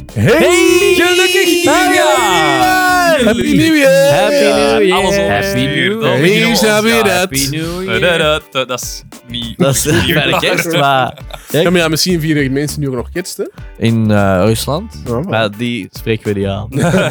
Hey! Gelukkig nieuwjaar! Happy New Year! Happy New Year! Alles onder Happy stuur. New Dan Year. beginnen we Eens heb je ons jaar. dat. Happy New Year. Dat is niet... Dat is bij de kerst, maar... Ja, maar ja, misschien vieren mensen nu ook nog kerst, hè? In Rusland. Ja, maar- Maar die spreken we niet aan.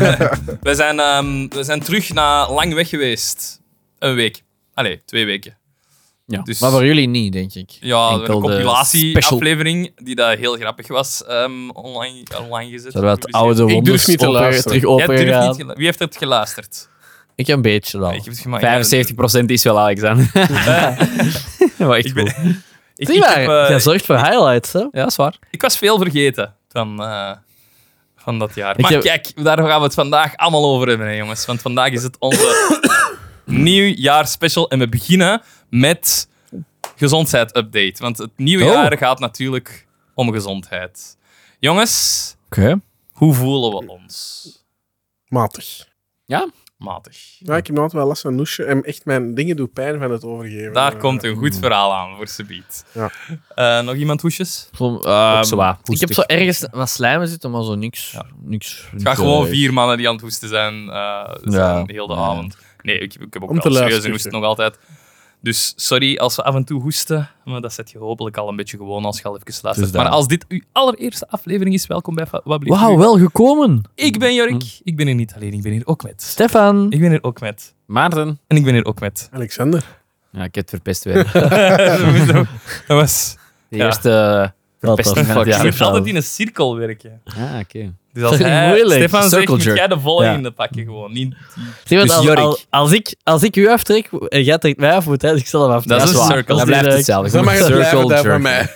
We zijn terug na lang weg geweest. Een week. Allee, 2 weken. Ja. Dus- Maar voor jullie niet, denk ik. Ja, Enkel een de compilatieaflevering die dat heel grappig was, online gezet. Zodat het gepubliceerd. oude Ik wonders durf niet te open, luisteren. terug Jij open durft gaan. niet Wie heeft het geluisterd? Ik een beetje wel. Ik heb het gemaakt. 75% is wel Alexander. Maar echt Ik cool. ben... Ik, Zie ik, maar, heb, jij zorgt voor highlights, hè? Ja, dat is waar. ik was veel vergeten van dat jaar. Ik Maar heb- kijk, daar gaan we het vandaag allemaal over hebben, hè, jongens. Want vandaag is het onze nieuwjaarspecial. En we beginnen met gezondheidsupdate. Want het nieuwe Oh. jaar gaat natuurlijk om gezondheid. Jongens, Oké. hoe voelen we ons? Matig. Matig. Ja, ik heb nog altijd wel last van noesje. En echt, mijn dingen doen pijn van het overgeven. Daar komt een goed verhaal aan voor Sabiet. Ja. Nog iemand hoesjes? Ook zo wat. Ik heb zo ergens wat slijmen zitten, maar zo niks. niks Het gaat gewoon 4 mannen die aan het hoesten zijn, Ja. heel de avond. Nee, ik heb ook Om wel te serieuze luisteren. hoesten nog altijd. Dus sorry als we af en toe hoesten, maar dat zet je hopelijk al een beetje gewoon als je al even luistert. Dus dat. Maar als dit uw allereerste aflevering is, welkom bij Wat Blieft Wauw, U. wel gekomen. Ik ben Jorik, ik ben hier niet alleen, ik ben hier ook met. Stefan. Ik ben hier ook met. Maarten. En ik ben hier ook met. Alexander. Ja, ik heb het verpest weer. Dat was... De Ja. eerste verpesting van het Je jaar. moet altijd in een cirkel werken. Ah, oké. Dus als Dat is hij, moeilijk. Stefan zegt, Circle moet jerk. jij de volgende pakken gewoon. Niet... Zie je wat, Dus Jorik. als ik u aftrek en jij trekt mij af, moet hij zichzelf aftrekken. Dat is een waar. circle. Dat blijft hetzelfde. Dan mag het blijven daar van mij.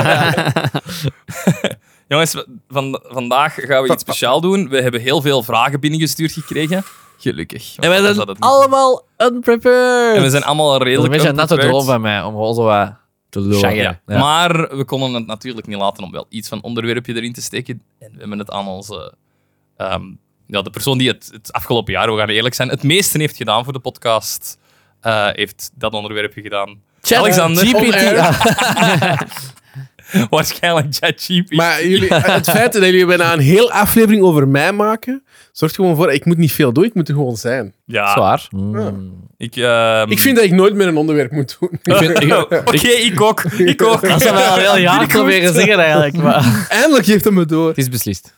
Jongens, vandaag gaan we iets speciaals doen. We hebben heel veel vragen binnengestuurd gekregen. Gelukkig. En wij Anders zijn had het niet. allemaal unprepared. En we zijn allemaal Dat is een redelijk beetje een natte unprepared. droom van mij, om gewoon zo wat te lullen. Shaggen. Ja. Maar we konden het natuurlijk niet laten om wel iets van onderwerpje erin te steken. En we hebben het aan onze... de persoon die het afgelopen jaar, we gaan eerlijk zijn, het meeste heeft gedaan voor de podcast, heeft dat onderwerpje gedaan. Chat Alexander. GPT. On-air. Ja. Waarschijnlijk ChatGPT. Maar het feit dat jullie bijna een heel aflevering over mij maken, zorgt gewoon voor, ik moet niet veel doen, ik moet er gewoon zijn. Ja, Zwaar. Ik vind dat ik nooit meer een onderwerp moet doen. Oké, ik ook. Ik ook. Dat zou wel heel jaar proberen zeggen eigenlijk. Maar. Eindelijk geeft hem het door. Het is beslist.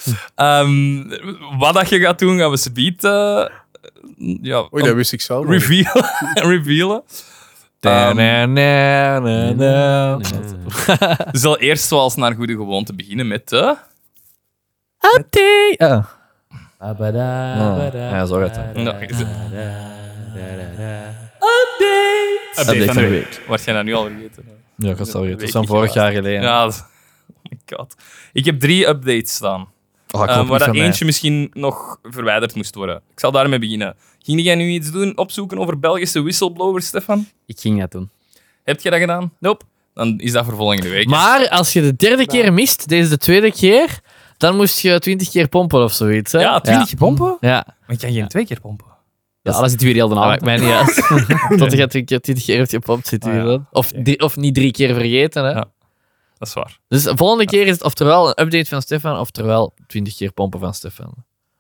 Wat dat je gaat doen, gaan we subiet Oei, dat wist ik zelf. revealen. We zullen eerst zoals naar goede gewoonte beginnen met de... Ja, zo gaat het. Nog eens. Update van de week. Word jij dat nu al vergeten? Ja, ik had het al Weet Dat is ik van niet vorig jaar geluisterd. geleden. Ja, oh my god. Ik heb 3 updates staan. Oh, ik hoop niet Waar dat van mij. eentje misschien nog verwijderd moest worden. Ik zal daarmee beginnen. Ging jij nu iets doen, opzoeken over Belgische whistleblowers, Stefan? Ik ging dat doen. Heb je dat gedaan? Nope. Dan is dat voor volgende week. Maar als je de derde keer mist, deze de tweede keer, dan moest je 20 keer pompen of zoiets. Hè? Ja, 20 pompen? Ja. Maar ik kan geen 2 keer pompen. Ja, alles zit weer heel de Dat maakt avond. mij niet uit. Tot je 20 keer hebt gepompt, zit hier ja. dan. Of niet 3 keer vergeten. Hè? Ja. Dat is waar. Dus de volgende keer is het oftewel een update van Stefan, oftewel 20 keer pompen van Stefan.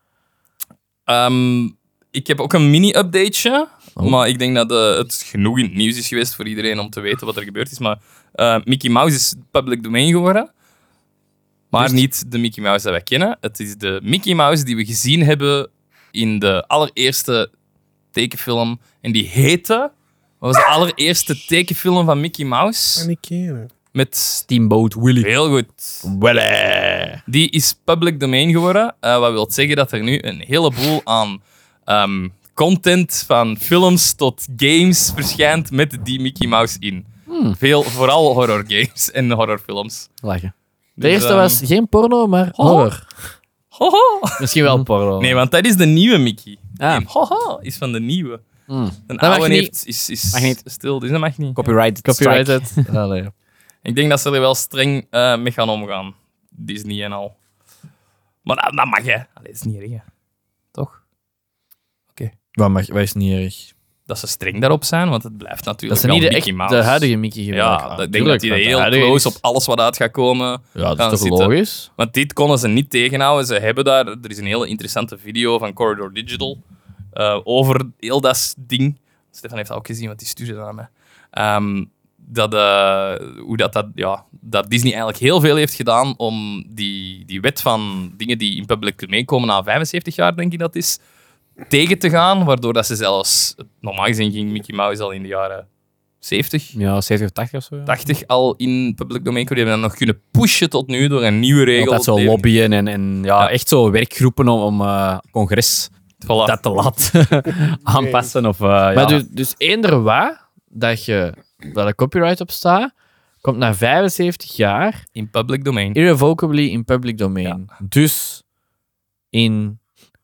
Ik heb ook een mini-updateje. Oh. Maar ik denk dat het genoeg in het nieuws is geweest voor iedereen om te weten wat er gebeurd is. Maar Mickey Mouse is public domain geworden. Maar niet de Mickey Mouse dat wij kennen. Het is de Mickey Mouse die we gezien hebben in de allereerste tekenfilm. En die heette... Wat was de allereerste tekenfilm van Mickey Mouse? En ik ken Met... Steamboat Willy. Heel goed. Die is public domain geworden. Wat wil zeggen dat er nu een heleboel aan content van films tot games verschijnt met die Mickey Mouse in. Vooral horror games en horrorfilms. Lachen. De eerste was geen porno, maar horror. Hoho. Misschien wel porno. Nee, want dat is de nieuwe Mickey. Ah. Nee, hoho is van de nieuwe. Een mag oude niet. heeft, is Mag niet. stil, dus dat mag niet. Copyright. Copyrighted. Allee. Ik denk dat ze er wel streng mee gaan omgaan. Disney en al. Maar dat mag, hè. Allee, dat is niet erg, hè. Toch? Wat is niet erg? dat ze streng daarop zijn, want het blijft Dat natuurlijk ze niet wel de, Mickey de Mouse. huidige Mickey gebruiken. Ja, ik denk dat die heel close op alles wat uit gaat komen Ja, dat gaan is toch zitten. logisch? Want dit konden ze niet tegenhouden. Ze hebben daar... Er is een hele interessante video van Corridor Digital over heel dat ding. Stefan heeft dat ook gezien, want die stuurde dat aan mij. Dat Disney eigenlijk heel veel heeft gedaan om die wet van dingen die in public domain komen na 75 jaar, denk ik dat is, tegen te gaan. Waardoor dat ze zelfs... Normaal gezien ging Mickey Mouse al in de jaren 70... Ja, 70 of 80 of zo. Ja. 80 al in public domain. Die hebben dat nog kunnen pushen tot nu door een nieuwe regel. Altijd zo lobbyen en Ja. echt zo werkgroepen om congres Voilà. dat te laten aanpassen. Of, Maar dus eender waar dat er copyright op staat, komt na 75 jaar In public domain. irrevocably in public domain. Dus in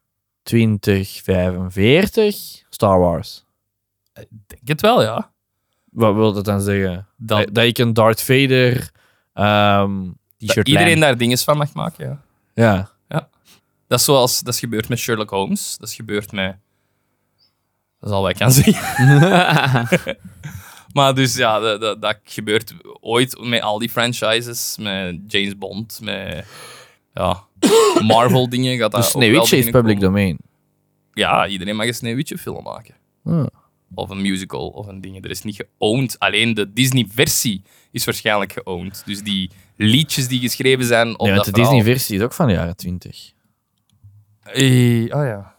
2045 Star Wars. Denk het wel, ja. Wat wil dat dan zeggen? Dat Dat ik een Darth Vader t-shirt iedereen daar dingen van mag maken, ja. ja. Dat is zoals... Dat is gebeurd met Sherlock Holmes. Dat is gebeurd met... Dat is al wat ik kan zeggen. Maar dus ja, dat gebeurt ooit met al die franchises. Met James Bond, met... Ja, Marvel dingen. Gaat dat Dus ook wel Sneeuwwitje is beginnen public komen. domain. Ja, iedereen mag een Sneeuwwitje film maken. Ah. Of een musical, of een ding. Er is niet geowned. Alleen de Disney-versie is waarschijnlijk geowned. Dus die liedjes die geschreven zijn op Nee, want dat de verhaal... Disney-versie is ook van de jaren 20. ja.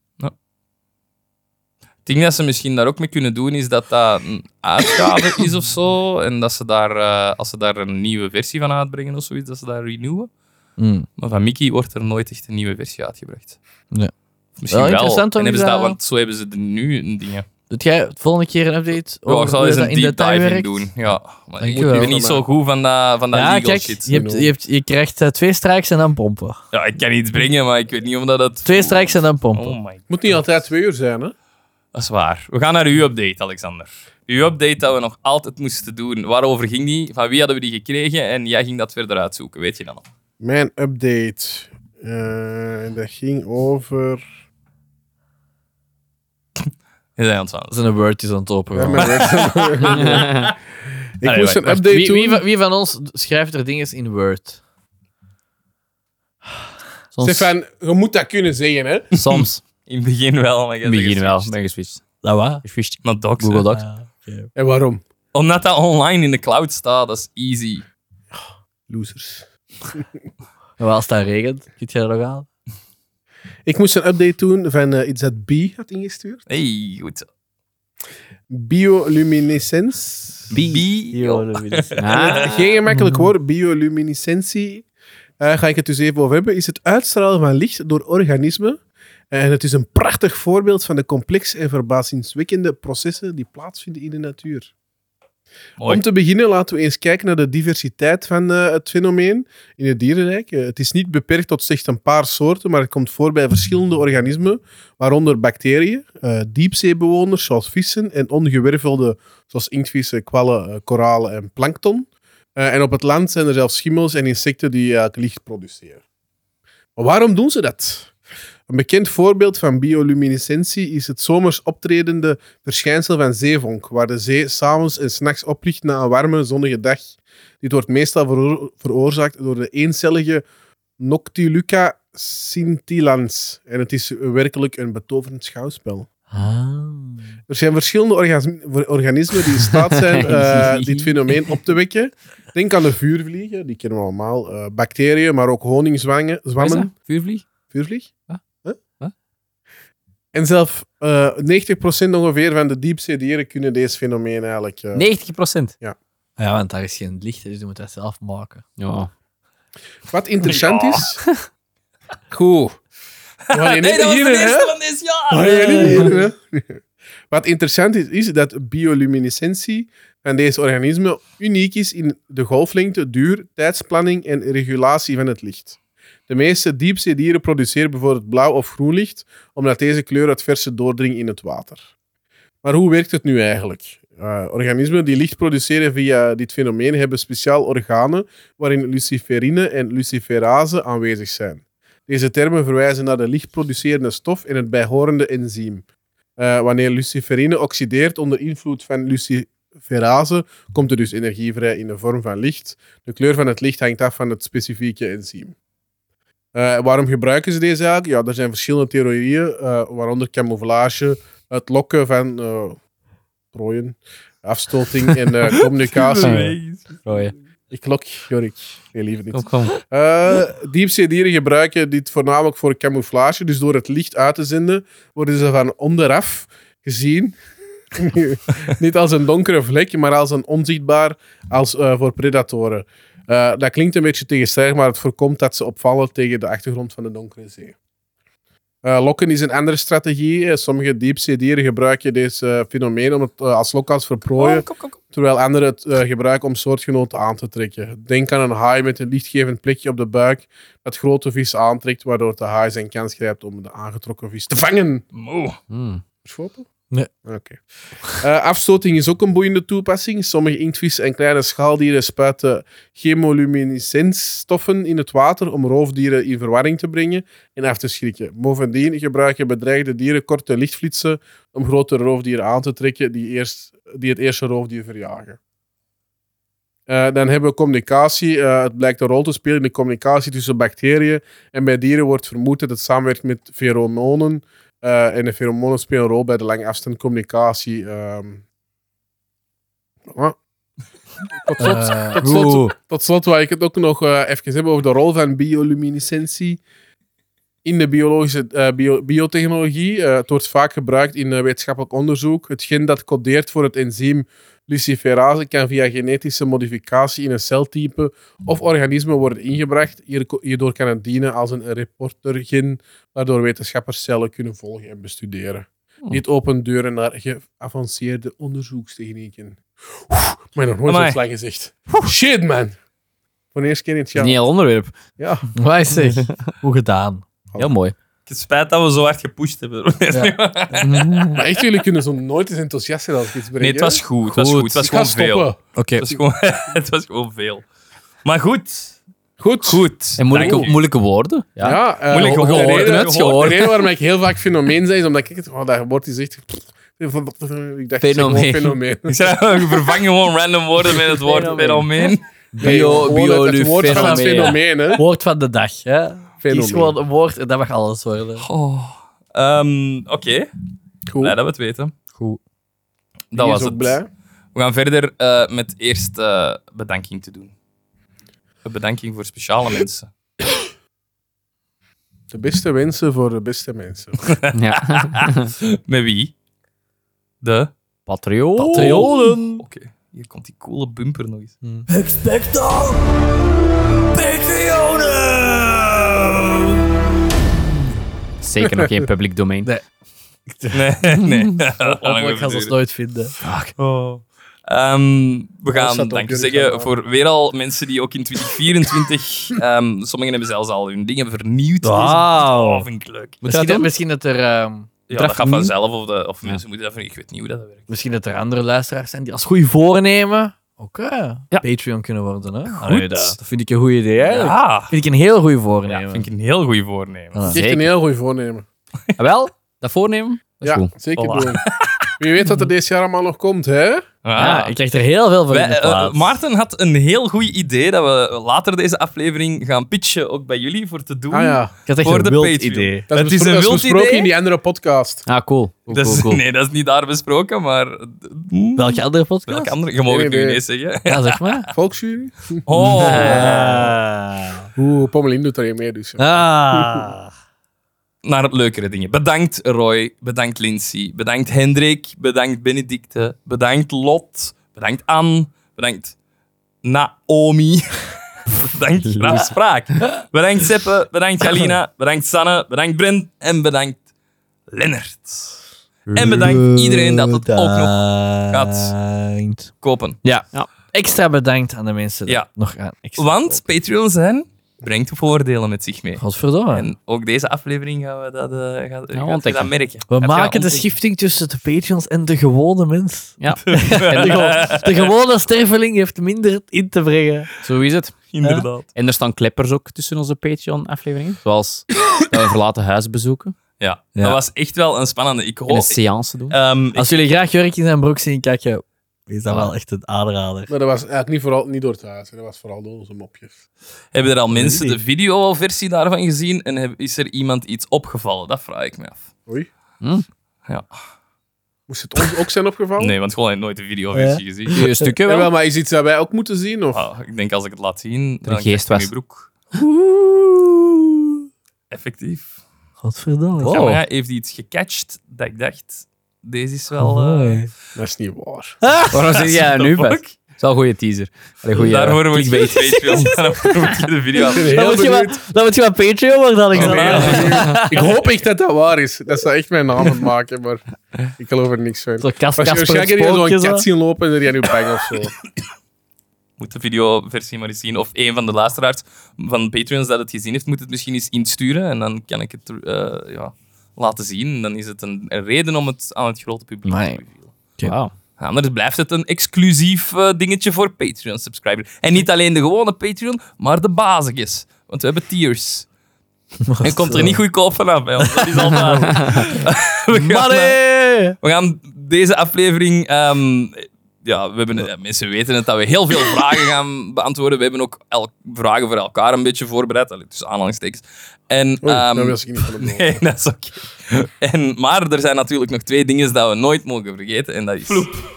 Ik denk dat ze misschien daar ook mee kunnen doen, is dat dat een uitgave is of zo. En dat ze daar, als ze daar een nieuwe versie van uitbrengen of zoiets, dat ze daar renewen. Maar van Mickey wordt er nooit echt een nieuwe versie uitgebracht. Ja. Of misschien Wel wel. interessant om En hebben ze eens, dat, want zo hebben ze er nu een dingen. Doet jij het volgende keer een update Ja, over ik zal hoe eens dat een in deep detail dive in werkt? doen. Ja, maar ik Dankjewel. ben niet zo goed van dat Ja, legal kijk, shit. je krijgt 2 strikes en dan pompen. Ja, ik kan iets brengen, maar ik weet niet of dat het... 2 strikes en dan pompen. Oh my. Het moet niet altijd 2 uur zijn, hè? Dat is waar. We gaan naar uw update, Alexander. Uw update dat we nog altijd moesten doen. Waarover ging die? Van wie hadden we die gekregen? En jij ging dat verder uitzoeken, weet je dan nog? Mijn update. Dat ging over... Je zei aan het Dat is een Word is aan het open. Ja, gaan. ik Allee, moest een wacht, update wie, doen. wie van ons schrijft er dingen in Word? Soms. Stefan, je moet dat kunnen zeggen, hè? Soms. In het begin wel, maar In het begin wel, ben geswitcht. Dat wat? Geswitcht. Naar Docs. Google hè. Docs. En waarom? Omdat dat online in de cloud staat, dat is easy. Losers. Maar als dat regent, kun je dat nog aan? Ik moest een update doen van iets dat B had ingestuurd. Hey, goed zo. Bioluminescence. Geen gemakkelijk woord. Bioluminescentie. Ga ik het dus even over hebben. Is het uitstralen van licht door organismen. En het is een prachtig voorbeeld van de complexe en verbazingwekkende processen die plaatsvinden in de natuur. Mooi. Om te beginnen laten we eens kijken naar de diversiteit van het fenomeen in het dierenrijk. Het is niet beperkt tot slechts een paar soorten, maar het komt voor bij verschillende organismen, waaronder bacteriën, diepzeebewoners zoals vissen en ongewervelde zoals inktvissen, kwallen, koralen en plankton. En op het land zijn er zelfs schimmels en insecten die licht produceren. Maar waarom doen ze dat? Een bekend voorbeeld van bioluminescentie is het zomers optredende verschijnsel van zeevonk, waar de zee s'avonds en 's nachts oplicht na een warme, zonnige dag. Dit wordt meestal veroorzaakt door de eencellige Noctiluca scintillans. En het is werkelijk een betoverend schouwspel. Er zijn verschillende organismen die in staat zijn dit fenomeen op te wekken. Denk aan de vuurvliegen, die kennen we allemaal. Bacteriën, maar ook honingzwammen. Vuurvlieg? Vuurvlieg? Wat? Huh? Wat? En zelf 90% ongeveer van de diepzeedieren kunnen deze fenomeen eigenlijk... 90%. Ja, want daar is geen licht, dus je moet dat zelf maken. Ja. Wat interessant is... Goed. We gaan hier Nee, niet dat was de beginnen, hè? eerste van dit jaar! We gaan hier niet beginnen, hè? Wat interessant is dat bioluminescentie van deze organismen uniek is in de golflengte, duur, tijdsplanning en regulatie van het licht. De meeste diepzeedieren produceren bijvoorbeeld blauw of groen licht, omdat deze kleur het verse doordringt in het water. Maar hoe werkt het nu eigenlijk? Organismen die licht produceren via dit fenomeen hebben speciaal organen waarin luciferine en luciferase aanwezig zijn. Deze termen verwijzen naar de lichtproducerende stof en het bijhorende enzym. Wanneer luciferine oxideert onder invloed van luciferase, komt er dus energie vrij in de vorm van licht. De kleur van het licht hangt af van het specifieke enzym. Waarom gebruiken ze deze eigenlijk? Ja, er zijn verschillende theorieën, waaronder camouflage, het lokken van prooien, afstoting en communicatie. Ik lok, Jorik. Nee, liever niet. Kom. Diepzeedieren gebruiken dit voornamelijk voor camouflage. Dus door het licht uit te zenden, worden ze van onderaf gezien. Niet als een donkere vlek, maar als een onzichtbaar voor predatoren. Dat klinkt een beetje tegenstrijdig, maar het voorkomt dat ze opvallen tegen de achtergrond van de donkere zee. Lokken is een andere strategie. Sommige diepzeedieren gebruiken deze fenomeen om het als lokkans verprooien, terwijl anderen het gebruiken om soortgenoten aan te trekken. Denk aan een haai met een lichtgevend plekje op de buik dat grote vis aantrekt, waardoor de haai zijn kans grijpt om de aangetrokken vis te vangen. Verschoten? Nee. Oké. Afstoting is ook een boeiende toepassing. Sommige inktvissen en kleine schaaldieren spuiten chemoluminescentstoffen in het water om roofdieren in verwarring te brengen en af te schrikken. Bovendien gebruiken bedreigde dieren korte lichtflitsen om grotere roofdieren aan te trekken die het eerste roofdier verjagen. Dan hebben we communicatie. Het blijkt een rol te spelen in de communicatie tussen bacteriën. En bij dieren wordt vermoed dat het samenwerkt met feromonen. En de feromonen spelen een rol bij de lange afstand communicatie. Tot slot wil ik het ook nog even hebben over de rol van bioluminescentie in de biologische biotechnologie. Het wordt vaak gebruikt in wetenschappelijk onderzoek. Het gen dat codeert voor het enzym luciferase kan via genetische modificatie in een celtype of organisme worden ingebracht. Hierdoor kan het dienen als een reportergen, waardoor wetenschappers cellen kunnen volgen en bestuderen. Dit opent deuren naar geavanceerde onderzoekstechnieken. Maar nog nooit zo'n slag gezegd. Shit, man! Voor de eerste keer in het Dat jaar. is niet een onderwerp. Ja. Waar zeg? Hoe gedaan? Heel mooi. Ik heb spijt dat we zo hard gepusht hebben. Maar echt, jullie kunnen zo nooit eens enthousiast zijn als ik iets breng. Nee, het was goed. Het was goed. Het was Ik ga gewoon veel. stoppen. Oké. Het was gewoon veel. Maar goed. Goed. Goed. En Dank u. moeilijke woorden. Ja, Moeilijk de gehoord, reden- net De reden waarom ik heel vaak fenomeen zei, is omdat ik het... dat woord is echt... Ik dacht, ik zeg gewoon fenomeen. Ik zei, we vervangen gewoon random woorden met het woord fenomeen. Nee, gewoon het woord van het fenomeen, hè. Woord van de dag. Hè? Fenomeen. Kies gewoon een woord en dat mag alles worden. Oké. Goed. Blij dat we het weten. Goed. Dat Wie was is ook het. blij. We gaan verder met eerst bedanking te doen. Een bedanking voor speciale mensen. De beste wensen voor de beste mensen. Ja. Met wie? De Patreonen. Oké, hier komt die coole bumper nog eens. Expecto Patreonen! Zeker nog geen public domein. Nee. Nee. Ik ga ze ons nooit vinden. We gaan staat op dank jullie zeggen kanaal. voor weer al mensen die ook in 2024... sommigen hebben zelfs al hun dingen vernieuwd. Wauw. Oh, vind ik leuk. Misschien dat er... Ja, dat gaat vanzelf. Of mensen moeten dat... Ik weet niet hoe dat werkt. Misschien dat er andere luisteraars zijn die als goede voornemen ook Patreon kunnen worden. Hè? Allee, dat vind ik een goed idee. Eigenlijk. Ja, Vind ik een heel goede voornemen. vind ik een heel goed voornemen. Ah. Echt een heel goed voornemen. Wel, dat voornemen? Dat is Ja, goed. zeker Voilà. doen. Wie weet wat er deze jaar allemaal nog komt, hè? Ja, ik krijg er heel veel van in de plaats. Maarten had een heel goed idee dat we later deze aflevering gaan pitchen, ook bij jullie, voor te doen. Ah ja. Ik had echt voor een de wild Patreon. idee. Dat Het is, is een dat is wild besproken idee. in die andere podcast. Ah, cool. Cool. Nee, dat is niet daar besproken, maar... Welke andere podcast? Welke andere? Je mag het nu Nee. ineens zeggen. Ja, zeg maar. Volksjury? Oh. Oeh, Pommelien doet er een mee, dus. Naar het leukere dingen. Bedankt Roy, bedankt Lindsay, bedankt Hendrik, bedankt Benedicte, bedankt Lot, bedankt Anne, bedankt Naomi, bedankt Raf Spraak, bedankt Seppe, bedankt Galina, bedankt Sanne, bedankt Brent en bedankt Lennart. En bedankt iedereen dat het ook nog gaat kopen. Ja. Extra bedankt aan de mensen die Ja. nog gaan. Extra Want Patreon zijn brengt voordelen met zich mee. Godverdomme. En ook deze aflevering gaan we dat, gaat je ontdekken. dat merken. We Gaat je maken de ontdekken. schifting tussen de Patreons en de gewone mens. Ja. De gewone sterveling heeft minder in te brengen. Zo is het. Inderdaad. En er staan kleppers ook tussen onze Patreon-afleveringen. Zoals dat we verlaten huis bezoeken. Ja, Ja. dat was echt wel een spannende. Ik In een hoop... seance doen. Als jullie graag Jurk in zijn broek zien kijken, is dat wel echt een aanrader. Maar dat was eigenlijk niet door het huis. Dat was vooral door onze mopjes. Hebben er al mensen de video-versie daarvan gezien en is er iemand iets opgevallen? Dat vraag ik me af. Oei. Ja. Moest het ons ook zijn opgevallen? Nee, want gewoon heb ik nooit de video-versie gezien. Een stukje Jawel, wel. maar is iets dat wij ook moeten zien? Of? Ah, ik denk als ik het laat zien, dan geest krijg je was. mijn broek. Effectief. Godverdomme. Oh. Camera heeft iets gecatcht dat ik dacht, deze is wel... Dat is niet waar. Waarom zeg jij nu Fuck. vast? Dat is wel een goede teaser. Allee, goeie, Daarvoor moet je clickbait. Patreon, moet je de video af. Heel Dan moet je benieuwd. maar Patreon worden, Alexander. Ik hoop echt dat dat waar is. Dat zou echt mijn naam aan het maken, maar ik geloof er niks van. Zo Kasper Waarschijnlijk het heb je spookje, zo'n kat zo. zien lopen en er jij nu bang of zo. Moet de videoversie maar eens zien. Of een van de luisteraars van Patreons dat het gezien heeft, moet het misschien eens insturen. En dan kan ik het laten zien. En dan is het een reden om het aan het grote publiek Nee. te revealen. Wauw. Anders blijft het een exclusief dingetje voor Patreon-subscribers. En niet alleen de gewone Patreon, maar de basisjes. Want we hebben tiers. En komt er niet goedkoop vanaf bij ons. Dat is al duidelijk. Money! We gaan deze aflevering... mensen weten het, dat we heel veel vragen gaan beantwoorden. We hebben ook vragen voor elkaar een beetje voorbereid. Allee, tussen aanhalingstekens. En, Oei, dat was ik niet van het nee, dat is oké. Maar er zijn natuurlijk nog 2 dingen dat we nooit mogen vergeten. En dat is...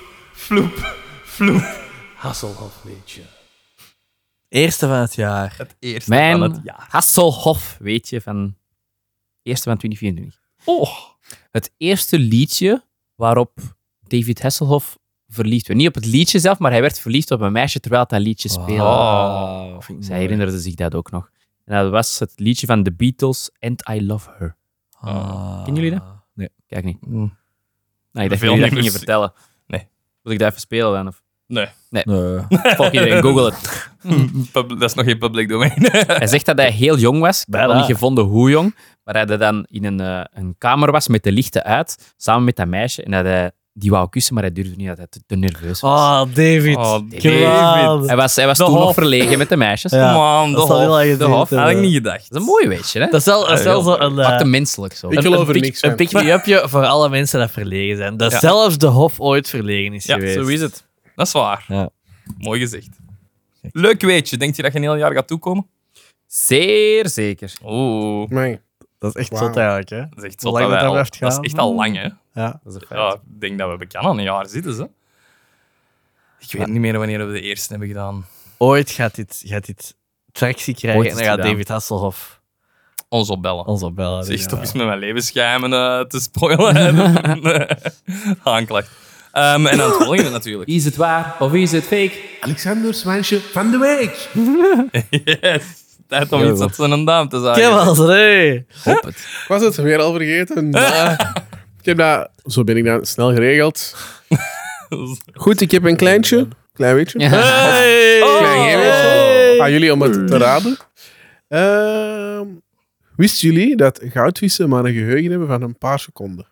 Floep. Hasselhoff, weet je. Eerste van het jaar. Het eerste van het Mijn jaar. Hasselhoff, weet je, van eerste van 2024. Oh. Het eerste liedje waarop David Hasselhoff verliefd werd. Niet op het liedje zelf, maar hij werd verliefd op een meisje terwijl het dat liedje speelde. Oh. Zij herinnerde zich dat ook nog. En dat was het liedje van The Beatles, And I Love Her. Kennen jullie dat? Nee. Kijk niet. Mm. Nou, ik dacht Veel dat jullie dat nummers. gingen vertellen. Nee. Moet ik dat even spelen dan? Of? Nee, Fuck iedereen, google het. dat is nog geen public domein. Hij zegt dat hij heel jong was. Ik heb Bijna. nog niet gevonden hoe jong. Maar hij dan in een kamer was met de lichten uit, samen met dat meisje. En dat hij die wou kussen, maar hij durfde niet, dat hij te nerveus was. Oh, David. Oh, David. Hij was toen Hof. nog verlegen met de meisjes. Ja. Man, de Dat is al heel Hof. lang De geleden. Hof. Had ik niet gedacht. Dat is een mooi weetje, hè? Dat is wel zo een... Wat te menselijk zo. Ik geloof er een niks een van. pick-me-upje voor alle mensen die verlegen zijn. Dat Ja. zelfs de Hof ooit verlegen is Ja, geweest. zo is het. Dat is waar. Ja. Mooi gezegd. Leuk weetje. Denk je dat je een heel jaar gaat toekomen? Zeer zeker. Oeh, Nee. Dat is echt Wauw. zot eigenlijk, hè? dat is echt Hoe zo lang dat blijft dat is gaan? echt al lang, hè? Ja. Dat is een feit. Ja, ik denk dat we bekend aan een jaar zitten, ze. Ik weet niet meer wanneer we de eerste hebben gedaan. Ooit gaat dit tractie krijgen Ooit en is dan gaat gedaan. David Hasselhoff Ons opbellen. ons opbellen. Zeg, Ja. stop eens met mijn levensgeheimen te spoilen. Aanklacht. En dan het volgende natuurlijk. Is het waar of is het fake? Alexander Zwijnsje van de Week. Yes. Tijd om iets op zijn duim te zagen. Kevels, nee. Hop het. Ik was het weer al vergeten. Ik heb dat... Zo ben ik dan snel geregeld. Goed, ik heb een kleintje. Klein weetje. Hey. Klein weetje. Aan jullie om het te raden. Wisten jullie dat goudvissen maar een geheugen hebben van een paar seconden?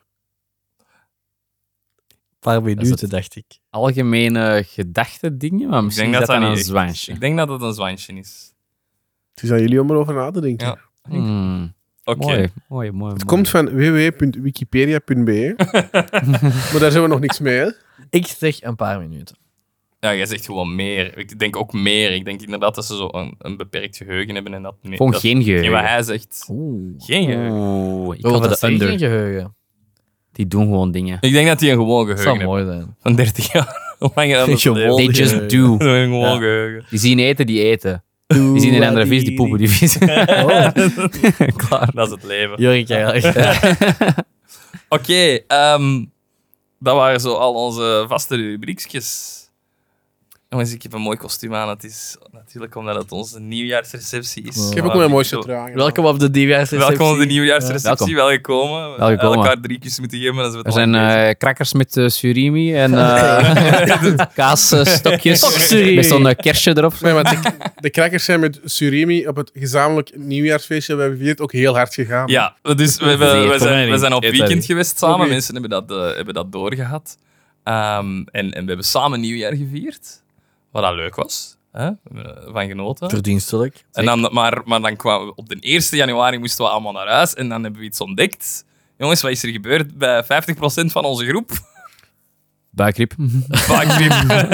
Een paar is minuten, dacht ik. Algemene gedachte dingen, maar misschien denk is dat dat dat dan niet een zwaantje. Ik denk dat het een zwaantje is. Het is aan jullie om erover na te denken. Ja. Mooi, Oké. mooi. Het komt van www.wikipedia.be. Maar daar zijn we nog niks mee, hè? Ik zeg een paar minuten. Ja, jij zegt gewoon meer. Ik denk ook meer. Ik denk inderdaad dat ze zo een beperkt geheugen hebben en dat... Nee, Gewoon dat, geen wat geheugen. hij zegt. Geen geheugen. Oeh, ik Oh, ga dat voor is de echt under. geen geheugen. Die doen gewoon dingen. Ik denk dat hij een gewoon Dat zou geheugen heeft. mooi zijn. Van 30 jaar. Langer dan het Gewoon. leven. They just geheugen. do. Een gewoon Ja. geheugen. Die zien eten, die eten. Die zien een andere vis, die poepen die vis. Klaar. Dat is het leven. Jorik, eigenlijk. Oké, dat waren zo al onze vaste rubriekjes. Jongens, ik heb een mooi kostuum aan. Het is natuurlijk omdat het onze nieuwjaarsreceptie is. Ik heb ook mijn mooiste trui. Welkom op de nieuwjaarsreceptie. Welkom op de nieuwjaarsreceptie. Welkom. Welkom. We Welkom. gaan elkaar 3 kussen moeten geven. Als we het Er al zijn lezen. crackers met surimi en kaasstokjes Surimi. met zo'n kerstje erop. Nee, want de crackers zijn met surimi op het gezamenlijk nieuwjaarsfeestje dat we viert ook heel hard gegaan. Ja, dus Zeer we zijn op Eet weekend dat. geweest samen. Oké. Mensen hebben dat doorgehad. En we hebben samen nieuwjaar gevierd. Wat dat leuk was. Hè? We hebben ervan genoten. Verdienstelijk. En dan, maar dan kwamen we op de 1 januari moesten we allemaal naar huis. En dan hebben we iets ontdekt. Jongens, wat is er gebeurd bij 50% van onze groep? Buikgriep. Buikgriep.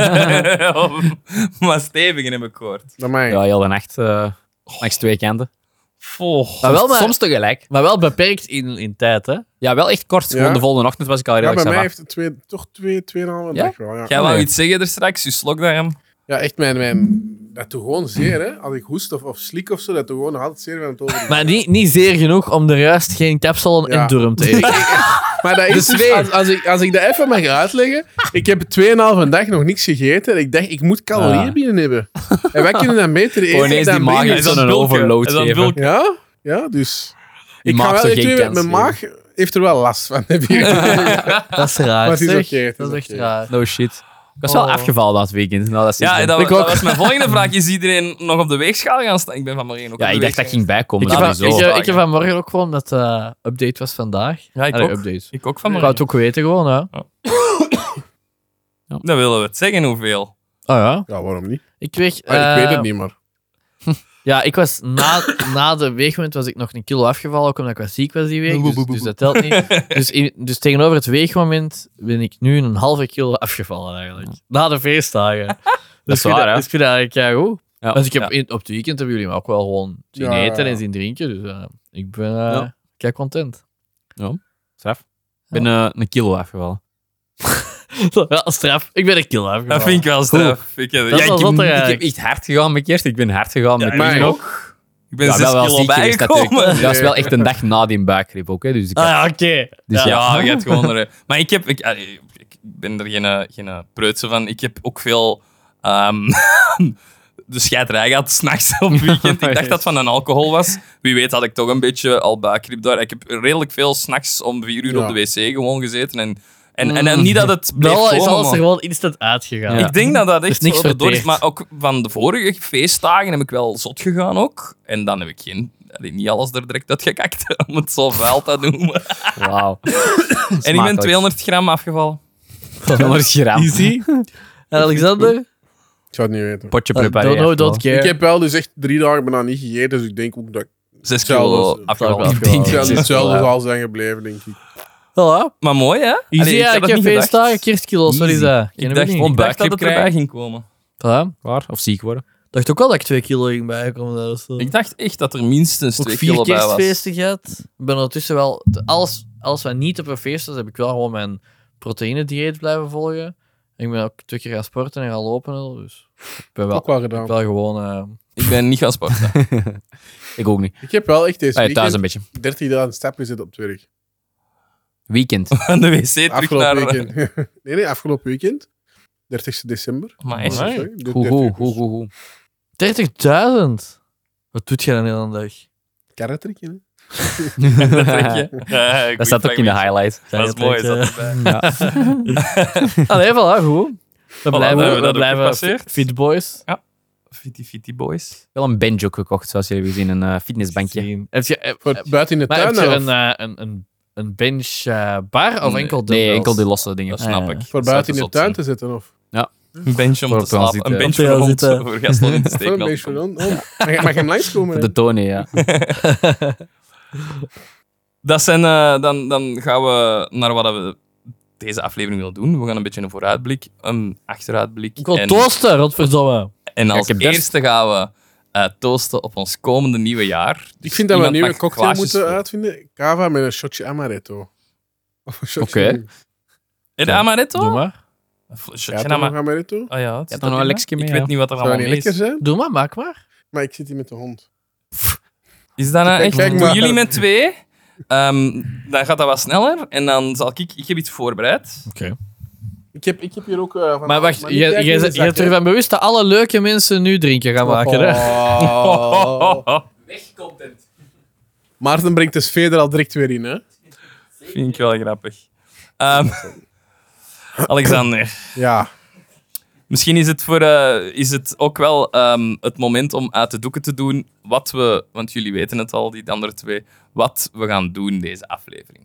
Maar stevig heb ik gehoord. Ja, heel de nacht. Langs 2 kanten. Maar wel Soms tegelijk. Maar wel beperkt in tijd, hè? Ja, wel echt kort. Gewoon de volgende ochtend was ik al Ja, redelijk bij mij ça va. heeft het toch 2,5 Ja? dag wel. Ja. Jij wou iets zeggen er straks, je slokdarm. Ja, echt, dat doet gewoon zeer, hè. Als ik hoest of slik of zo, dat doet gewoon nog altijd zeer van het over. Maar niet zeer genoeg om de juist geen capsule en Ja. durm te eten. Maar dat is dus, als ik dat even mag uitleggen, ik heb 2,5 dag nog niks gegeten en ik dacht, ik moet calorieën binnen hebben. En wij kunnen dan beter eten Gewoon eens die dan maag binnen. heeft zo'n overload Is dat geven. bulken? Ja, dus... Die Ik ga maag wel, toch geen kans mijn maag heeft er wel last van. Heb je. Dat is raar, Maar het is zeg. oké, het is Dat is echt oké. raar. No shit. Ik was wel afgevallen dat weekend. Nou, dat is Ja, echt- dat Ik ook. was mijn volgende vraag. Is iedereen nog op de weegschaal gaan staan? Ik ben van Marijn ook ja, op de ik dacht dat weegschaal. ging bijkomen. Ik heb, dat van, is zo. ik heb vanmorgen ook gewoon dat update was vandaag. Ja, ik Allee, ook. update. Ik ook van Ik wou Marijn. het ook weten gewoon, hè. Dan willen we het zeggen hoeveel. Oh ja. Ja, waarom niet? Ik weeg... Ik weet het niet, maar... Ja, ik was na de weegmoment was ik nog een kilo afgevallen, ook omdat ik wat ziek was die week. Dus dat telt niet. Dus tegenover het weegmoment ben ik nu een halve kilo afgevallen eigenlijk. Na de feestdagen. Dat is ik vind waar, hè? Dus ik vind dat eigenlijk goed. Ja. Want ik heb Ja. op het weekend hebben jullie me ook wel gewoon zien Ja, eten ja. en zien drinken. Dus ik ben Ja. kijk content. Straf. Ik ben een kilo afgevallen. Ja, straf. Ik ben een kilo afgevallen. Dat vind ik wel straf. Ik heb, Dat is ja, wel ik, zot, Ik eigenlijk. heb echt hard gegaan met kerst. Ik ben hard gegaan met mij kerst ook. ik ben Ja, 6 wel kilo ziek geweest bijgekomen. natuurlijk. Dat was wel echt een dag na die buikgriep ook. Hè. Dus ik Ah had- ja, oké. Dus Ja, je hebt gewoon er... Maar ik ben er geen preutse van. Ik heb ook veel de scheiterij gehad s'nachts op het weekend. Ik dacht dat het van een alcohol was. Wie weet had ik toch een beetje al buikgriep daar. Ik heb redelijk veel s'nachts om 4 uur Ja. op de wc gewoon gezeten. En niet dat het bleef Wel is komen, alles er maar- gewoon instant uitgegaan. Ja. Ik denk dat dat is echt niks zo erdoor is. verteerd. Maar ook van de vorige feestdagen heb ik wel zot gegaan ook. En dan heb ik niet alles er direct uitgekakt, om het zo vuil te noemen. Wauw. En ik ben 200 gram afgevallen. 200 gram. Easy. Alexander? Ik zou het niet weten. Potje Don't prepareren. know, don't care. Ik heb wel dus echt 3 dagen bijna niet gegeten, dus ik denk ook dat ik 6 Hetzelfde kilo is- afgevallen. Ik denk het dat hetzelfde wel, zal zijn gebleven, denk ik. Voilà. Maar mooi, hè? Easy, Allee, ja, had ik het heb niet feestdagen, gedacht. kerstkilo's, wat is Easy. dat? Ik Kennen we dacht, niet. gewoon ik dacht dat het buikgriep erbij krijgen. ging komen. Voilà. Waar? Of ziek worden. Ik dacht ook wel dat ik 2 kilo ging bijkomen. Dat is, Ik dacht echt dat er minstens ook 2 4 kilo bij was. kerstfeesten gehad. Ik ben ondertussen wel... Alles wat niet op een feest was, heb ik wel gewoon mijn proteïnedieet blijven volgen. Ik ben ook 2 keer gaan sporten en gaan lopen. Dus ik ben Ook wel gedaan. wel gewoon... Ik ben niet gaan sporten. Ik ook niet. Ik heb wel echt deze Ah, thuis een weekend beetje. 30.000 stappen gezet op het werk. Weekend. Aan de wc terug Afgelopen naar... weekend. nee, afgelopen weekend. 30 december. Maar echt, Amai. Sorry, de Goed, 30 goed, goed, goed. 30.000? Wat doet je dan de hele dag? Karretrekken, hè? dat trekje. Ja, Dat staat ook in de highlight. Dat is mooi, is dat erbij. Ja. Allee, voilà, goed. We hebben we blijven, dat ook gepasseerd. fit boys. Fitty boys. Wel een bench ook gekocht, zoals jullie zien. Een fitnessbankje. Zien. Heb je, Voor buiten in de maar tuin. heb je of een bench bar of Nee. enkel Nee, dumbbells? enkel die losse dingen. Dat snap Ah, ja. ik. voor Dat buiten in zou de te tuin zot te zetten? Of zijn. Een bench om Voor te op jou slapen. zitten. Een bench Op jou voor hond, zitten. voor Gaston in te voor steken. een beetje dan. Mag je hem langskomen? Voor de tonen, ja. Dat zijn, dan gaan we naar wat we deze aflevering willen doen. We gaan een beetje een vooruitblik, een achteruitblik. Ik wil en, toasten, godverdomme. en als ik heb eerste gaan we toasten op ons komende nieuwe jaar. Ik vind dat we een iemand nieuwe mag cocktail glaasjes moeten vullen. uitvinden. Cava met een shotje amaretto. Of een shotje... Oké. En de amaretto? Doe maar. Of een Ja, shotje toch nog ama- amaretto? Oh ja, het Ja, zit dan nog erin, een hè? lekje mee, Ik ja. weet niet wat er Zou dat allemaal niet mee lekker is. zijn? Doe maar, maak maar. Maar ik zit hier met de hond. Is dat nou echt... Kijk Doen maar. jullie met 2? Dan gaat dat wat sneller. En dan zal ik... Ik heb iets voorbereid. Oké. Ik heb hier ook... van Maar wacht, niet kijken in de jij zak, bent hè. ervan bewust dat alle leuke mensen nu drinken gaan maken, hè? Oh. Maarten brengt de sfeer er al direct weer in, hè? Vind ik wel grappig. Alexander, Ja. misschien is het ook wel het moment om uit de doeken te doen wat we... Want jullie weten het al, die andere 2. Wat we gaan doen deze aflevering.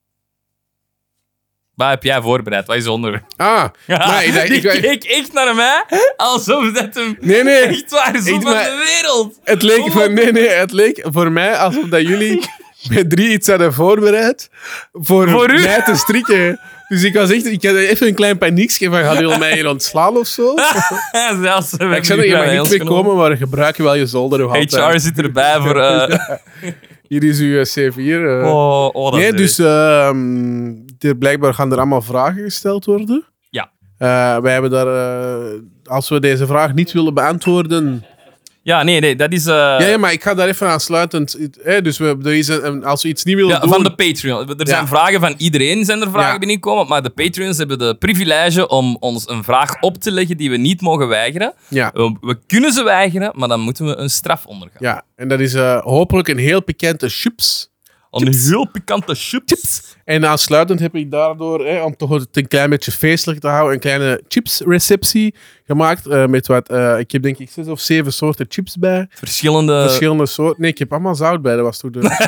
Wat heb jij voorbereid? Wat is onder? Ah, maar ik dacht... Die Ik, keek echt naar mij, alsof dat hem nee. echt waar zo Ik- van maar- de wereld. Het leek voor mij alsof dat jullie met 3 iets hadden voorbereid voor u? mij te strikken. Dus ik had even een klein paniekje van, gaan jullie mij hier ontslaan of zo? Zelfs, Ik zei, je mag niet meer komen, maar gebruik je wel je zolder. nog altijd. HR zit erbij voor... Hier is uw C4. dat Nee, is dus blijkbaar gaan er allemaal vragen gesteld worden. Ja. Wij hebben daar, als we deze vraag niet willen beantwoorden... Ja, nee, dat is... Ja, maar ik ga daar even aansluitend... Dus er is als we iets niet willen doen... van de Patreon. Er zijn vragen van iedereen, zijn er vragen binnengekomen, maar de Patreons hebben de privilege om ons een vraag op te leggen die we niet mogen weigeren. Ja. We kunnen ze weigeren, maar dan moeten we een straf ondergaan. Ja, en dat is hopelijk een heel pikante chips. Een heel pikante chips. En aansluitend heb ik daardoor, om toch het een klein beetje feestelijk te houden, een kleine chipsreceptie gemaakt. Met wat, ik heb denk ik 6 of 7 soorten chips bij. Verschillende soorten. Nee, ik heb allemaal zout bij, dat was toen de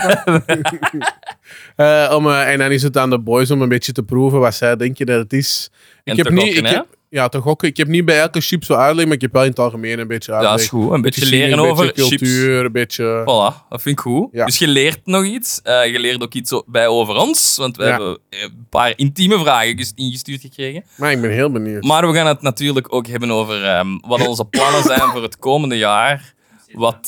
en dan is het aan de boys om een beetje te proeven wat zij denken dat het is. En te gokken, hè? Ja, te gokken. Ik heb niet bij elke chip zo uitleg, maar ik heb wel in het algemeen een beetje uitleg. Ja, dat is goed. Een beetje Misschien leren een over beetje cultuur, chips. een beetje... Voilà, dat vind ik goed. Ja. Dus je leert nog iets. Je leert ook iets bij over ons, want we hebben een paar intieme vragen ingestuurd gekregen. Maar ik ben heel benieuwd. Maar we gaan het natuurlijk ook hebben over wat onze plannen zijn voor het komende jaar. Wat...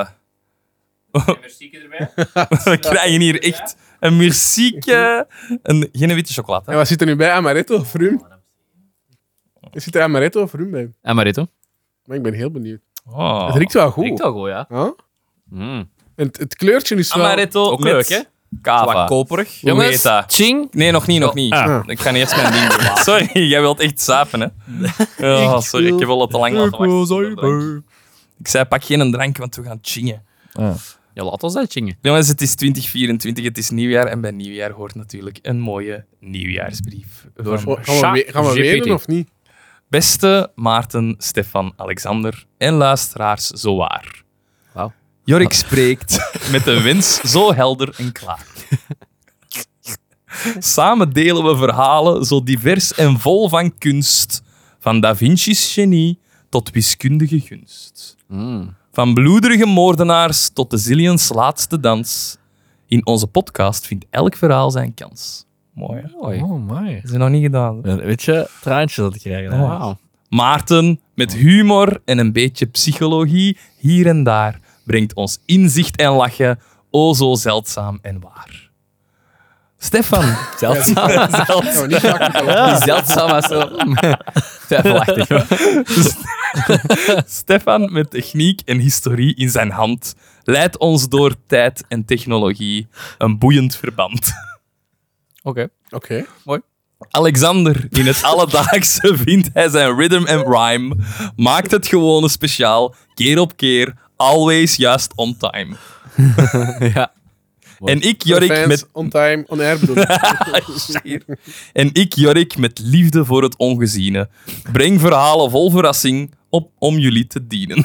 We krijgen hier echt een murcieke... Geen witte chocolade. En wat zit er nu bij? Amaretto of rum? Er zit er amaretto of rum bij? Amaretto. Maar ik ben heel benieuwd. Oh. Het riekt wel goed. Riekt wel goed, ja. Huh? Mm. En het kleurtje is wel... Amaretto Ook met leuk, hè? kava. Wat koperig. Hoe heet dat? Ching. Nee, nog niet. Ah. Ik ga eerst mijn ding doen. Sorry, jij wilt echt sapen, hè? Oh, sorry, ik heb al te lang laten wachten. Ik zei, pak geen drank, want we gaan chingen. Ja, laat ons dat chingen. Jongens, het is 2024, het is nieuwjaar. En bij nieuwjaar hoort natuurlijk een mooie nieuwjaarsbrief. Van Gaan we GPT. weten of niet? beste Maarten, Stefan, Alexander en luisteraars zowaar. Wauw. Jorik spreekt met een wens zo helder en klaar. Samen delen we verhalen zo divers en vol van kunst. Van Da Vinci's genie tot wiskundige gunst. Van bloederige moordenaars tot de Zillions laatste dans. In onze podcast vindt elk verhaal zijn kans. Mooi, hè? Mooi. Oh, my. Dat is nog niet gedaan. Weet je, traantjes dat ik krijgen. hè? Wauw. Maarten, met humor en een beetje psychologie hier en daar, brengt ons inzicht en lachen, o zo zeldzaam en waar. Stefan. Zeldzaam. Oh, niet makkelijk. Die zeldzaam was zo. Twijfelachtig. hoor. Stefan met techniek en historie in zijn hand leidt ons door tijd en technologie. Een boeiend verband. Oké. Oké. Alexander, in het alledaagse vindt hij zijn rhythm and rhyme. Maakt het gewone speciaal, keer op keer, always juist on time. Ja. En ik, Jorik Jorik, met... on time, on air bedoel ik. En ik, Jorik, met liefde voor het ongeziene, breng verhalen vol verrassing op om jullie te dienen.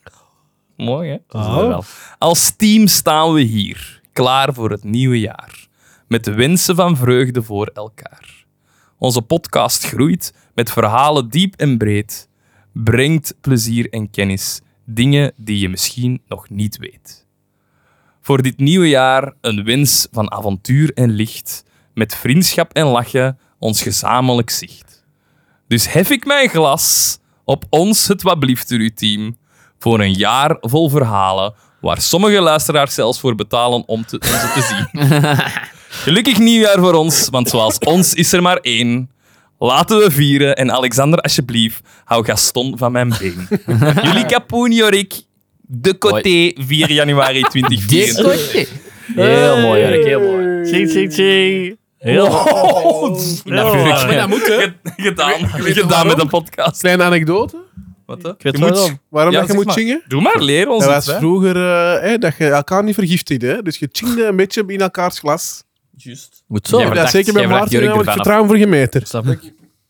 Mooi, hè? Wel. Als team staan we hier, klaar voor het nieuwe jaar. Met de wensen van vreugde voor elkaar. Onze podcast groeit met verhalen diep en breed. Brengt plezier en kennis, dingen die je misschien nog niet weet. Voor dit nieuwe jaar een wens van avontuur en licht, met vriendschap en lachen ons gezamenlijk zicht. Dus hef ik mijn glas op ons het wat blieft er uw team, voor een jaar vol verhalen, waar sommige luisteraars zelfs voor betalen om ze te zien. Gelukkig nieuwjaar voor ons, want zoals ons is er maar één. Laten we vieren en Alexander, alsjeblieft, hou Gaston van mijn been. Jullie kapoen, Jorik. De Côté, 4 januari 2024. Heel mooi, Jorik. Heel mooi. Ching, ching, ching. Heel Natuurlijk. Maar dat moet, hè. Gedaan met een podcast. Kleine anekdote. Wat, hè? Ik weet Je wel moet- dan. Waarom Ja, dat je zeg moet maar. chingen? Doe maar, leer ons Dat iets. was hè. vroeger dat je elkaar niet vergiftigde. Hè? Dus je chingde een beetje in elkaars glas. Juist. Moet zo. Ja, Ja, verdacht. zeker bij Jij verdacht Maarten, Jorik daar word ik ervan af. vertrouwen voor gemeter. Snap ik.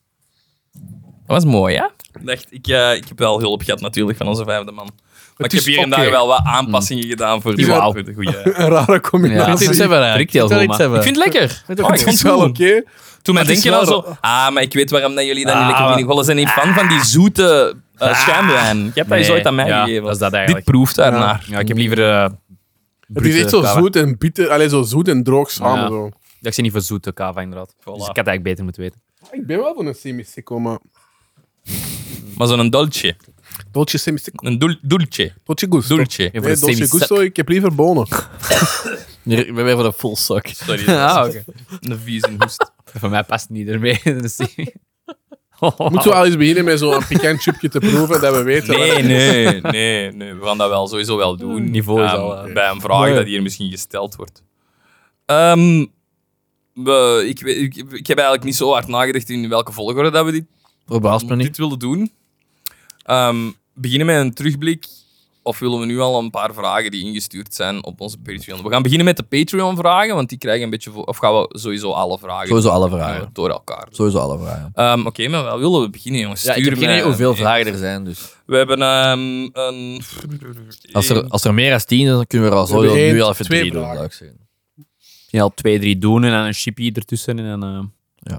Dat was mooi, hè? Ik heb wel hulp gehad natuurlijk van onze vijfde man. Maar ik is heb hier en oké. daar wel wat aanpassingen gedaan voor is wel- de goede... Een rare combinatie. Ja. Iets hebben Prikt heel goed, man. hebben. Ik vind het lekker. Vind Oh, ook ik Het vond is het wel goed. oké. Toen men Het is denken al wel- zo... Maar ik weet waarom dat jullie dat niet lekker maar- vinden. Gollen zijn niet fan van die zoete schuimwijn. Je hebt dat eens ooit aan mij ja, gegeven. dat is dat Dit eigenlijk. proeft daarnaar. Ja, ik heb liever Het is echt zo zoet en bitter. Allee, zo zoet en droog samen. Ja. Zo. Ik zie niet voor zoete kava, inderdaad. Dus ik had eigenlijk beter moeten weten. Ik ben wel van een semi-seco, maar... Maar zo'n dolce. Dolce semi-seco. Een dulce. Dolce gusto. Dulce. Ja, voor Nee, de dolce semi-suck. gusto, ik heb liever bonen. Ik ben weer voor de full suck. Sorry. Ah, oké. Een vieze hoest. Voor mij past het niet ermee. Dus Moeten we al eens beginnen met zo'n pikant chipje te proeven, dat we weten... Nee. We gaan dat wel sowieso wel doen. Niveau is al, bij een vraag Nee. dat hier misschien gesteld wordt. Ik heb eigenlijk niet zo hard nagedacht in welke volgorde dat we Verbaast me niet. dit willen doen. Beginnen met een terugblik. Of willen we nu al een paar vragen die ingestuurd zijn op onze Patreon? We gaan beginnen met de Patreon-vragen, want die krijgen een beetje... Of gaan we sowieso alle vragen Sowieso alle doen, vragen. door elkaar? Sowieso alle vragen. Oké, maar wel willen we beginnen, jongens? Ja, ik Stuur heb geen mij- idee hoeveel vragen er zijn, dus... We hebben een... Als er meer dan 10 is, dan kunnen we er al We hebben sowieso nu één, al even 2 3 doen, vragen. zou ik zeggen. je al 2-3 doen en dan een chippy ertussen. En dan,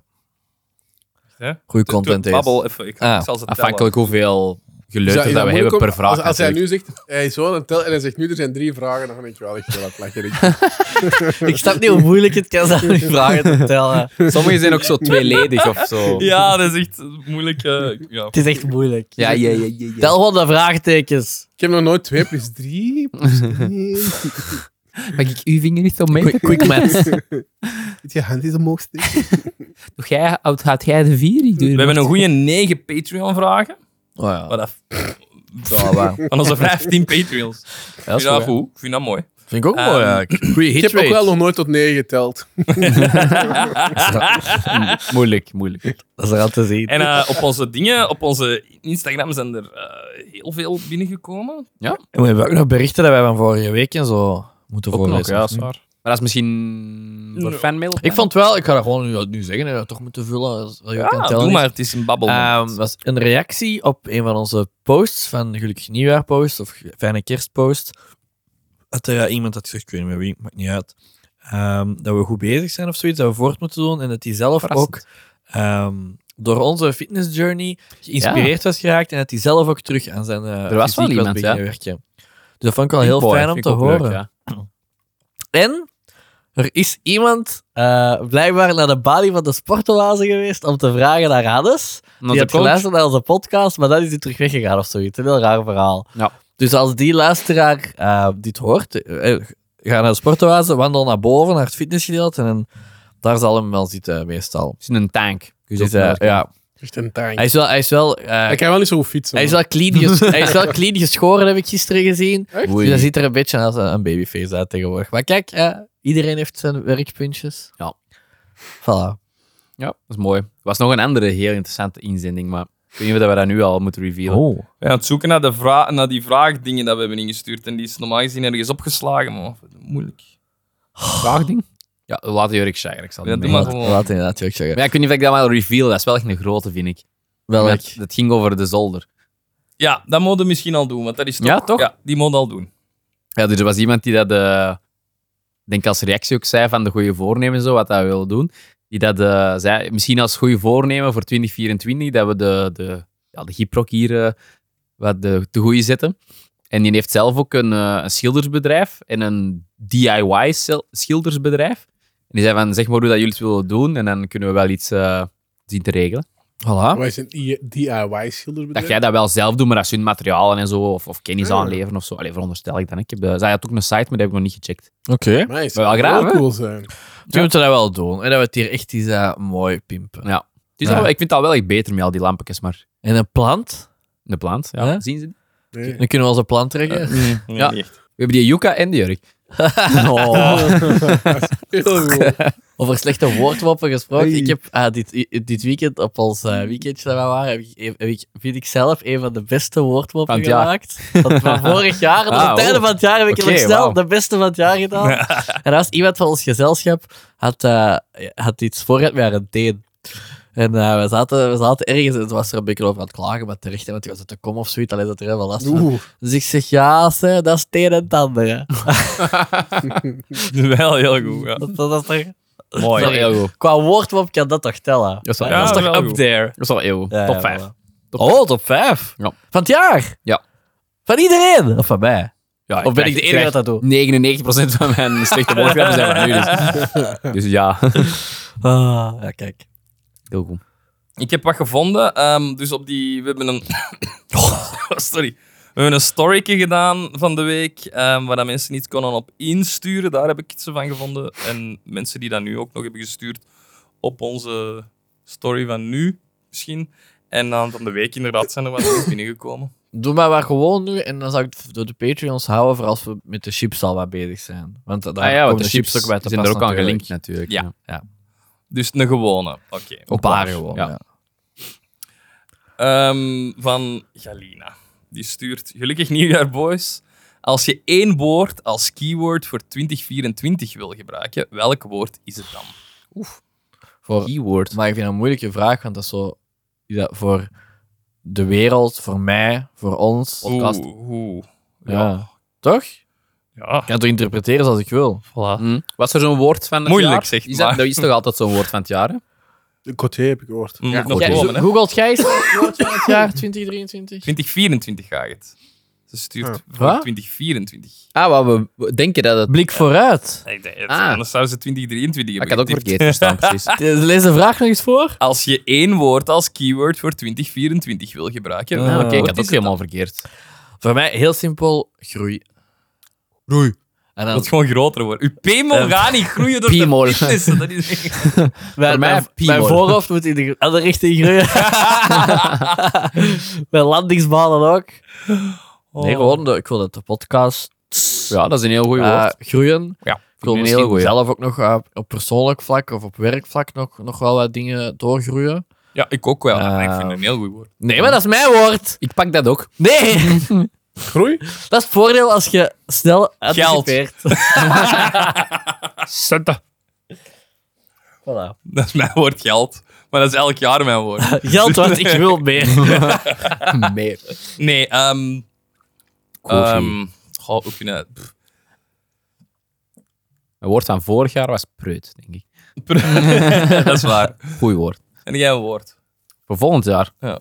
Goeie content is. Babbel even. Ik Ah, zal ze afhankelijk hoeveel Is geleuter is dat we moeilijk hebben om- per vraag. Als hij natuurlijk. nu zegt, hij is zo aan het tellen en hij zegt nu er zijn 3 vragen, dan ga ik wel echt heel hard lachen. Ik snap niet hoe moeilijk het kan zijn om die vragen te tellen. Sommige zijn ook zo tweeledig of zo. Ja, dat is echt moeilijk. Ja. Het is echt moeilijk. Ja. Tel gewoon de vraagtekens. Ik heb nog nooit 2 plus 3 plus 1. Mag ik uw vinger niet zo mee? Quick maths. Moet je hand eens omhoog steken? Houd jij de 4? Ik doe We hebben een goede 9 Patreon-vragen. Oh ja. Wat af. Ja, waar. Van onze 15 Patreons. Ik Dat is vind dat goed. goed. Ik vind dat mooi. Vind ik ook mooi, ja. Goeie Ik hit heb ook wel rate. nog nooit tot 9 geteld. Moeilijk. Dat is er aan te zien. En op onze dingen, op onze Instagram zijn er heel veel binnengekomen. En we hebben ook nog berichten dat wij van vorige week en zo moeten Ook nog, voorlezen. ja, dat is waar. Maar dat is misschien voor fanmail? of Ik vond wel, ik ga dat gewoon nu zeggen, dat we toch moeten vullen. Als je kan Ja, tellen doe is. maar. Het is een babbel. Was een reactie op een van onze posts, van Gelukkig Nieuwjaar post of Fijne Kerstpost. Dat er iemand had gezegd, ik weet niet meer wie, maakt niet uit. Dat we goed bezig zijn of zoiets, dat we voort moeten doen. En dat hij zelf ook door onze fitness journey geïnspireerd was geraakt. En dat hij zelf ook terug aan zijn was wel fysiek iemand, beginnen ja. werken. Dus dat vond ik wel heel fijn om te horen. Ja. En er is iemand blijkbaar naar de balie van de sportoase geweest om te vragen naar Hannes. Die had geluisterd naar onze podcast, maar dan is hij terug weggegaan of zoiets. Een heel raar verhaal. Ja. Dus als die luisteraar dit hoort, ga naar de sportoase, wandel naar boven, naar het fitnessgedeelte en daar zal hem wel zitten meestal. Het is een tank. Dus, ja. Echt een tank. Hij is wel... Ik kan wel niet zo goed fietsen. Hij is wel clean geschoren, heb ik gisteren gezien. Echt? Dus hij ziet er een beetje als een babyface uit tegenwoordig. Maar kijk, iedereen heeft zijn werkpuntjes. Ja. Voilà. Ja, dat is mooi. Er was nog een andere heel interessante inzending, maar ik weet niet of we dat nu al moeten revealen. Oh. We gaan het zoeken naar die vraagdingen dat we hebben ingestuurd. En die is normaal gezien ergens opgeslagen, maar moeilijk. Vraagding? Ja, laat Jurk zeggen. Ik zal Ja, niet doe mee. maar gewoon. Laat inderdaad ook zeggen. Maar ja, ik weet niet of ik dat wel reveal. Dat is wel echt een grote, vind ik. Welk? Dat ging over de zolder. Ja, dat moeten we misschien al doen, want dat is toch... Ja, toch? Ja, die moeten al doen. Ja, dus er was iemand die dat, denk als reactie ook zei van de goede voornemen, zo, wat dat wil doen. Die dat zei, misschien als goede voornemen voor 2024, dat we de hiprock hier wat de goede zetten. En die heeft zelf ook een schildersbedrijf en een DIY-schildersbedrijf. En die zei van, zeg maar hoe dat jullie het willen doen en dan kunnen we wel iets zien te regelen. Voilà. Wij zijn DIY-schildersbedrijf. Dat jij dat wel zelf doet, maar dat zijn materialen en zo, of kennis Ja. aanleveren of zo. Allee, veronderstel ik dan. Zij had ook een site, maar die heb ik nog niet gecheckt. Oké. Maar het Wel zou graag, heel hè? cool zijn. We moeten dat wel doen. En dat we het hier echt eens mooi pimpen. Ja. Het is Ja. al, ik vind het al wel echt beter met al die lampetjes, maar En een plant? de plant, ja. Ja. Zien ze? Nee. Dan kunnen we onze plant trekken. Nee, Ja. niet echt. We hebben die Yuka en de Jurk. Oh. Heel goed. Over slechte woordwoppen gesproken. Hey. Ik heb dit weekend op ons weekendje dat we waren, vind ik zelf een van de beste woordwoppen Van het jaar. gemaakt. Van vorig jaar. Op Ah, het einde van het jaar heb ik Oké, nog snel wauw. de beste van het jaar gedaan. En dat was iemand van ons gezelschap had iets vooruit met haar een teen. En we zaten ergens en het was er een beetje over aan het klagen, maar terecht, hè, want die was het te komen of zoiets, alleen dat er heel veel last van. Oeh. Dus ik zeg, ja, dat is teen en tanden. Hè. Wel heel goed, ja. Dat is toch... Mooi. Sorry. Heel goed. Qua woordwop kan dat toch tellen? Dat is wel, Ja, dat is toch wel up goed. there? dat is wel heel goed. Ja, Top ja, 5. voilà. Top 5? Ja. Van het jaar? Ja. Van iedereen? Of van mij? Ja, Of ben ik de enige dat dat doe? 99% van mijn slechte woordgrappen zijn van nu. Dus ja, Ja, kijk. heel goed. Ik heb wat gevonden. Dus op die... We hebben een... Sorry. We hebben een storyke gedaan van de week, waar dat mensen iets konden op insturen. Daar heb ik iets van gevonden. En mensen die dat nu ook nog hebben gestuurd op onze story van nu, misschien. En dan van de week inderdaad zijn er wat dingen binnengekomen. Doe maar gewoon nu en dan zou ik het door de Patreons houden voor als we met de chips al wat bezig zijn. Want daar Want komen de chips ook bij te zijn er pas ook aan natuurlijk. gelinkt natuurlijk. Ja. Dus een gewone. Oké. Een paar gewoon, Ja. ja. Van Galina. Die stuurt: gelukkig nieuwjaar, boys. Als je 1 woord als keyword voor 2024 wil gebruiken, welk woord is het dan? Voor, Keyword. maar ik vind dat een moeilijke vraag, want dat is zo... Ja, voor de wereld, voor mij, voor ons. Podcast. Oeh. Ja. Toch? Ja. Ik kan het toch interpreteren zoals ik wil. Voilà. Was er zo'n woord van het Moeilijk, jaar? zeg Is dat, maar. dat is toch altijd zo'n woord van het jaar, hè? De Coté heb ik gehoord. Moet Ja, nog jij- komen, hè? Googelt jij eens het woord van het jaar 2023? 2024 gaat het. Ze stuurt Ja. voor Wat? 2024. Ah, wat we denken dat het... Blik vooruit. Ik denk, Ah. Anders zou ze 2023 Ik hebben had ook getipt. verkeerd verstaan, precies. Lees de vraag nog eens voor. Als je 1 woord als keyword voor 2024 wil gebruiken, Ah, welk Oké, ik woord had is ook het helemaal verkeerd. Voor mij heel simpel, groei. Groei. En Dat dan, het gewoon groter wordt. Uw piemel gaat niet groeien door Piemel. de fitness. Dat is mijn, mij mijn piemel. voorhoofd moet in de andere richting groeien. Mijn landingsbanen ook. Nee, gewoon, ik wil dat de podcast Ja, dat is een heel goed woord. groeien. Ja, Ik wil een heel misschien goeie. zelf ook nog op persoonlijk vlak of op werkvlak nog wel wat dingen doorgroeien. Ja, ik ook wel. Ah. Ik vind het een heel goed woord. Nee, maar dat is mijn woord. Ik pak dat ook. Nee, Groei? dat is het voordeel als je snel anticipeert. Centen. Voilà. Dat is mijn woord geld. Maar dat is elk jaar mijn woord. Geld wat ik wil meer. Meer. Nee, goh, hoe kun je... Een woord van vorig jaar was preut, denk ik. Dat is waar. Goeie woord. En jij een woord? Voor volgend jaar? Ja.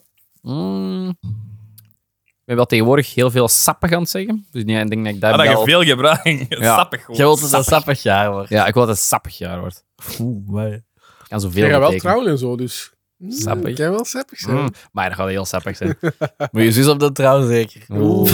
Ik ben wel tegenwoordig heel veel sappig aan het zeggen. Dus ik denk dat ik daar Dat je wel... veel gebruikt. Sappig gewoon. Je wilt dat het een sappig jaar wordt. Ja, ik wil dat het een sappig jaar wordt. Ik kan zoveel Je gaat wel betekenen. trouwen en zo, dus... Sappig. Kan wel sappig zijn. Maar dat gaat heel sappig zijn. Moet je zus op de trouw zeker. Oeh.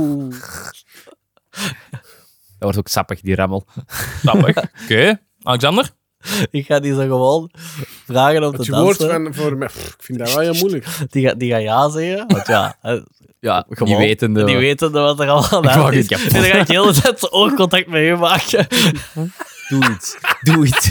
Dat wordt ook sappig, die rammel. Sappig. Oké. Alexander? Ik ga die zo gewoon vragen om Het te woord dansen. van voor mij... ik vind dat wel heel moeilijk. Die gaat ja zeggen. Want ja, Ja, gewoon, die wetende. die wetende wat er allemaal aan de Ik hand wou is. het En kapot. dan ga ik heel de tijd oogcontact met je maken. Doe iets. Doe iets.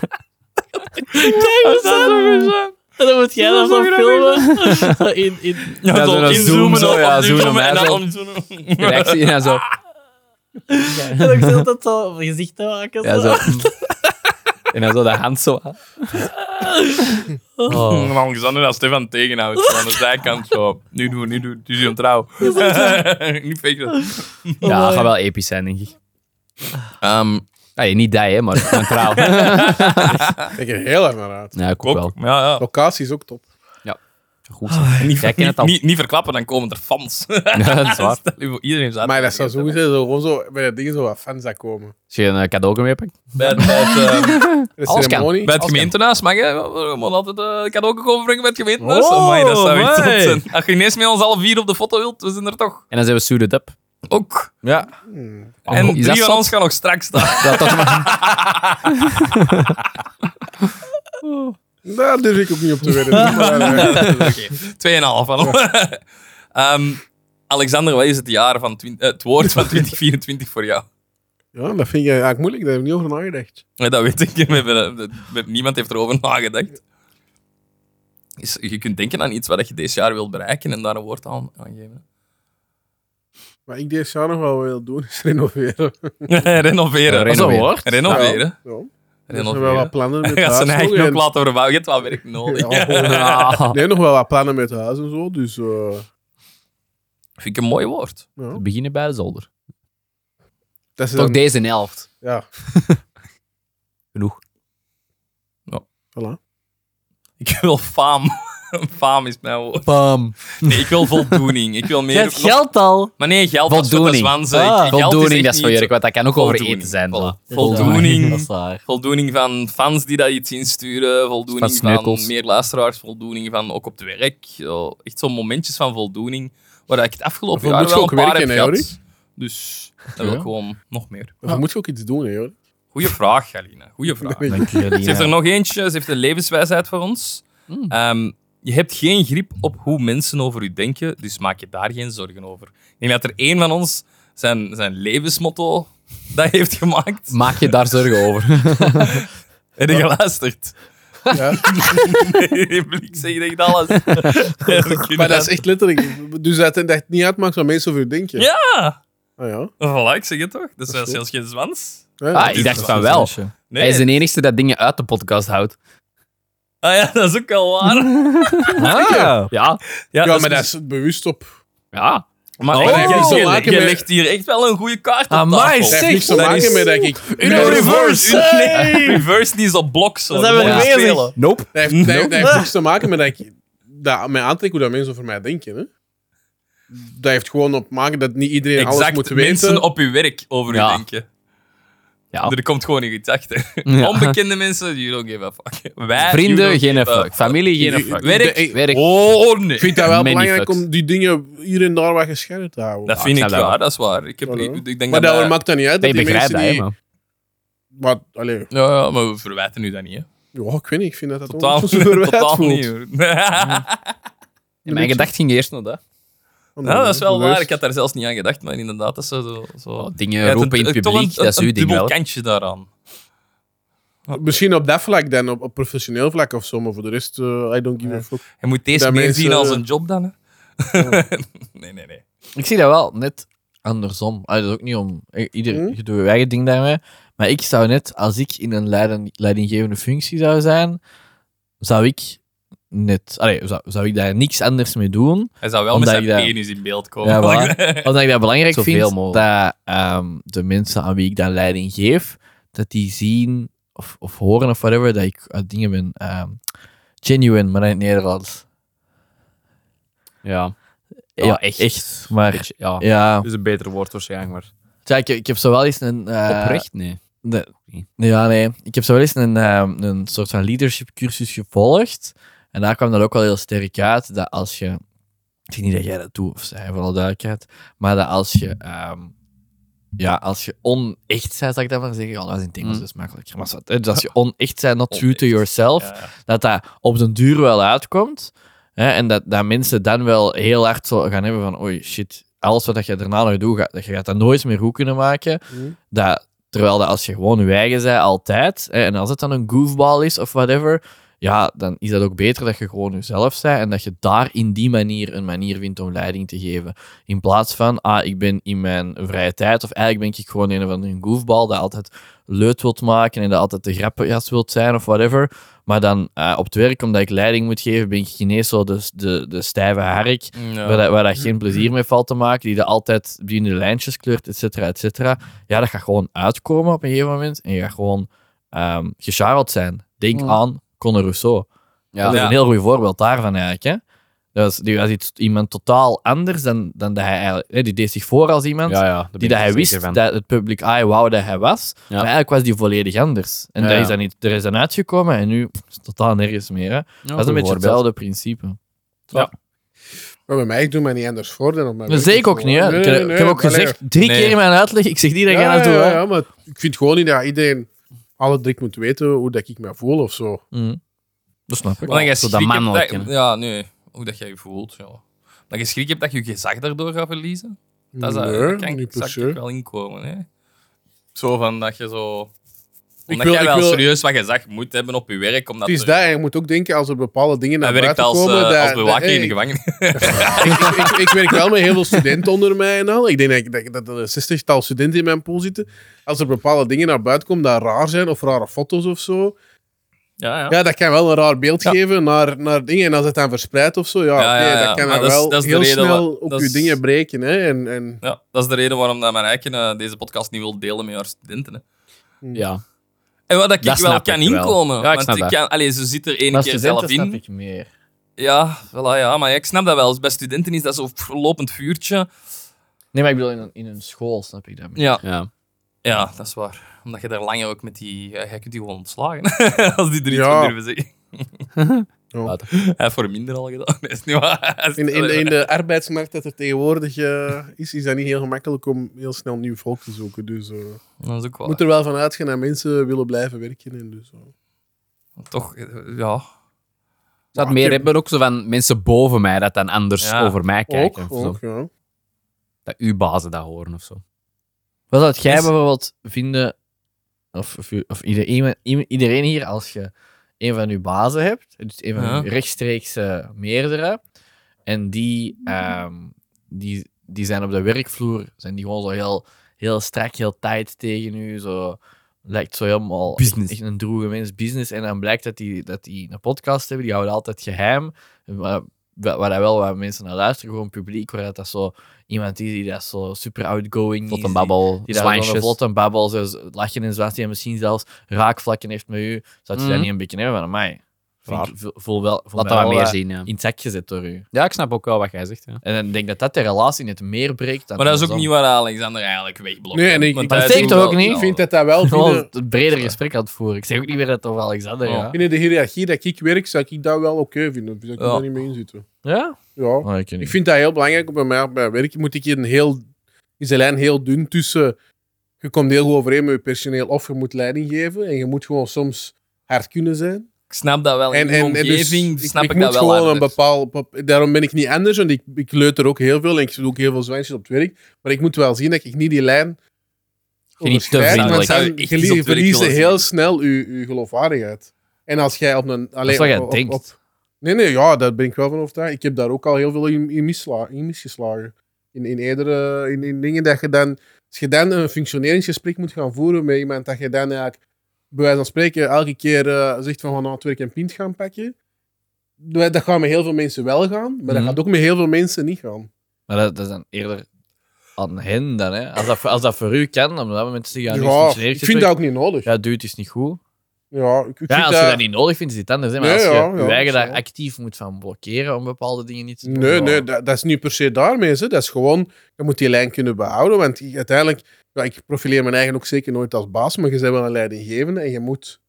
Kijk, zo. En dan moet jij dat zo filmen. Zo in... Ja, zo naar Zoom, zo, ja, Zoom naar mij, en dan zo. omzoomen. Reactie en zo. En dan zit dat zo op je gezicht te maken. Ja, zo. En dan zo de hand zo. Oh. Alexander als Stefan tegenhoudt. Van de zijkant zo. Nu doe, het is een trouw. Niet fake dat. Ja, dat gaat wel episch zijn, denk ik. Nee, niet die, hè, maar een trouw. Ik kijk er heel erg naar uit. Ja, ik ook wel. Ook. Ja. Locatie is ook top. Goed. Jij kent het al. Niet verklappen, dan komen er fans. Ja, dat is waar. Stel je voor, iedereen zat. Maar dat zou zo goed zijn, zo, gewoon zo bij de dingen zo wat fans dat komen. Als je een cadeau meepakt. Bij het De Alles kan. ceremonie. Bij het gemeentehuis mag je. We moeten altijd cadeau komen brengen bij het gemeentehuis. Oh, Amai, dat zou iets amai. zot zijn. Als je ineens met ons alle 4 op de foto wilt, we zijn er toch. En dan zijn we suited up. Ook. Ja. En is dat 3 van zot? ons gaan nog straks staan. Dat toch maar. Daar durf ik ook niet op te wedden. Maar, Oké, 2,5 van ons. Alexander, wat is het jaar van het woord van 2024 voor jou? ja, dat vind ik eigenlijk moeilijk. Daar heb ik niet over nagedacht. Ja, dat weet ik. Niemand heeft erover nagedacht. Je kunt denken aan iets wat je deze jaar wilt bereiken en daar een woord aan geven. Wat ik deze jaar nog wel wil doen, is renoveren. Renoveren. Dat is een woord. Renoveren. Ja. Dus we Renoveren. hebben wel plannen met Hij gaat huis. zijn eigen nog ook en- laten verbouwen. Je hebt wel werk nodig. Ja, nee, nog wel wat plannen met huis en zo. Dus Vind ik een mooi woord. ja. We beginnen bij de zolder. Dat is Toch dan, deze helft. ja, Genoeg. voilà. Ik wil faam. Faam is mijn woord. Bam. Nee, ik wil voldoening. Ik wil Je meer... hebt geld al. Maar nee, geld was voor de Voldoening. zwansen. Ah. Geld is Voldoening, echt dat is voor niet- Jurk, want dat kan ook over Voldoening. eten zijn. Voilà. Zo. Voldoening. Dat is waar. Voldoening van fans die dat iets insturen. Voldoening Van van sneukels. meer luisteraars. Voldoening van ook op het werk. Zo, echt zo'n momentjes van voldoening. Waar ik het afgelopen Waarvoor jaar moet je wel een ook paar heb werken, hè, gehad. Dus dat wil ik gewoon nog meer. Maar je moet ook iets doen, hè, hoor. Goeie vraag, Galina. Goeie vraag. Dank je, Ze heeft er Lina. nog eentje. Ze heeft een levenswijsheid voor ons. Je hebt geen grip op hoe mensen over u denken, dus maak je daar geen zorgen over. Ik denk dat er één van ons zijn levensmotto dat heeft gemaakt. Maak je daar zorgen over. Heb je geluisterd? Ja. Ik zeg echt alles. Maar dat is echt letterlijk... Dus dat het niet uitmaakt wat mensen over je denken. Ja! Ah, ja. Voilà, ik zeg het toch? Dat is is goed. zelfs geen zwans. Ja, Ah, ik dacht van wel. Nee. Hij is de enige dat dingen uit de podcast houdt. Ah ja, dat is ook wel waar. Ah. Ja. Ja, maar dat is bewust op... Ja. Maar Oh, echt, heeft je, te maken je met- legt hier echt wel een goede kaart op Amai, tafel. Dat heeft niks te dat maken is- met dat ik... Nee, reverse die is op blok. Zo. Dat zijn we Dat bezig. spelen. Nope. Dat heeft niks te maken met dat ik... Dat mij aantrek hoe dat mensen over mij denken, hè. Dat heeft gewoon op te maken dat niet iedereen alles Exact, moet mensen weten. op uw werk over Ja. u denken. Ja. Er komt gewoon niet iets achter. Ja. Onbekende mensen, you don't give a fuck. Wij, Vrienden, you don't geen give a fuck. Familie, geen fuck. Werk, Ik Werk. oh nee. vind dat wel Many belangrijk fucks. om die dingen hier en daar wat gescheiden te houden. Dat vind ik ik snap dat waar, wel. dat is waar. Ik Voilà. denk Maar dat dat maakt dat niet uit. Dat Ik die begrijp mensen dat, hè, die... man. Wat, allee, Ja, maar we verwijten u dat niet, hè. ja, ik weet niet. Ik vind dat dat Totaal, ondertussen verwijt totaal voelt. niet, hoor. In mijn gedacht ging eerst nog dat. Ja, dat is wel Bewust. waar. Ik had daar zelfs niet aan gedacht, maar inderdaad, dat is zo... Oh, dingen Ja, roepen in het toch publiek, dat is uw ding dubbel wel. kantje daaraan. Misschien op dat vlak dan, op professioneel vlak of zo, maar voor de rest, I don't give a fuck. Je moet deze Dat meer mensen- zien als een job dan, hè. Nee. Ik zie dat wel net andersom. Dat is ook niet om... Ieder je doet je eigen ding daarmee. Maar ik zou net, als ik in een leidinggevende functie zou zijn, zou ik net... zou ik daar niks anders mee doen. Hij zou wel Omdat met zijn ik dat- penis in beeld komen. Ja, omdat ik dat belangrijk Zoveel vind, mogelijk. dat de mensen aan wie ik dan leiding geef, dat die zien of horen of whatever, dat ik dingen ben. Genuine, maar in het Nederlands. Ja. Ja, echt. echt. Maar Beetje, ja. ja, Dat is een beter woord waarschijnlijk, maar... tja, ik heb zo wel eens een... Oprecht? Nee. Nee. Ik heb zo wel eens een soort van leadership cursus gevolgd. En daar kwam dat ook wel heel sterk uit, dat als je... Ik zeg niet dat jij dat doet, of zij, voor alle duidelijkheid. Maar dat als je... als je onecht bent, zal ik dat maar zeggen. Ja, dat is in het Engels dus makkelijker. Maar zo, dus als je onecht bent, not true to yourself, dat op den duur wel uitkomt. Hè, en dat mensen dan wel heel hard zo gaan hebben van oei, shit, alles wat je daarna nog doet, je gaat dat nooit meer goed kunnen maken. Terwijl dat als je gewoon je eigen bent, altijd, hè, en als het dan een goofball is of whatever, ja, dan is dat ook beter dat je gewoon jezelf bent en dat je daar in die manier een manier vindt om leiding te geven. In plaats van, ik ben in mijn vrije tijd, of eigenlijk ben ik gewoon een of andere goofball dat altijd leuk wilt maken en dat altijd de grappenjas wilt zijn of whatever. Maar dan op het werk, omdat ik leiding moet geven, ben ik ineens zo de stijve hark, waar dat geen plezier mee valt te maken, die dat altijd die de lijntjes kleurt, et cetera, et cetera. Ja, dat gaat gewoon uitkomen op een gegeven moment en je gaat gewoon gecharreld zijn. Denk aan Conor Rousseau. Dat is een heel goed voorbeeld daarvan eigenlijk. Hè? Die was iemand totaal anders dan dat hij eigenlijk... Die deed zich voor als iemand die dat hij wist dat het public eye wou dat hij was. Maar eigenlijk was die volledig anders. En daar is dan niet, er is dan uitgekomen en nu is het totaal nergens meer. Hè? Dat is een beetje hetzelfde principe. Maar bij mij, ik doe mij niet anders voor dan op mijn werk. Zeker ook niet. Hè? Nee, Ik heb ook gezegd, 3 keer in mijn uitleg, ik zeg niet dat jij dat doet. Hè? Ja, maar ik vind gewoon niet dat iedereen alle drie moet weten hoe dat ik me voel of zo. Dat snap ik. Maar dan je Zo dat schrik hebt mannelijke, dat- hè. Ja, nee. Hoe dat jij je voelt. Ja. Dat je schrik hebt dat je je gezag daardoor gaat verliezen. Dat is Nee, dat kan niet per ik se. wel inkomen. Hè. Zo van dat je zo... Omdat wil- jij ik wel wil- serieus wat gezag moet hebben op je werk. Omdat Het is er- dat, en je moet ook denken, als er bepaalde dingen naar Hij werkt buiten als, komen... dat- als bewaker dat- in de gevangenis. ik werk wel met heel veel studenten onder mij en al. Ik denk dat er 60-tal studenten in mijn pool zitten. Als er bepaalde dingen naar buiten komen dat raar zijn, of rare foto's of zo, ja, dat kan wel een raar beeld geven naar dingen. En als het dan verspreidt of zo, dat kan Maar dan wel dat is de heel reden snel wa- op dat je is- dingen breken. Hè? En Ja, dat is de reden waarom dat mijn eigen deze podcast niet wil delen met haar studenten. Hè. Ja. En wat dat ik Dat wel snap kan ik wel. inkomen. Ja, ik want snap ik dat. kan, ze zit er één Maar keer studenten zelf snap in. ik meer. Ja, voilà, ja, maar ik snap dat wel. Bij studenten is dat zo'n lopend vuurtje. Nee, maar ik bedoel in een school, snap ik dat. Ja. Ja, dat is waar. Omdat je daar langer ook met die... Ja, jij kunt die gewoon ontslagen. Als die er iets Ja. van durven zeggen. Hij heeft voor minder al gedaan. Nee, is niet waar. In de arbeidsmarkt dat er tegenwoordig is dat niet heel gemakkelijk om heel snel nieuw volk te zoeken. Dus Dat is ook je waar. moet er wel van uitgaan dat mensen willen blijven werken. En dus, Toch, ja. Ik zou het Maar meer ik heb- hebben ook zo van mensen boven mij dat dan anders Ja. over mij kijken. ook, of zo. ook, ja. Dat uw bazen dat horen of zo. Wat zou jij Is- bijvoorbeeld vinden, of iedereen hier, als je een van je bazen hebt, dus een van Ja. je rechtstreekse meerdere, en die zijn op de werkvloer, zijn die gewoon zo heel strak, heel tight tegen u, zo lijkt zo helemaal Business. echt een droege mens, business, en dan blijkt dat die een podcast hebben, die houden altijd geheim, waar wel wat mensen naar luisteren, gewoon publiek, waar dat zo iemand is die dat zo super outgoing Tot is, een babbel, die daar zo'n slansjes. vlot een babbel, zo lachen en zwart, die misschien zelfs raakvlakken heeft met u, zou je dat Mhm. niet een beetje hebben van mij? Waar. Voel Laat mij dat wat wel, meer zien, ja. in het zak gezet door u. Ja, ik snap ook wel wat jij zegt. Ja. En dan denk ik dat de relatie net meer breekt dan Maar dat is ook andersom. niet waar Alexander eigenlijk wegblokt. Nee, en ik- Want maar hij dat steekt doet toch ook wel- niet? Ik vind dat wel Gewoon binnen, het bredere gesprek aan het voeren. Ik zeg ook niet meer dat het over Alexander Oh. gaat. binnen de hiërarchie dat ik werk, zou ik dat wel oké vinden. Zou ik Ja. daar niet mee inzitten. Ja? Ja. Oh, ik weet Ik niet. vind dat heel belangrijk. Bij mij bij werk moet ik is de lijn heel dun tussen... Je komt heel goed overeen met je personeel of je moet leiding geven. En je moet gewoon soms hard kunnen zijn. Ik snap dat wel. In En die dus omgeving snap ik moet dat wel gewoon anders. daarom ben ik niet anders, want ik leuter ook heel veel en ik doe ook heel veel zwijntjes op het werk. Maar ik moet wel zien dat ik niet die lijn Je niet te overschrijd, vriendelijk. want Zou dan je echt iets op het werk verlies je willen heel zien? snel je geloofwaardigheid. En als jij op een... Dat is wat jij denkt. Nee, ja, daar ben ik wel van overtuigd. Ik heb daar ook al heel veel in misgeslagen. In dingen dat je dan... Als je dan een functioneringsgesprek moet gaan voeren met iemand dat je dan eigenlijk, bij wijze van spreken, elke keer zegt van, het werk een pint gaan pakken. Dat gaat met heel veel mensen wel gaan, maar dat Mhm. gaat ook met heel veel mensen niet gaan. Maar dat is dan eerder aan hen dan, hè. Als dat voor u kan, op dat moment zeg je, ja, nu is het Ja, ik functioneringsgesprek. vind dat ook niet nodig. Ja, dude, het is niet goed. Ja, ik vind Ja, als je dat niet nodig vindt, is het anders. Hè? Maar Nee, als je ja, je eigen dat is daar wel. actief moet van blokkeren om bepaalde dingen niet te doen. Nee, ja. dat is niet per se daarmee. Hè. Dat is gewoon, je moet die lijn kunnen behouden. Want uiteindelijk, ja, ik profileer mijn eigen ook zeker nooit als baas, maar je bent wel een leidinggevende en je moet...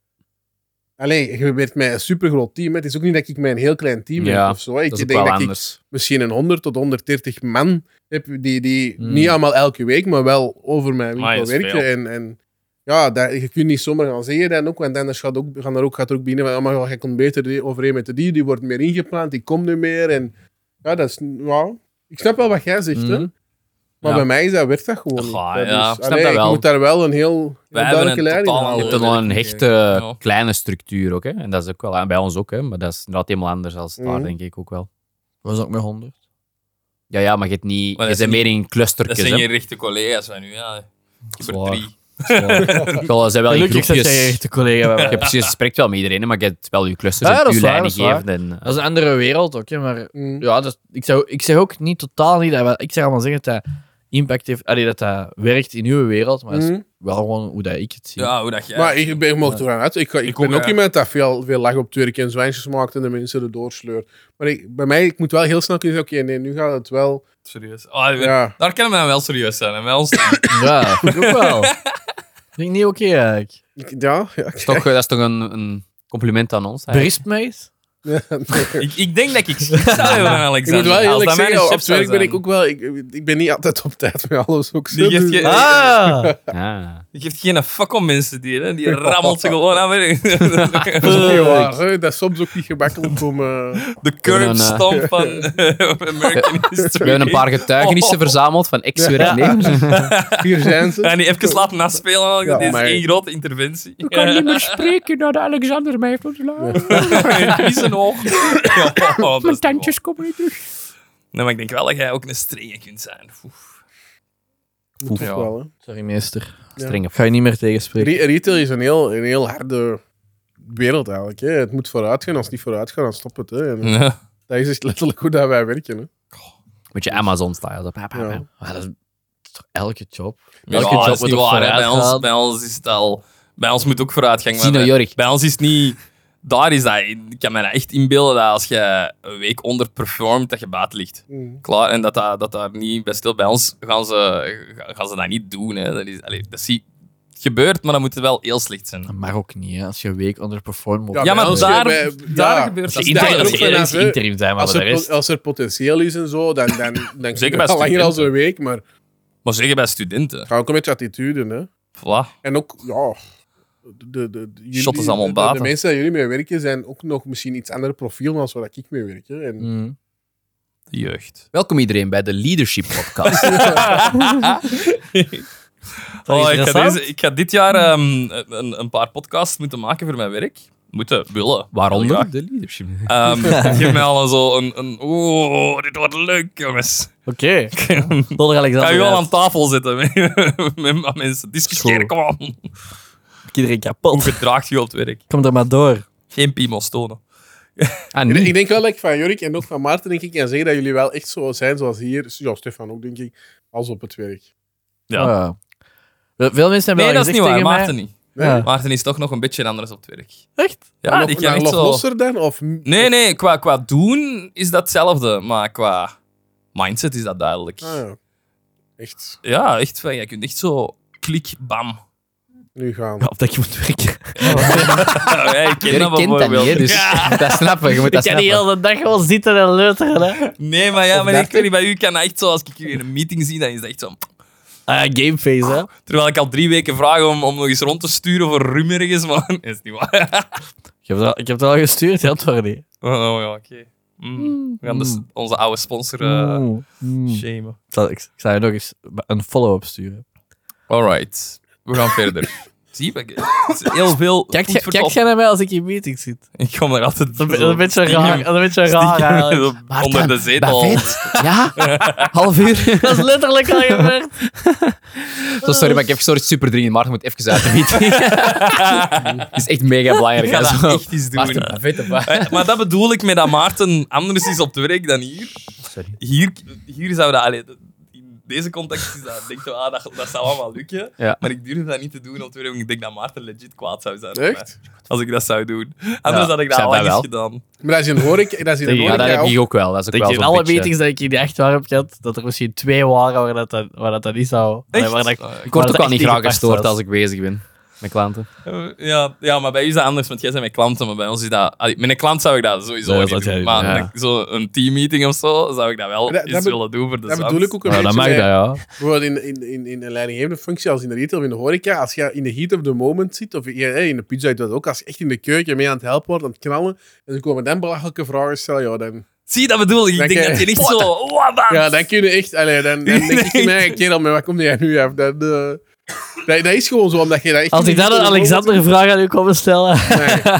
Allee, je werkt met een supergroot team. Hè. Het is ook niet dat ik met een heel klein team Ja, heb of zo. Hè. Dat is Ik ook denk wel dat anders. ik misschien een 100 tot 130 man heb die Hmm. niet allemaal elke week, maar wel over mijn Maar winkel dat is werken. En ja, je kunt niet zomaar gaan zeggen dan ook, want anders gaat er ook binnen van, oh, maar jij komt beter overeen met die wordt meer ingepland, die komt nu meer. En ja, dat is... Ja, ik snap wel wat jij zegt, hè. Mhm. Maar Ja. bij mij werkt dat gewoon niet. Ja, Dat ja, is- ik snap allee, dat ik wel. moet daar wel een heel Wij duidelijke hebben een leiding totaal houden. Je hebt dan wel een hechte, Ja. kleine structuur ook. Hè? En dat is ook wel bij ons ook. Hè? Maar dat is inderdaad helemaal anders als daar, Mhm. denk ik ook wel. Was ook met 100. Ja, maar je hebt niet... Maar Je dat bent is meer in Dat clustertjes. zijn hè. geen rechte collega's van nu. Ja. Ik heb er Zwaar. 3. Ze zijn wel in Gelukkig dat groepjes. jij echt de collega bij mij. Je hebt precies gesprek wel met iedereen, hè, maar je hebt wel je clusters Ja, en dat je is waar, dat is leidinggevende. En, Dat is een andere wereld ook, hè, maar Mm. ja, ik zeg ook niet totaal niet dat ik zeg allemaal zeggen dat dat impact heeft, dat dat werkt in uw wereld, maar dat is Mhm. wel gewoon hoe dat ik het zie. Ja, hoe dat jij... Maar ik mocht ervan uit. Ik Ik ben ook, ook ja. iemand dat veel lach op het werk en zwijntjes maakt en de mensen erdoor sleurt. Maar bij mij, ik moet wel heel snel kunnen zeggen, oké, nee, nu gaat het wel... Serieus. Oh, Ja. Daar kunnen we dan wel serieus zijn. En bij ons... Ja, dat vind ik ook wel. Vind ik niet oké eigenlijk. Ja, dat is toch een compliment aan ons. eigenlijk. Berispt mij eens. ik denk dat ik schrik zou hebben van Ik Alexander. moet wel Als eerlijk dat mijn zeggen, op chef het werk zou ben ik zijn. ook wel... Ik ben niet altijd op tijd met alles ook. Die geeft je- Ah! Ja. Je geeft geen fuck om mensen die, hè. Die rammelt ze gewoon aan. weet je. Dat is ook niet waar. Hè. Dat is soms ook niet gemakkelijk om... De curb een, stomp van American History. We hebben een paar getuigenissen verzameld van ex-werknemers. Hier zijn ze. En die even laten naspelen. Ja, Dit is maar- één grote interventie. meer spreken naar de Alexander mij heeft ontslagen. Wie zijn oog. Ja, dat is toch komen niet terug. Nee, maar ik denk wel dat jij ook een strenge kunt zijn. Oef. Moet toch Ja. wel, hè. Sorry, meester. Strenge Ga je niet meer tegenspreken. Retail is een heel harde wereld eigenlijk. Hè. Het moet vooruit gaan. Als het niet vooruit gaat, dan stop het. Hè. En Ja. dat is echt letterlijk hoe dat wij werken. Hè. Beetje Amazon-style. Zo, pa, pa, pa. Ja. Maar dat is toch elke job. Ja, Elke dat job is moet niet ook waar. Hè. vooruit gaan. Bij ons is het al... Bij ons moet ook vooruitgang. maar Zino bij- Jorg. Bij ons is het niet... daar is dat... Ik kan me dat echt inbeelden dat als je een week onderperformt, dat je buiten ligt. Klaar, en dat daar niet bij stil. Bij ons gaan ze dat niet doen. Hè. Dat gebeurt, maar dat moet wel heel slecht zijn. Dat mag ook niet, hè. Als je een week underperformt moet. Ja, maar als je daar gebeurt dat. Als interim zijn, maar Als voor de rest... er potentieel is en zo, dan Zeker bij al langer studenten. als een week, maar het Maar zeker bij studenten. gaat ook een beetje attitude, hè. Voilà. En ook, ja... Shot is allemaal de buiten. mensen die jullie mee werken zijn ook nog misschien iets andere profiel dan waar ik mee werk. Hè. En, De jeugd. Welkom iedereen bij de Leadership Podcast. Ik ga dit jaar een paar podcasts moeten maken voor mijn werk. Willen. Waaronder Ja. de Leadership. Het geeft mij al zo dit wordt leuk, jongens. Oké. Dolder Ik ga Alexander. je wel uit. aan tafel zitten met mensen. Discussiëren, kom aan. Iedereen Hoe kapot. gedraagt je op het werk? Kom er maar door. Geen piemels tonen. ik denk wel dat ik van Jorik en ook van Maarten denk ik, kan zeggen dat jullie wel echt zo zijn zoals hier. Ja, Stefan ook, denk ik. Als op het werk. Ja. Ja. Veel mensen hebben Nee, al dat is gezegd niet waar. tegen mij... Maarten niet. Ja. Maarten is toch nog een beetje anders op het werk. Echt? Ja, nog, die kan echt nog zo... losser dan? Of, Nee, qua doen is dat hetzelfde. Maar qua mindset is dat duidelijk. Ah, ja. Echt, Ja, echt. Je kunt echt zo klik, bam. nu gaan. Ja, of dat je moet werken. Ja, ik ken Je dat kent dat niet, bijvoorbeeld. hè, dus Ja. dat snappen. Je moet Ik dat kan die snappen. hele dag gewoon zitten en leuteren, hè. Nee, maar ja, Of maar ik 30. weet niet, bij u kan dat echt zo, als ik u in een meeting zie, dan is dat echt zo... Ah ja, gameface, hè. Terwijl ik al 3 weken vraag om nog eens rond te sturen voor rum ergens, maar dat is niet waar. Ik heb het al gestuurd, die antwoord niet. Oh ja, oké. We gaan dus onze oude sponsor shamen. Ik zal je nog eens een follow-up sturen. Alright, we gaan verder. Zie je, het is heel veel Kijk goed verteld. jij naar mij als ik in meetings zit? Ik kom er altijd Dat is een beetje raar. Dat is een beetje raar, eigenlijk. onder de zetel. Ja? Half uur? Dat is letterlijk al gebeurd. Zo, sorry, maar ik heb gestoord super dringend. Maarten moet even uit de meeting. Het is echt mega belangrijk. Ik ga hè, dat zo. echt eens doen. Maarten, vet, of Maar dat bedoel ik met dat Maarten anders is op het werk dan hier. Sorry. Hier zou dat... In deze context is dat, denk je, dat zou allemaal lukken. Ja. Maar ik durf dat niet te doen op het werk, want ik denk dat Maarten legit kwaad zou zijn. Echt? Als ik dat zou doen. Anders had ik dat zou al dat eens wel. gedaan. Maar dat is in horeca. Dat is in de Ja, horeca dat heb ook. ik ook wel. Dat is ook Denk wel je in zo'n alle beetje- meetings dat ik in die 8 jaar heb gehad, dat er misschien 2 waren waar dat niet zou... Echt? Waar dat, Ik word ook al niet graag gepast gestoord was. als ik bezig ben met klanten. Ja, maar bij u is dat anders, want jij bent met klanten, maar bij ons is dat... Met een klant zou ik dat sowieso Nee, niet dat doen. jij- Maar ja. zo'n teammeeting of zo, zou ik dat wel Dat eens willen doen voor de Dat Zwans. bedoel ik ook een Ja, beetje dat mag bij- dat, ja. Bijvoorbeeld in een leidinggevende functie, als in de retail of in de horeca, als je in de heat of the moment zit, of in de pizza dat ook, als je echt in de keuken mee aan het helpen wordt, aan het knallen, en ze komen dan belachelijke vragen stellen, ja, dan... Zie, dat bedoel ik. Ik Dan denk kan- dat je niet zo... Wat? Ja, dan kun je echt... Allee, dan denk ik in mijn eigen kerel, maar wat komt jij nu af? Dat is gewoon zo, omdat je dat echt... Als in ik de dan heat een of the moment Alexander vraag aan u komen stellen... zit. Nee.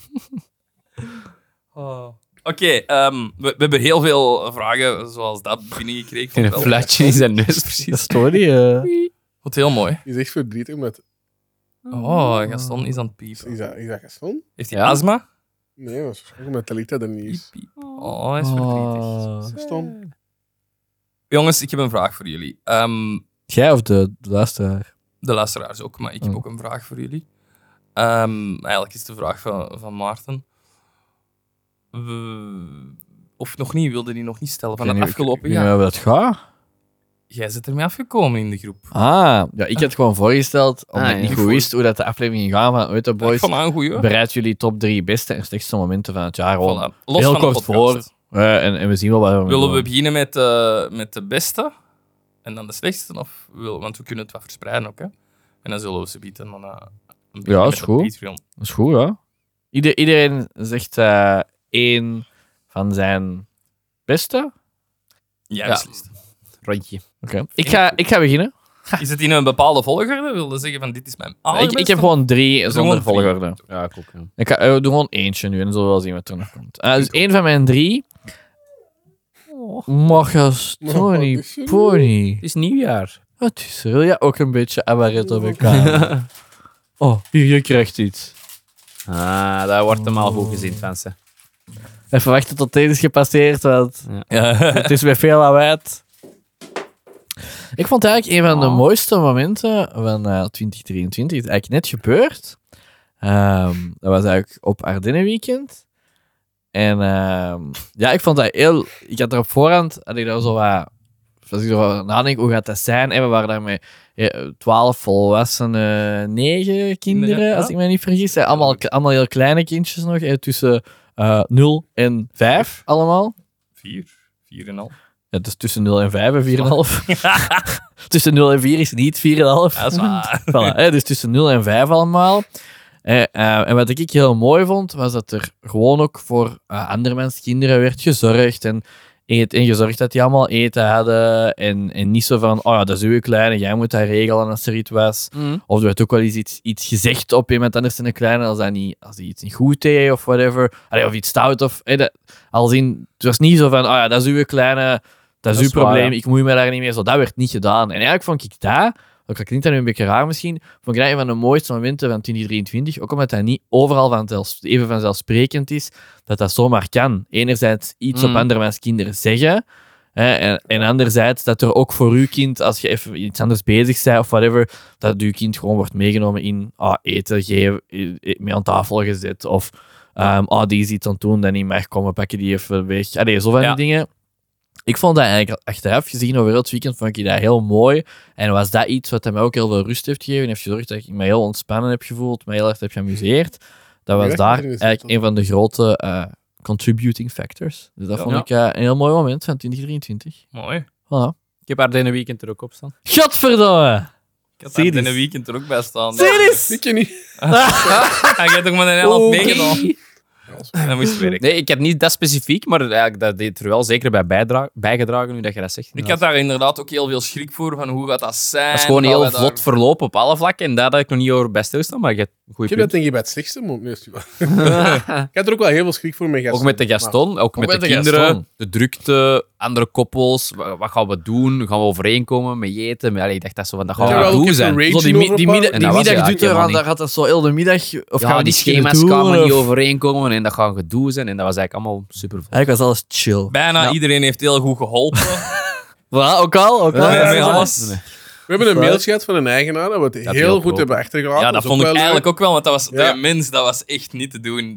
Oké, we hebben heel veel vragen zoals dat binnengekregen. En een Wel. fluitje in zijn neus, Dat precies. is toch niet... Wat heel mooi. Die is echt verdrietig, met... Oh, Gaston is aan het piepen. Is dat Gaston? Heeft hij Ja? astma? Nee, dat is waarschijnlijk met Talita er niet is. Oh, hij is verdrietig. Gaston? Jongens, ik heb een vraag voor jullie. Jij of de luisteraar? De luisteraars ook, maar ik heb ook een vraag voor jullie. Eigenlijk is het de vraag van Maarten. Of nog niet, wilde die nog niet stellen. Van het afgelopen jaar. Ja, dat gaat. Jij zit ermee afgekomen in de groep. Ah, ja, ik had gewoon voorgesteld, omdat Ah, ik ja. niet goed wist hoe dat de aflevering ging gaan van Uit de Ik Boys. vond dat een goeie. Bereid jullie top 3 beste en slechtste momenten van het jaar gewoon Voilà. Los heel van de kort podcast. voor. En we zien wel wat we Willen we doen. beginnen met de beste en dan de slechtste? Want we kunnen het wat verspreiden ook. Hè? En dan zullen we ze bieden. Dan, Ja, is goed. Patreon. Dat is goed, ja. Iedereen zegt één van zijn beste. Ja, Ja. beslist. Rondje. Oké. Ik ga beginnen. Is het in een bepaalde volgorde? Wil je zeggen van dit is mijn Ik heb gewoon 3 zonder gewoon drie. volgorde. Ja, ik ook. Ja. We doen gewoon eentje nu en dan zullen we wel zien wat er nog komt. Dus één van mijn 3. Morgens Tony Pony. Het is nieuwjaar. Het is er ja ook een beetje amaretto op elkaar. Oh, je krijgt iets. Ah, dat wordt hem al goed gezien, mensen. Even wachten tot dit is gepasseerd, want het is weer veel lawaad. Ik vond eigenlijk een van de mooiste momenten van 2023. Het is eigenlijk net gebeurd. Dat was eigenlijk op Ardennenweekend. En ik vond dat heel... Ik had er op voorhand... Had ik daar zo wat... Als ik erover nadenk, hoe gaat dat zijn? En we waren daar met 12 volwassenen, 9 kinderen, Ja. als ik me niet vergis. Allemaal heel kleine kindjes nog, tussen 0 en 5 allemaal. 4,5. Ja, dus tussen 0 en 5 en 4,5. Tussen 0 en 4 is niet 4,5. Dat is waar. Voilà, dus tussen 0 en 5 allemaal. En wat ik heel mooi vond, was dat er gewoon ook voor andermans kinderen werd gezorgd. En gezorgd dat die allemaal eten hadden. En niet zo van, oh ja, dat is uw kleine, jij moet dat regelen als er iets was. Of er werd ook wel eens iets gezegd op iemand anders in een kleine, als die iets niet goed deed of whatever. Allee, of iets stout. Het was niet zo van, oh ja, dat is uw kleine, dat is uw probleem, ik moet me daar niet mee. Zo, dat werd niet gedaan. En eigenlijk vond ik dat, ook klinkt dat nu een beetje raar misschien, vond ik dat een van de mooiste momenten van 2023. Ook omdat dat niet overal even vanzelfsprekend is, dat zomaar kan. Enerzijds iets op andermans kinderen zeggen, en anderzijds dat er ook voor uw kind, als je even iets anders bezig bent of whatever, dat uw kind gewoon wordt meegenomen in eten, geven, mee aan tafel gezet. Of die is iets aan het doen dat niet mag komen, pakken die even weg. Allee, zo van die dingen. Ik vond dat eigenlijk achteraf gezien over heel het weekend vond ik dat heel mooi. En was dat iets wat mij ook heel veel rust heeft gegeven. En heeft gezorgd dat ik me heel ontspannen heb gevoeld, me heel erg heb geamuseerd. Dat was daar eigenlijk een van de grote contributing factors. Dus dat vond ik een heel mooi moment van 2023. Mooi. Voilà. Ik heb Ardennenweekend er ook op staan. Godverdomme! Ik had daar in een weekend er ook bij staan. Ik je niet. En jij hebt ook met een helft meegedaan. Dat moest werken. Nee, ik heb niet dat specifiek, maar eigenlijk, dat deed er wel zeker bij bijgedragen, nu dat je dat zegt. Ik had daar inderdaad ook heel veel schrik voor, van hoe gaat dat zijn? Dat is gewoon Gaan heel wij daar- vlot verlopen op alle vlakken. En daar had ik nog niet over bij stilstaan, maar je hebt een Ik goede heb dat punt. denk ik bij het slechtste moment. Ik had er ook wel heel veel schrik voor met Gaston. Ook met de Gaston, ook met de met de kinderen, Gaston. de drukte, andere koppels. Wat gaan we doen? Gaan we overeenkomen met eten? Allee, ik dacht dat zo van, dat Ik gaan heb we wel ook doen even zijn. rage Zo die over een paar- En dat was middagdute, eigenlijk helemaal daar gaat dat zo heel de middag... Of gaan Ja, we die niet kunnen schema's doen, kwamen niet of- overeenkomen en dat gaan gedoe zijn. En dat was eigenlijk allemaal super. Eigenlijk was alles chill. Bijna iedereen heeft heel goed geholpen. Voilà, ook al. met alles. We hebben een mailtje gehad van een eigenaar dat we het je heel ook goed geholpen. hebben achtergelaten. Ja, dat vond ik eigenlijk ook wel, want dat was, Ja. die mens, dat was echt niet te doen.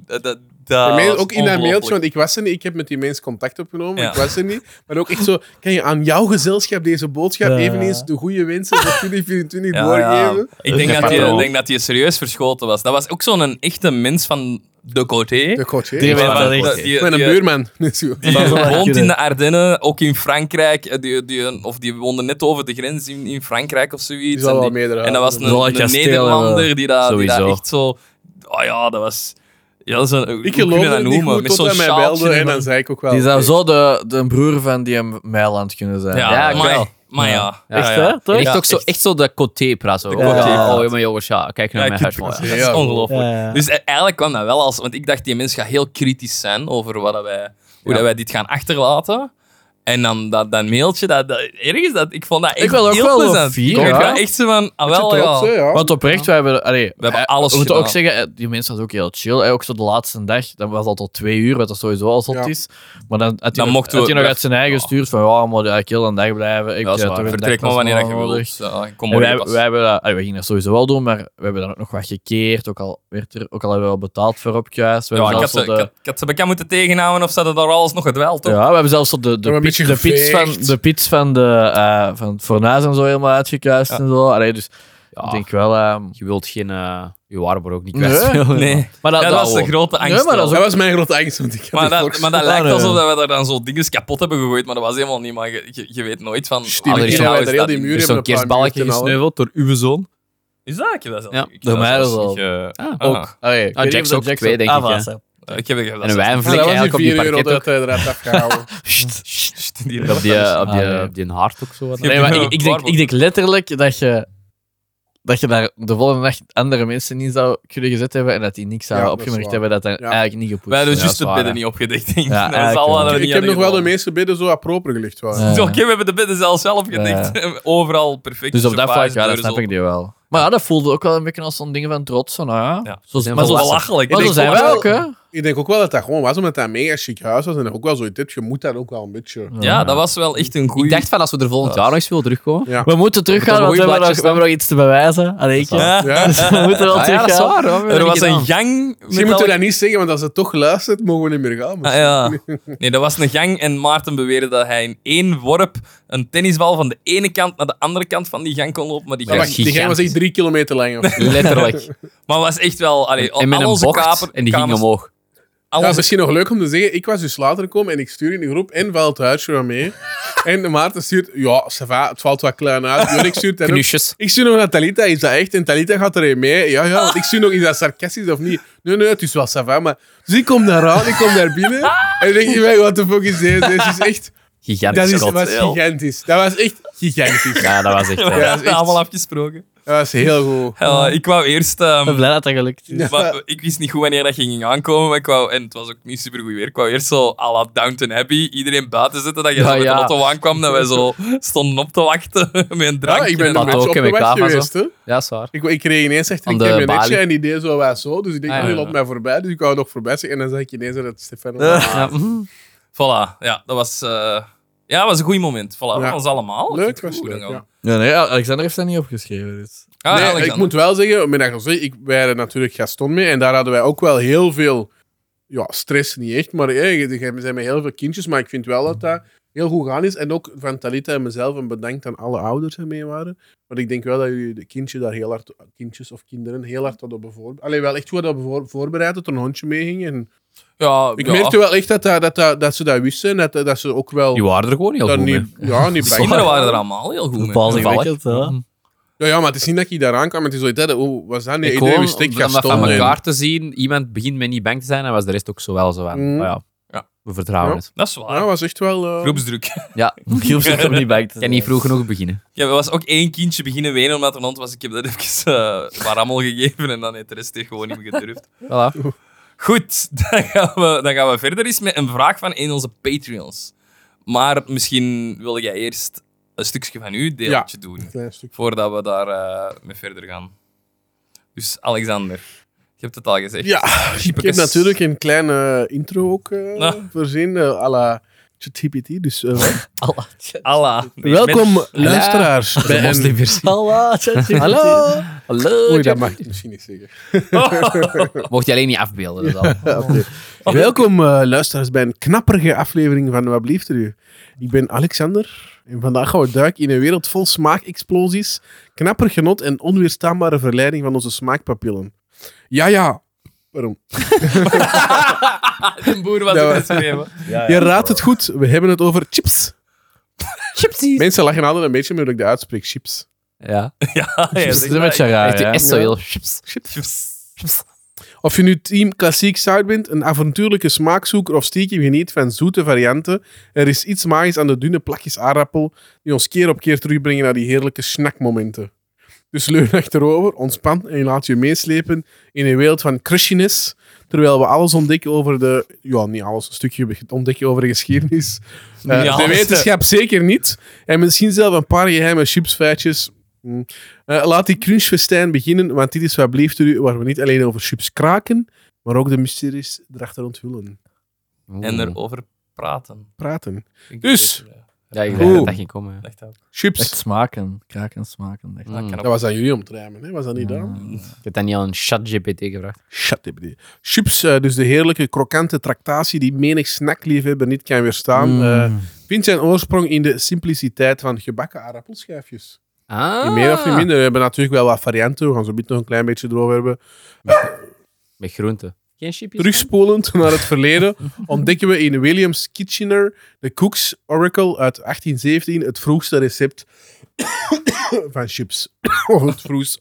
Ook in dat mailtje, want ik was er niet. Ik heb met die mens contact opgenomen, Ja. ik was er niet. Maar ook echt zo, kan je aan jouw gezelschap deze boodschap Ja. eveneens de goede wensen voor 2024 doorgeven? Ik denk patroon. dat hij serieus verschoten was. Dat was ook zo'n echte mens van de côté. De coach, hè? Die weet Van- dat echt. die- Met een die- buurman. Zo. Die Dat zou wel woont kunnen. in de Ardennen, ook in Frankrijk. Die woonde net over de grens in Frankrijk of zoiets. Die zal En wel die- meedragen. En dat was Zal een, ik een kasteel Nederlander die dat Sowieso. echt zo... Oh ja, dat was... Ja, zo, Ik geloofde het niet goed tot hij mij belde en dan zei ik ook wel... Die zou oké. zo de broer van die Meiland kunnen zijn. Ja, Ja, ik maar, wel. maar ja. Echt, ja, hè? ja. Toch? Echt, Ja, ook zo, echt zo de côté praat. Zo. De Oh, côté ja, praat. oh, maar jongens, ja, kijk naar Ja, mijn ik- huis. Dat Ja. is Ja, ongelooflijk. Ja. Dus eigenlijk kwam dat wel als... Want ik dacht, die mens gaat heel kritisch zijn over hoe dat wij dit gaan achterlaten. En dan dat mailtje, ergens, ik vond dat echt Ik wil ook heel wel plezant. vier, Ik ja. ga echt zo van, ah wel, Trots, hè, ja. ja. Want oprecht, we hebben alles we moeten ook gedaan. zeggen, die mensen was ook heel chill. Ook zo de laatste dag, dat was al tot 2 uur, wat dat sowieso al zot Ja. is. Maar dan had hij Dan nog, mochten had we- hij nog uit zijn eigen gestuurd van, ja, maar ik heel een dag blijven. Ik Dat is ja, waar. toch een Vertrek dag maar wanneer pas je nodig. wilt. Ja, kom En maar we gingen dat sowieso wel doen, maar we hebben dan ook nog wat gekeerd. Ook al hebben we wel betaald voor op juist. We Ja, hebben ik zelfs had zo ik had ze bekend moeten tegenhouden of ze hadden daar alles nog gedweld, toch? Ja, we hebben zelfs zo hebben een beetje de pits geveegd. van het fornuis en zo helemaal uitgekuist en zo. Allee, dus ik denk wel... Je wilt geen je waarborg ook niet Nee. kwijtspelen. Nee. Maar Ja, dat was de wel. grote angst. Nee, maar dat is wel. Dat was mijn grote angst, want ik had Maar die dat, Fox. maar dat lijkt nee. alsof dat we daar dan zo dingen kapot hebben gegooid, maar dat was helemaal niet. Maar je weet nooit van... Die er is beginnen nou wij eens daar heel dat die niet. muur Er is hebben zo'n een paar kerstballetje minuten al. gesneuveld door uw zoon. Is dat? Ik heb dat zelf Ja, ik heb door dat mij zelfs wel. niet, Ook. Allee, ik weet niet Jacks of dat ook 2, denk ik, ja. voilà. Ik heb dat En een wijnvlek Ah, dat was eigenlijk op die die 4 euro parket ook. dat hij eruit afgehouden. Op die, nee. op die haard ook zo. Nee, maar Ja, ik denk letterlijk dat je daar de volgende dag andere mensen in zou kunnen gezet hebben en dat die niks zouden Ja, dat is opgemerkt waar. hebben dat dan Ja. eigenlijk niet gepoetst Wij hebben is. juist dat de is bedden waar, niet opgedekt, denk ik. Ja, Dat eigenlijk zal wel wel. dat we Ik niet heb nog wel de hadden meeste bidden zo proper gelegd. waren. Ja. gedaan. Oké, we hebben de bedden zelfs zelf gedekt. Overal perfect. Dus op dat vlak, gefaasd, ja, dat deuren snap ik open. die wel. Maar ja, dat voelde ook wel een beetje als zo'n ding van trots. Van, nou ja, Ja. zo, zijn maar zo, volwassen. maar Ik zo denk zijn wij wel- ook, hè? Ik Ik denk ook wel dat dat gewoon was, omdat dat een mega chic huis was. En ook wel zoiets hebt, je moet dat ook wel een beetje... Ja, dat was wel echt een Ik goeie... dacht van, als we er volgend jaar nog eens willen terugkomen. Ja. We moeten teruggaan, want we hebben nog iets te bewijzen. Allee, Ja. Dus we moeten wel Ah, ja, dat is teruggaan. waar. Er was een gang... Misschien moeten we dat niet zeggen, want als het toch geluisterd, mogen we niet meer gaan. Ah, ja. Nee, dat was een gang en Maarten beweerde dat hij in 1 worp een tennisbal van de ene kant naar de andere kant van die gang kon lopen. Maar die Maar gang, wacht, die gang was echt 3 kilometer lang. Of... Letterlijk. maar was echt wel... Allee, En met al een onze bocht, en die ging kamers- omhoog. al Ja, onze- misschien nog leuk om te zeggen, ik was dus later gekomen en ik stuur in de groep en valt het huisje wel mee. En de Maarten stuurt, ja, ça va, het valt wat klein uit. En ik stuur dan ook, Knusjes. ik stuur nog naar Talita, is dat echt? En Talita gaat erin mee. Ja, want ik stuur nog, is dat sarcastisch of niet? Nee, het is wel ça va, maar... Dus ik kom daar aan, ik kom daar binnen. En dan denk je, what the fuck is deze? Dit is echt... Gigantisch. Dat was gigantisch. Dat was echt gigantisch. Ja, dat was echt... We ja. Ja, hebben dat is echt- allemaal afgesproken. Dat was heel goed. Ja, ik wou eerst... Ik ben blij dat dat gelukt is. maar ik wist niet goed wanneer dat ging aankomen. Maar ik wou, en het was ook niet super goed weer. Ik wou eerst zo à la Downton Abbey iedereen buiten zetten. Dat je Ja, zo met ja. de auto aankwam. Dat wij zo stonden op te wachten met een Ja, drankje. ik ben en een dat beetje ook, op en de met weg kava geweest. Hè. Ja, dat is waar. Ik kreeg ineens echt Aan een de camionetje balie. en die deed zo wat zo. Dus ik denk, Ah, ja. die loopt mij voorbij. Dus ik wou nog voorbij zeggen. En dan zag ik ineens dat het Stefano Ja, Voilà, ja, dat was... was een goed moment. Voilà, Ja. dat was allemaal. Leuk, Ik vind het was goed, leuk, dan ja. Ja, nee, Alexander heeft dat niet opgeschreven. Dus. Ah, Nee, ja, ik Alexander. moet wel zeggen, met dat gezegd, wij hadden natuurlijk Gaston mee en daar hadden wij ook wel heel veel stress, niet echt, maar we zijn met heel veel kindjes, maar ik vind wel dat dat heel goed gaan is. En ook van Talita en mezelf een bedankt aan alle ouders die mee waren. Want ik denk wel dat jullie de kindjes daar heel hard, kindjes of kinderen, heel hard hadden voorbereid. Alleen wel echt goed hadden voorbereid dat er een hondje mee ging. En Ja, ik ja. merkte wel echt dat ze dat wisten, dat ze ook wel... Die waren er gewoon heel daar goed mee. niet, ja, niet De bang kinderen waren. waren er allemaal heel goed mee. Verbazingwekkend, ja. Ja, maar het is niet dat ik daar aankwam en het is zoiets, was dat niet? Ik Iedereen gewoon, wist ik om dat Gaston. van en- elkaar te zien, iemand begint met niet bang te zijn, en was de rest ook zo wel zo aan. Mm. Maar ja, Ja. we vertrouwen Ja. het. Dat is waar. Ja, was echt wel... Groepsdruk. Ja, Groepsdruk om niet bij te ik kan niet vroeg genoeg beginnen. Ja, er was ook 1 kindje beginnen wenen omdat er een hond was. Ik heb dat even wat rammel gegeven en dan heeft de rest heeft gewoon niet meer gedurfd. Voilà. Goed, dan gaan we verder eens met een vraag van een van onze Patreons. Maar misschien wil jij eerst een stukje van uw deeltje doen, Een klein stuk. voordat we daar mee verder gaan. Dus Alexander, je hebt het al gezegd. Ja, ik heb natuurlijk een kleine intro ook voorzien, à la ChatGPT. Dus Allah. welkom, luisteraars. Bij een... Moslimversie. Allah, Hallo. Hallo. Oei, dat mag ik misschien niet zeggen. Mocht je alleen niet afbeelden. Dat is al. Oké. Welkom, luisteraars, bij een knapperige aflevering van Wat blieft er u? Ik ben Alexander en vandaag gaan we duiken in een wereld vol smaakexplosies, knapper genot en onweerstaanbare verleiding van onze smaakpapillen. Ja. Waarom? Een boer was Dat het was- geschreven. Je raadt het goed, we hebben het over chips. Chipsies. Mensen lachen altijd een beetje omdat ik dat uitspreek, chips. Ja. Ja, Dat is een beetje raar, Echt, hè. echt zo Ja. heel chips. Of je nu team klassiek zout bent, een avontuurlijke smaakzoeker of stiekem geniet van zoete varianten, er is iets magisch aan de dunne plakjes aardappel die ons keer op keer terugbrengen naar die heerlijke snackmomenten. Dus leun achterover, ontspan en laat je meeslepen in een wereld van crushiness, terwijl we alles ontdekken over de... Ja, niet alles, een stukje ontdekken over de geschiedenis. Niet De alles, wetenschap zeker niet. En misschien zelf een paar geheime chipsfeitjes. Laat die crunchfestijn beginnen, want dit is Wat blieft er u, waar we niet alleen over chips kraken, maar ook de mysteries erachter onthullen. En erover praten. Dus. Ja, ik Oeh. dacht dat dat ging komen. Echt ook. Chips. Echt smaken. Kraken smaken. Echt. Dat kan Dat ook. was aan jullie om te rijmen, hè? Was dat niet dan? Ik heb dat niet al een ChatGPT gevraagd. Chips, dus de heerlijke krokante tractatie die menig snackliefhebber niet kan weerstaan, vindt zijn oorsprong in de simpliciteit van gebakken aardappelschijfjes. Ah. Niet meer of niet minder. We hebben natuurlijk wel wat varianten. We gaan zo meteen nog een klein beetje erover hebben. Met groenten. Geen chipjes? Terugspolend naar het verleden ontdekken we in Williams Kitchener de Cook's Oracle uit 1817 het vroegste recept van chips. Of het vroegst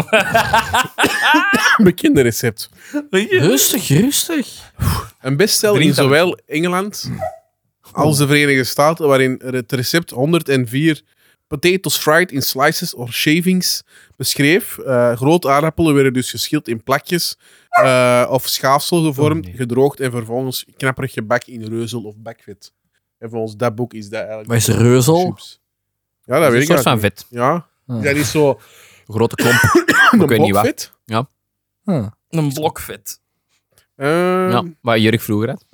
bekende recept. Rustig. Een bestseller in Drinkt dat. zowel Engeland als de Verenigde Staten, waarin het recept 104 potatoes fried in slices of shavings beschreef. Grote aardappelen werden dus geschild in plakjes of schaafsel gevormd, gedroogd en vervolgens knapperig gebakken in reuzel of bakvet. En volgens dat boek is dat eigenlijk... Wat is reuzel? chips. Ja, dat Een weet ik soort van eigenlijk vet. niet. Ja. Is dat niet zo Een grote klomp. een weet niet wat. blokvet? Een blok vet. Ja, wat Jurk vroeger had.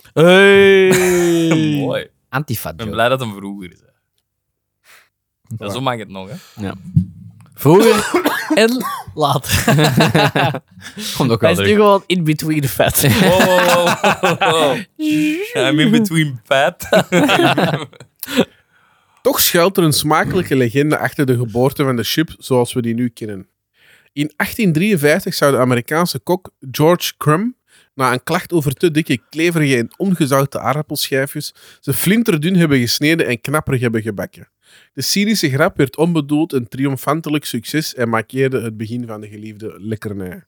Hey. Mooi. Antifa Ik ben joke. blij dat hem vroeger is. Hè. Ja, zo mag het nog, hè. Ja. Vroeger en later. Komt ook Hij wel is nu terug. gewoon in between vet. Wow. I'm in between fat. Toch schuilt er een smakelijke legende achter de geboorte van de chip zoals we die nu kennen. In 1853 zou de Amerikaanse kok George Crumb na een klacht over te dikke, kleverige en ongezouten aardappelschijfjes ze flinterdun hebben gesneden en knapperig hebben gebakken. De cynische grap werd onbedoeld een triomfantelijk succes en markeerde het begin van de geliefde lekkernij.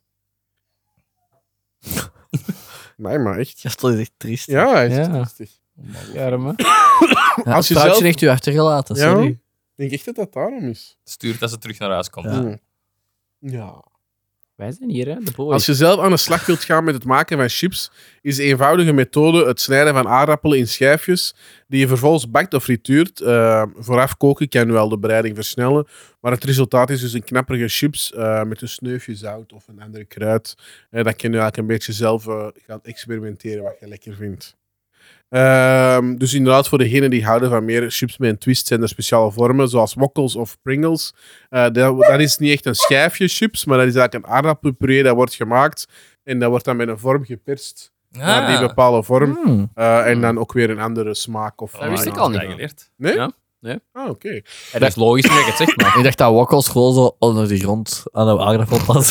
Nee, maar echt. Ja, dat is echt triest. Ja, hij is Ja. echt lastig. Arme. Ja, Als je het vrouwtje zelf- heeft u achtergelaten, Ja, sorry. ik denk echt dat dat daarom is. Stuurt als ze terug naar huis komt. Ja. Ja. Wij zijn hier, hè, de boys. Als je zelf aan de slag wilt gaan met het maken van chips, is de eenvoudige methode het snijden van aardappelen in schijfjes, die je vervolgens bakt of frituurt. Vooraf koken kan wel de bereiding versnellen, maar het resultaat is dus een knapperige chips met een sneufje zout of een andere kruid. Dat kun je eigenlijk een beetje zelf gaan experimenteren wat je lekker vindt. Dus inderdaad, voor degenen die houden van meer chips met een twist, zijn er speciale vormen, zoals Wokkels of Pringles. Dat is niet echt een schijfje chips, maar dat is eigenlijk een aardappelpuree dat wordt gemaakt. En dat wordt dan met een vorm geperst naar die bepaalde vorm. Hmm. En dan ook weer een andere smaak. Of Dat wist ik al niet. Geleerd. Nee? Ja. Ah, oké. Ja, dat is logisch dat ik het zeg, maar... Ik dacht dat wokkels gewoon zo onder de grond aan de aardappelplant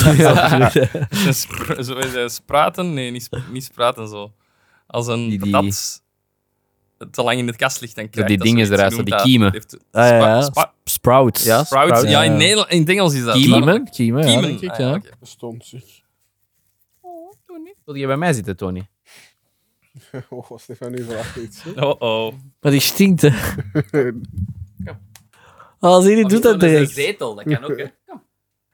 Zo is hij spraten? Nee, niet spraten zo. Als een Die- patat te lang in de kast ligt, dan krijg die je dingen zoiets eruit, genoemd die dat kiemen. heeft- Ah, ja. spa- Sprouts. Ja, Sprouts? Ja, in, ja. in het Engels is dat. Kiemen, ja, Kiemen. denk ik, Ah, ja. oké. Bestond zich. Wil je bij mij zitten, Tony? Oh, Stefan, nu verwacht iets. hè? Oh. Maar die stinkt, hè. Oh, zie, die doet dat direct. zetel, dat kan ook, hè. Kom.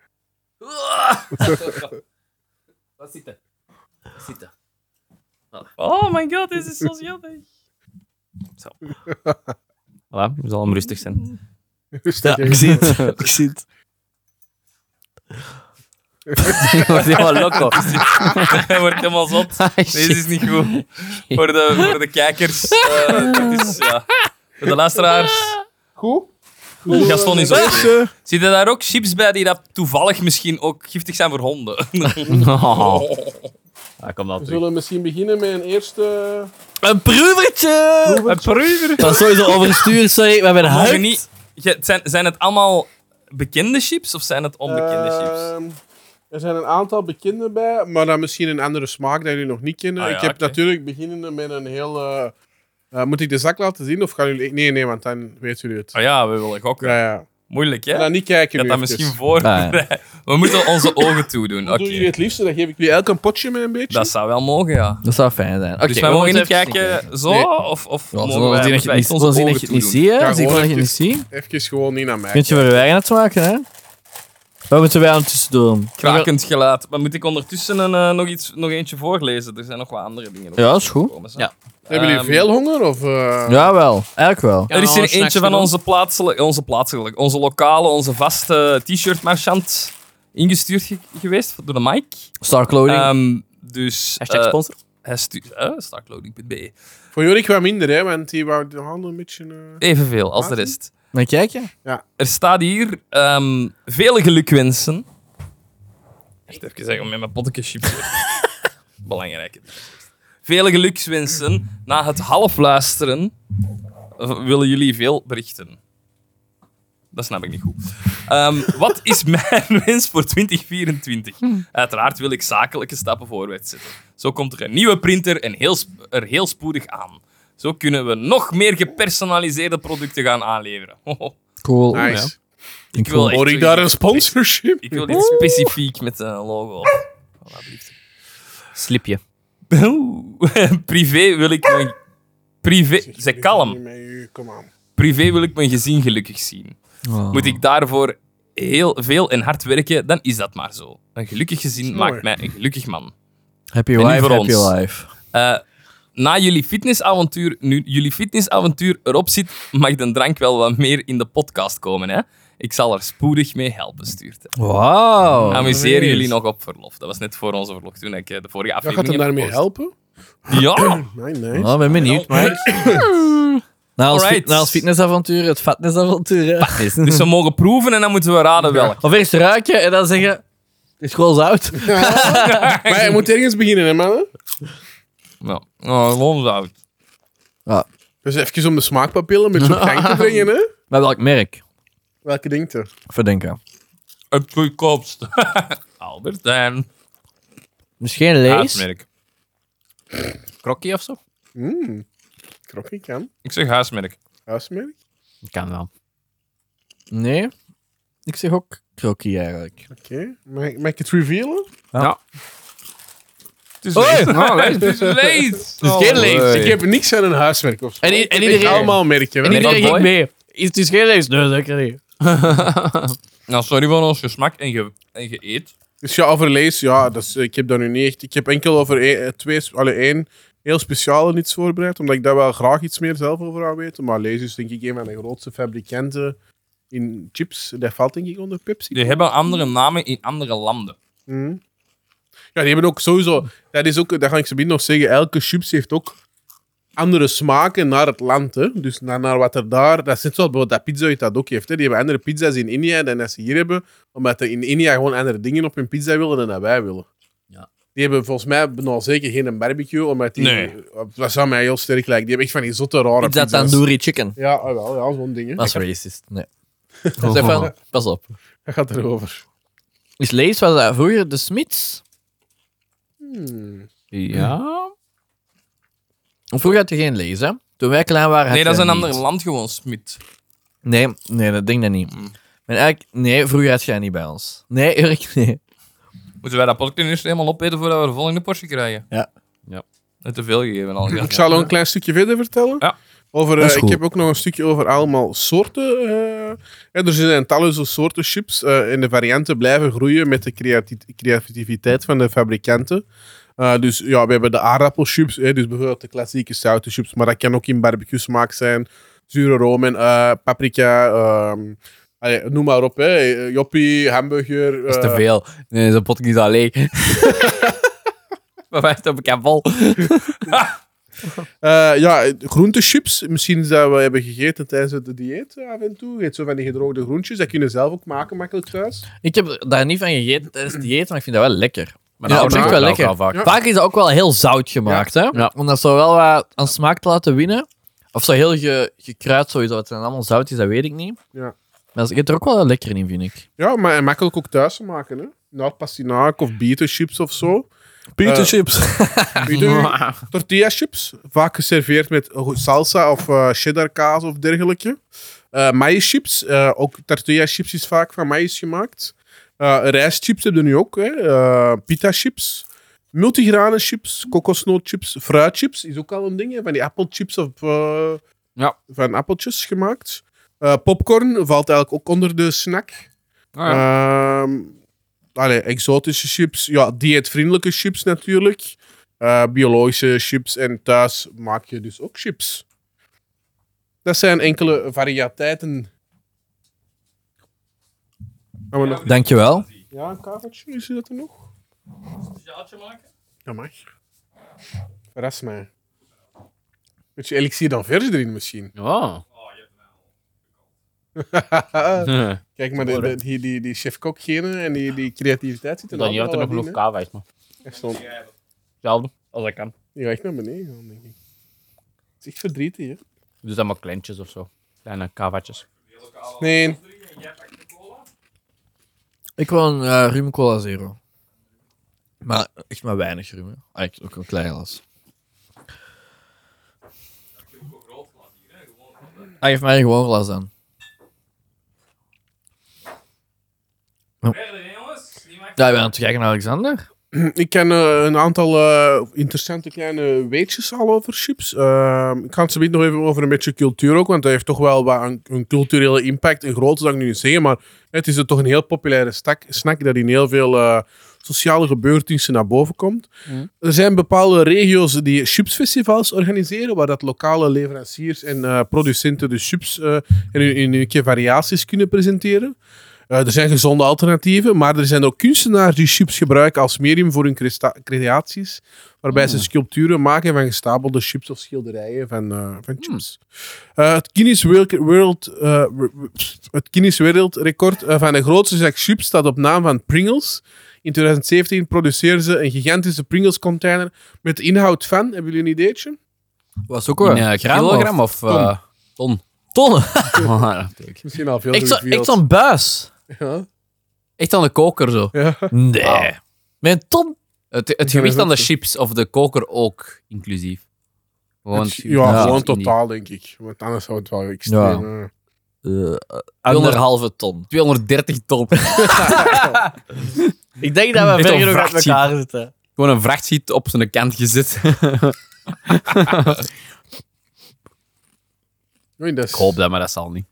Wat zitten? Wat zitten? Oh my god, dit is zo zielig. Voilà, we zal hem rustig zijn. Rustig, Ja, hè. ik zie het. Ik zie het. Wordt helemaal loco. Hij wordt helemaal zot. Deze is niet goed. Voor de kijkers. Dat is, ja. Voor de luisteraars. Goed? Gaston is op. Deze. Zitten daar ook chips bij die dat toevallig misschien ook giftig zijn voor honden? Ah, kom dan We terug. zullen misschien beginnen met een eerste... Een pruvertje! Een pruiver. Dat is sowieso overstuur, sorry. We hebben een Mogen huid. niet... Zijn het allemaal bekende chips of zijn het onbekende chips? Er zijn een aantal bekende bij, maar dan misschien een andere smaak dat jullie nog niet kennen. Ah ja, ik heb oké. natuurlijk beginnende met een heel... moet ik de zak laten zien of gaan jullie... Nee, want dan weten jullie het. Ah ja, we willen gokken. Ja. Moeilijk, hè? En dan niet kijken Ik nu had dat even. misschien voor. Ah, We moeten onze ogen toedoen. Hoe Oké. doen jullie het liefste? Dan geef ik jullie elk een potje met een beetje. Dat zou wel mogen, ja. Dat zou fijn zijn. Oké, Dus wij we mogen moeten niet even kijken zo, Nee. of Ja, mogen zoals wij die echt dat je onze niet ogen niet toedoen? ziet, hè? Ja, Zie ik gewoon dat je niet even- ziet. Even gewoon niet naar mij. Kunt je voor de wijn aan het maken, hè? Wat moeten wij ondertussen doen? Krakend geluid. Maar moet ik ondertussen nog eentje voorlezen? Er zijn nog wat andere dingen. Ja, dat is goed. Komen, Ja. Hebben jullie veel honger? Of, Ja, wel. Eigenlijk wel. Er is Ja, er eentje van snacks onze lokale, onze vaste t-shirt-marchant ingestuurd geweest door de Mike. Starclothing. Dus Hashtag sponsor. hij stuurt starclothing.be. Voor Jorik wat minder, hè, want die wou de handen een beetje... Evenveel als de rest. Maar kijk je? Er staat hier vele gelukwensen. Echt even zeggen om met mijn potje chips. Belangrijk. Vele gelukswensen. Na het half luisteren willen jullie veel berichten. Dat snap ik niet goed. Wat is mijn wens voor 2024? Uiteraard wil ik zakelijke stappen voorwaarts zetten. Zo komt er een nieuwe printer en heel spoedig aan. Zo kunnen we nog meer gepersonaliseerde producten gaan aanleveren. Cool. Nice. Ik wil echt Hoor ik zoiets- daar een sponsorship? Ik wil iets specifiek met een logo. Voilà, alsjeblieft. Slipje. Privé wil ik mijn... Zeg kalm. Kom aan. Privé wil ik mijn gezin gelukkig zien. Oh. Moet ik daarvoor heel veel en hard werken, dan is dat maar zo. Een gelukkig gezin Mooi. maakt mij een gelukkig man. Happy En nu wife, voor happy ons. life. Na jullie fitnessavontuur, nu jullie fitnessavontuur erop zit, mag de drank wel wat meer in de podcast komen. Hè? Ik zal er spoedig mee helpen, stuurt hij. Wauw. Amuseren jullie nog op verlof? Dat was net voor onze verlof, toen ik de vorige Ja, gaat aflevering hem daarmee heb helpen? gepost. Ja! Nee, nice. Oh, ben benieuwd, Mike. Na Alright. ons fitnessavontuur, het fatnessavontuur. Hè. Dus we mogen proeven en dan moeten we raden welk. Of eerst ruiken en dan zeggen... Het is gewoon zout. Maar je moet ergens beginnen, hè, man? Ja, gewoon zout. Dus even om de smaakpapillen een beetje op gang te brengen, hè? Bij welk merk? Welke denkt je? Verdenken. Het goedkoopste. Albertijn. Misschien Lees. Huismerk. Krokkie of zo? Krokkie kan. Ik zeg huismerk. Huismerk. Kan wel. Nee. Ik zeg ook Croquis eigenlijk. Oké. Mag ik het revealen? Ja. Het is lees. Het is lees. Het is geen Lees. Ik heb niks aan een huiswerk of zo. En Ik iedereen- allemaal merken. En hè? iedereen Boy? ging mee. Het is geen Lees. Nee, zeker niet. Nou, sorry voor ons gesmak en je eet. Dus ja, over lees, ja, dat is, ik heb dat nu niet echt. Ik heb enkel over één heel speciale iets voorbereid, omdat ik daar wel graag iets meer zelf over zou weten. Maar lees is denk ik een van de grootste fabrikanten in chips. Dat valt denk ik onder Pepsi. Die hebben andere namen in andere landen. Mhm. Ja, die hebben ook sowieso... Dat is ook, dat ga ik zo binnen nog zeggen. Elke chips heeft ook andere smaken naar het land. Hè? Dus naar wat er daar... Dat is net zoals bijvoorbeeld dat pizza uit dat ook heeft. Hè? Die hebben andere pizza's in India dan dat ze hier hebben. Omdat ze in India gewoon andere dingen op hun pizza willen dan dat wij willen. Ja. Die hebben volgens mij nou zeker geen barbecue. Omdat die... Nee. Dat zou mij heel sterk lijken. Die hebben echt van die zotte rare Pizza pizza's. tandoori chicken. Ja, wel. Ja, zo'n ding. Hè. Dat is racist. Nee. Stefan, pas op. Dat gaat erover. Is Lees, was dat vroeger de Smits? Ja. Of vroeger had je geen Lees, hè? Toen wij klein waren, had Nee, dat is je een niet. ander land gewoon, Smit. Nee, dat denk ik niet. Maar eigenlijk, nee, vroeger had jij niet bij ons. Nee, Erik, nee. Moeten wij dat podcast eerst helemaal opeten voordat we de volgende portie krijgen? Ja. Net te veel gegeven al. Ik zal nog een klein stukje verder vertellen. Ja. Over, Dat is ik goed. heb ook nog een stukje over allemaal soorten. Er zijn talloze soorten chips. En de varianten blijven groeien met de creativiteit van de fabrikanten. Dus ja, we hebben de aardappelchips. Dus bijvoorbeeld de klassieke zoute chips. Maar dat kan ook in barbecue smaak zijn. Zure room en paprika. Noem maar op. Hè. Joppie, hamburger. Dat is te veel. Nee, zo'n pot is alleen. Maar wij staan bekend vol. Ja, groentechips. Misschien is dat we hebben gegeten tijdens de dieet af en toe. Je eet zo van die gedroogde groentjes. Dat kun je zelf ook maken, makkelijk thuis. Ik heb daar niet van gegeten tijdens het dieet, maar ik vind dat wel lekker. Maar Ja, dat is maar- echt wel Ja, lekker. wel vaak. Ja. Vaak is dat ook wel heel zout gemaakt, hè? Ja. Om dat zo wel wat aan smaak te laten winnen. Of zo heel gekruid sowieso. Het zijn allemaal zout is, dat weet ik niet. Ja. Maar ik heb er ook wel lekker in, vind ik. Ja, maar en makkelijk ook thuis te maken. Hè? Nou, pastinaak of bietenchips of zo. chips. Tortilla chips. Vaak geserveerd met salsa of cheddar kaas of dergelijke. Maïschips. Ook tortilla chips is vaak van maïs gemaakt. Rijstchips hebben we nu ook. Pita chips. Multigranen chips. Kokosnootchips. Fruitchips is ook al een ding. Hè? Van die appelchips of Ja. van appeltjes gemaakt. Popcorn valt eigenlijk ook onder de snack. Exotische chips. Ja, dieetvriendelijke chips natuurlijk. Biologische chips. En thuis maak je dus ook chips. Dat zijn enkele variëteiten. Gaan we nog... Dankjewel. Ja, een kavertje. Is dat er nog? Dat mag. Verras mij. Beetje elixier dan vers erin misschien. Ja. Kijk, maar die chef-kok gene en die creativiteit zit er Dan niet altijd altijd wel nog wat genoeg in, kava is, maar hè. Echt zo. hetzelfde als ik kan. Die gaat echt naar beneden gaan, denk ik. Het is echt verdrietig, hè? Dus dan maar kleintjes of zo. Kleine kavaatjes. Nee. Ik wil een rum cola zero. Maar echt maar weinig rum. Hè. Eigenlijk ook een klein glas. Hij heeft mij een gewoon glas aan. Ja, ik ben aan het kijken naar Alexander. Ik ken een aantal interessante kleine weetjes al over chips. Ik ga het zo nog even over een beetje cultuur ook, want dat heeft toch wel wat een culturele impact. Een grote zou ik nu niet zeggen, maar het is toch een heel populaire snack dat in heel veel sociale gebeurtenissen naar boven komt. Er zijn bepaalde regio's die chipsfestivals organiseren, waar dat lokale leveranciers en producenten de chips in unieke variaties kunnen presenteren. Er zijn gezonde alternatieven, maar er zijn ook kunstenaars die chips gebruiken als medium voor hun creaties, waarbij ze sculpturen maken van gestapelde chips of schilderijen van chips. Het Guinness Wereldrecord van de grootste zak chips staat op naam van Pringles. In 2017 produceerden ze een gigantische Pringles-container met de inhoud van, hebben jullie een ideetje? Was ook wel In kilogram of ton? Tonnen. Misschien al veel Echt zo'n buis. Ja. Echt aan de koker zo. Ja. Nee. Wauw. Met een ton. Het gewicht aan de chips of de koker ook inclusief. Gewoon, Gewoon totaal, denk ik. Want anders zou het wel extreem... Anderhalve ton. 230 ton. Ik denk dat we Echt ver een genoeg uit vrachtschip. elkaar zitten. Gewoon een vrachtschip op zijn kant gezet. Oei, dat is- Ik hoop dat, maar dat zal niet.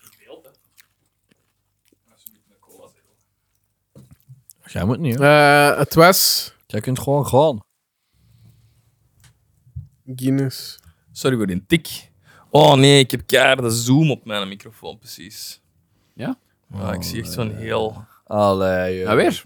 Jij moet niet, hoor. Het was Jij kunt gewoon gaan. Guinness. Sorry voor die tik. Oh nee, ik heb keiharde zoom op mijn microfoon, precies. Ja? Ja, ik zie echt zo'n heel... Allee, Nou, weer?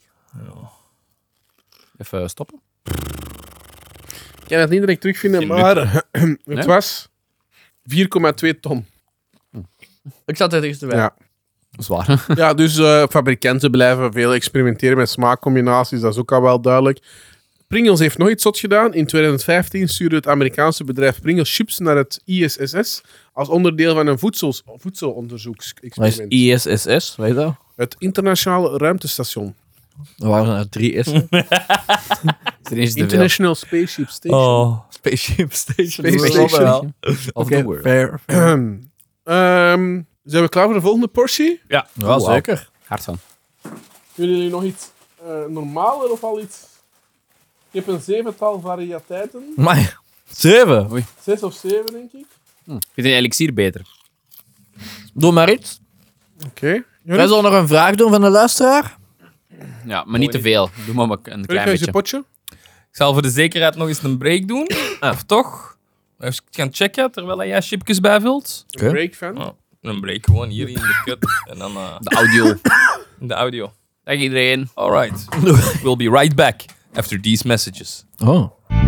Even stoppen. Ik kan het niet direct terugvinden, Geen maar het Nee? was 4,2 ton. Ik zat er dichterbij. Ja. Zwaar. Ja, dus fabrikanten blijven veel experimenteren met smaakcombinaties, dat is ook al wel duidelijk. Pringles heeft nog iets zot gedaan. In 2015 stuurde het Amerikaanse bedrijf Pringles chips naar het ISS als onderdeel van een Wat is voedselonderzoeksexperiment. ISSS, weet je dat? Het Internationale Ruimtestation. Er waren er 3 S'en. Is er eens te veel. International Spaceship Station. Oh. Spaceship Station. Space Station. Of Oké, the world. fair. Zijn we klaar voor de volgende portie? Ja, Wow. zeker. Hard van. Willen jullie nog iets normaler of al iets? Ik heb een 7-tal variëteiten. Maar 7. 6 of 7, denk ik. Ik vind een elixier beter. Doe maar iets. Oké. Wij zullen nog een vraag doen van de luisteraar. Ja, maar niet te veel. Doe maar een klein Jorik, is je beetje. potje? Ik zal voor de zekerheid nog eens een break doen. Of toch? Even gaan checken terwijl jij chipjes bijvult. Oké. Een break van. Oh, een break gewoon hier in de cut. En dan De audio. de audio. Dag iedereen. Alright. We'll be right back after these messages. Oh.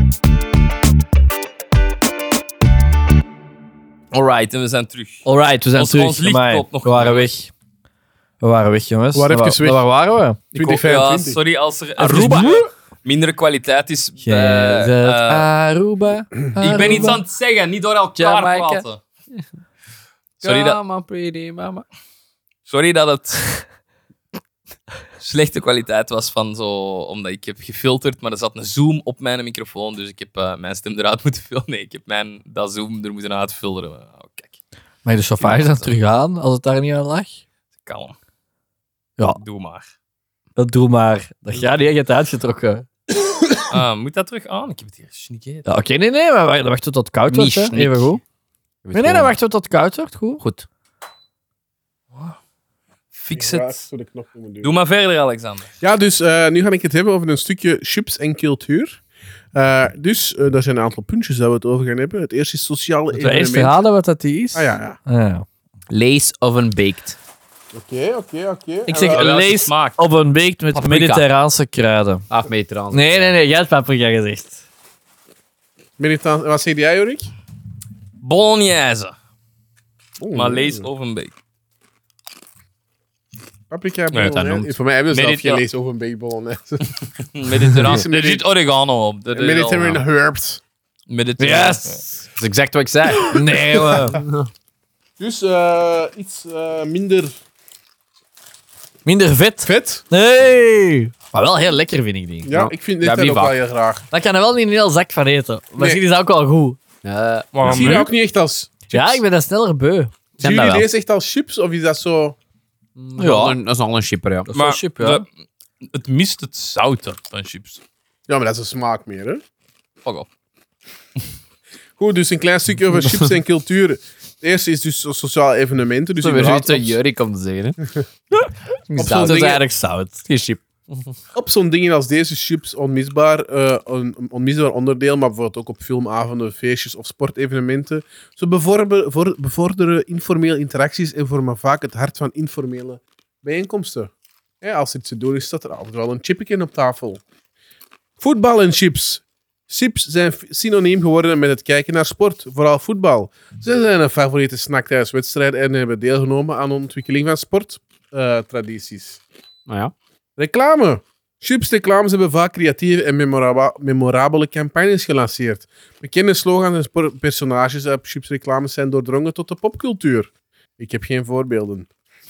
Alright, en we zijn terug. Alright, we zijn Ons- terug. ons licht Amai, klopt nog we waren niet. weg. We waren weg, jongens. We waren even weg. Waar waren we? Ik hoop- 2025. Ja, sorry als er Aruba? mindere kwaliteit is. Jij zet Aruba. Ik ben iets aan het zeggen, niet door elkaar Jamaica. praten. Sorry dat het slechte kwaliteit was van zo, omdat ik heb gefilterd, maar er zat een zoom op mijn microfoon, dus ik heb mijn stem eruit moeten filteren. Nee, ik heb dat zoom er moeten uitfilteren. Oh, kijk, Mag je de chauffage dan terug aan, als het daar niet aan lag? kalm. Ja. Doe maar. Dat doe maar. Dat ga je echt uitgetrokken. Moet dat terug aan? Ik heb het hier gesneakt. Ja, oké, nee, maar dan wachten tot het koud wordt. Niet Hè. snik. Even goed. Nee, dan wachten tot het koud wordt. Goed. Goed. Fix Ja, het. zo de knop moeten duwen. Doe maar verder, Alexander. Ja, dus nu ga ik het hebben over een stukje chips en cultuur. Daar zijn een aantal puntjes dat we het over gaan hebben. Het eerste is sociale Moeten we eerst evenementen. raden wat dat is? Ah ja. Ja. Lees oven baked. Oké. Ik zeg welke lees smaak? op een beek met Paprika. mediterraanse kruiden. Meter aan. Nee, jij hebt paprika gezegd. Wat zeg jij, Jorik? Bolognese. Oh, Maar lees Ovenbeek. Paprika Nee, dat bolognese. noemt. Voor mij hebben we zelf geen Mediter- lees over een baked bolognese. Mediterraan. Er zit oregano op. Dat is Mediterranean al- herbs. Mediterraan. Yes! Dat is exact wat ik zei. Nee, man. Dus iets minder Minder vet. vet. Nee! Maar wel heel lekker, vind ik die. Ja, ik vind dit Ja, ook wie wel vaak. heel graag. Daar kan er wel niet een heel zak van eten. Misschien is dat ook wel goed. Ik zie dat ook niet echt als chips. Ja, ik ben dat sneller beu. Zien dat jullie wel. deze echt als chips? Of is dat zo... Ja. Dat is al een chipper, ja. Dat is wel Maar chip, ja. het mist het zoute van chips. Ja, maar dat is een smaak meer, hè? Fuck off. Goed, dus een klein stukje over chips en cultuur. Het eerste is dus sociale evenementen. Dus Dat is inderdaad weer op- te Jurik om te zeggen. Hè. op zo'n Dat is dingen- eigenlijk zout. Geen chip. op zo'n dingen als deze chips onmisbaar, een onmisbaar onderdeel, maar bijvoorbeeld ook op filmavonden, feestjes of sportevenementen. Ze bevorderen informele interacties en vormen vaak het hart van informele bijeenkomsten. Als er iets te doen is, staat er altijd wel een chipje op tafel. Voetbal en chips. Chips zijn synoniem geworden met het kijken naar sport, vooral voetbal. Ze zijn een favoriete snack tijdens wedstrijden en hebben deelgenomen aan de ontwikkeling van sporttradities. Nou ja. Reclame. Chips-reclames hebben vaak creatieve en memorabele campagnes gelanceerd. Bekende slogans en personages uit chips-reclames zijn doordrongen tot de popcultuur. Ik heb geen voorbeelden.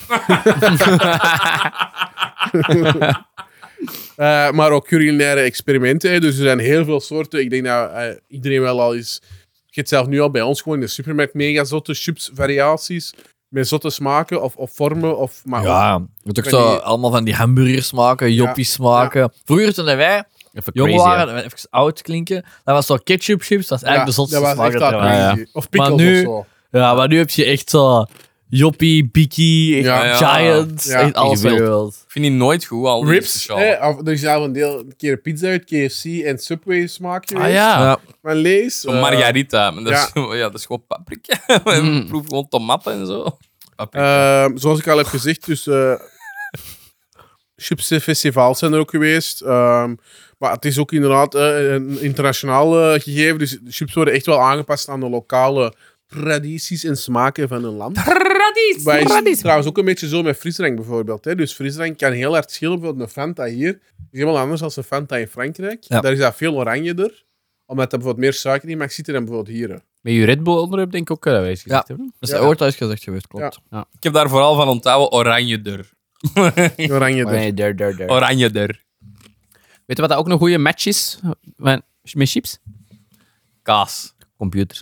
Maar ook culinaire experimenten. Dus er zijn heel veel soorten. Ik denk dat iedereen wel al is... Je hebt zelf nu al bij ons gewoon in de supermarkt mega zotte chips-variaties. Met zotte smaken of vormen. Maar Ja, je hebt ook zo allemaal van die hamburgers maken, joppies maken. Vroeger toen wij Even jong crazy, waren, hè. even oud klinken, dat was zo ketchup chips, dat is eigenlijk de zotste dat was smaak. echt dat al er was. crazy. Of pickles Maar nu- of zo. Ja, maar nu heb je echt zo joppie, bikkie, echt Ja. giant, Ja. echt alles wat je wilt. Ik vind die nooit goed, al die Rips. speciaal. Er is al een keer pizza uit KFC en Subway smaak geweest. Ja. Maar lees... Zo'n margarita. Maar dat, ja. is, dat is gewoon paprika. Ik proef gewoon tomaten en zo. Paprika. Zoals ik al heb gezegd, dus chipsfestivals zijn er ook geweest. Maar het is ook inderdaad een internationaal gegeven. Dus de chips worden echt wel aangepast aan de lokale tradities en smaken van een land. Maar het is trouwens ook een beetje zo met frisdrank bijvoorbeeld. Hè. Dus frisdrank kan heel hard schillen. Bijvoorbeeld een Fanta hier is helemaal anders dan een Fanta in Frankrijk. Ja. Daar is dat veel oranjeer. Omdat er bijvoorbeeld meer suiker in mag zitten dan bijvoorbeeld hier. Met je Red Bull onderwerp denk ik ook dat wij eens gezegd hebben. Dat is ooit thuis gezegd geweest, klopt. Ik heb daar vooral van onthouden oranje-der. Oranjeer. Oranje-der. Weet je wat dat ook een goede match is met chips? Kaas. Computer.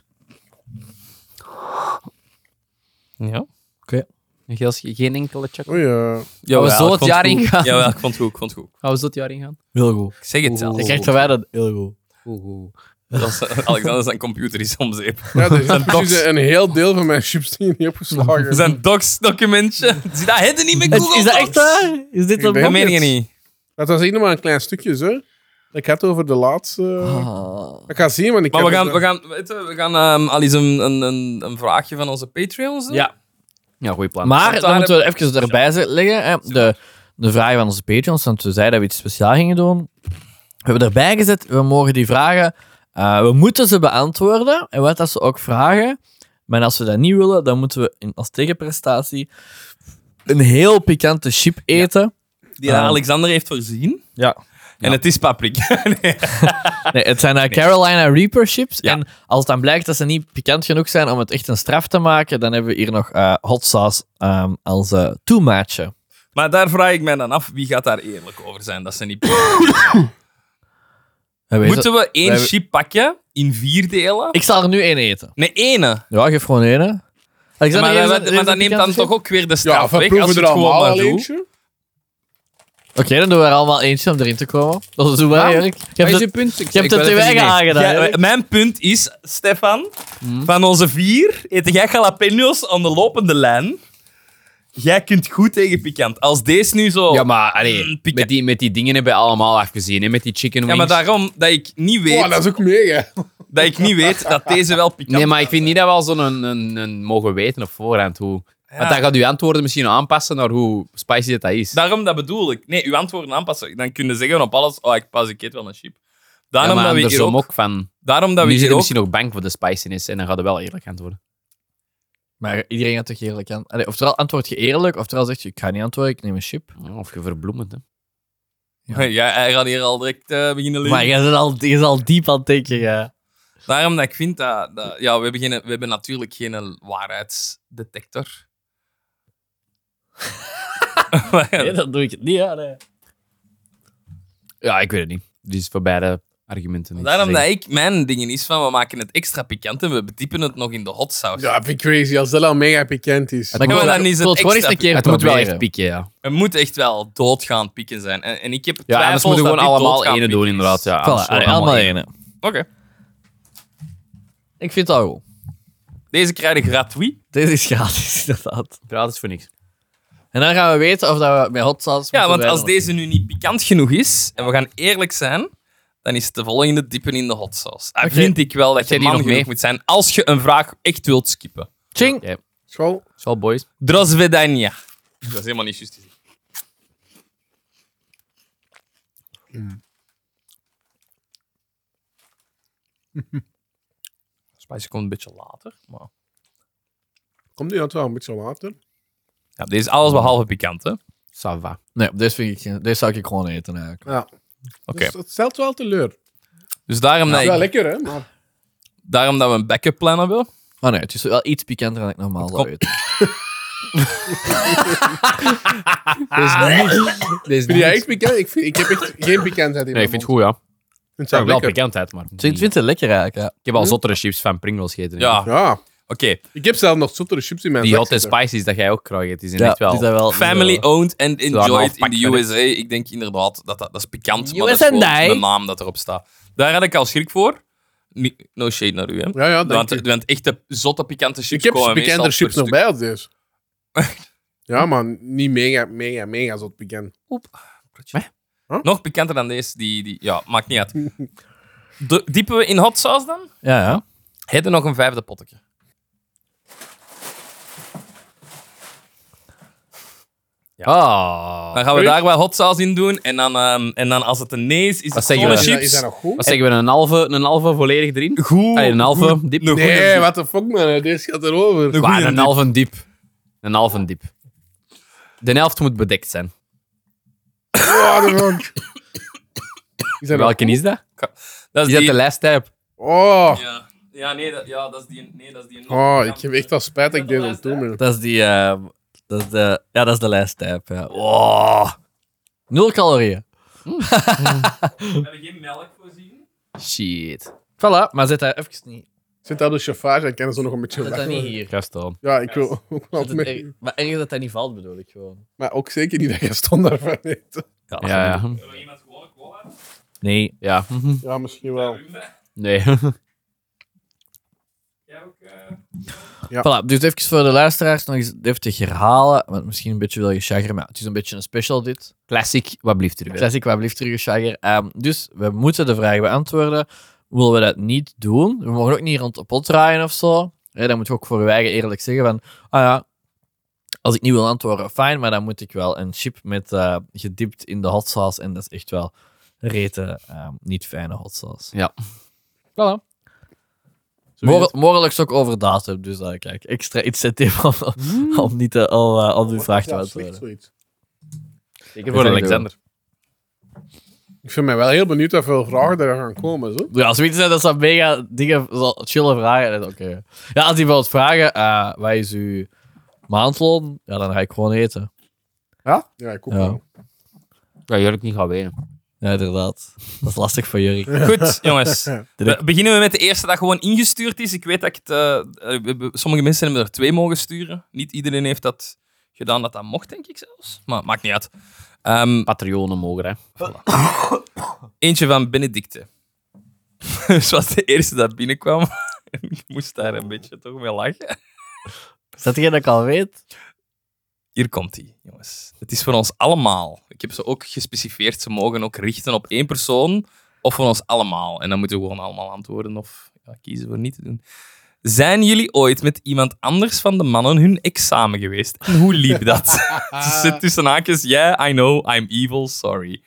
Ja. Geen enkele check. Oei, Gaan we zo het jaar ingaan? Jawel, ik vond het goed. Gaan we zo het jaar ingaan? Heel goed. Ik zeg het zelf. Ik krijg van mij dat heel goed. Alexander zijn computer is om zeep. Ja, er Zijn is docs. dus een heel deel van mijn chips die niet opgeslagen. Zijn docs-documentje. Zie, dat hadden niet met Google Is dat Docs. echt waar? Is dit Ik een denk Dat meen je het. niet. Dat was echt nog maar een klein stukje, zo. Ik had het over de laatste... Ik ga zien, want ik Maar heb we gaan al eens een vraagje van onze Patreons doen. Ja. Ja, goeie plan. Maar daar dan moeten we even erbij leggen. Hè. De vraag van onze patrons, want we zeiden dat we iets speciaals gingen doen. We hebben erbij gezet, we mogen die vragen... we moeten ze beantwoorden. En wat als ze ook vragen. Maar als we dat niet willen, dan moeten we als tegenprestatie een heel pikante chip eten. Die Alexander heeft voorzien. Ja. En het is paprika. Nee. Nee, het zijn Carolina Reaper chips. Ja. En als het dan blijkt dat ze niet pikant genoeg zijn om het echt een straf te maken, dan hebben we hier nog hot sauce als toemaatje. Maar daar vraag ik mij dan af, wie gaat daar eerlijk over zijn? Dat ze niet... Moeten we één wij- chip pakken in 4 delen? Ik zal er nu één eten. Nee, ene. Ja, geef gewoon één. Hè. Maar dat neemt dan toch ook weer de Ja, straf weg als verproeven je er het gewoon allemaal maar al doet. eentje. Oké, dan doen we er allemaal eentje om erin te komen. Dat doen we eigenlijk. Je hebt het, punt? je hebt het te weinig aangedaan. Ja, Erik. mijn punt is, Stefan, van onze 4 eet jij jalapenos aan de lopende lijn. Jij kunt goed tegen pikant. Als deze nu zo... Ja, maar allee, pikant. met die dingen hebben we allemaal afgezien, hè, met die chicken wings. Ja, maar daarom dat ik niet weet, Oh, dat is ook mega. dat ik niet weet dat deze wel pikant Nee, maar ik vind niet dat we al zo'n een mogen weten op voorhand hoe... Ja. Want dan gaat uw antwoorden misschien aanpassen naar hoe spicy dat is. Daarom, dat bedoel ik. Nee, uw antwoorden aanpassen. Dan kun je zeggen op alles, ik eet wel een chip. Ja, Daarom maar dat we hier andersom ook... ook van... Daarom dat we Nu zit hier je ook... misschien nog bang voor de spiciness en dan gaat er wel eerlijk antwoorden. Maar iedereen gaat toch eerlijk aan. Allee, oftewel antwoord je eerlijk, oftewel zeg je, ik ga niet antwoorden, ik neem een chip. Ja, of je verbloemt het, hè. Ja, hij gaat hier al direct beginnen leren. Maar je is al diep aan het denken, ja. Daarom dat ik vind dat ja, we hebben natuurlijk geen waarheidsdetector. Nee, dan doe ik het niet, ja. Nee. Ja, ik weet het niet. Dus voor beide argumenten niet. Daarom dat mijn ding is van, we maken het extra pikant en we betypen het nog in de hot sauce. Ja, vind ik crazy. Als dat al mega pikant is. Maar Ja, maar dan ik is wil het het gewoon eens extra een keer Het moet wel proberen. echt pikken, ja. Het moet echt wel doodgaan pikken zijn. En ik heb Ja, anders twijfels moeten we dat gewoon dit allemaal doodgaan ene doen, pikken is. inderdaad. Ja, Voilà, anders allee, gewoon allemaal ene. één. Oké. Ik vind het al goed. Deze krijg je gratuit. Deze is gratis, inderdaad. Gratis voor niks. En dan gaan we weten of dat we met hot sauce Ja, moeten want als wijden of deze nu niet pikant genoeg is, en we gaan eerlijk zijn, dan is het de volgende dippen in de hot sauce. Dan Oké. vind ik wel dat je Zijn die man nog genoeg mee? moet zijn als je een vraag echt wilt skippen. niet. Ching! Ja. School. Zo, boys. Drosvedania. Dat is helemaal niet juist. Spicy komt een beetje later, maar... Komt die wel een beetje later? Ja, deze is alles behalve pikant, hè? Ça va. Nee, deze zou ik gewoon eten eigenlijk. Ja. Oké. Dus het stelt wel teleur. Dus daarom, Ja, dat lekker hè, maar... daarom dat we een backup plan hebben. Oh nee, het is wel iets pikanter dan ik normaal zou eten. Deze Vind jij echt pikant? Ik heb echt geen pikantheid in Nee, ik vind het goed, ja. Ik Het heb is wel lekker. pikantheid, maar... Ik vind het lekker eigenlijk, ja. Ik heb al zottere chips van Pringles gegeten. Ja, Ja. oké. Ik heb zelf nog zottere chips in mijn Die zak hot and zitten. spices dat jij ook krijgt, die zijn Ja, echt wel... die zijn wel... Family owned and een enjoyed half in pak de verder. USA. Ik denk inderdaad dat is pikant, maar US dat is gewoon and I. de naam dat erop staat. Daar had ik al schrik voor. No shade naar u, hè. Ja, ja, dank Want, je. want echte zotte pikante chips Ik heb komen meestal pikante chips per nog stuk. bij als deze. Ja, maar niet mega zot pikant. Nog pikanter dan deze. Ja, maakt niet uit. Diepen we in hot sauce dan? Ja, ja. Heb je nog een vijfde potje? Ah. Dan gaan we daar wel hot sauce in doen. En dan als het een nee is Wat het zeggen gewone we? chips. Is dat nog goed? Wat zeggen we, een halve volledig erin? Goed. Allee, een halve diep? Nee, what the fuck man, deze gaat erover. Waar, een halve diep. Een halve diep. De helft moet bedekt zijn. Oh, de fuck. Is dat nog Welke goed? is dat? Dat Is dat de lijsttype? Oh, Ja, nee, dat is die... Nee, dat is die oh, ik heb echt wel spijt dat ik deze aan toe ben. Dat is die... dat is de lijsttype, ja. Oh. 0 calorieën. We hebben geen melk voorzien. Shit. Voilà, maar zet dat even niet... Zit dat op de chauffage, dan kennen ze nog een beetje Zet dat lachen. niet hier. Gast al. Ja, ik wil ook wel Zet het mee. maar ergens dat dat niet valt, bedoel ik gewoon. Maar ook zeker niet dat je stond daarvan eet. Ja, Ja, ja. Hebben we iemand gewoon cola? Nee. Ja. Ja, misschien wel. Nee. Jij ook? Voilà, dus even voor de luisteraars nog eens even te herhalen. Want misschien een beetje wil je shagger, maar het is een beetje een special dit. Classic, wat blieft er weer? Classic, wat blijft terug shagger. Dus we moeten de vraag beantwoorden. Willen we dat niet doen? We mogen ook niet rond de pot draaien of zo. Dan moet je ook voor je eigen eerlijk zeggen van... Ah ja, als ik niet wil antwoorden, fijn, maar dan moet ik wel een chip met gedipt in de hot sauce. En dat is echt wel rete niet fijne hot sauce. Ja. Voilà. Mogelijk ook over datum, dus kijk, extra incentive om niet al die vraag te Ja, beantwoorden. slecht zoiets. Zeker voor Alexander. Ik vind mij wel heel benieuwd hoeveel vragen er gaan komen. Zo. Ja, zoiets zijn dat ze mega dingen, zo chille vragen. Dan, oké. Ja, als die bijvoorbeeld vragen, wat is uw maandloon? Ja, dan ga ik gewoon eten. Ja? Ja, ik ook Ja. wel. Ja, Jurk niet gaan wenen. Ja, inderdaad. Dat is lastig voor jullie. Goed, jongens. Beginnen we met de eerste dat gewoon ingestuurd is. Ik weet dat ik het... sommige mensen hebben er 2 mogen sturen. Niet iedereen heeft dat gedaan dat mocht, denk ik zelfs. Maar maakt niet uit. Patronen mogen, hè. Eentje van Benedicte. Dus was de eerste dat binnenkwam. Ik moest daar een beetje toch mee lachen. Is dat degene dat ik al weet? Hier komt hij, jongens. Het is voor ons allemaal. Ik heb ze ook gespecificeerd. Ze mogen ook richten op 1 persoon of voor ons allemaal. En dan moeten we gewoon allemaal antwoorden of kiezen voor niet te doen. Zijn jullie ooit met iemand anders van de mannen hun examen geweest? En hoe liep dat? Ze zit tussen haakjes. Yeah, I know, I'm evil, sorry.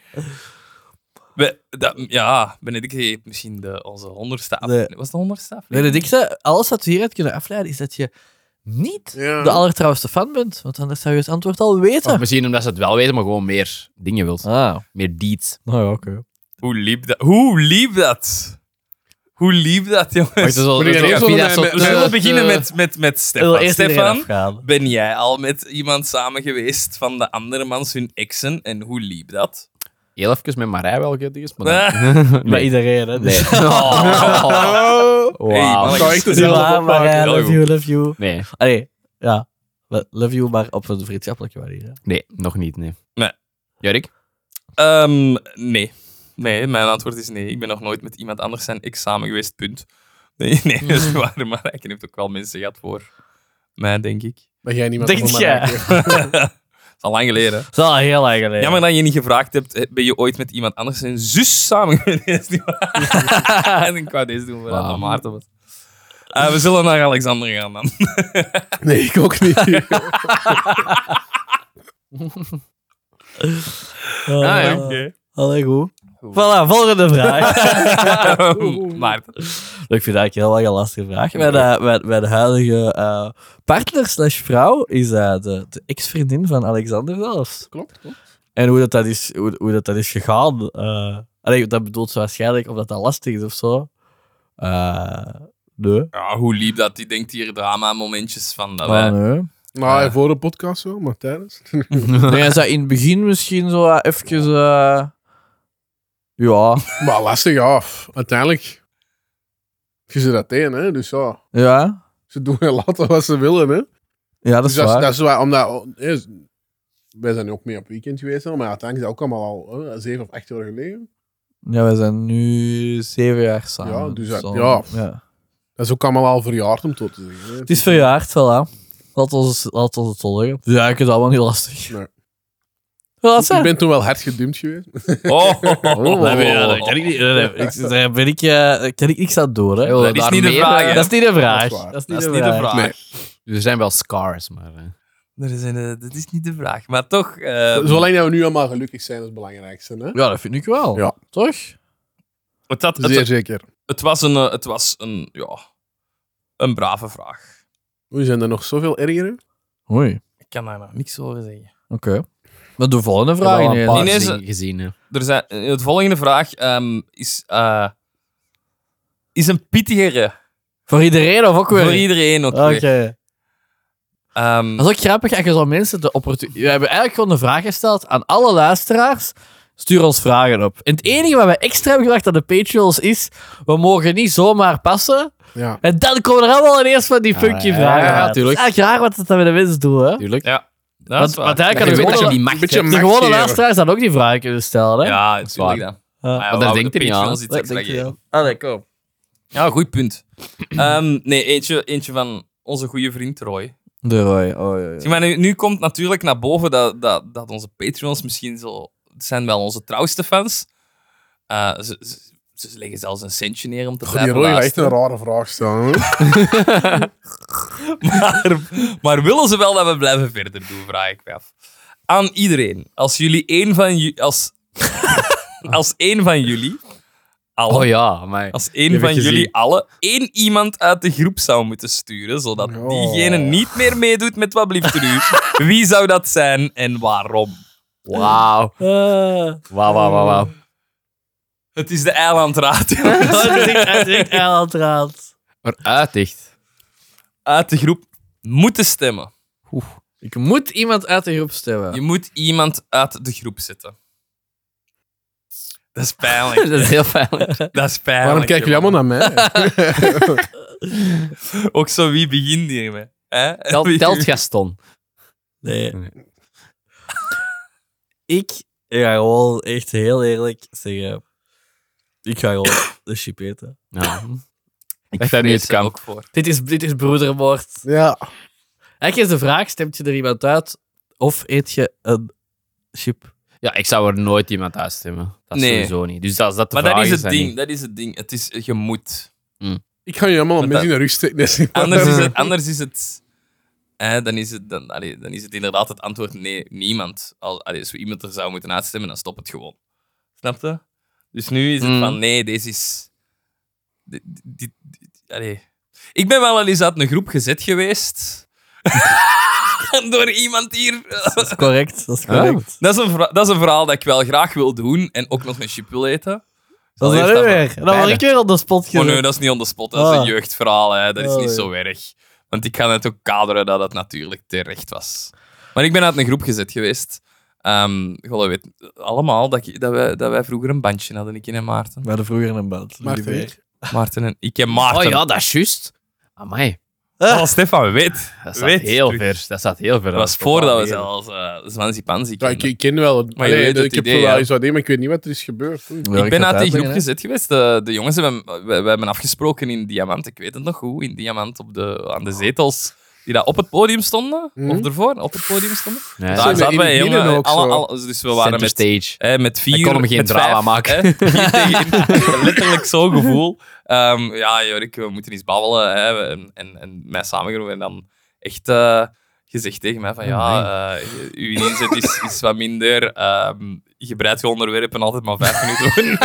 Benedict heeft misschien onze 100ste aflevering. Was het de 100ste aflevering? Nee, de dikste, alles wat we hieruit kunnen afleiden, is dat je niet Ja. de allertrouwste fan bent. Want anders zou je het antwoord al weten. Of misschien omdat ze het wel weten, maar gewoon meer dingen wilt. Ah, Meer deeds. nou ja, oké. Hoe liep dat? Hoe liep dat? Hoe liep dat, jongens? Wacht, dus al- Moet ik dus er al- eerst via wel zo'n- met- We zullen beginnen met Stefan. Eerst iedereen Stefan, afgaan. ben jij al met iemand samen geweest van de andere mans hun exen en hoe liep dat? Heel even met Marij wel gedaan, maar dan... Bij iedereen, hè? Nee. Oh. Wauw. Hey, zou echt Ja, dezelfde maar opmaken. ja, love you. Nee. Allee, ja. Love you, maar op een vriendschappelijke manier. Hè? Nee, nog niet, nee. Nee. Jurk? Nee. Nee, mijn antwoord is nee. Ik ben nog nooit met iemand anders zijn examen geweest, punt. Nee, dat is waar. Maar ik heb ook wel mensen gehad voor mij, denk ik. Ben jij niemand Denk van jij? mij? is al lang geleden. Dat is al heel lang geleden. Jammer dat je niet gevraagd hebt, ben je ooit met iemand anders zijn zus samen geweest? En ik wou deze doen voor dat Maarten was. We zullen naar Alexander gaan dan. Nee, ik ook niet. ja. Oké. Allee, goed. Voilà, volgende vraag. Maarten. Ik vind dat eigenlijk een heel erg lastige vraag. Mijn huidige partner/vrouw is de ex-vriendin van Alexander zelfs. Klopt. En hoe dat is gegaan. Dat bedoelt ze waarschijnlijk of dat lastig is of zo. Nee. Ja, hoe liep dat? Die denkt hier drama-momentjes van. Dat Nee. Nou, voor de podcast wel, maar tijdens. Nee, hij zei in het begin misschien zo even... ja. Maar lastig, ja. Uiteindelijk. Je ze dat tegen, hè. Dus ja. Ja. Ze doen en laten wat ze willen, hè. Ja, dat is Dus waar. dat is waar, omdat... wij zijn ook mee op weekend geweest, hè, maar uiteindelijk is dat ook allemaal al 7 of 8 jaar geleden. Ja, we zijn nu 7 jaar samen. Ja, dus dat- Zo. ja. Dat is ook allemaal al verjaard, om tot te zeggen. Hè. Het is verjaard, voilà. Laat ons het zo zeggen. Dus eigenlijk is dat wel niet lastig. Nee. Wat Ik ben toen wel hard gedumpt geweest. dat kan ik niet. Daar kan ik niks aan doen, hè. Wil je Dat is daar niet de meer, vraag, hè? Dat is niet de vraag. Dat is waar. Dat is Dat is niet de vraag. Nee. Er zijn wel scars, maar... Dat is niet de vraag. Maar toch... Zolang dat we nu allemaal gelukkig zijn, is het belangrijkste. Hè? Ja, dat vind ik wel. Ja. Toch? Zeer zeker. Het was een brave vraag. Hoe zijn er nog zoveel ergere? Oei. Ik kan daar nog niks over zeggen. Oké. Maar de volgende vraag. Ik heb wel een paar Nee, dingen gezien. Hè. De volgende vraag is een pittigere. Voor iedereen of ook weer? Voor iedereen ook Oké. weer. Dat is ook grappig als je zo mensen de opportuniteit... We hebben eigenlijk gewoon een vraag gesteld aan alle luisteraars. Stuur ons vragen op. En het enige wat we extra hebben gedacht aan de Patreons is... We mogen niet zomaar passen. Ja. En dan komen er allemaal ineens van die funky vragen. ja, uit. tuurlijk. Het is eigenlijk raar wat dat met de mensen doen, hè? Tuurlijk. Ja. Want eigenlijk kan Je de weet dat je gewone, die macht beetje hebt. de macht gewone geven. luisteraars dan ook die vragen kunnen stellen, hè? Ja, waar. natuurlijk dan. Ja. Maar daar wou denkt de er niet aan. Patreons iets Dat extra denk je geven. wel. Allee, kom. Ja, goed punt. Nee, eentje van onze goede vriend Roy. De Roy. Oh, ja, ja. Zie, maar nu komt natuurlijk naar boven dat onze Patreons misschien zo... Het zijn wel onze trouwste fans. Ze leggen zelfs een centje neer om te Die blijven Roy gaat echt een luisteren. rare vraag stellen. Hè? Maar willen ze wel dat we blijven verder doen, vraag ik me af. Aan iedereen. Als jullie één van jullie... Als één van jullie... Alle, Oh ja, maar... Als één heb van ik gezien. jullie alle één iemand uit de groep zou moeten sturen, zodat Oh. diegene niet meer meedoet met Wat blieft er u, wie zou dat zijn en waarom? Wauw. Wauw. Het is de eilandraad. Het is echt eilandraad. Maar uitdicht. Uit de groep moeten stemmen. Ik moet iemand uit de groep stemmen. Je moet iemand uit de groep zetten. Dat is pijnlijk. Dat is heel fijn. Dat is pijnlijk. Waarom kijken jullie allemaal naar mij? Ook zo, wie begint hiermee? Hè? Telt Gaston. Nee. Ik ga gewoon echt heel eerlijk zeggen. Ik ga gewoon de chip eten. Ja. Ik Echt daar niet vrees eens er kan. ook voor. Dit is broedermoord. Ja. Eigenlijk is de vraag, stemt je er iemand uit of eet je een chip? Ja, ik zou er nooit iemand uitstemmen. Dat Nee. sowieso niet. Dus als dat de Maar vraag dat is het dan ding. niet. Dat is het ding. Het is, je moet. Ik ga je allemaal een Want mes in de rug steken. Dat is niet waar. Anders is het... Dan is het inderdaad het antwoord nee, niemand. Als we iemand er zou moeten uitstemmen, dan stop het gewoon. Snap je? Dus nu is het van, nee, deze is... Allee. Ik ben wel eens uit een groep gezet geweest. Door iemand hier. Dat is correct. Dat is correct. Dat is een verhaal dat ik wel graag wil doen en ook nog een chip wil eten. Dat is heeft wel dat weer. Dan word ik weer op de spot Oh gezet. nee, dat is niet on the spot. Dat is een Ah. jeugdverhaal. Hè. Dat is Oh, niet ja. zo erg. Want ik kan het ook kaderen dat het natuurlijk terecht was. Maar ik ben uit een groep gezet geweest. Jullie weten allemaal dat wij vroeger een bandje hadden, ik en Maarten. We hadden vroeger een band. Maarten, Liever. Maarten en ik en Maarten. Oh ja, dat is juist. Amai. Oh, Stefan, weet. Dat staat weet heel terug. ver. Dat staat heel ver. Dat was voordat we zelfs Zwanzi Panzi Ja, kenden. ik ken wel. Maar je weet het ik heb idee, wel ja. eens wat idee, maar ik weet niet wat er is gebeurd. Oei. Ja, Ik ben ga het uit die groep uitleggen, hè. gezet geweest. De jongens we hebben afgesproken in Diamant. Ik weet het nog goed. In Diamant aan de zetels. die daar op het podium stonden, of ervoor, op het podium stonden. Ja. Zo Daar in zaten het wij, midden jongen. ook zo. Dus we waren Center met, stage. met 4... Ik kon hem geen met drama 5, maken. 4 tegen... letterlijk zo'n gevoel. Ja, Jorik, we moeten eens babbelen. Hè, en mij samengeroepen en dan echt... gezegd tegen mij van uw inzet is wat minder. Je breidt je onderwerpen altijd maar 5 minuten.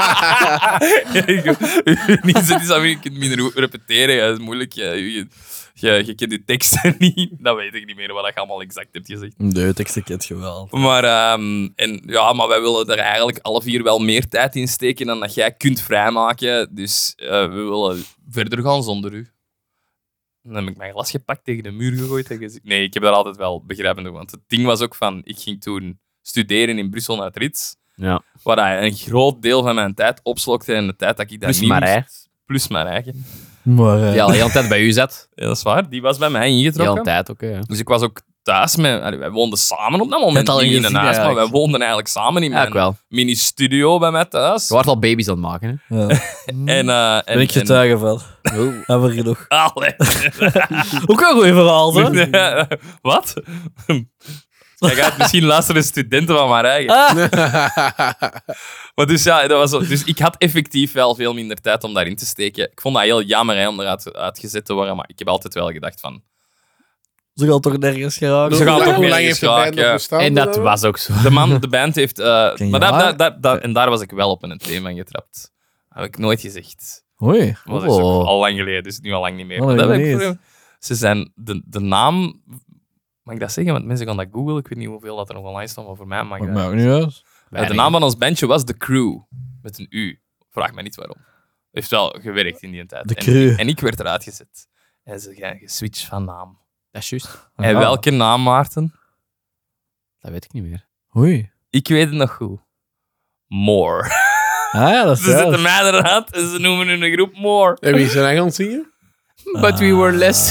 Uw inzet is wat minder. Je kunt minder repeteren. Ja, dat is moeilijk. Je kent je teksten niet. Dat weet ik niet meer wat je allemaal exact hebt gezegd. De teksten kent je wel. Maar, maar wij willen er eigenlijk alle 4 wel meer tijd in steken dan dat jij kunt vrijmaken. Dus we willen verder gaan zonder u. Dan heb ik mijn glas gepakt, tegen de muur gegooid en gezegd... Nee, ik heb dat altijd wel begrijpen doen. Want het ding was ook van... Ik ging toen studeren in Brussel naar Rits. Ja. Waar een groot deel van mijn tijd opslokte. En de tijd dat ik daar Plus niet Marij. moest. Plus mijn eigen. Maar, Die al de hele tijd bij u zat. Ja, dat is waar. Die was bij mij De hele ingetrokken. tijd ook, hè. Dus ik was ook thuis met... Wij woonden samen op dat moment. Net al Niet in gezien, een huis, maar wij eigenlijk. woonden eigenlijk samen in Ja, ik mijn wel. mini-studio bij mij thuis. Je wordt al baby's aan het maken, hè. ja. En Ben ik getuige van. Hebben we genoeg. Allee. Ook een goeie verhaal, hè? Wat? Jij gaat misschien luisteren studenten van mijn eigen. Maar dus ja, dat was zo. Dus ik had effectief wel veel minder tijd om daarin te steken. Ik vond dat heel jammer hè, om eruit uitgezet te worden, maar ik heb altijd wel gedacht van... Ze gaan toch nergens geraken. Ze gaan toch Hoe lang nergens heeft de band geraken. nog bestaan? En dat was ook zo. De band heeft... Ken je maar haar? en daar was ik wel op een thema getrapt. Dat heb ik nooit gezegd. Hoi. Maar dat is ook al lang geleden, dus nu al lang niet meer. Oh, Maar dat ik heb ik weet. voor- Ze zijn de naam... Mag ik dat zeggen? Want mensen gaan dat googlen. Ik weet niet hoeveel dat er nog online staat, maar voor mij mag Maakt dat. mij ook niet uit. De naam van ons bandje was The Crew. Met een U. Vraag me niet waarom. Heeft wel gewerkt in die tijd. The Crew. En ik werd eruit gezet. En ze gaan geswitcht van naam. Dat is juist. En Ah. welke naam, Maarten? Dat weet ik niet meer. Hoi. Ik weet het nog goed. More. Ah ja, dat is Ze zetten juist. mij eruit en ze noemen hun groep More. En wie is er aan het zingen? But we were less.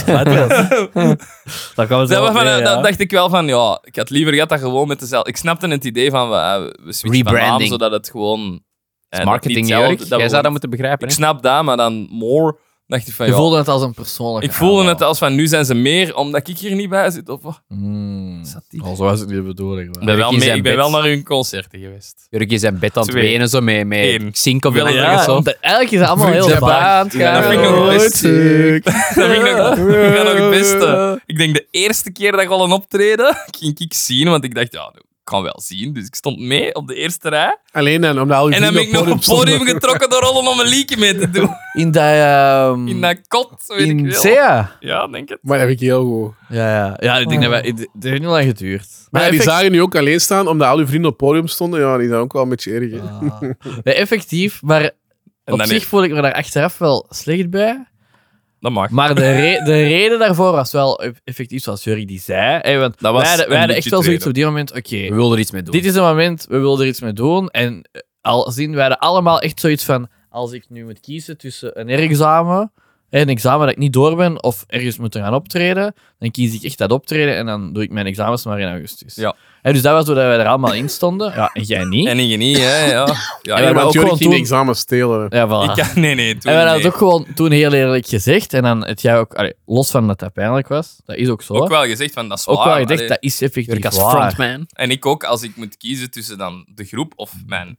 Dat kan we Dat, zo dat dacht ik wel van, ja, ik had liever gehad dat gewoon met dezelfde... Ik snapte het idee van, we switchen van naam, Rebranding. zodat het gewoon... Dat is marketing, Jorik. Jij zou dat moeten begrijpen, Ik hè. snap dat, maar dan More... Dacht ik van, Je ja... voelde het als een persoonlijke Ik voelde aanval. het als van, nu zijn ze meer omdat ik hier niet bij zit. Of wat? Zat die? Oh, zo was het niet de bedoeling. Ik ben wel, in zijn ik ben bed. wel naar hun concerten geweest. Jorik is in bed aan het 2. wenen, zo met Eén. zink of Ja, iets zo. Eigenlijk is het allemaal heel Vrienden vaag. aan het gaan. Dat vind ik nog het beste. Sick. Dat vind ik nog het beste. Ik denk de eerste keer dat ik al een optreden, ging ik zien, want ik dacht, ja, ik kan wel zien. Dus ik stond mee op de eerste rij. Alleen dan, omdat al je En dan ben ik vrienden nog op het podium getrokken door rollen om een liedje mee te doen. In dat... In dat kot, weet ik in veel. Sea. Ja, denk het. Maar dat heb ik heel goed. Ja, ik denk dat wij... Het heeft niet lang geduurd. Maar ja, die effect- zagen nu ook alleen staan, omdat al je vrienden op het podium stonden. Ja, die zijn ook wel een beetje erg. hè. Nee, effectief, maar En op dan zich voel ik me daar achteraf wel slecht bij. Dat mag. Maar de reden daarvoor was wel effectief zoals Jury die zei. Hè, want Dat was wij een hadden echt legit wel zoiets reden. op die moment. Oké, We wilden er iets mee doen. dit is een moment, we willen er iets mee doen. En al zien wij hadden allemaal echt zoiets van, als ik nu moet kiezen tussen een examen, een examen dat ik niet door ben, of ergens moeten gaan optreden, dan kies ik echt dat optreden en dan doe ik mijn examens maar in augustus. Ja. Hè, dus dat was hoe dat wij er allemaal in stonden. Ja, en jij niet. En ik niet, hè. Ja, ja, Ja, ja, maar Want ook Jorik gewoon ging de toen- examen stelen. Ja, voilà. nee, toen En we hadden niet. het ook gewoon toen heel eerlijk gezegd. En dan het jij ook, los van dat dat pijnlijk was, dat is ook zo. Ook wel gezegd van, dat is Ook waar. wel gezegd, Allee. dat is effectief Jorik als waar. frontman. En ik ook, als ik moet kiezen tussen dan de groep of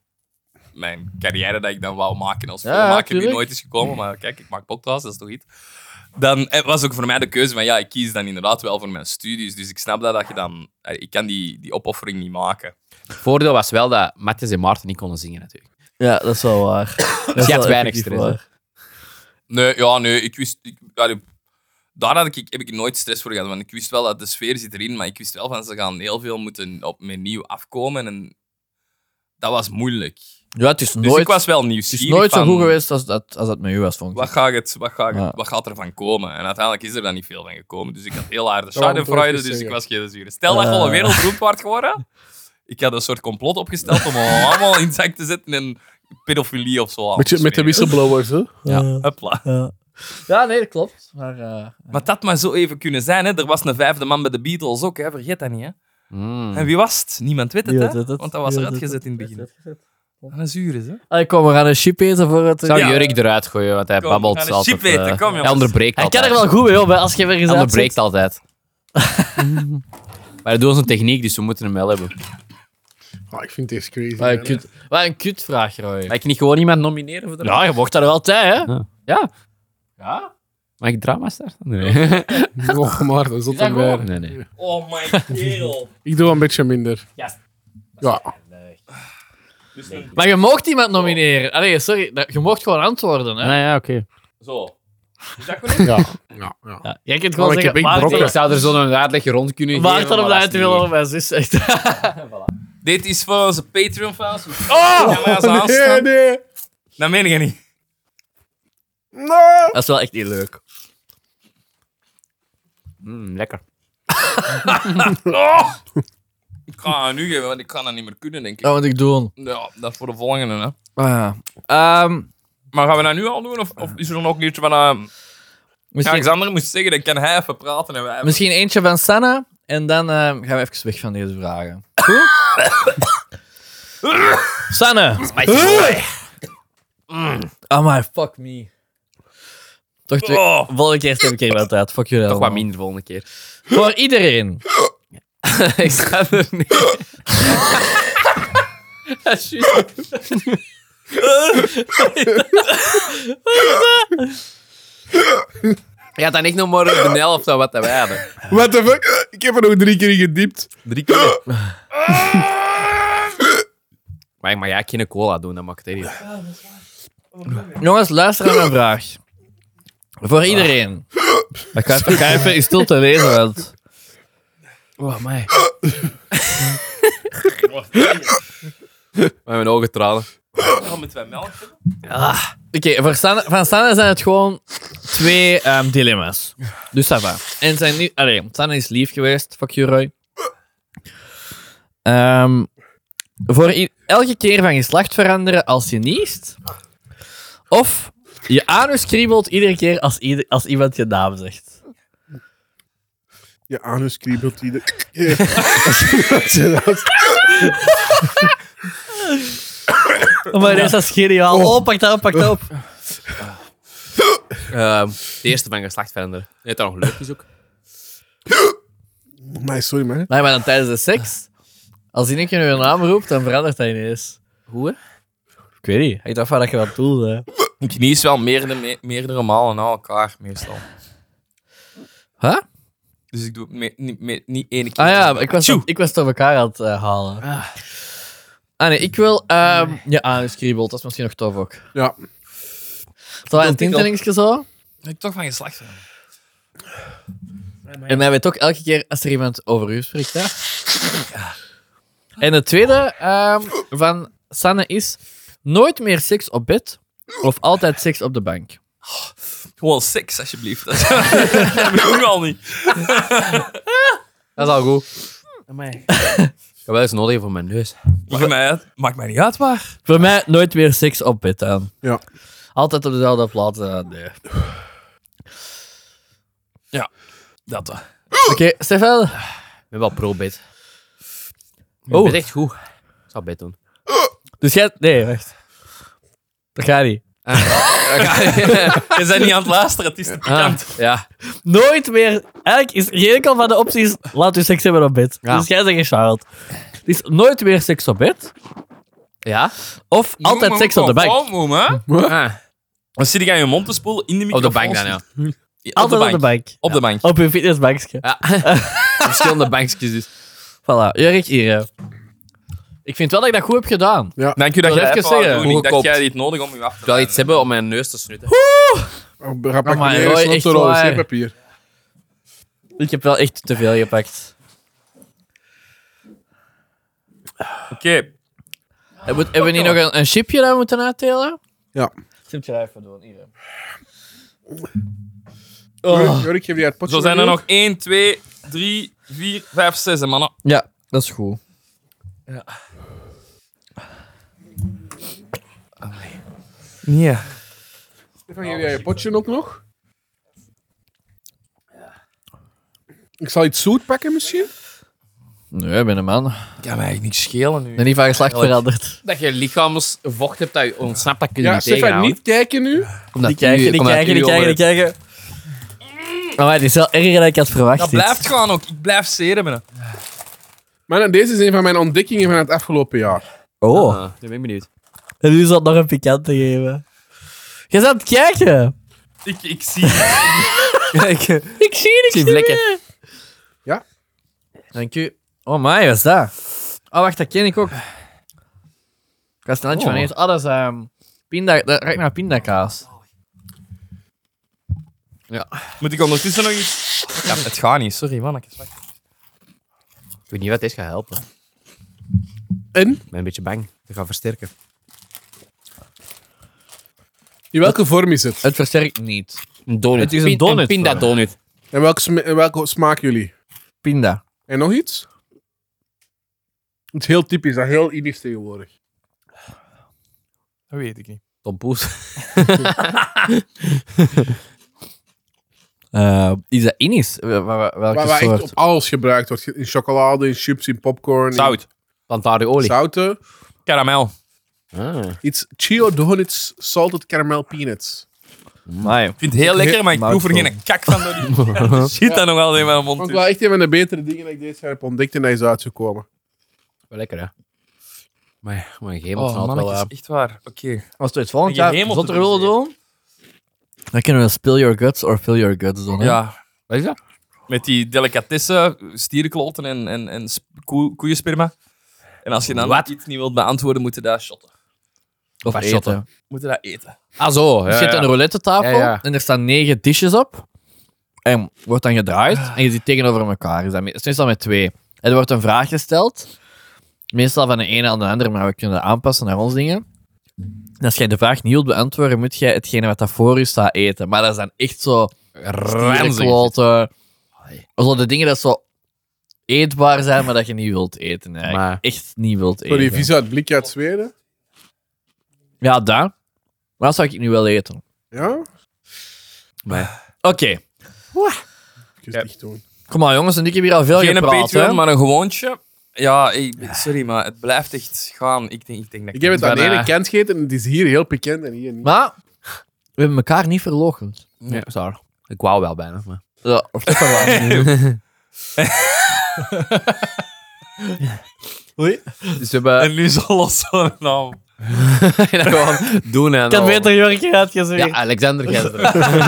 mijn carrière dat ik dan wou maken als Ja, filmmaker die tuurlijk. nooit is gekomen, maar kijk, ik maak podcasts, dat is toch iets. Dan was ook voor mij de keuze van, ja, ik kies dan inderdaad wel voor mijn studies, dus ik snap dat je dan... Ik kan die opoffering niet maken. Het voordeel was wel dat Matthias en Maarten niet konden zingen, natuurlijk. Ja, dat is wel waar. Dat is je had wel weinig effectief stress, hè? waar. Nee, ik wist... Daar heb ik nooit stress voor gehad, want ik wist wel dat de sfeer zit erin, maar ik wist wel van, ze gaan heel veel moeten met nieuw afkomen en dat was moeilijk. Ja, het is Dus nooit, ik was wel het nieuwsgierig is nooit zo van, goed geweest als dat met u was, vond ik. Wat gaat er van komen? En uiteindelijk is er dan niet veel van gekomen. Dus ik had heel harde Dat wou ik schadenfreude, toch dus even ik zeggen. was geen zure. Stel dat je al een wereldberoemd wordt geworden. Ik had een soort complot opgesteld om allemaal in het zak te zetten en pedofilie of zo aan te Met de smeren. whistleblowers, hè? Hopla. Ja, nee, dat klopt. Maar Maar dat maar zo even kunnen zijn. Hè. Er was een 5e man bij de Beatles ook, hè. Vergeet dat niet. Hè. En wie was het? Niemand weet het, Wie hè? weet het? Want dat was Wie eruit weet gezet het? in het begin. Een zuur is, hè? Allee, kom, we gaan een chip eten voor het... Zou Ja. Jurk eruit gooien, want hij Kom, babbelt we gaan een altijd. chip eten, kom, jongens. Hij onderbreekt Hij kan altijd. er wel goed mee op, hè, als je weer eens Hij onderbreekt uitzet. altijd. Maar hij doet onze techniek, dus we moeten hem wel hebben. Ik vind deze crazy. Wat een kutvraag, Roy. Mag ik niet gewoon iemand nomineren voor de Ja, je mocht dat er altijd, hè? Ja. Ja? Mag ik drama starten? Nee. Oh, maar dat is dat dat dan weer. nee, nee. Oh my kerel. Ik doe een beetje minder. Ja. Maar je mocht iemand nomineren. Allee, sorry. Je mocht gewoon antwoorden, hè? Ja, oké. Zo. Is dat goed? Ja. Ja, jij kunt gewoon Oh, ik heb zeggen... echt brokken. Ik zou er zo'n uitleg rond kunnen Waar geven. dan op maar de dat is uit te willen niet- over mijn zus, echt. Dit is voor onze Patreon-fans. Oh! aanstaan. Nee. Dat meen je niet. No! Dat is wel echt niet leuk. Lekker. Ik ga het nu geven, want ik kan dat niet meer kunnen, denk ik. Dat moet ik doen. Ja, dat is voor de volgende, hè. Ehm, Maar gaan we dat nu al doen? Of is er nog een keertje van... misschien, Alexander moest zeggen, dan kan hij even praten en wij... misschien eentje van Sanne. En dan gaan we even weg van deze vragen. Goed? Sanne. Amai, fuck me. Toch twee... Oh. Volgende keer stem ik er wat uit. Fuck jullie Toch wat allemaal. minder volgende keer. Voor iedereen. Ik sta er niet. Je had dan echt nog maar de helft van wat dat wij hadden. What the fuck? Ik heb er nog 3 keer in gediept. 3 keer. Maar ik mag jij geen cola doen, dat mag het niet. Jongens, luister naar mijn vraag. Voor iedereen. Ik ga even in stilte lezen, want... Oh, mij. Mijn ogen tranen. Moeten wij melk hebben? Oké, van Sanne zijn het gewoon 2 dilemma's. Dus ça va. En zijn niet... Allee, Sanne is lief geweest. Fuck you, Roy. Voor elke keer van geslacht veranderen als je niest. Of je anus kriebelt iedere keer als iemand je naam zegt. Je anus kriebelt ieder... Oh, maar deze is geniaal. Oh, pak dat op, pak dat op. De eerste van geslacht veranderen. Je hebt dat nog leuk is ook. Maar sorry, man. Nee, maar dan tijdens de seks, als iemand je naam roept, dan verandert dat ineens. Hoe? Ik weet niet. Ik dacht van dat je dat doet, hè. Ik nies wel meerdere malen na elkaar, meestal. Huh? Dus ik doe het niet één keer. Ah ja, ik was door elkaar aan het halen. Ah nee, ik wil je anus kriebelt. Dat is misschien nog tof ook. Ja. Zo een tintelingetje zo. Ik heb toch van geslacht veranderd. En mij weet ook elke keer als er iemand over u spreekt. Hè? En de tweede van Sanne is nooit meer seks op bed of altijd seks op de bank. Gewoon seks, alsjeblieft. Dat heb ik ook al niet. Dat is al goed. Ik heb wel eens nodig voor mijn neus. Maakt mij niet uit waar. Voor mij nooit meer seks op bed aan. Ja. Altijd op dezelfde plaats. Nee. Dat wel. Oké, Stefan. Ik ben wel pro-bed. Oh. Ik ben echt goed. Ik zou bed doen. Dus jij... Nee, wacht. Dat gaat niet. Je bent niet aan het luisteren, het is te pikant. Ja. Nooit meer... Eigenlijk is geen enkel van de opties... Laat u seks hebben op bed. Ja. Dus jij zegt Charlotte. Het is nooit meer seks op bed. Ja? Of altijd seks op de bank. Ah. Dan zit ik aan je mond te spoelen in de Op microfoon. de bank dan, ja. Altijd op de bank. Op de bank. Op uw fitnessbankje. Ja. Verschillende bankjes dus. Voilà. Jurk, hier. Ik vind wel dat ik dat goed heb gedaan. Dank u dat wil jij even even wou zeggen, doen. Ik dacht goedkoopt. jij dit nodig om je af te Ik wil iets hebben om mijn neus te snutten. Ga pakken maar neer, Roy, snot echt de roze waar. papier. Ik heb wel echt te veel gepakt. Oké. Hebben we niet nog een chipje dat we moeten uitdelen? Ja. Chipje daar even doen. Hier. Jurk, geef je het potje. Zo zijn er nog 1, 2, 3, 4, 5, 6, mannen. Ja, dat is goed. Nee. Stefan, geef jij je potje ook nog? Ik zal iets zoet pakken misschien. Nee, ik ben een man. Ik Kan mij eigenlijk niks schelen nu. ben niet van geslacht veranderd. Dat je lichaamsvocht hebt dat je ontsnapt, dat kun je Ja, niet Stefan, tegenhouden. niet kijken nu. Omdat Die kijken. Maar het is wel erger dan ik had verwacht. Dat dit. blijft gewoon ook. Ik blijf zeren met Maar deze is een van mijn ontdekkingen van het afgelopen jaar. Oh, Ah, ik ben benieuwd. en nu is dat nog een pikant te geven. Je zat aan het kijken. Ik zie... Ik zie vlekken. Ja. Dank u. Oh my, wat is dat? Oh, wacht, dat ken ik ook. Ik was een handje van eens. Oh, dat is pinda... Dat ruikt naar pindakaas. Moet ik ondertussen nog iets... Ja, het gaat niet. Sorry, mannetjes. Wacht. Ik weet niet wat deze gaat helpen. En? Ik ben een beetje bang. Dat gaat versterken. In welke vorm is het? Het versterkt niet. Een donut. Het is een donut, Een pinda voor donut. En welke smaak jullie? Pinda. En nog iets? Het is heel typisch, dat heel Indisch tegenwoordig. Dat weet ik niet. Tompoes. Is dat Innis? Welke Waar echt soort? op alles gebruikt wordt. In chocolade, in chips, in popcorn. Zout. Plantaardige olie. Zouten. Karamel. Ah. Iets Chio Donuts Salted Caramel Peanuts. Amai. Ik vind het heel lekker, maar ik proef er Mouthful. geen kak van door die shit dat nog altijd in mijn mond Vond ik is. wel echt een van de betere dingen dat ik deze jaar heb ontdekt en dat is uitgekomen. Wel lekker, hè? Maar een gemel Oh, van man, wel... echt waar. Oké. Als we het volgend Je jaar hemel zotter te willen doen, dan kunnen we Spill Your Guts or Fill Your Guts doen. Hè? Ja, Wat is dat? met die delicatessen, stierenkloten en koeiensperma. En als je dan iets niet wilt beantwoorden, moet je dat shotten. Of Wat eten. shotten? Moet je dat eten. Ah, zo. Dus je hebt een roulette tafel Ja, ja. en er staan 9 dishes op. En wordt dan gedraaid en je zit tegenover elkaar. Dus dat is meestal met 2. En er wordt een vraag gesteld. Meestal van de ene aan de andere, maar we kunnen dat aanpassen naar ons dingen. En als jij de vraag niet wilt beantwoorden, moet jij hetgene wat dat voor je staat eten. Maar dat is dan echt zo stierenkloten. Zo de dingen dat zo eetbaar zijn, maar dat je niet wilt eten. Eigenlijk. Maar- Echt niet wilt eten. Voor die vis uit het blikje uit Zweden. Ja, dat. Maar dat zou ik nu wel eten. Ja? Oké. Ik het echt doen. Kom maar jongens, en ik heb hier al veel Geen gepraat. Patreon, hè. maar een gewoontje. Ja, sorry, maar het blijft echt gaan. Ik denk dat Ik heb het aan de ben, ene kant gegeten en het is hier heel bekend en hier niet. Maar we hebben elkaar niet verloochend. Ja, sorry. Ik wou wel bijna, maar... Ja, of toch wel. Oei. Dus we hebben... En nu zal los zo'n naam. dat gewoon doen en Ik had al. beter Jorge uitgezegd. Ja, Alexander Gensler.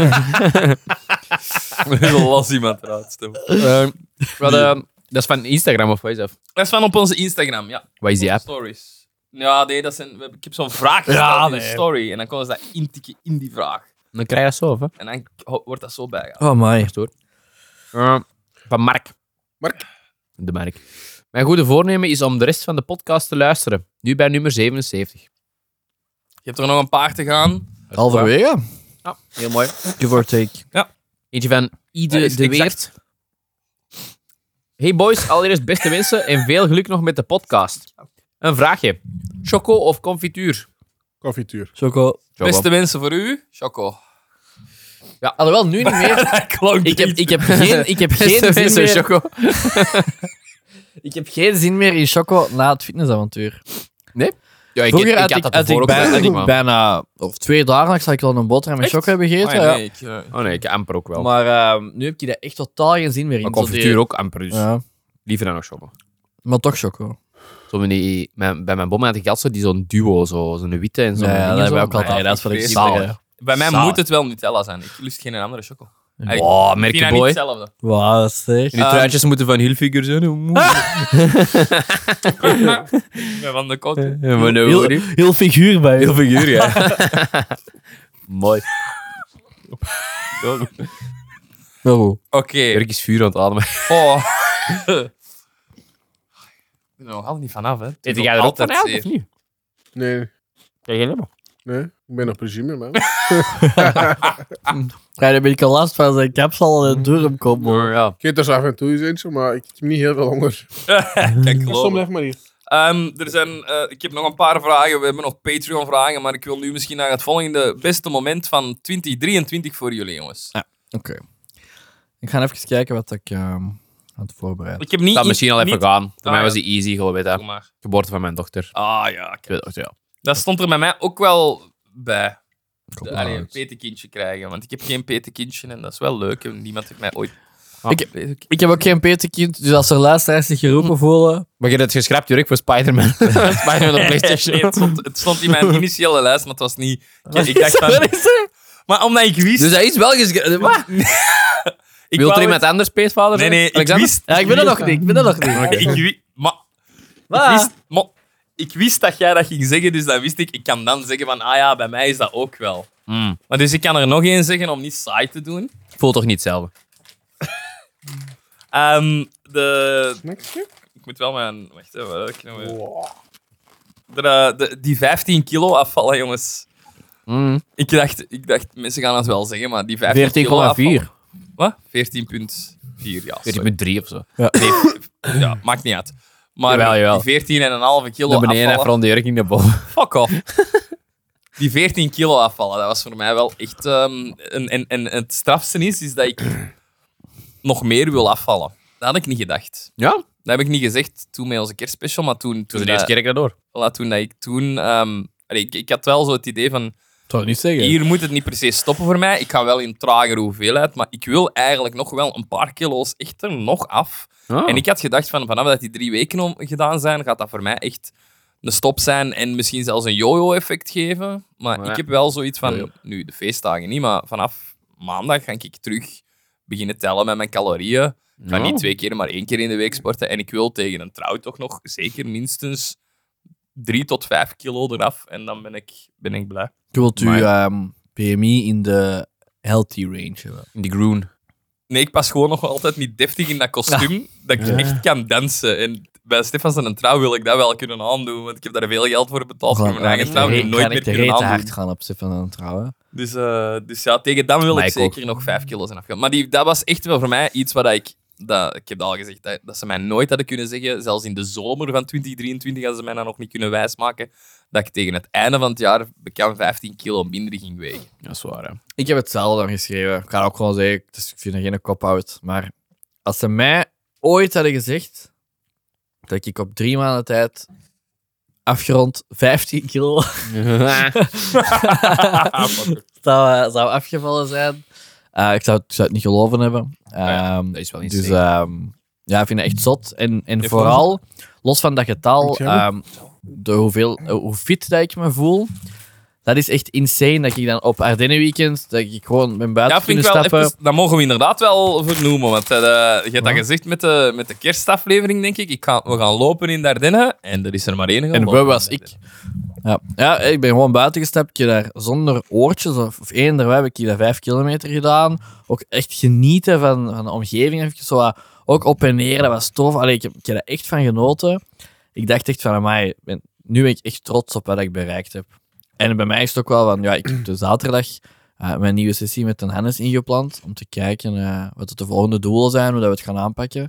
Nu zal los iemand eruit stemmen. Dat is van Instagram of wat is dat? Dat is van op onze Instagram, ja. Wat is die app? Stories. Ja, nee, dat zijn, ik heb zo'n vraag gesteld Ja, in de nee. story. En dan konden ze dat intikken in die vraag. Dan krijg je dat zo, of? Hè? En dan wordt dat zo bijgehaald. Oh my. Van Mark. Mark. De Mark. Mijn goede voornemen is om de rest van de podcast te luisteren. Nu bij nummer 77. Je hebt er nog een paar te gaan. Halverwege. Ja, heel mooi. Give or take. Eentje van Ide is de exact. Weert. Hey boys, allereerst beste wensen en veel geluk nog met de podcast. Een vraagje. Choco of confituur? Confituur. Choco. Beste wensen voor u, Choco. Ja, alhoewel nu niet meer. Dat klonk Ik heb niet. geen zin meer. Choco. Ik heb geen zin meer in choco na het fitnessavontuur. Ja, Vroeger had dat ik ervoor ook wel, maar- bijna of 2 dagen zal ik wel een boterham met Echt? choco hebben gegeten. Ah, ja. nee, ik, Oh nee, ik amper ook wel. Maar nu heb ik daar echt totaal geen zin meer in. Maar Zo confituur die- ook amper, dus Ja, liever dan nog choco. maar toch choco. Zo bij mijn bom had ik altijd zo'n duo, zo'n witte en zo'n Ja, dingen dat hebben we zo. ook altijd. Ja, Dat is wat ik zalig. zeg. bij mij Zalig. moet het wel Nutella zijn. Ik lust geen andere Choco. Oh, Ik merk vind je dat niet boy. hetzelfde. Wauw, zeg. En die truitjes moeten van Hilfiger zijn. Hoe moe. Ja, van de kot. Ja, maar nou, hoor je. Heel figuur bij je. Hilfiger, ja. Mooi. Oh. Oké. Jurk is vuur aan het ademen. Oh. Ik ben er nog altijd niet vanaf, hè. Het is Eet jij er ook van altijd uit, of zeer. niet? Nee, Ja, helemaal. nee. Ik ben nog regime, man. Ja, dan ben ik al last van zijn kapsel en een durumcombo. Maar ja. Ik eet er zo af en toe eens eentje, maar ik heb niet heel veel honger. Kijk, Stom, geloof blijf maar hier. er zijn, ik heb nog een paar vragen. We hebben nog Patreon-vragen, maar ik wil nu misschien naar het volgende beste moment van 2023 voor jullie, jongens. Oké. Ik ga even kijken wat aan het voorbereiden. Ik heb niet... Dat misschien al even niet- gaan. Voor mij ja. was die easy, gewoon weet je. Doe maar. Geboorte van mijn dochter. Ah ja, Ik weet het, ja. dat stond er bij mij ook wel bij. Kom Allee, een uit. petekindje krijgen. Want ik heb geen petekindje en dat is wel leuk. En niemand heeft mij ooit... Ik heb ook geen petekind, dus als er luisteraars zich geroepen voelen... Maar je hebt het geschrapt, Jurk, voor Spider-Man. Spider-Man op PlayStation. Nee, het stond in mijn initiële lijst, maar het was niet... Ik dacht van... Wat is er? Maar omdat ik wist... Dus dat is wel geschrapt. Wat? ik Wilt er wou iemand anders spacevader Nee, zijn? nee, ik Alexander? wist... Ja, ik ben er nog niet. Ik wist dat jij dat ging zeggen, dus dan wist ik kan dan zeggen van, ah ja, bij mij is dat ook wel. Maar dus ik kan er nog één zeggen om niet saai te doen. Voelt toch niet hetzelfde? Ik moet wel mijn... Wacht even. Die 15 kilo afvallen, jongens. Ik dacht, mensen gaan het wel zeggen, maar die 15 kilo 14,4. afvallen... Wat? 14,4, ja. 14,3 of zo. Nee, ja, maakt niet uit. Maar Jawel. die 14,5 kilo Naar beneden en afvallen... van de Jurk naar boven. Fuck off. Die 14 kilo afvallen, dat was voor mij wel echt... En het strafste is dat ik nog meer wil afvallen. Dat had ik niet gedacht. Ja? Dat heb ik niet gezegd toen met onze kerstspecial, maar toen... Toen de eerste keer ik dat door. Ik had wel zo het idee van... Zou ik niet zeggen. Hier moet het niet per se stoppen voor mij. Ik ga wel in tragere hoeveelheid, maar ik wil eigenlijk nog wel een paar kilo's echt er nog af. Oh. En ik had gedacht van vanaf dat die 3 weken gedaan zijn, gaat dat voor mij echt een stop zijn en misschien zelfs een yo-yo-effect geven. Maar Ja. ik heb wel zoiets van, Yo-yo. nu de feestdagen niet, maar vanaf maandag ga ik terug beginnen tellen met mijn calorieën. Ik ga Ja. niet 2 keer, maar 1 keer in de week sporten. En ik wil tegen een trouw toch nog zeker minstens 3 tot 5 kilo eraf. En dan ben ik blij. Je wilt Maar- uw PMI in de healthy range hebben. In die groen. Nee, ik pas gewoon nog altijd niet deftig in dat kostuum, dat ik echt kan dansen. En bij Stefan zijn trouw wil ik dat wel kunnen aandoen, want ik heb daar veel geld voor betaald voor mijn eigen trouw. En nooit meer kunnen hard aandoen. gaan op Stefan aan het trouwen. Dus ja, tegen dan wil Maar ik ik ook. zeker nog 5 kilo's afgaan. Maar dat was echt wel voor mij iets wat ik heb al gezegd, dat ze mij nooit hadden kunnen zeggen, zelfs in de zomer van 2023 hadden ze mij dat nog niet kunnen wijsmaken, dat ik tegen het einde van het jaar bekend 15 kilo minder ging wegen. Dat is waar, hè. Ik heb hetzelfde dan geschreven. Ik ga ook gewoon zeggen, dus ik vind er geen kop-out. Maar als ze mij ooit hadden gezegd dat ik op 3 maanden tijd afgerond 15 kilo zou afgevallen zijn, ik zou het niet geloven hebben. Dat is wel Dus insane. ja, ik vind het echt zot. En vooral, los van dat getal, hoe fit dat ik me voel, dat is echt insane. Dat ik dan op Ardennenweekend, dat ik gewoon ben buiten Ja, vind ik kunnen wel stappen. even, dat mogen we inderdaad wel vernoemen. Want je hebt dat gezegd met de kerstaflevering, denk ik. We gaan lopen in de Ardennen. En er is er maar één gaan En lopen we was in de ik. Ja, ik ben gewoon buiten gestapt. Ik heb daar zonder oortjes of eender heb ik hier 5 kilometer gedaan. Ook echt genieten van de omgeving. Even zo wat, ook op en neer, dat was tof. Allee, ik heb er echt van genoten. Ik dacht echt van, amai, nu ben ik echt trots op wat ik bereikt heb. En bij mij is het ook wel van, ja, ik heb de zaterdag mijn nieuwe sessie met een Hannes ingepland. Om te kijken wat de volgende doelen zijn, hoe dat we het gaan aanpakken.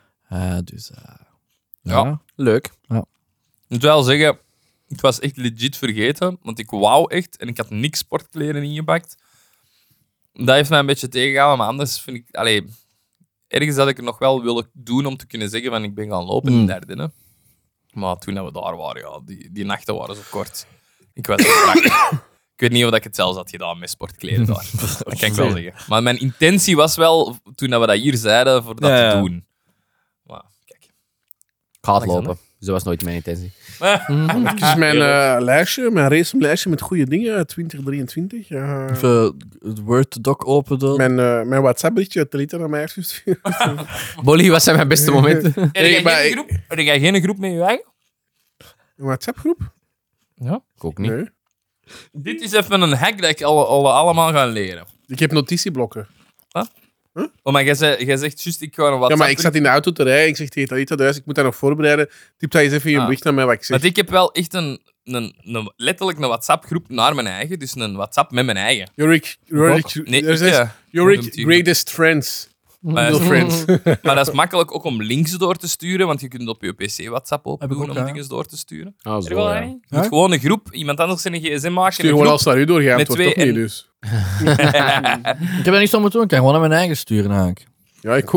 Ja. Leuk. Ik moet wel zeggen, ik was echt legit vergeten. Want ik wou echt, en ik had niks sportkleren ingepakt. Dat heeft mij een beetje tegengehouden. Maar anders vind ik... ergens dat ik het nog wel willen doen om te kunnen zeggen van ik ben gaan lopen in de Ardennen. Maar toen we daar waren, ja, die nachten waren zo kort. Ik was zo brak. Ik weet niet of ik het zelfs had gedaan met sportkleren daar. Dat kan ik wel zeggen. Maar mijn intentie was wel, toen we dat hier zeiden, voor dat te doen. Maar kijk. Ik ga het Alexander? lopen. Dus dat was nooit mijn intentie. Even mijn lijstje, mijn race-lijstje met goede dingen uit 2023. Even het Word-doc open doen. Mijn WhatsApp-berichtje uit de liter naar mij heeft gestuurd. Bolly, wat zijn mijn beste momenten? Heb jij geen groep met je eigen? Een WhatsApp-groep? Ja. Ik ook niet. Nee. Dit is even een hack dat ik allemaal ga leren. Ik heb notitieblokken. Oh, maar jij zegt juist, ik ga een WhatsApp. Ja, maar ik zat in de auto te rijden. Ik zeg tegen Talita thuis, ik moet dat nog voorbereiden. Typ dat eens even je bericht naar mij wat ik zeg. Want ik heb wel echt letterlijk een WhatsApp-groep naar mijn eigen. Dus een WhatsApp met mijn eigen. Jorik, Nee, er ik, is Jorik, noemt hij. greatest friends. Maar, Real friends. maar dat is makkelijk ook om links door te sturen, want je kunt op je PC WhatsApp open Heb ik doen ook, om ja. dingen door te sturen. Oh, Heb zo, je wel ja. een? Je moet gewoon een groep, iemand anders in een gsm maken. Stuur een gewoon groep. als naar u doorgaan. met Het wordt twee toch niet, en- dus. Ik heb dat niet zo moeten doen. Ik kan gewoon naar mijn eigen sturen eigenlijk. Ja, ik ook.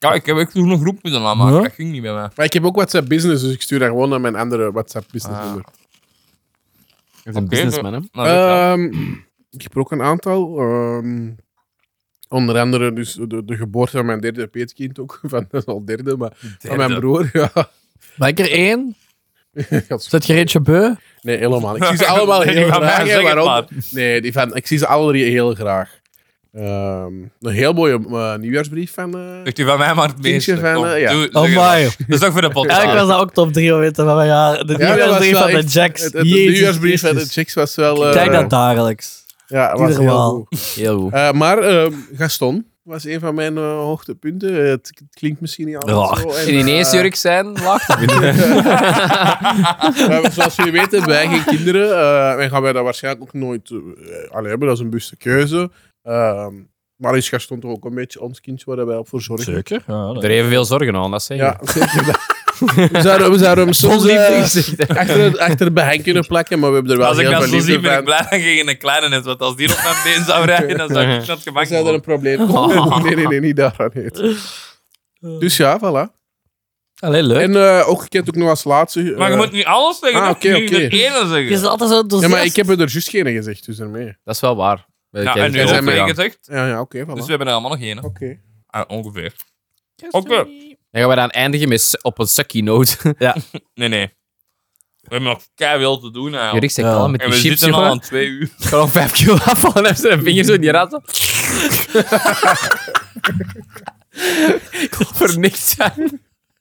Ja, ik heb ook toen een groep moeten aanmaken. Ja? Dat ging niet bij mij. Maar ik heb ook WhatsApp Business, dus ik stuur daar gewoon naar mijn andere WhatsApp Business nummer. Dat is een businessman, hè? Nou, dat ja. Ik heb er ook een aantal. Onder andere dus de geboorte van mijn derde peetkind ook. Van, dat is al derde, maar van mijn broer. Ja. Mag ik er één? Dat is- Zet je eentje beu? Nee, helemaal. Ik zie ze allemaal Nee, die heel van mij, graag. hè, zeg het waarom? maar. Nee, ik zie ze alle drie heel graag. Een heel mooie nieuwjaarsbrief van... Zegt u van mij maar het meeste. Kindje van, Kom, ja. doe- Oh zeg het my. maar. Dat is ook voor de podcast. Eigenlijk was dat ook top 3 weten van mijn jaar. De Ja, dat was nieuwjaarsbrief wel van de echt- Jacks. Het Jezus nieuwjaarsbrief van de Christus. Chicks was wel... Kijk dat dagelijks. Ja, was Iedere heel maal. goed. Heel goed. Maar Gaston was een van mijn hoogtepunten. Het klinkt misschien niet altijd Ja. zo. En ineens Jurk zijn laag te vinden. Zoals jullie weten hebben wij geen kinderen. En gaan wij dat waarschijnlijk ook nooit hebben. Dat is een bewuste keuze. Maar is Gaston toch ook een beetje ons kindje waar wij op voor zorgen. Zeker. Ja, Er evenveel zorgen aan, dat zeg je. Ja, zeker. We zouden hem soms achter bij hen kunnen plakken, maar we hebben er wel Als ik heel dat veel zo liefde zie, ben ik van. blij dat je geen kleine hebt. Want als die op naar been zou rijden, dan zou ik niet naar het We gemak zouden een worden. probleem. Nee, niet daaraan heet. Dus ja, voilà. Allee, leuk. En ook, ik heb het ook nog als laatste... Maar je moet niet alles zeggen. Ah, toch? oké, Je moet oké. er ene Je zeggen. is altijd zo ja, enthousiast. maar ik heb er juist geen gezegd, dus ermee. Dat is wel waar. Ja, en nu zijn ook wij- twee gezegd. Ja, oké, voilà. Dus we hebben er allemaal nog één. Oké. Ongeveer. Oké. Dan gaan we dan eindigen met op een sucky note. Nee. We hebben nog keiveel te doen eigenlijk. Jurk zegt Ja. al met En die we chips, zitten al jongen. aan 2 uur. Ik ga nog 5 kilo afvallen en heb zijn vingers zo in die rat. zo. Ik wil er niks aan.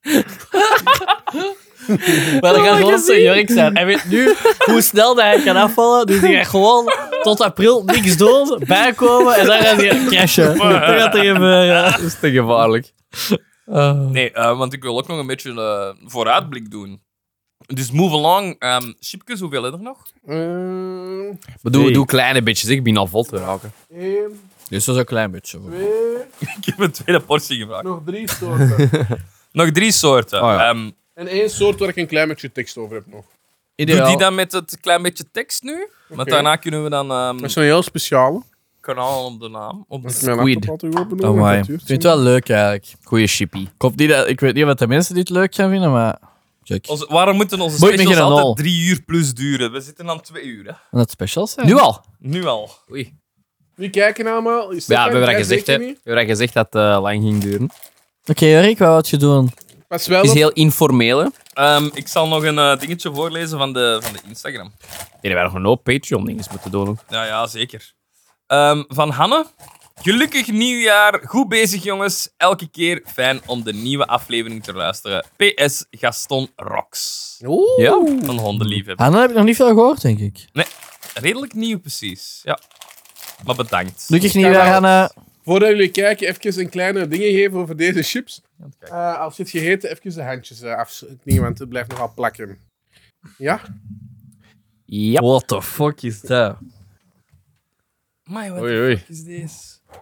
Maar dat gaat gewoon zo Jurk zijn. Hij weet nu hoe snel dat hij kan afvallen. Dus die gaat gewoon tot april niks doen, bijkomen en dan gaat hij crashen. Dan gaat hij gebeuren. Dat is te gevaarlijk. Nee, want ik wil ook nog een beetje een vooruitblik doen. Dus move along. Chipkes, hoeveel heb je er nog? Maar doe kleine bitches, ik ben al vol te raken. 1, Dus dat is een klein beetje. 2, Ik heb een tweede portie gevraagd. nog 3 soorten. Nog 3 soorten. Oh ja. En 1 soort waar ik een klein beetje tekst over heb nog. Doe die dan met het klein beetje tekst nu? Want Oké. daarna kunnen we dan Dat is een heel speciale. kanaal op de naam. Op Dat ik de... mijn Squid. laptop altijd open doe, Oh want my. dat Ik duurt vind zo. het wel leuk eigenlijk. Goeie chippy. Ik weet niet wat de mensen dit leuk gaan vinden, maar... Check. Waarom moeten onze Boeit me specials geen altijd nul. 3 uur plus duren? We zitten aan 2 uur. Hè? En dat specials zijn. Nu al? Nu al. Oei. Wie kijken allemaal? Is Ja, Stefan, we hebben dat jij gezegd, hè. zeker We niet? hebben dat gezegd dat het lang ging duren. Oké, Jurk, wat wil je doen? Pas wel Het is op. heel informeel, hè. Ik zal nog een dingetje voorlezen van de Instagram. Nee, wij nog een hoop Patreon-dingen moeten doen. Ook. Ja, zeker. Van Hanne. Gelukkig nieuwjaar. Goed bezig, jongens. Elke keer fijn om de nieuwe aflevering te luisteren. PS Gaston Rocks. Oeh. Ja? Een hondenliefhebber. Hanna heb ik nog niet veel gehoord, denk ik. Redelijk nieuw, precies. Ja. Maar bedankt. Gelukkig niet weer, Hanna. Voordat jullie kijken, even een kleine dingen geven over deze chips. Als je het gegeten, even de handjes afsnikken, want het blijft nogal plakken. Ja? Ja. What the fuck is dat? Amai, wat Oei, oei. is deze?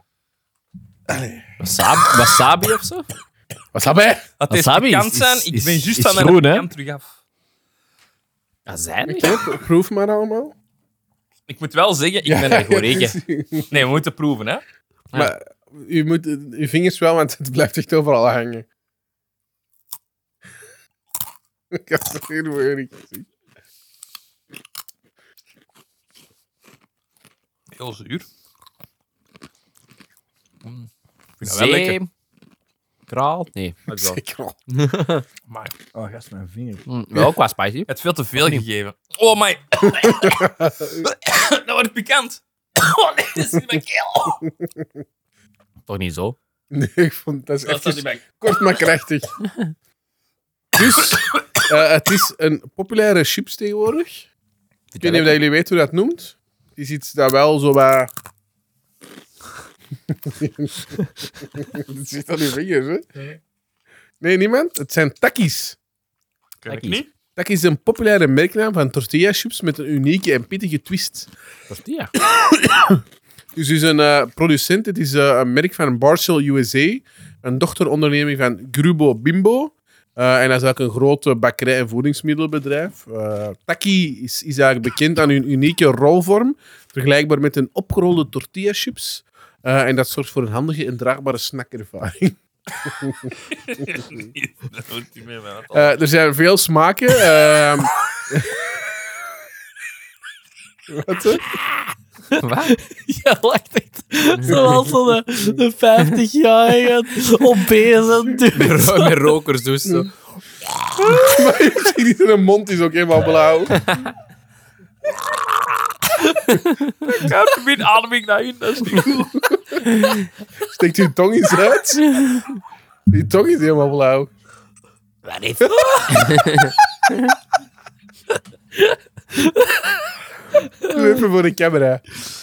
Wasabi of zo? Wat is bij? Het is Wasabi pikant is- zijn. is- Ik ben is juist aan groen, mijn hè? pikant terug af. Azijn? Oké, proef maar allemaal. Ik moet wel zeggen, ik ben er goed reken. Nee, we moeten proeven, hè. Maar u moet uw vingers wel, want het blijft echt overal hangen. Ik had het heel moeilijk gezien. Heel zuur. Ik vind dat wel lekker. Zee. Kraal? Nee, dat is wel. Zeker wel. Maar Oh, gast, mijn vinger. Wel qua spicy. het is veel te veel gegeven. Oh my. Dat wordt pikant. Oh nee, dat is in mijn keel. Toch niet zo? Nee, ik vond dat is Dat staat in even mijn... kort maar krachtig. Dus, het is een populaire chips tegenwoordig. Ik weet niet of dat jullie weten hoe dat noemt. Het is iets dat wel zo wat... Het zit aan uw vingers, hè? Nee, niemand? Het zijn takis. Ken ik Takkies. niet. Takis is een populaire merknaam van tortilla chips met een unieke en pittige twist. Tortilla. Dus het is een producent. Het is een merk van Barcel USA. Een dochteronderneming van Grubo Bimbo. En dat is ook een grote bakkerij- en voedingsmiddelenbedrijf. Taki is eigenlijk bekend aan hun unieke rolvorm. Vergelijkbaar met een opgerolde tortilla chips. En dat zorgt voor een handige en draagbare snackervaring. Dat hoort niet meer bij. Er zijn veel smaken. Wat? Wat? Ja, lacht echt. Zoals de 50-jarige obese dude. Met rokers dus zo. Maar je ziet niet, zijn mond is ook helemaal blauw. Ik heb mijn ademing naar in, dat is niet goed. Steekt je tong eens uit. Die tong is helemaal blauw. Wat is Doe even voor de camera.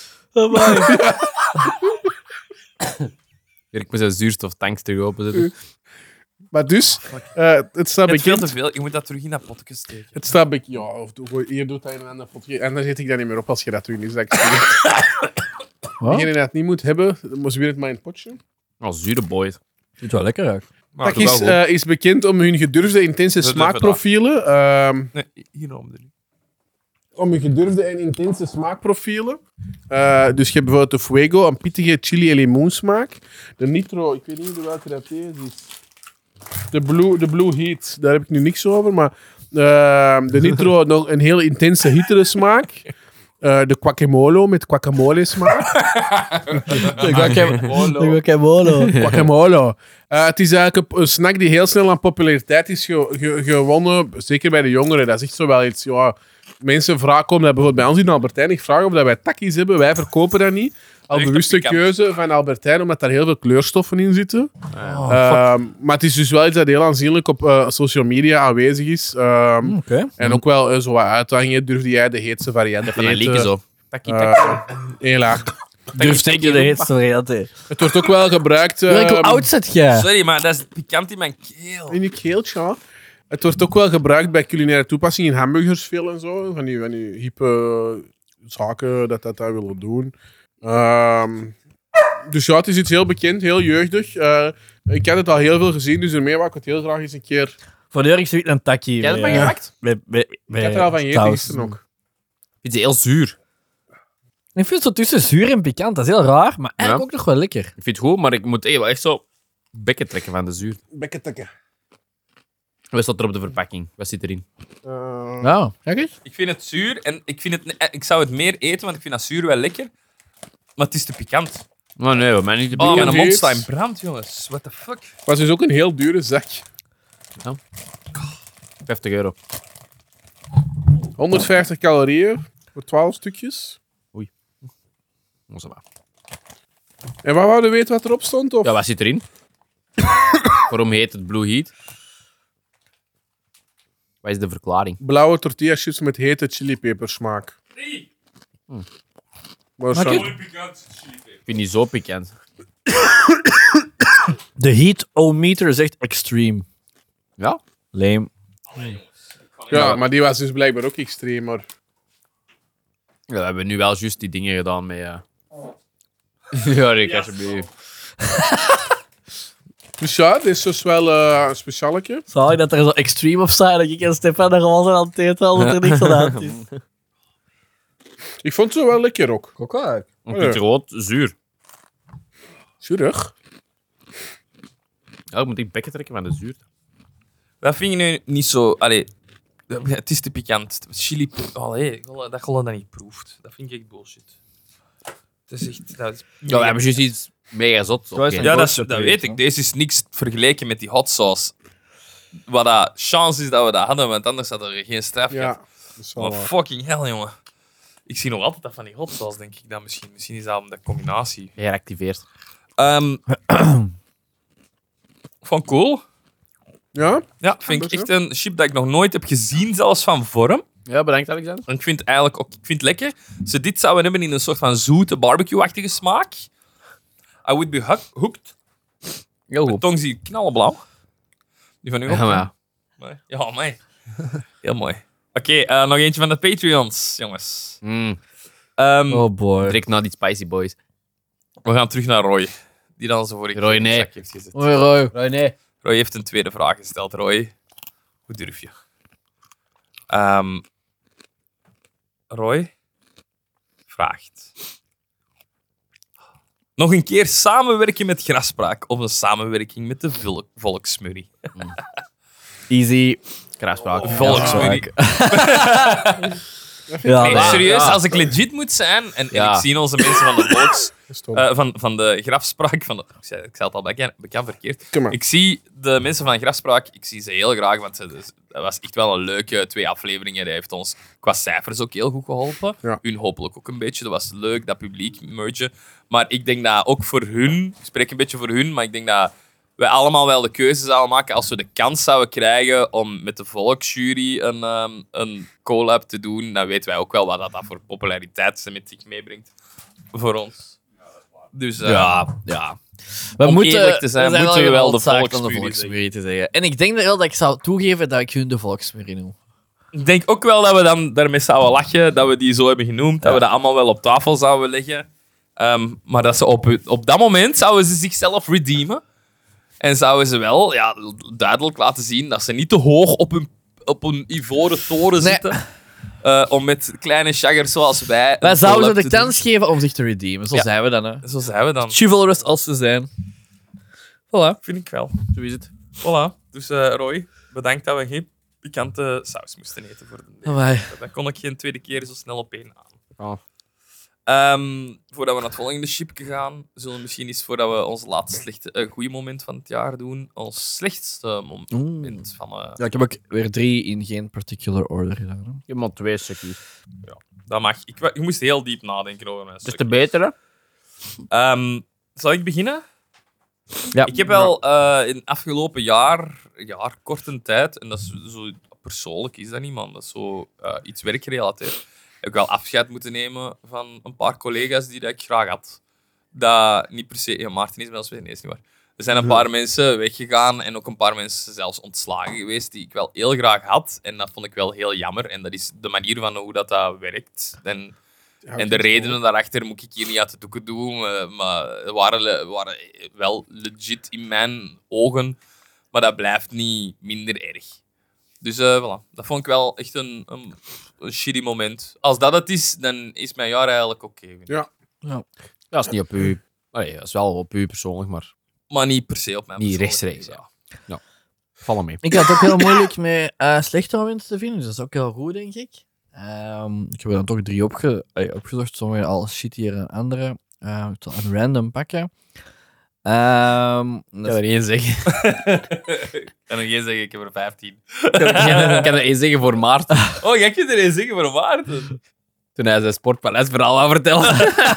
Ik moet zijn zuurstoftanks terug openzetten. Maar dus, het staat Het is veel bekend. te veel. Je moet dat terug in dat potje steken. Het staat bekend. Ja, of hier doet hij een ander potje. En dan zet ik dat niet meer op als je dat terug niet zegt. Degene die dat niet moet hebben, dan moest weer het maar in het potje. Oh, zure boy. Ziet wel lekker uit. Maar Takis is bekend om hun gedurfde, intense Dat smaakprofielen. nee, hierom. Om hun gedurfde en intense smaakprofielen. Dus je hebt bijvoorbeeld de Fuego, een pittige chili en limoen smaak. De Nitro, ik weet niet welke dat is. De Blue Heat, daar heb ik nu niks over. Maar de Nitro, nog een heel intense hittere smaak. De Guacamole met guacamole smaak. De guacamole. Guacamole. Het is eigenlijk een snack die heel snel aan populariteit is gewonnen. Zeker bij de jongeren. Dat is echt zo wel iets... Ja, mensen vragen, komen dat bijvoorbeeld bij ons in Albertijn. Ik vraag of dat wij takkies hebben. Wij verkopen dat niet. Al Echt bewuste pikant. keuze van Albertijn, omdat daar heel veel kleurstoffen in zitten. Maar het is dus wel iets dat heel aanzienlijk op social media aanwezig is. Oké. En ook wel zo wat uitdagingen. Durfde jij de heetste variant te Van een eten? lieke zo. Heel laag. Durf zeker de heetste variant. Het wordt ook wel gebruikt... Hoe oud zit jij? Sorry, maar dat is pikant in mijn keel. in je keeltje, ja. Het wordt ook wel gebruikt bij culinaire toepassingen in hamburgers veel en zo. Van die hippe zaken dat willen doen. Dus ja, het is iets heel bekend, heel jeugdig. Ik had het al heel veel gezien, dus ermee wou ik het heel graag eens een keer... Voor de zoiets een takkie. Jij hebt het van gepakt? Ik had er al van gegeten gisteren ook. Het is heel zuur. Ik vind het zo tussen zuur en pikant. Dat is heel raar, maar eigenlijk ook nog wel lekker. Ik vind het goed, maar ik moet wel echt zo bekken trekken van de zuur. Bekketekken. Wat staat er op de verpakking? Wat zit erin? Nou, kijk eens. Ik vind het zuur en ik zou het meer eten, want ik vind dat zuur wel lekker. Maar het is te pikant. Oh nee, bij mij niet te Oh, bekken. mijn mond heet. staat in brand, jongens. What the fuck? Was dus ook een heel dure zak. €50. 150 calorieën voor 12 stukjes. Onze maar. En wat wouden we weten wat erop stond? Of? Ja, wat zit erin? Waarom heet het Blue Heat? Wat is de verklaring? Blauwe tortilla chips met hete chilipepersmaak. Maar zo- Ik vind die zo pikant. De heat-o-meter zegt extreme. Ja? Lame. ja, maar die was dus blijkbaar ook extreem. Maar... Ja, we hebben nu wel juist die dingen gedaan met... Ja, Rick, alsjeblieft. Dus ja, dit is dus wel een specialetje. Zal ik dat er zo extreme op staat dat ik en Stefan er gewoon zijn aan het eten als er niks aan aan is? Ik vond het zo wel lekker ook. Ook wel. Ik vind het gewoon zuur. Zuurig. Ja, ik moet die bekken trekken van de zuur. Dat vind je nu niet zo... Allee, het is te pikant. Chili... Allee, dat je dat niet proeft. Dat vind ik echt bullshit. Het is echt... Dat is Ja, we hebben juist iets mega zot. Zo is het. Ja, Worst dat weet ik. Deze is niks vergeleken met die hot sauce. Wat dat chance is dat we dat hadden, want anders had er geen straf Ja, gehad. dat is wel Maar waar. fucking hell, jongen. Ik zie nog altijd dat van die hot sauce, denk ik dan misschien. Misschien is dat om de combinatie. Gereactiveerd. Van cool. Ja? Ja, vind ik best echt een chip dat ik nog nooit heb gezien, zelfs van vorm. Ja, bedankt, Alexander. En ik vind het eigenlijk ook ik vind het lekker. Als ze dit zouden hebben in een soort van zoete barbecue-achtige smaak, I would be hooked. Heel Mijn goed. tong zie ik knallenblauw. Die van u ook? Ja, maar Nee. Ja, mij. Heel mooi. Oké, nog eentje van de Patreons, jongens. Oh boy. Direct na die Spicy Boys. We gaan terug naar Roy. Die dan zo voor Roy, in de nee. zak heeft gezet. Hoi Roy. Nee. Roy heeft een tweede vraag gesteld. Roy, hoe durf je? Roy vraagt. Nog een keer samenwerken met Grafspraak of een samenwerking met de Volksmurrie. Easy. Kraakspraak. Volksmurrie. Ja, Nee, maar- serieus, ja. als ik legit moet zijn, en Ja. ik zie onze mensen van de Stom. van de Grafspraak, ik zei het al bekend verkeerd. Kom maar. Ik zie de mensen van Grafspraak, ik zie ze heel graag, want dat was echt wel een leuke 2 afleveringen. Dat heeft ons qua cijfers ook heel goed geholpen. Ja. Hun hopelijk ook een beetje. Dat was leuk, dat publiek mergen. Maar ik denk dat ook voor hun, ik spreek een beetje voor hun, maar ik denk dat wij allemaal wel de keuze zouden maken als we de kans zouden krijgen om met de volksjury een collab te doen. Dan weten wij ook wel wat dat voor populariteit met zich meebrengt voor ons. Dus Ja. We Om moeten, eerlijk te zijn, we moeten we wel de genoodzaakt om volksjury volksjury te zeggen. En ik denk wel dat ik zou toegeven dat ik hun de volksjury noem. ik denk ook wel dat we dan daarmee zouden lachen, dat we die zo hebben genoemd, dat we dat allemaal wel op tafel zouden leggen. Maar dat ze op dat moment zouden ze zichzelf redeemen. En zouden ze wel duidelijk laten zien dat ze niet te hoog op een ivoren toren Nee. zitten. Om met kleine shaggers zoals wij... Wij een zouden ze collab de te kans geven om zich te redeemen. Zo Ja. zijn we dan, hè. doen. Zo zijn we dan. Chivalrous als ze zijn. Voilà. Vind ik wel. Zo is het. Voilà. Dus Roy, bedankt dat we geen pikante saus moesten eten voor de day. Amai. Dat kon ik geen tweede keer zo snel op één aan. Oh. Voordat we naar het volgende chipje gaan, zullen we misschien eens, voordat we ons laatste goede moment van het jaar doen, ons slechtste moment van... Ja, ik heb ook weer 3 in geen particular order gedaan. Hè. Ik heb maar 2 stukjes. Dat mag. Ik moest heel diep nadenken over mijn Dat is stuk. de betere. Zal ik beginnen? Ja. Ik heb wel in het afgelopen jaar, korte tijd, en dat is zo persoonlijk is dat niet, man. Dat is zo iets werkgerelateerd. Heb ik wel afscheid moeten nemen van een paar collega's die dat ik graag had. Dat niet per se... Ja, Maarten is bij ons weer, nee, is niet waar. Er zijn een paar mensen weggegaan en ook een paar mensen zelfs ontslagen geweest die ik wel heel graag had. En dat vond ik wel heel jammer. En dat is de manier van hoe dat werkt. En de redenen daarachter moet ik hier niet uit de doeken doen, maar waren wel legit in mijn ogen. Maar dat blijft niet minder erg. Dus voilà, dat vond ik wel echt een shitty moment. Als dat het is, dan is mijn jaar eigenlijk oké. Ja. Dat is niet op u. Allee, dat is wel op u persoonlijk, maar Maar niet per se op mijn niet persoonlijke rechtstreeks. leven. Ja. Vallen mee. Ik had het ook heel moeilijk met slechte momenten te vinden, dus dat is ook heel goed, denk ik. Ik heb er dan toch 3 opgezocht, sommige al shittier dan andere. Ik zal een random pakken. Ik kan er één zeggen. Ik kan er geen zeggen, ik heb er 15. Ik kan er één zeggen voor Maarten. Oh, jij kunt er eens zeggen voor Maarten. Toen hij zijn sportpaleisverhaal wou vertellen.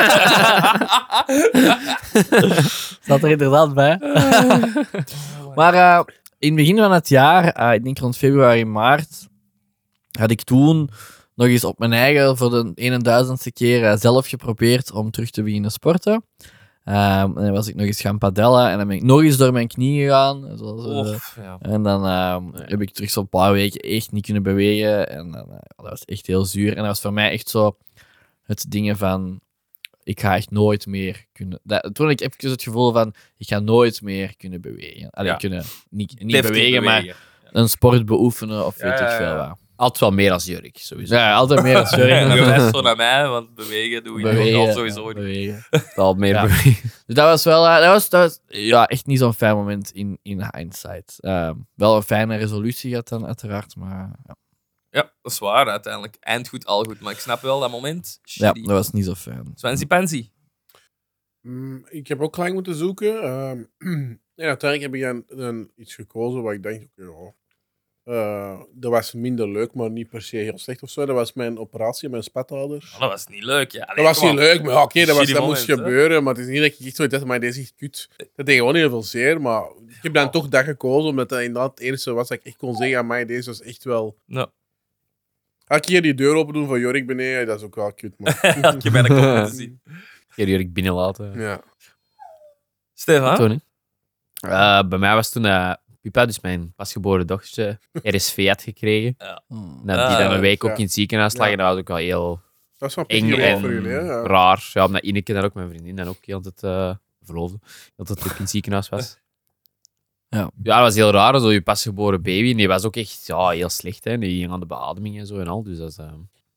Staat er inderdaad bij. Maar in het begin van het jaar, ik denk rond februari, maart, had ik toen nog eens op mijn eigen voor de 1000ste keer zelf geprobeerd om terug te beginnen sporten. En dan was ik nog eens gaan padellen en dan ben ik nog eens door mijn knie gegaan. Zoals, Ja. En dan heb ik terug zo'n paar weken echt niet kunnen bewegen. En dan, dat was echt heel zuur. En dat was voor mij echt zo het ding van... Ik ga echt nooit meer kunnen... Toen had ik even het gevoel van... Ik ga nooit meer kunnen bewegen. Allee, Ja. kunnen niet Deftig bewegen, maar een sport beoefenen of weet ik veel wat. Altijd wel meer als Jurk, sowieso. Ja, altijd meer dan Je sorry. wijst zo naar mij, want bewegen doe je al sowieso niet. bewegen. Wel meer Ja. bewegen. Dus dat was wel... dat was ja, echt niet zo'n fijn moment in hindsight. Wel een fijne resolutie gehad dan, uiteraard, maar... Ja, dat is waar, uiteindelijk. Eind goed, al goed. Maar ik snap wel dat moment. Ja, Shitty. dat was niet zo fijn. Swansea Pansy. Ik heb ook lang moeten zoeken. En uiteindelijk heb ik dan iets gekozen waar ik denk, dat was minder leuk, maar niet per se heel slecht of zo. Dat was mijn operatie, mijn spatouder. Oh, dat was niet leuk. Ja. Dat was niet leuk, maar oké, dat Shitty moest moment, hè? gebeuren. Maar het is niet dat ik echt zo dacht, maar deze is echt kut. Dat deed gewoon heel veel zeer, maar ik heb dan toch dat gekozen, omdat dat inderdaad het enige was dat ik echt kon zeggen aan mij, deze was echt wel... Ja. Elke keer die deur open doen van Jorik beneden, dat is ook wel kut, man. Elke keer bij de kop te zien. Keer Jurk binnenlaten. Ja. Stefan? Toen, hè. Bij mij was toen Pipa, dus mijn pasgeboren dochtertje, RSV had gekregen. Dat die dan een week ook ja. in het ziekenhuis lag. Ja. En dat was ook wel heel Dat is wel eng pittig en voor jullie, hè? Ja. raar. Ja, omdat Ineke dan ook, mijn vriendin, dan ook heel altijd verloofde. Dat het ook in het ziekenhuis was. Ja. Ja, dat was heel raar, zo je pasgeboren baby. En die was ook echt heel slecht. Hè. Die ging aan de beademing en zo en al. Dus dat is,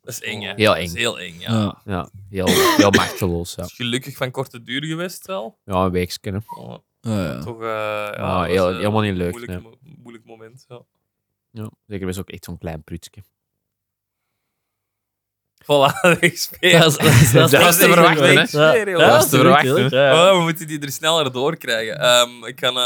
Dat is eng, hè? Heel eng. Dat is heel eng, ja. Ja. Ja, heel machteloos. Ja, Is gelukkig van korte duur geweest wel. ja een weekje. Hè. Oh, Ja. toch, Ah, dat was, helemaal niet leuk, Moeilijk, nee. moeilijk moment, ja. Ja, zeker was ook echt zo'n klein prutsje. Voilà, XP. Dat was Dat was te verwachten, hè? XP, jongen. Dat was te verwachten. tuurlijk, ja. Oh, we moeten die er sneller doorkrijgen. Ik kan...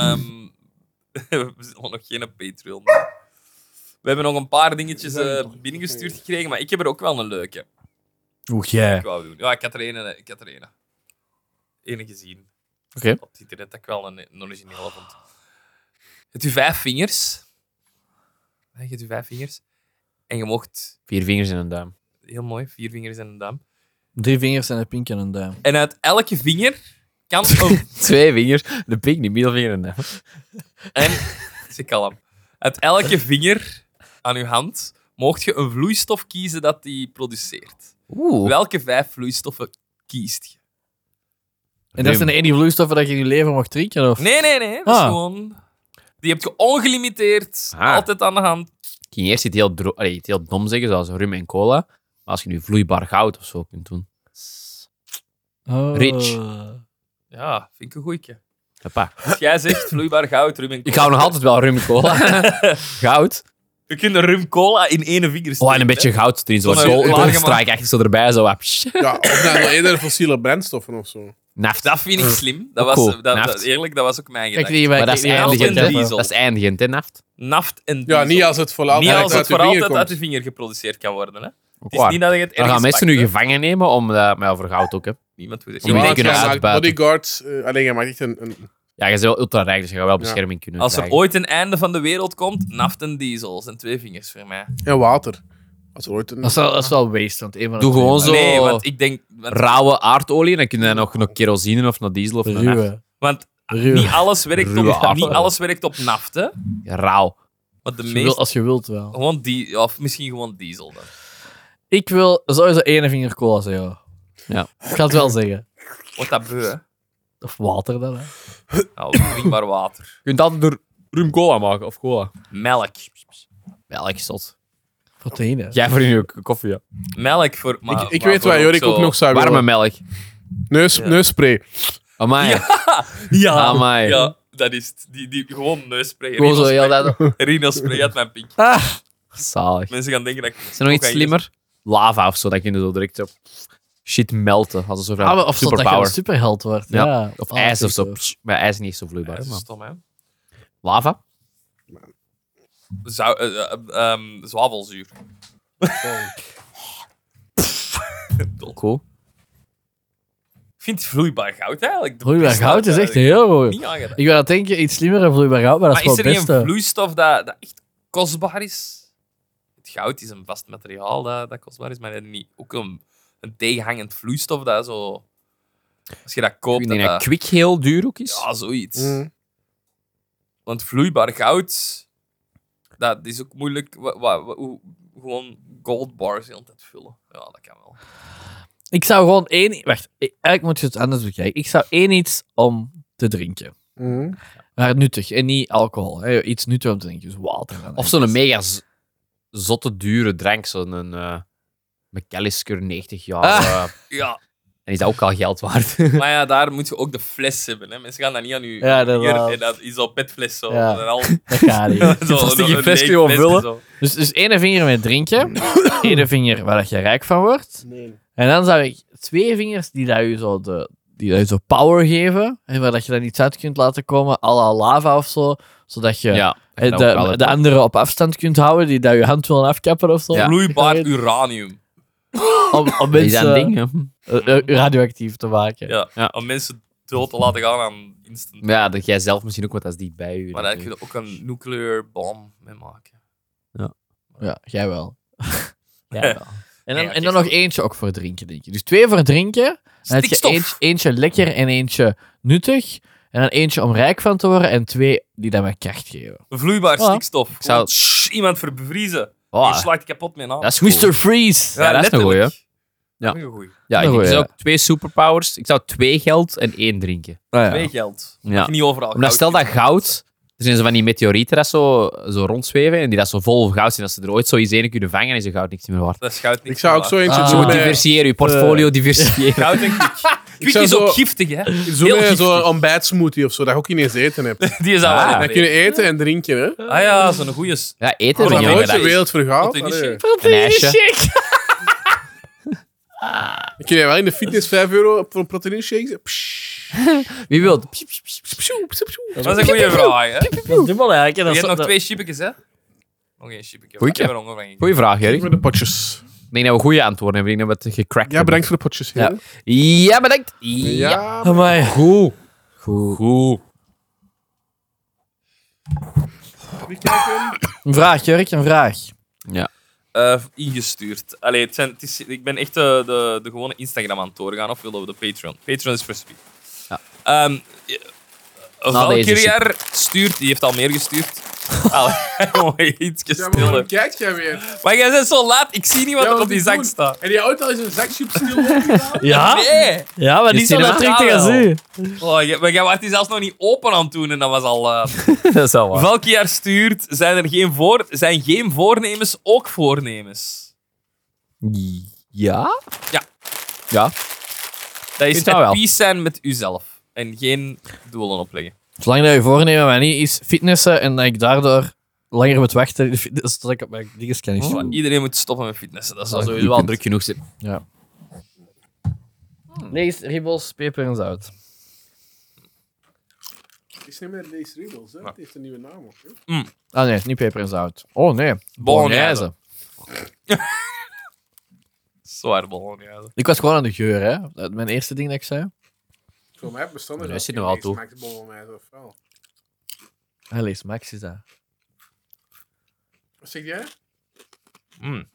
we zullen nog geen Patreon. We hebben nog een paar dingetjes binnengestuurd gekregen, maar ik heb er ook wel een leuke. Oeh, jij. Ik wou doen. Ja, ik had er een. Ene gezien. Oké. Op het internet dat ik wel een originele vond. Je hebt je 5 vingers. Je hebt je 5 vingers. En je mocht... 4 vingers en een duim. Heel mooi, 4 vingers en een duim. 3 vingers en een pink en een duim. En uit elke vinger kan... Oh, 2 vingers, de pink, de middelvinger en de duim. en... Zeg kalm. Uit elke vinger aan je hand mocht je een vloeistof kiezen dat die produceert. Welke 5 vloeistoffen kiest je? En dat zijn de enige vloeistoffen dat je in je leven mag drinken? Of? Nee. Dat is Ah. gewoon... Die heb je ongelimiteerd, Ah. altijd aan de hand. Ik ging eerst iets heel dom zeggen, zoals rum en cola. Maar als je nu vloeibaar goud of zo kunt doen. Oh. Rich. Ja, vind ik een goeie. Hoppa. Als jij zegt vloeibaar goud, rum en cola. Ik hou nog altijd wel rum en cola. Goud. Je kunt een rum cola in één vinger steken. Oh, en een beetje goud erin. Zo Zo'n goldstrike klaargemaakt- echt zo erbij. Zo. Ja, of nou eerder fossiele brandstoffen of zo. Naft. Dat vind ik slim. Dat was, Cool. Naft. eerlijk, dat was ook mijn Kijk, gedachte. Maar dat is eindigend, en hè. diesel. Dat is eindigend, hè, naft. Naft en diesel. Ja, niet als het voor Niet altijd als het uit de voor vinger altijd uit de komt. vinger geproduceerd kan worden. Hè. Het is Waar. niet dat je het Dan gaan ergens mensen pakt, nu hè. gevangen nemen om dat... Maar ja, voor goud ook, hè. Niemand weet het. Om die Ja, kunnen je maakt uitbuiten. bodyguards, alleen je maakt echt een... Ja, je bent wel ultra rijk, dus je gaat wel bescherming kunnen Als er krijgen. ooit een einde van de wereld komt, naft en diesel zijn 2 vingers voor mij. En water. Als er ooit een... Dat is wel waste, want een van de Doe twee gewoon was zo Nee, want ik denk... rauwe aardolie, dan kun je nog kerosine of nog diesel of nog naft. ruwe. Want Ruwe. niet alles werkt Ruwe op, aardappel. niet alles werkt op naft, hè. Rauw. Maar de Als je wil- meeste... Als je wilt wel. Gewoon of misschien gewoon diesel dan. Ik wil sowieso 1 vinger cola zeggen. Ja. Ik ga het wel zeggen. Wat dat beu, hè. Of water dan, hè. Nou, drinkbaar water. Je kunt altijd door rum cola maken, of cola. Melk. Welk zot. Proteïne. Jij voor in je koffie, ja. Melk voor... Maar, ik maar weet voor wat Jorik ook zo- nog zou Warme willen. melk. Neusspray. Amai. Ja, Amai. ja, dat is het. Die gewoon neusspray. Gewoon zo heel dat... Rhinospray uit mijn pink. Zalig. Mensen gaan denken dat ik... Is er nog iets slimmer? Lava of zo, dat kun je zo direct zo... Shit melten. Als een soort Ah, van of zo dat je een superpower. superheld wordt. Ja. Ja. Of Ah, ijs of zo. zeker. Pss, maar ijs is niet zo vloeibaar. Dat hè, is maar. stom, hè. Lava? Zwavelzuur. Cool. Ik vind vloeibaar goud eigenlijk. de Vloeibaar beste goud is echt eigenlijk. heel goed. Niet aangedacht. Ik wil dat denken, iets slimmer dan vloeibaar goud, maar dat Maar is is wel er het geen beste. vloeistof dat echt kostbaar is? Het goud is een vast materiaal dat kostbaar is, maar er niet ook een tegenhangend vloeistof dat zo... Als je dat Ik koopt, denk dat dat... kwik heel duur ook is. Ja, zoiets. Mm. Want vloeibaar goud, dat is ook moeilijk. Gewoon gold bars de hele tijd vullen. Ja, dat kan wel. Ik zou gewoon Wacht, eigenlijk moet je het anders bekijken. Ik zou iets om te drinken. Mm. Maar nuttig en niet alcohol. Hè. Iets nuttig om te drinken, dus water. Dan Of zo'n mega zotte dure drank. Zo'n McAllister 90 jaar. Ja, En is dat ook al geld waard? maar ja, daar moet je ook de fles hebben. Hè. Mensen gaan dat niet aan je Ja, dat vinger wel. en dat is al petfles zo. Ja. En al, Dat gaat niet. Als die een je fles leeg gewoon flesje vullen. zo. Dus 1 vinger met drinken. 1 vinger waar dat je rijk van wordt. Nee. En dan zou ik 2 vingers die dat je zo, die dat je zo power geven. En waar dat je dan iets uit kunt laten komen, à la lava of zo. Zodat je Ja. dat je dat ook wel de hebt. anderen op afstand kunt houden, die dat je hand willen afkappen of zo. Ja. Vloeibaar uranium. Om Is dat een mensen ding? Hè? radioactief te maken. Ja. Ja. Om mensen dood te laten gaan aan instant. Ja, dat jij zelf misschien ook, want dat is dicht bij u. Maar daar kun je ook een nuclear bomb mee maken. Ja, jij wel. Ja, wel. En dan nog eentje ook voor drinken, denk je. Dus 2 voor drinken. Dan heb je Stikstof. eentje lekker en eentje nuttig. En dan eentje om rijk van te worden. En 2 die dat met kracht geven. Vloeibaar Ja. stikstof. zou- Iemand verbevriezen. Oh, Je slaat kapot met een hand. dat is goed. Mr. Freeze! Ja, dat is een goeie, hè. Ja. Dat is een goeie. Ja, ik Oh, denk dus ja. ook 2 superpowers. Ik zou 2 geld en 1 drinken. Ah, ja. Twee geld. Ja. Dat je niet overal Omdat goud stel dat kunt goud Er zijn zo van die meteorieten dat zo rondzweven en die dat zo vol goud zijn. Als ze er ooit zo eens een kunnen vangen, is je goud niks meer waard. Dat is goud niet. Ik zou ook zo eentje Je zo moet met, diversifiëren, je portfolio diversifiëren. Goud en kwik. Kwik zou is zo- ook giftig, hè? zo Heel met giftig. zo'n ontbijtsmoothie of zo, dat je ook ineens eten hebt. Die is al Ah. wel Dan kun je eten en drinken, hè. Ah ja, zo'n goeie... Ja, eten Als is dat een nooit ter jongen. wereld vergaat. Proteïne allee. Een ijsje. Dan kun je wel in de fitness €5 voor een proteïne shake zeggen. Pssst. Wie wil? Dat is een goede vraag, hè? Dat is dubbel eigenlijk. hè. Je Dat hebt is- nog 2 chipjes, hè? Nog 1 chipje. Goeie. Goeie vraag, Erik. Met de potjes. Ik denk dat we goede antwoorden hebben. Ik denk dat we het gecrackt Ja, hebben. bedankt voor de potjes. Ja. heren. Ja, bedankt. Ja. Amai. Goed. Goed. Wie kijken? Een vraag, Jurk, een vraag. Ja. Ingestuurd. Allee, ik ben echt de gewone Instagram aan het doorgaan, of willen we de Patreon? Patreon is first week. Ja. Valkyrier stuurt, die heeft al meer gestuurd. Allee, mooi, iets Ja, stiller. maar kijk jij weer? Maar jij bent zo laat, ik zie niet wat Ja, er wat op die ik zak doe. staat. En die auto is een zakje op stil opgedaan. Ja? Nee! Ja, maar Is niet zo die dat er terug te wel? gaan zien. Oh, jij was die zelfs nog niet open aan het doen en dat was al... Dat is wel waar. Valkyrier stuurt, zijn geen voornemens ook voornemens? Ja? Ja. Ja. Dat is Vind dat het wel. peace zijn met uzelf. En geen doelen opleggen. Zolang dat je voornemen maar niet is fitnessen en dat ik daardoor langer moet wachten in de fitness tot ik op mijn dinges kan Maar instellen. iedereen moet stoppen met fitnessen. Dat is Dat wel zou sowieso wel druk genoeg zijn. Ja. Lees, ribbels, peper en zout. Het is niet meer Lees Riddles, hè. Het heeft een nieuwe naam op, hè. Ah nee, niet peper en zout. Oh nee, Bolognese. Zwaar bolognese. Ik was gewoon aan de geur, hè. Dat- Mijn eerste ding dat ik zei. Voor mij bestond Nee, er zit nog wel toe. of wel. Ah, lees, Max is dat. Wat zeg jij? Mm. Het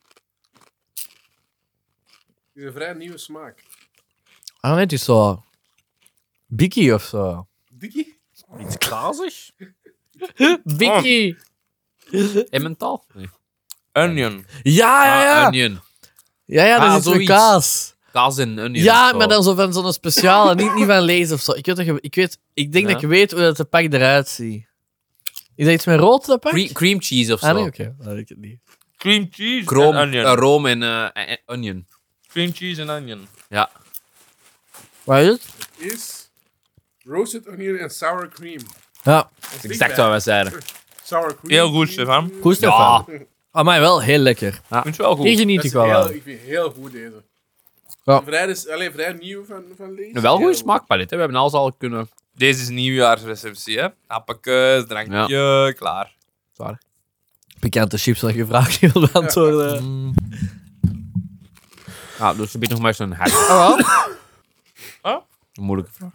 is een vrij nieuwe smaak. Ah nee, het is zo... Bikkie of zo. Dikkie? Iets kazig? Bikkie! Emmental? Nee. Onion. Ja, ja, ja. Onion. Ja, ja, dat Ah, is iets met zoiets. kaas. Kaas en onion. Ja, zo. maar dan zo van zo'n speciale, niet van lezen of zo. Ik denk Ja. dat ik weet hoe dat de pak eruit ziet. Is dat iets met rood, dat pak? Cream cheese of zo. Ah nee, oké. Dat weet ik het niet. Cream cheese Kroom, en onion. room en onion. Cream cheese en onion. Ja. Wat is het? Is roasted onion en sour cream. Ja. Exact wat we zeiden. Sour cream. Heel goed, Stefan. Goed, Stefan. Ah, maar wel heel lekker. Vind je wel goed. Hier geniet Dat ik is wel heel, van. ik vind heel goed deze. Ja. Vrij nieuw van Lees. Wel Heel goede goed. smaakpalet. Hè. We hebben alles al kunnen... Deze is nieuwjaarsreceptie, hè. Appeltjes, drankje, klaar. Pikante chips dat je vraag wil beantwoorden. Ah, dus er biedt nog maar zo'n hart. Huh? Een moeilijke vraag.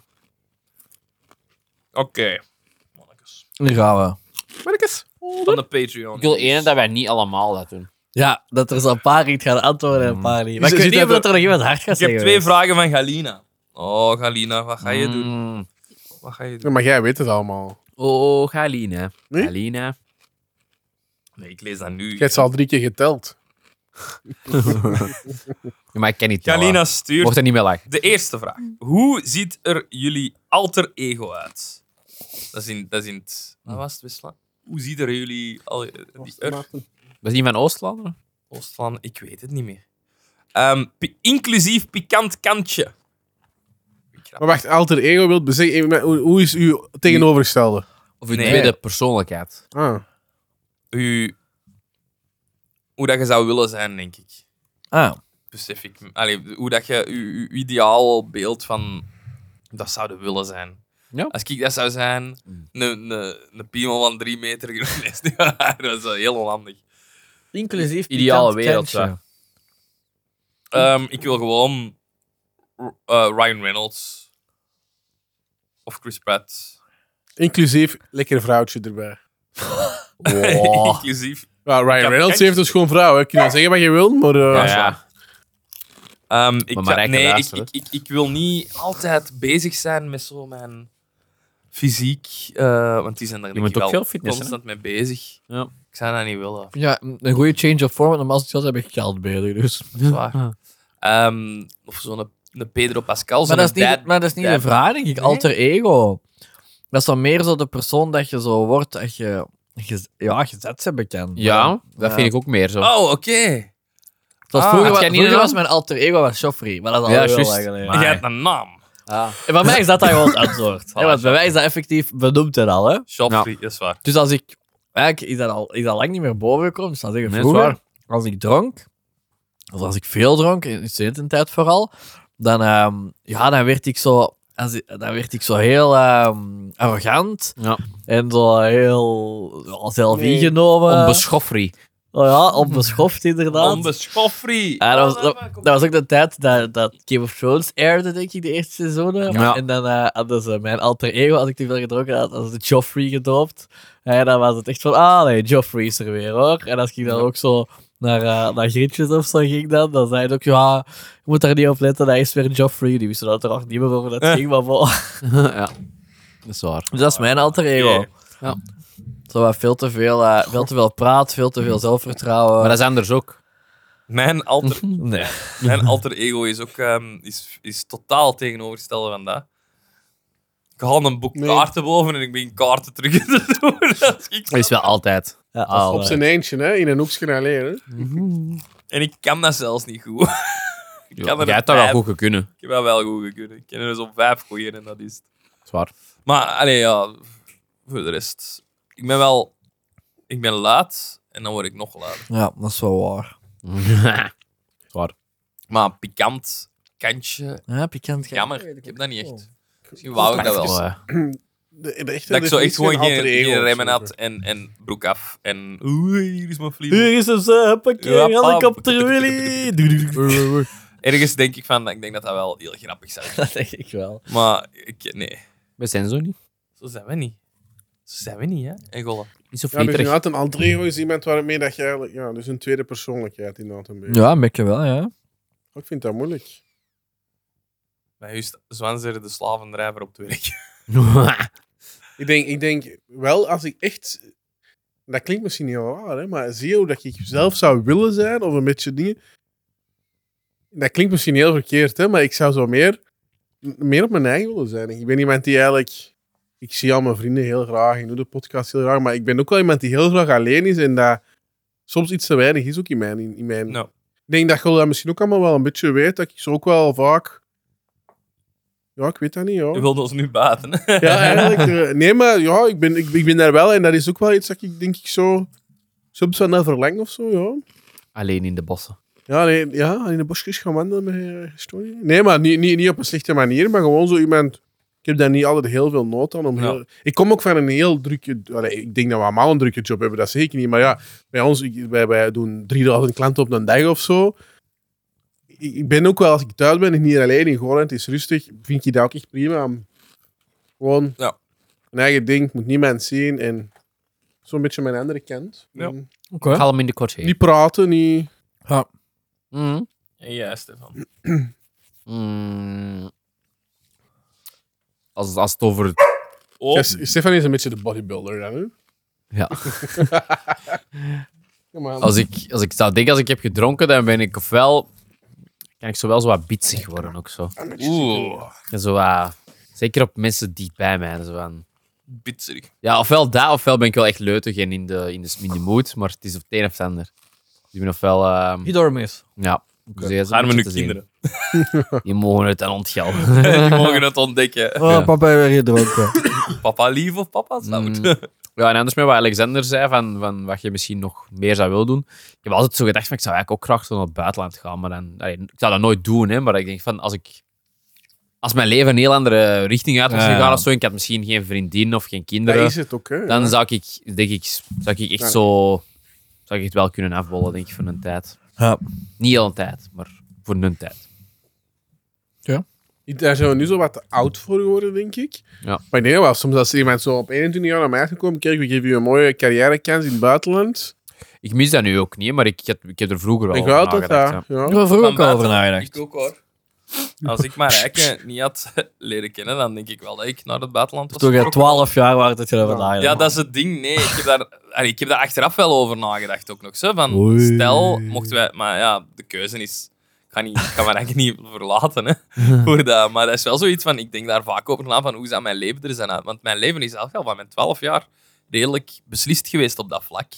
Oké. Mannetjes. Nu gaan we. Van de Patreon. Ik wil één dat wij niet allemaal dat doen. Ja, dat er zo'n paar niet gaan antwoorden en een paar niet. Maar ik Zit weet niet dat of er nog iemand hard gaat Ik heb zeggen. 2 vragen van Galina. Oh, Galina, wat ga je doen? Mm. Wat ga je doen? Ja, maar jij weet het allemaal. Oh, Galina. Nee? Galina. Nee, ik lees dat nu. Je hebt ze al 3 keer geteld. Ja, maar ik ken niet tellen. Galina stuurt Mocht er niet meer lachen. de eerste vraag. Hoe ziet er jullie alter ego uit? Dat is in het... Wat was het, Westland? Hoe ziet er jullie... Die Was die van Oostland? Oostland, ik weet het niet meer. Inclusief pikant kantje. Maar wacht, alter ego wilt bezeggen. Hoe is uw tegenovergestelde? Of uw Nee. tweede persoonlijkheid? Ah. Hoe dat je zou willen zijn, denk ik. Ah, Besef ik. Allee, hoe dat je je ideaal beeld van... Dat zouden willen zijn. Ja. Als ik dat zou zijn, een piemel van 3 meter... Nee, dat is wel heel onhandig. inclusief Ideale pikant wereld, kantje. Ik wil gewoon Ryan Reynolds of Chris Pratt. Inclusief lekker vrouwtje erbij. Inclusief. Ja, Ryan Kan- Reynolds kan- heeft dus gewoon vrouw. Hè. Kun je zeggen wat je wil, maar... Ja. Ik wil niet altijd bezig zijn met zo mijn fysiek, want die zijn daar Je denk moet ik ook wel veel fitnessen, constant mee bezig. Ja. Ik zou dat niet willen. Ja, een goede change of form, want normaal als heb ik geld bezig, dus. Zwaar. Of zo'n een Pedro Pascal. Maar dat is niet, de vraag, denk ik. Alter ego. Dat is dan meer zo de persoon dat je zo wordt, dat je gezet ze bekend. Ja, dat vind ik ook meer zo. Oh, oké. Zoals Ah, vroeger had jij niet vroeger een was mijn alter ego was Joffrey, maar dat is al Ja, heel juist. lang geleden. Maar- Jij hebt een naam. En bij mij is dat dan gewoon het antwoord. Ja, want bij mij is dat effectief benoemd en al. Hè. Joffrey, dat is waar. Dus als ik... Eigenlijk is dat lang niet meer boven gekomen. Dus dan zeggen Nee, dat is vroeger, als ik dronk, of als ik veel dronk, in studententijd vooral, dan werd ik zo... Dan werd ik zo heel arrogant Ja. en zo heel zelf Nee. ingenomen. Onbeschoffrie. Onbeschoft inderdaad. Onbeschoffrey. Ja, dat was ook de tijd dat Game of Thrones airde, denk ik, de eerste seizoenen. Ja. En dan hadden ze mijn alter ego, als ik te veel gedronken had, als het Joffrey gedoopt. En dan was het echt van, nee, Joffrey is er weer, hoor. En als ik dan ook zo naar Grietjes of zo ging, dan zei het ook, ja, je moet daar niet op letten, dat is weer Joffrey. Die wisten uiteraard niet meer over dat ging, maar vol. Ja, dat is waar. Dus dat is mijn alter ego. Oké. Ja. Zo wat veel te veel praat, veel te veel zelfvertrouwen. Maar dat is anders ook. Mijn alter Nee. Mijn alter ego is ook is totaal tegenovergestelde van dat. Ik haal een boek Nee. kaarten boven en ik ben kaarten terug te doen. Dat is Dat is wel altijd. Ja, Al- Op zijn eentje, hè? In een hoekje alleen. Hè? En ik kan dat zelfs niet goed. Ik Ja, kan er jij een hebt dat wel 5. goed kunnen. Ik heb dat wel goed kunnen. Ik kan er zo'n 5 gooien en dat is het. Zwaar. Maar, allee, ja, voor de rest. Ik ben luid en dan word ik nog luider. Ja, dat is wel waar. Zwaar. Maar pikant, kantje, Ja, pikant. jammer. Ik heb dat niet echt. Misschien wou ik dat wel. De echte Dat ik zo echt definitie gewoon van alter ego geen of remmen zo. had en broek af. En oei, hier is mijn vlieg. Hier is een huppakee, Ja, pam. helikopter Willy. Ergens denk ik van, ik denk dat dat wel heel grappig zou zijn. Dat denk ik wel. Maar nee, We zijn zo niet. zo zijn we niet. Zo zijn we niet, hè, Egolle. Niet zo Ja, dus vlieterig. inderdaad, een alter ego is iemand waarmee dat je eigenlijk... Ja, dus een tweede persoonlijkheid inderdaad een beetje. Ja, een beetje wel, ja. Ik vind dat moeilijk. Bij u Zwanzer de slavendrijver op het werk. Ik denk wel, als ik echt... Dat klinkt misschien heel raar, hè, maar zie je hoe dat ik zelf zou willen zijn, of een beetje dingen... Dat klinkt misschien heel verkeerd, hè, maar ik zou zo meer op mijn eigen willen zijn. Ik ben iemand die eigenlijk... Ik zie al mijn vrienden heel graag, ik doe de podcast heel graag, maar ik ben ook wel iemand die heel graag alleen is en dat soms iets te weinig is ook in mijn... Nou, Ik denk dat je dat misschien ook allemaal wel een beetje weet, dat ik zo ook wel vaak... Ja, ik weet dat niet, hoor. je wilde ons nu baten. Ja, eigenlijk. Nee, maar ja, ik ben daar wel. En dat is ook wel iets dat ik denk ik zo... Soms wel naar verlang of zo, ja. Alleen in de bossen. Ja, nee, ja, in de bosjes gaan wandelen met historie. Nee, maar niet op een slechte manier, maar gewoon zo iemand... Ik heb daar niet altijd heel veel nood aan. Ja. Ik kom ook van een heel drukke... Allee, ik denk dat we allemaal een drukke job hebben, dat zeker niet. Maar ja, bij ons, wij doen 3000 klanten op een dag of zo. Ik ben ook wel, als ik thuis ben en hier alleen in Goorland, het is rustig, vind je dat ook echt prima. Gewoon Ja. mijn eigen ding, ik moet niemand zien en zo'n beetje mijn andere kant. Ja. Ik ga hem in de kort heen. Niet praten, niet... Mm. En jij, Stefan. Mm. Als het over... Oh, Ja, Stefan is een beetje de bodybuilder dan, hè? Ja. Kom aan. Als ik zou denken, als ik heb gedronken, dan ben ik ofwel... Kan ik zo wel zo wat bitsig worden ook zo. oeh, En zo wat... Zeker op mensen dicht bij mij. Zo van, bitserig. ja, ofwel dat, ofwel ben ik wel echt leutig en in de mood, maar het is of het een of het ander. Dus ik ben ofwel... Hidormis. ja. Dus dat is een Arme nu beetje te zien. kinderen. Die mogen het dan ontgelden. Die mogen het ontdekken. Oh, papa heeft weer gedronken. Papa lief of papa zout? Ja, en anders met wat Alexander zei, van wat je misschien nog meer zou willen doen. Ik heb altijd zo gedacht, van, ik zou eigenlijk ook graag zo naar het buitenland gaan. Maar dan, ik zou dat nooit doen, hè, maar ik denk van, als mijn leven een heel andere richting uit was Ja. gegaan of zo, en ik had misschien geen vriendin of geen Dat kinderen, is het ook, hè? dan ja. zou ik echt Ja. zo... Zou ik het wel kunnen afbollen, denk ik, voor een tijd. Ja. Niet heel een tijd, maar voor een tijd. Daar zijn we nu zo wat te oud voor geworden, denk ik. Ja. Maar ik denk wel, soms als iemand zo op 21 jaar naar mij is gekomen, kijk, we geven je een mooie carrièrekans in het buitenland. Ik mis dat nu ook niet, maar ik heb er vroeger wel Ik over wou altijd nagedacht. dat. Ja. Ja. Ik heb er vroeger ook Van al over buiten, nagedacht. Ik ook hoor. Als ik mijn rijken niet had leren kennen, dan denk ik wel dat ik naar het buitenland was Toen je vertrokken. 12 jaar was, dat je erover nagedacht. Ja, dat is het ding. Nee, ik heb daar achteraf wel over nagedacht ook nog. Zo, van, Oei. stel, mochten wij... Maar ja, de keuze is Ik kan me eigenlijk niet verlaten hè, voor dat. Maar dat is wel zoiets van, ik denk daar vaak over na, van hoe zou mijn leven er zijn uit. Want mijn leven is eigenlijk al van mijn 12 jaar redelijk beslist geweest op dat vlak.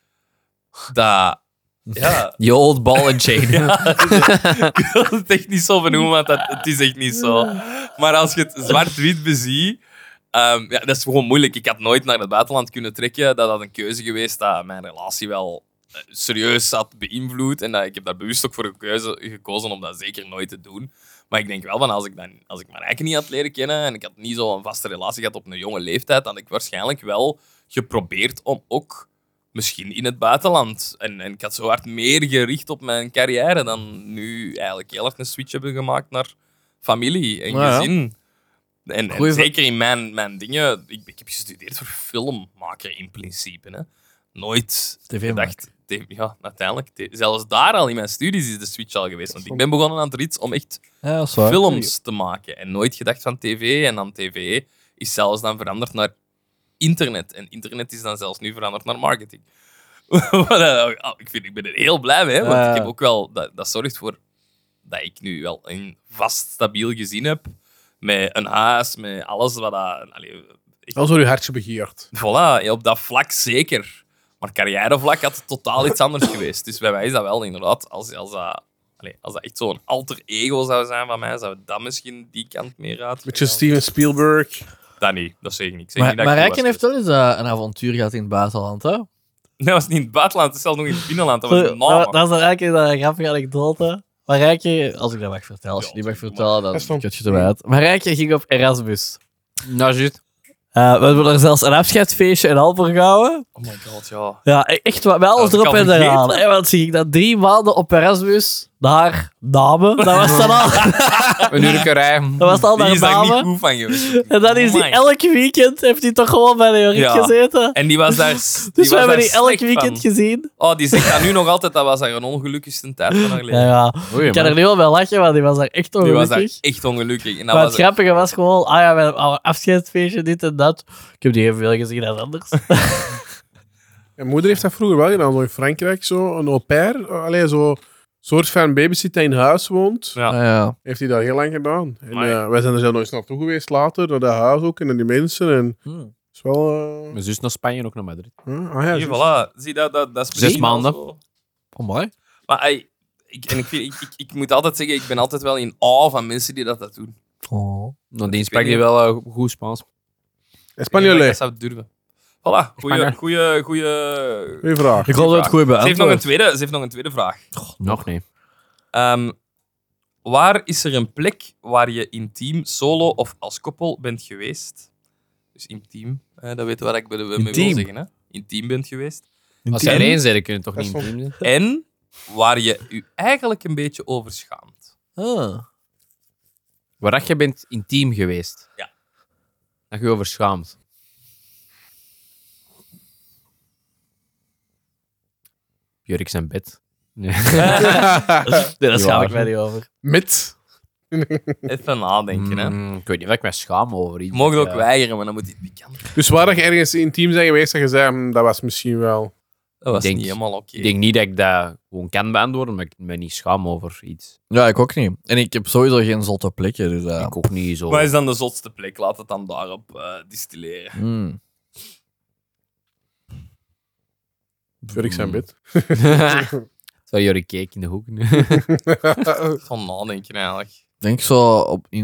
Dat... Ja, Je old ball and chain. ik wil het echt niet zo benoemen, want het is echt niet zo. Maar als je het zwart-wit beziet, ja, dat is gewoon moeilijk. Ik had nooit naar het buitenland kunnen trekken. Dat had een keuze geweest dat mijn relatie wel serieus had beïnvloed. En dat, ik heb daar bewust ook voor gekozen om dat zeker nooit te doen. Maar ik denk wel van, als ik mijn eigen niet had leren kennen en ik had niet zo'n vaste relatie gehad op een jonge leeftijd, dan had ik waarschijnlijk wel geprobeerd om ook misschien in het buitenland. En ik had zo hard meer gericht op mijn carrière dan nu eigenlijk heel erg een switch hebben gemaakt naar familie en gezin. En zeker in mijn dingen... Ik heb gestudeerd voor filmmaker in principe. Hè. Nooit gedacht... Ja, uiteindelijk. Zelfs daar al in mijn studies is de switch al geweest. Want ik ben begonnen aan het RITS om echt films te maken. En nooit gedacht van tv. En dan tv is zelfs dan veranderd naar internet. En internet is dan zelfs nu veranderd naar marketing. Ik ben er heel blij mee, want ik heb ook wel... Dat zorgt voor dat ik nu wel een vast, stabiel gezin heb. Met een huis, met alles wat dat... Alles wat je hartje begeert. Voilà, op dat vlak zeker. Maar carrièrevlak had het totaal iets anders geweest. Dus bij mij is dat wel inderdaad... Als dat echt zo'n alter ego zou zijn van mij, zou dat misschien die kant meer uit. Beetje Steven Spielberg. Dat niet, dat zeg ik niet. Maar Rijken heeft wel eens een avontuur gehad in het buitenland, hè? Dat was niet in het buitenland, het is zelfs nog in het binnenland. Dat was in Namen. Dat is eigenlijk een grappige anekdote. Maar Rijken, als ik dat mag vertellen, als je die mag vertellen, dan kut je erbij uit. Maar Rijken ging op Erasmus. Nou, juist. We hebben er zelfs een afscheidsfeestje in Alper gehouden. Oh my god, ja. Ja, echt wel alles erop en eraan. Want ze ging dan 3 maanden op Erasmus naar Namen. Dat was dan al... Een uurtje rijden. Dat was al Die naar is daar niet Namen. goed van geweest. En dan is die elk weekend, heeft hij toch gewoon bij de Jorik Ja. gezeten. En die was daar. Dus we hebben die elk weekend gezien. Oh, die zegt dat nu nog altijd, dat was haar een ongelukkigste tijd van haar leven. Ja. Oei, Ik kan er nu wel bij lachen, want die was daar echt Die was ongelukkig. daar echt ongelukkig. En dat Maar was het grappige was gewoon, we hebben een afscheidsfeestje, dit en dat. Ik heb die evenveel gezien als anders. Mijn moeder heeft dat vroeger wel gedaan. Zo in Frankrijk, zo een au pair. Allee, zo soort van babysitter in huis woont. Ja. Ja. Heeft hij dat heel lang gedaan. En Amai. wij zijn er zelf nog eens naartoe geweest later, naar dat huis ook en naar die mensen. En is wel... Mijn zus naar Spanje en ook naar Madrid. ah ja, Hier, juist. voilà. Zie, dat is 6 precies maanden. zo. Oh, mooi. Maar ik moet altijd zeggen, ik ben altijd wel in awe van mensen die dat doen. Oh. Nou, die sprak die wel goed Spaans. Espanol. Dat zou durven. Voilà, goeie. Goeie vraag. Ik hoop dat het goed bij Ze heeft nog een tweede vraag. Nog nee. Waar is er een plek waar je intiem, solo of als koppel bent geweest? Dus intiem, dat weten we wat ik mee wil Intiem. zeggen. Hè? Intiem bent geweest. Als je alleen zit, kun je toch Dat niet is intiem zijn? En waar je je eigenlijk een beetje over schaamt. Waar dat je bent intiem geweest. Ja. Dat je je over schaamt. Jurk zijn bed. Nee. Nee, daar Ja. schaam ik mij niet over. Met. Even nadenken, hè. Ik weet niet of ik mij schaam over iets. Je mag het ook Ja. weigeren, maar dan moet je het bekend. Dus waar dat je ergens intiem zijn geweest dat je zei, dat was misschien wel... Dat was denk- niet helemaal oké. Ik denk niet dat ik dat gewoon kan beantwoorden, maar ik me niet schaam over iets. Ja, ik ook niet. En ik heb sowieso geen zotte plekken, dus... Ik ook niet zo. Wat is dan de zotste plek? Laat het dan daarop distilleren. Jurk zijn bed. Zou Jurk keek in de hoek. Van nadenken, eigenlijk. Ik denk zo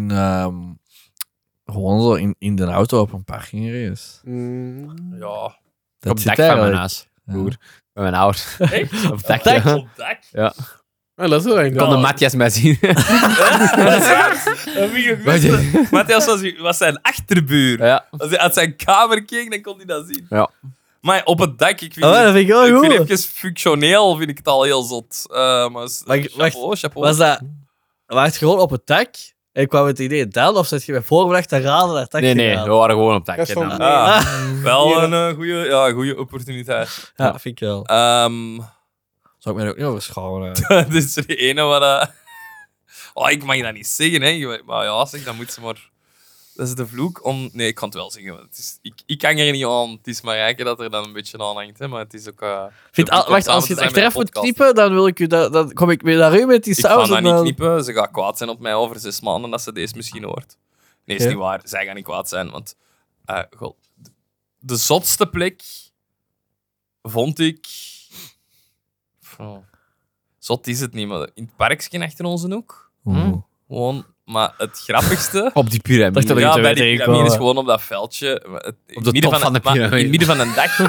gewoon zo in de auto op een parking race. Ja. Dat Op het zit dak van mijn eigenlijk. huis, broer. Bij mijn ouders. Echt? Op het dak, dak? ja. Op dak? Ja. Ah, dat is wel eigenlijk. Kon de Matthias mij zien. Dat vind ik goed. Matthias was zijn achterbuur. Ja. Als hij uit zijn kamer keek, dan kon hij dat zien. Ja. Maar op het dak, ik vind, Oh, dat vind ik wel ik vind goed. even functioneel vind ik het al heel zot. Maar chapeau. Was dat... Was het gewoon op het dak? En kwam het idee dan? Of zit je bij voorbedacht te raden naar het dak Nee, we gegaan? waren gewoon op het dak. Dat is En van- dan- Wel een goede opportuniteit. Ja, vind ik wel. Zou ik mij er ook niet over schamen. Dat is er de ene wat... Oh, ik mag dat niet zeggen, hè. Maar ja, zeg, dan moet ze maar Dat is de vloek om... Nee, ik kan het wel zeggen. Want het is, ik hang er niet aan. Het is Marijke dat er dan een beetje aan hangt. Hè, maar het is ook... Wacht, als je het achteraf moet knippen, dan wil ik u dan kom ik weer naar u met die Ik saus. ga dat en niet dan- knippen. Ze gaat kwaad zijn op mij over 6 maanden dat ze deze misschien hoort. Nee, is Ja. niet waar. Zij gaan niet kwaad zijn. Want de zotste plek vond ik... Zot is het niet, maar in het parkje achter onze hoek. Gewoon... Maar het grappigste... Op die piramide. Dacht dat ik- Ja, te bij weten die gekomen. piramide is gewoon op dat veldje. Op de top van de maar piramide. in het midden van een dag.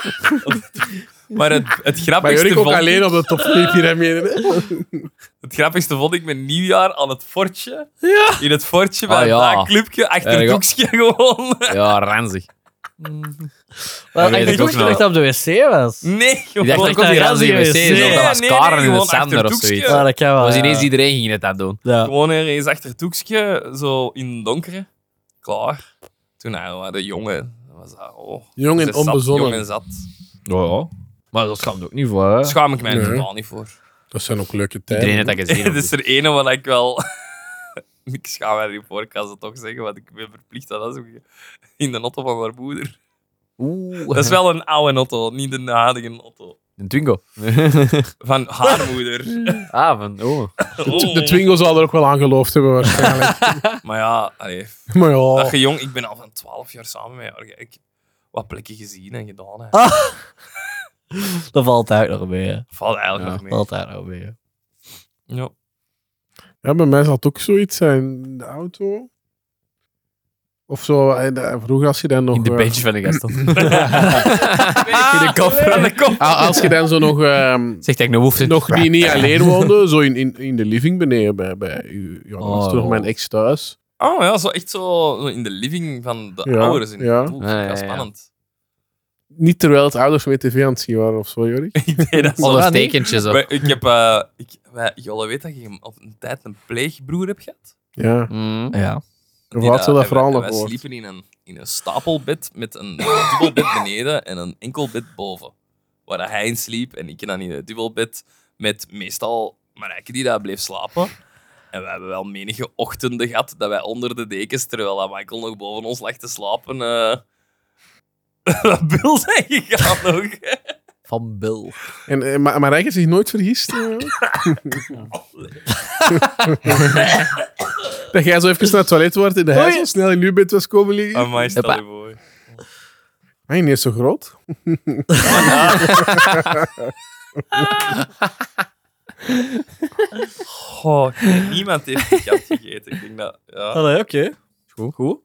Maar het Maar grappigste jullie ook vond alleen op de top van die piramide. Hè? Het grappigste vond ik met nieuwjaar aan het fortje. In het fortje bij Ah, ja. dat clubje, achter Ja, het ja. hoekje gewoon. Ja, ranzig. Wel, weet ik ik dacht ook dat nog. het op de wc was. Nee, Ik gewoon. dacht ook op die dat ranzige ranzige wc. wc. Zo, dat was Nee, Karen in gewoon de Sander achter of het zoiets. hoekje. Ja, dat kan wel. Was ja. ineens iedereen ging het dat doen. Ja. Gewoon ergens achter het hoekje, zo in het donkere. Klaar. Toen waren de jongen. Dat was dat, Jong en ze zat, onbezonnen. Jong en zat. Ja. Maar dat schaamt ook niet voor. Hè? Daar schaam ik mij Nee. totaal niet voor. Dat zijn ook leuke tijden. Iedereen heeft dat gezien. Het is er ene wat ik wel... ik schaam mij niet voor, ik kan ze toch zeggen, want ik ben verplicht aan dat zoeken. In de auto van haar moeder. Oeh. Dat is wel een oude auto, niet de huidige auto. Een Twingo. Van haar moeder. Oh. De Twingo zal er ook wel aan geloofd hebben waarschijnlijk. Maar ja, allee, Maar dat ja, je jong... Ik ben al van 12 jaar samen met haar. Ik heb wat plekken gezien en gedaan. Hè. Dat valt uit nog mee. Hè. Valt eigenlijk Ja, nog mee. Valt uit nog mee. Hè. Ja. ja, bij mij zal het ook zoiets zijn. In de auto. Of zo. Vroeger als je dan nog... In de bench van de Gaston. In de koffer. In de koffer. Als je dan zo nog... Zegt hij, hoeft het nog niet alleen woonde, zo in de living beneden bij u. Ja, dat was Oh. toch mijn ex thuis. Oh ja, zo echt zo in de living van de Ja, ouders. In ja. het doel. Ja, ja, Ja, ja. spannend. Niet terwijl het ouders met tv aan het zien waren of zo, Jorik. Ik deed dat zo. Onder tekentjes op. Ik heb... Jolle, weet dat je op een tijd een pleegbroer hebt gehad? Ja, Mm. Ja. of had ze dat verhaal nog Wij gehoord? sliepen in een stapelbed met een dubbelbed beneden en een enkelbed boven. Waar hij in sliep en ik dan in een dubbelbed met meestal Marijke die daar bleef slapen. En we hebben wel menige ochtenden gehad dat wij onder de dekens, terwijl dat Michael nog boven ons lag te slapen, wat bil zijn gegaan nog. Van Bill. En Marijke heeft zich nooit vergist. Dat jij zo even naar het toilet wordt in de huis, zo snel in uw bed was komen liggen. Amai, stel je voor. Hij niet zo groot. Goh, niemand heeft die kat gegeten. Ik denk dat... Ja. Allee, oké. Goed.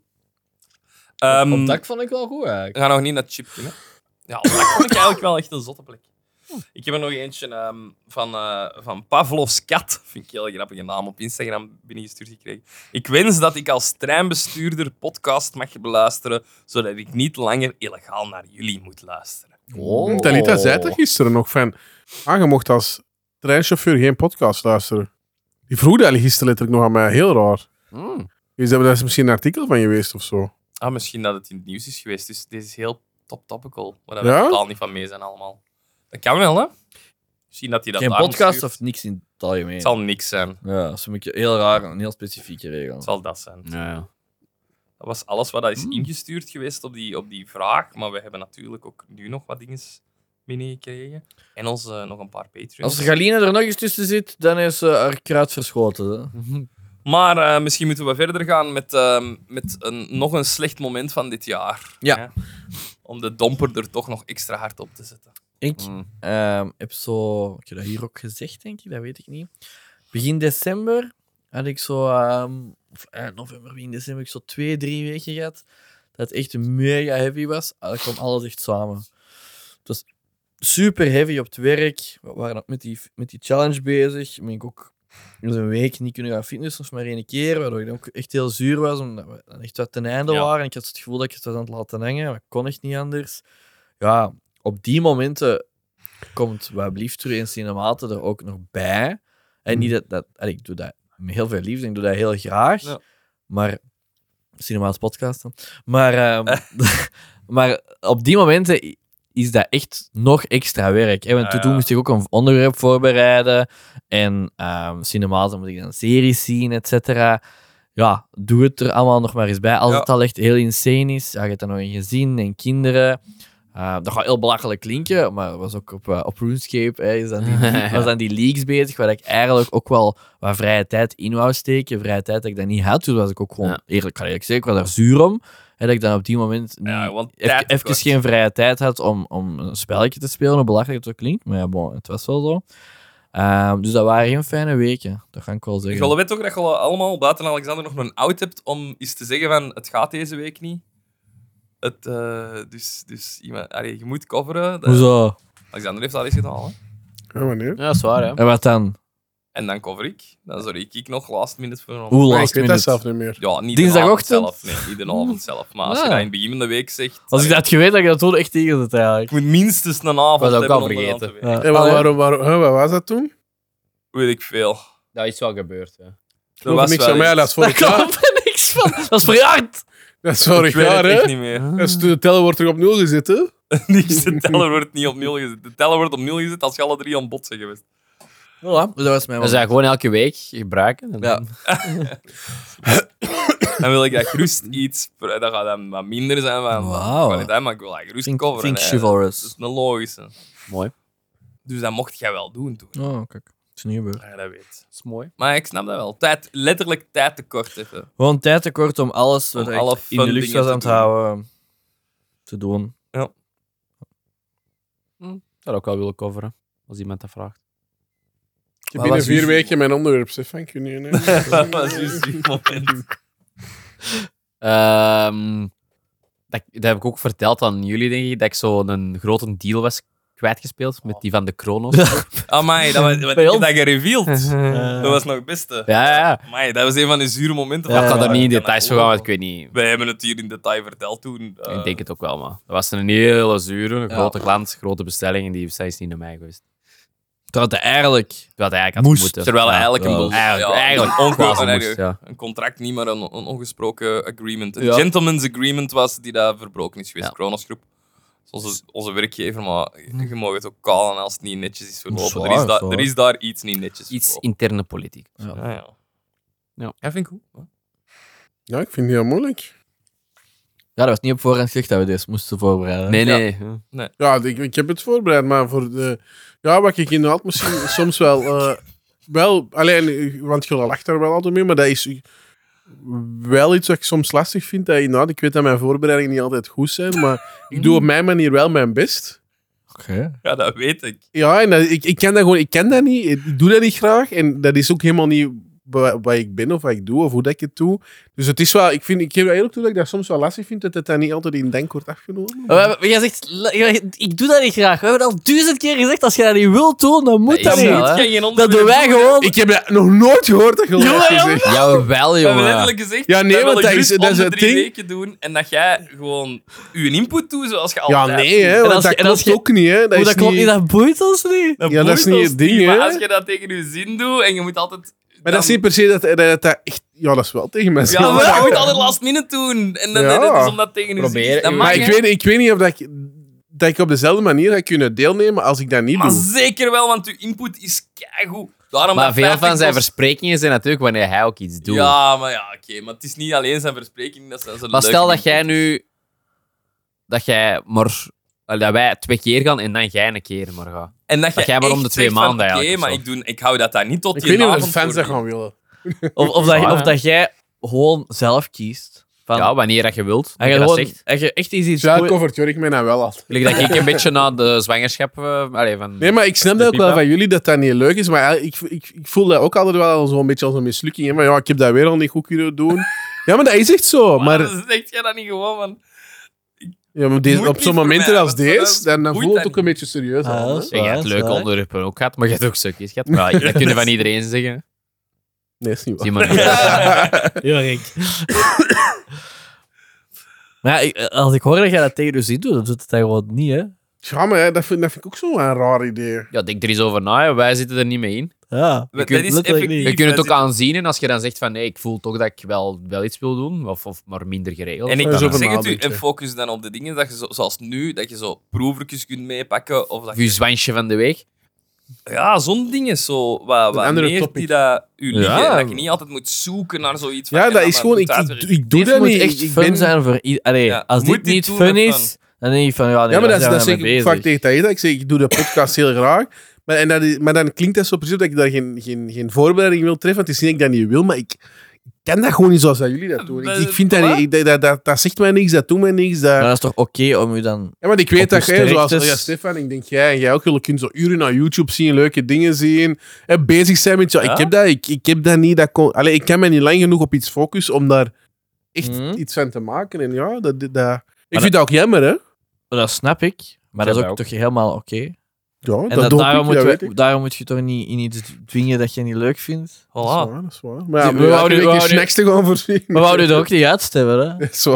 Op dak vond ik wel goed eigenlijk. We gaan nog niet naar het chipje. Hè? Ja, dat vond ik eigenlijk wel echt een zotte plek. Ik heb er nog eentje van Pavlov's kat. Vind ik een heel grappige naam op Instagram binnengestuurd gekregen. Ik wens dat ik als treinbestuurder podcast mag beluisteren, zodat ik niet langer illegaal naar jullie moet luisteren. Oh. Talita zei dat gisteren nog van... je mocht als treinchauffeur geen podcast luisteren. Die vroeg dat gisteren letterlijk nog aan mij. Heel raar. Dat is misschien een artikel van geweest of zo. Ah, misschien dat het in het nieuws is geweest. Dus dit is heel topical. Waar Ja? we totaal niet van mee zijn allemaal. Dat kan wel, hè? Misschien dat hij dat Geen daarom podcast stuurt. of niks in het algemeen. Het zal niks zijn. Ja, dat is een beetje heel raar, een heel specifieke regel. Het zal dat zijn. Ja. Dat was alles wat is ingestuurd geweest op die vraag. Maar we hebben natuurlijk ook nu nog wat dingen binnengekregen. En ons nog een paar Patreons. Als de Galine er nog eens tussen zit, dan is haar kruid verschoten. Hè. Maar misschien moeten we verder gaan met nog een slecht moment van dit jaar. Ja. Hè? Om de domper er toch nog extra hard op te zetten. Ik heb zo... Ik heb dat hier ook gezegd, denk ik. Dat weet ik niet. Begin december had ik zo... of november, begin december, heb ik zo 2-3 weken gehad. Dat het echt mega heavy was. Dat kwam alles echt samen. Het was super heavy op het werk. We waren ook met die challenge bezig. Ben ik ook dus een week niet kunnen gaan fitnessen, of maar één keer, waardoor ik dan ook echt heel zuur was, omdat we dan echt wat ten einde Ja. waren. En ik had het gevoel dat ik het was aan het laten hangen, maar ik kon echt niet anders. Ja, op die momenten komt wat blieft terug in Cinematen er ook nog bij. En niet dat ik doe dat met heel veel liefde, ik doe dat heel graag. Ja. Maar... Cinema's podcast dan. Maar, maar op die momenten is dat echt nog extra werk. Hè? Want toen moest ik ook een onderwerp voorbereiden. En Cinema's, dan moet ik dan series zien, et cetera. ja, doe het er allemaal nog maar eens bij. Als Ja. het al echt heel insane is, ja, je hebt dan nog een gezin en kinderen. Dat gaat heel belachelijk klinken, maar was ook op RuneScape. Hè, was dan die leagues bezig, waar ik eigenlijk ook wel wat vrije tijd in wou steken. Vrije tijd dat ik dat niet had. Dus was ik ook gewoon, eerlijk zeggen, ik was daar zuur om. Hè, dat ik dan op die moment want tijd even tekort. geen vrije tijd had om een spelletje te spelen, hoe belachelijk het ook klinkt. Maar ja, bon, het was wel zo. Dus dat waren geen fijne weken, dat ga ik wel zeggen. Je weet toch dat je allemaal, buiten Alexander, nog een out hebt om eens te zeggen van het gaat deze week niet. Dus iemand, je moet coveren. Hoezo? Alexander heeft dat eens gedaan. Hè? Ja, wanneer? Ja, dat is waar, hè. En wat dan? En dan cover ik. Dan zorg ik nog last minute voor een... Hoe Nee, ik last weet dat minute? zelf niet meer. Ja, niet Dinsdagochtend? de avond zelf. Nee, niet de avond zelf. Maar als je Ah. dat in het begin van de week zegt... Als ik dat had geweten, had ik dat toen echt tegen zit eigenlijk. Ik moet minstens een avond Was ook hebben al om eraan vergeten. te werken. Ja. En wat was dat toen? Weet ik veel. Dat is wel gebeurd, hè. Dat was niks wel aan mij, iets. dat is vorig Daar jaar. komt er niks van. Dat is verjaard. Dat is vorig Ik weet jaar, het echt hè? niet meer. Dat is toen de teller wordt terug op 0 gezet, hè? Niks, de teller wordt niet op 0 gezet. De teller wordt op 0 gezet als je alle 3 aan bod zijn geweest. Voilà, dus dat was mijn Dat is dat gewoon elke week gebruiken. En Ja. Dan wil ik dat gerust iets... Dat gaat dan wat minder zijn van Wauw. kwaliteit, maar ik wil dat gerust Think coveren. hè. chivalrous. Dat is een logische. Mooi. Dus dat mocht jij wel doen toen. Oh, kijk. Het is niet gebeurd. Dat je dat weet. Dat is mooi. Maar ik snap dat wel. Letterlijk tijd tekort even. Gewoon tijd tekort om alles wat Om ik alle in de fun lucht dingen was aan te het doen. houden te doen. Ik zou ook wel willen coveren, als iemand dat vraagt. Ik heb Wat binnen was 4 uw- weken mijn onderwerp, Stefan. Kun je niet? Dat was juist die moment. Dat heb ik ook verteld aan jullie, denk ik, dat ik zo een grote deal was kwijtgespeeld met die van de Chronos. Amai, dat Bij was ons. dat gereveeld. Dat was nog het beste. Ja. Amai, dat was een van de zure momenten. Ik ga van- er niet in kan details dat voor gaan, want geloven. ik weet niet. Wij hebben het hier in detail verteld toen. Ik denk het ook wel, maar dat was een hele zure, grote klant, grote bestelling en die is niet naar mij geweest. Terwijl het eigenlijk... Terwijl hij eigenlijk had Moest. moeten. Terwijl Ja. eigenlijk een bull- Eigenlijk een quasi moest, ja. een contract, niet maar een ongesproken agreement. Een Ja. gentleman's agreement was die daar verbroken is geweest. Ja. Kronos Groep. Dat is onze werkgever, maar je mag het ook kalen als het niet netjes is verlopen. Zwaar, Er is daar iets niet netjes Iets verlopen. interne politiek. Ja. Ja. Ja, vind ik goed. Ja, ik vind het heel moeilijk. Ja, dat was niet op voorhand gezegd dat we deze moesten voorbereiden. Nee. Ja, ik heb het voorbereid, maar voor de... Ja, wat ik inderdaad misschien soms wel... Alleen, want je lacht daar wel altijd mee, maar dat is wel iets wat ik soms lastig vind. Dat inderdaad, ik weet dat mijn voorbereidingen niet altijd goed zijn, maar ik doe op mijn manier wel mijn best. Oké. Ja, dat weet ik. Ja, en ik ken dat gewoon... Ik ken dat niet. Ik doe dat niet graag. En dat is ook helemaal niet wat ik ben of wat ik doe of hoe dat ik het doe. Dus het is wel... Ik geef eerlijk toe dat ik dat soms wel lastig vind, dat het dan niet altijd in denk wordt afgenomen. Jij zegt, ik doe dat niet graag. We hebben al 1000 keer gezegd, als je dat niet wilt doen, dan moet Dat dat is niet. wel, hè. Geen Dat onderwerp doen wij doen, hè. gewoon. Ik heb dat nog nooit gehoord dat je dat hebt gezegd. Jawel, We hebben jongen. letterlijk gezegd, Ja, nee, wij want willen dat is- gerust dat is om het de 3 ding. weken doen en dat jij gewoon je input doet zoals je Ja, altijd nee, hè, doet. want als dat je- en als klopt je- ook niet. Hè. Maar dat klopt niet, dat boeit ons niet. Ja, dat is boeit niet ons het ding, niet, hè. Maar als je dat tegen je zin doet en je moet altijd... Maar dat is niet per se dat echt... Ja, dat is wel tegen mij. Ja, maar je moet altijd last minute doen. En dan Ja. het is om dat tegen je Probeer. zin. Dat Maar mag, Maar hè. ik weet niet of dat ik op dezelfde manier ga kunnen deelnemen als ik dat niet Maar doe. zeker wel, want je input is keigoed. Daarom Maar dat veel 50 van zijn kost- verspreking zijn natuurlijk wanneer hij ook iets doet. Ja, maar ja, oké. Maar het is niet alleen zijn verspreking. Dat zijn zo Maar stel leuke dat jij input. nu... Dat jij maar... Dat wij 2 keer gaan en dan jij een keer maar gaat. En dat jij maar om echt de 2 zegt van, maanden eigenlijk, Oké, of maar zo. ik hou dat daar niet tot Ik die weet niet of avond de fans voor dat gaan willen. Of dat jij gewoon zelf kiest. Van, Ja, wanneer dat je wilt. en je, Dat je dat gewoon, zegt. en je echt iets Ja, covert Jurk mij nou wel af. Gelijk dat ik een beetje na de zwangerschap... van Nee, maar ik snap dat ook wel van jullie dat dat niet leuk is. Maar ja, ik voel dat ook altijd wel zo'n beetje als een mislukking. Hè. Maar ja, ik heb dat weer al niet goed kunnen doen. Ja, maar dat is echt zo. Maar Maar, dan zeg jij dat niet gewoon van... ja, maar moet op niet zo'n voor momenten mij, als want deze, dan boeit voelt dat het ook een beetje serieus Ah, aan. dat hè. is Je hebt waar, leuke waar. onderwerpen ook gehad, maar je hebt ook stukjes gehad. Maar ja, dat kun je van iedereen zeggen. Nee, is niet waar. Zie maar niet. Ja, Rick. Maar ja, als ik hoor dat jij dat tegen je zin doet, dan doet het dat gewoon niet, hè? Ja, maar hè, dat vind ik ook zo'n raar idee. Ja, denk er eens over na. Hè. Wij zitten er niet mee in. Ja. Dat kunt is letterlijk effectief... Je kunt het dat ook aanzien en als je dan zegt van nee, ik voel toch dat ik wel iets wil doen, of maar minder geregeld. En ik Daar is over zeg het u, nadenken. en focus dan op de dingen dat je zoals nu, dat je zo proevertjes kunt meepakken. Of dat Of je zwansje van de week. Ja, zo'n ding is zo. Wat andere meer topic. die dat u liggen. Ja. En dat je niet altijd moet zoeken naar zoiets. van, Ja, en dat dan is maar gewoon... moet Ik uitwerken. doe Dit dat moet niet. echt Ik fun ben- zijn voor iedereen. Ja, Als moet dit dit niet doen fun met is, dan denk je van, ja, nee, Ja, maar daar dat zijn we zeg mee ik vaak bezig. tegen Taïda. Ik zeg, ik doe de podcast heel graag. Maar dan klinkt dat zo precies dat ik daar geen voorbereiding wil treffen. Het is niet dat ik dat niet wil, maar ik ken dat gewoon niet zoals dat jullie dat doen. Ik vind dat Voilà. niet... Dat zegt mij niks, dat doet mij niks. Maar dat is toch oké om u dan... Ja, maar ik weet Op dat je jij, zoals sterktes. Stefan, ik denk jij en jij ook, jullie kunnen zo uren naar YouTube zien, leuke dingen zien, en bezig zijn met... Ja, Ja? Ik heb dat niet. Allee, ik kan me niet lang genoeg op iets focussen om daar echt Mhm. iets van te maken. En ja, ik vind dat ook jammer, hè. Dat snap ik, maar dat is dat ook ook. toch helemaal oké. Ja, En dat doe daarom, ik, dat weet ik. daarom moet je toch niet in iets dwingen dat je niet leuk vindt. Dat is Voilà. waar, dat is waar. Maar ja, We we wouden- we wouden wouden- snacks te gaan voorzien. Maar we houden er ook niet uitstemmen, hè? Dat is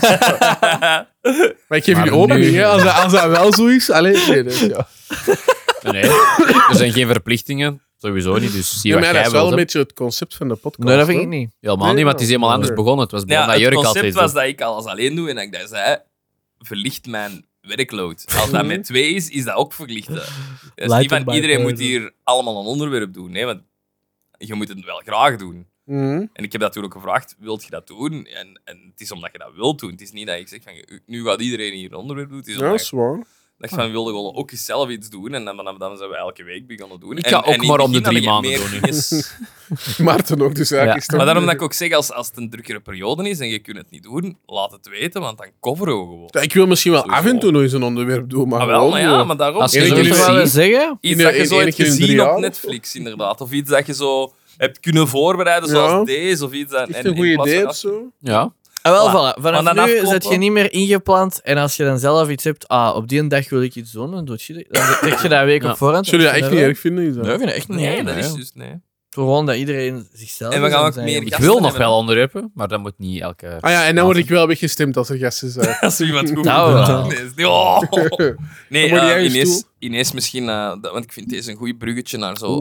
waar. Maar ik geef Maar jullie open, nu- hè. Als dat wel zo is... Allee, nee, dus, ja. Nee, er zijn geen verplichtingen. Sowieso niet, dus zie Ja, wat maar ja, dat jij is wel wilt. een beetje het concept van de podcast. Nee, dat vind hè. ik niet. Helemaal Nee, niet, maar het is ja. helemaal anders Nee. begonnen. Het was begonnen Ja, dat het Jurk concept altijd was doet. dat ik alles alleen doe en dat ik dat zei, verlicht mijn werkload. Als dat met 2 is dat ook verlichten. Het is niet Lighten van by iedereen moet fire. hier allemaal een onderwerp doen. Nee, want je moet het wel graag doen. Mhm. En ik heb dat toen ook gevraagd, wilt je dat doen? En het is omdat je dat wilt doen. Het is niet dat ik zeg van, nu gaat iedereen hier een onderwerp doen. Het is Ja, omdat dat is waar. ik van, wilde gewoon ook eens zelf iets doen. En dan zijn we elke week begonnen doen. Ik En- ga en ook in het maar om de begin 3 had ik maanden meer doen nu. dinges. Maarten ook, dus eigenlijk Ja. is het Maar ook- daarom dat ik ook zeg, als het een drukkere periode is en je kunt het niet doen, laat het weten, want dan coveren we gewoon. Ja, ik wil misschien wel Sowieso. af en toe nog eens een onderwerp doen, maar Maar wel, gewoon maar zo. ja, maar daarom. Als je Eén zo keer Zullen in we de- wel eens zeggen? Iets in dat je één zo hebt keer in 3 gezien jaar op of Netflix, inderdaad. Of iets dat je zo hebt kunnen voorbereiden, zoals Ja. deze. Of iets dat, Echt en een in goed plaats idee van of zo. Ja. Ah, wel, Voilà. voilà. Vanaf Maar dan nu afkloppen. zet je niet meer ingepland. En als je dan zelf iets hebt, op die dag wil ik iets doen, dan doe je dat. Dan zeg je dat een week Ja. op voorhand. Zullen je dat dan echt is niet dat erg vinden? Is dat? wel. Nee, ik vind het echt niet. Nee, dat nee. is dus nee. Gewoon dat iedereen zichzelf En we is gaan en ook zijn- meer Ik gasten wil nog hebben. wel onderwerpen, maar dat moet niet elke... Ah ja, en dan word ik wel weggestemd als er gasten zijn. Als er iemand goed Nou, doet. wel. Nee, oh. Nee, Dan moet je ergens ineens misschien, want ik vind deze een goed bruggetje naar zo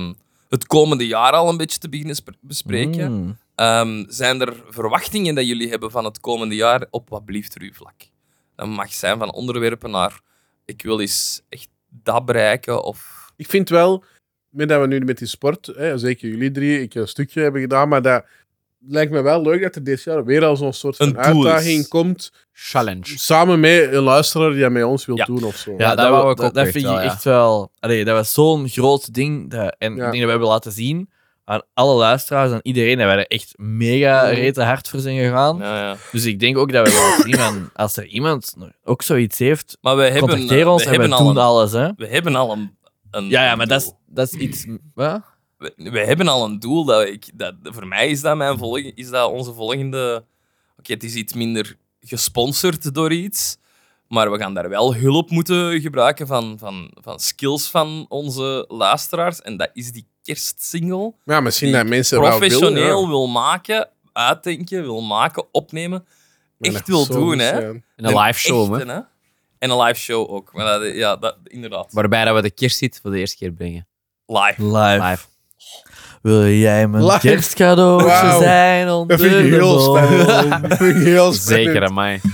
het komende jaar al een beetje te beginnen bespreken. Mm. Zijn er verwachtingen dat jullie hebben van het komende jaar op wat blieft er uw vlak? Dat mag zijn van onderwerpen naar ik wil eens echt dat bereiken of... Ik vind wel, met dat we nu met die sport, hè, zeker jullie 3, ik een stukje hebben gedaan, maar dat lijkt me wel leuk dat er dit jaar weer al zo'n soort van Een doel is. uitdaging komt, Challenge. samen met een luisteraar die dat met ons wil Ja. doen of zo. Ja, dat wou ik dat, ook dat echt vind wel, ik ja. echt wel... Allee, dat was zo'n groot ding. En Ja. ik denk dat we hebben laten zien aan alle luisteraars, aan iedereen, dat wij er echt mega rete hard voor zijn gegaan. Ja. Dus ik denk ook dat we laten zien van, als er iemand ook zoiets heeft, Maar we hebben, contacteer ons we en we hebben al doen een, alles. Hè? we hebben al een Ja, maar doel. dat is iets... Wat? We hebben al een doel dat voor mij is dat is dat onze volgende. Oké, het is iets minder gesponsord door iets, maar we gaan daar wel hulp moeten gebruiken van skills van onze luisteraars. En dat is die kerstsingle. Ja, misschien Die dat mensen wel professioneel willen, ja. wil maken, uitdenken, wil maken, opnemen. Maar Echt dat wil zou doen, goed hè? zijn. En een live show, hè. Echte, En een live show ook. Maar dat, inderdaad. Waarbij dat we de kerstzit voor de eerste keer brengen. Live. Live. Live. Wil jij mijn Live. kerstcadeautje Wauw. zijn onder Dat vind ik de heel boom? spannend. Dat vind ik heel spannend. Zeker aan mij.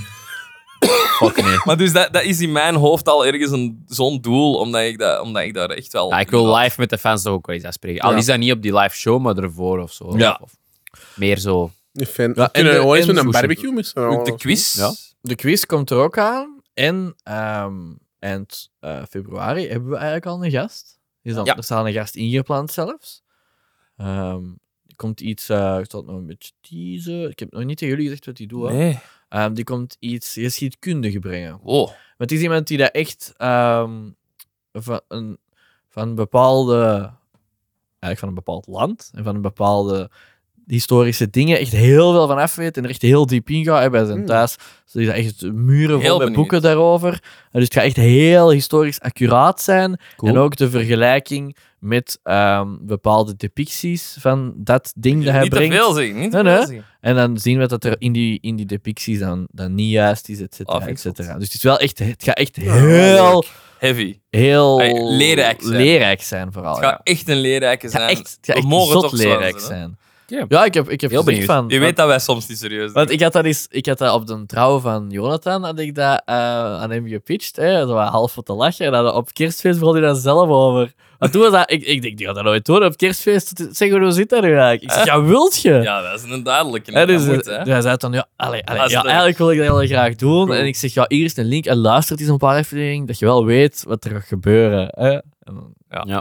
Fuck nee. Maar dus dat is in mijn hoofd al ergens zo'n doel, omdat ik daar echt wel... Ja, ik wil live met de fans toch ook wel eens afspreken. Al Ja. is dat niet op die live show, maar ervoor of zo. Ja. Of meer zo. Een fan. Ja, We kunnen en gewoon eens met een sushi. barbecue met z'n allen De of zo. quiz. Ja. De quiz komt er ook aan. En eind februari hebben we eigenlijk al een gast. Ja. Er staat een gast ingepland zelfs. Er komt iets... ik zal het nog een beetje teasen. Ik heb nog niet tegen jullie gezegd wat hij doet. Hè. Nee. Die komt iets geschiedkundige brengen. Oh. Maar het is iemand die dat echt van bepaalde... Eigenlijk van een bepaald land en van een bepaalde historische dingen echt heel veel van af weet en er echt heel diep in gaat. Bij zijn thuis dus er echt muren Heel vol met benieuwd. boeken daarover. Dus het gaat echt heel historisch accuraat zijn. Cool. En ook de vergelijking met bepaalde depicties van dat ding dat hij Niet te brengt. veel zeggen. Niet te Nee, veel nee. zeggen. En dan zien we dat er in die depicties dan niet juist is, et Ah, cetera, vind et ik zot. cetera. Dus het is wel echt, het gaat echt Ja, heel, Heavy. heel Hey, leerrijk zijn. leerrijk zijn vooral. Het gaat ja. echt een leerrijke Het gaat zijn. echt, het gaat We echt mogen zot toch leerrijk zwansen, hè? zijn. Ja, ik heb Heel gezegd benieuwd. van... Je weet dat wij soms niet serieus doen. Want ik had dat op de trouw van Jonathan, had ik dat aan hem gepitcht. Hè, zo wat half voor te lachen. En dan op kerstfeest begon hij dat zelf over. Maar toen was dat... Ik denk, die gaat dat nooit doen op kerstfeest. Zeg, hoe zit dat nu eigenlijk? Ik zeg, ja, wilt je? Ja, dat is een duidelijke. Hè, dus, dat moet, hè. hij zei dan, ja, is leuk. eigenlijk wil ik dat heel graag doen. Cool. En ik zeg, ja, hier is een link en luister eens een paar afleveringen, dat je wel weet wat er gaat gebeuren. Hè. En dan- Ja.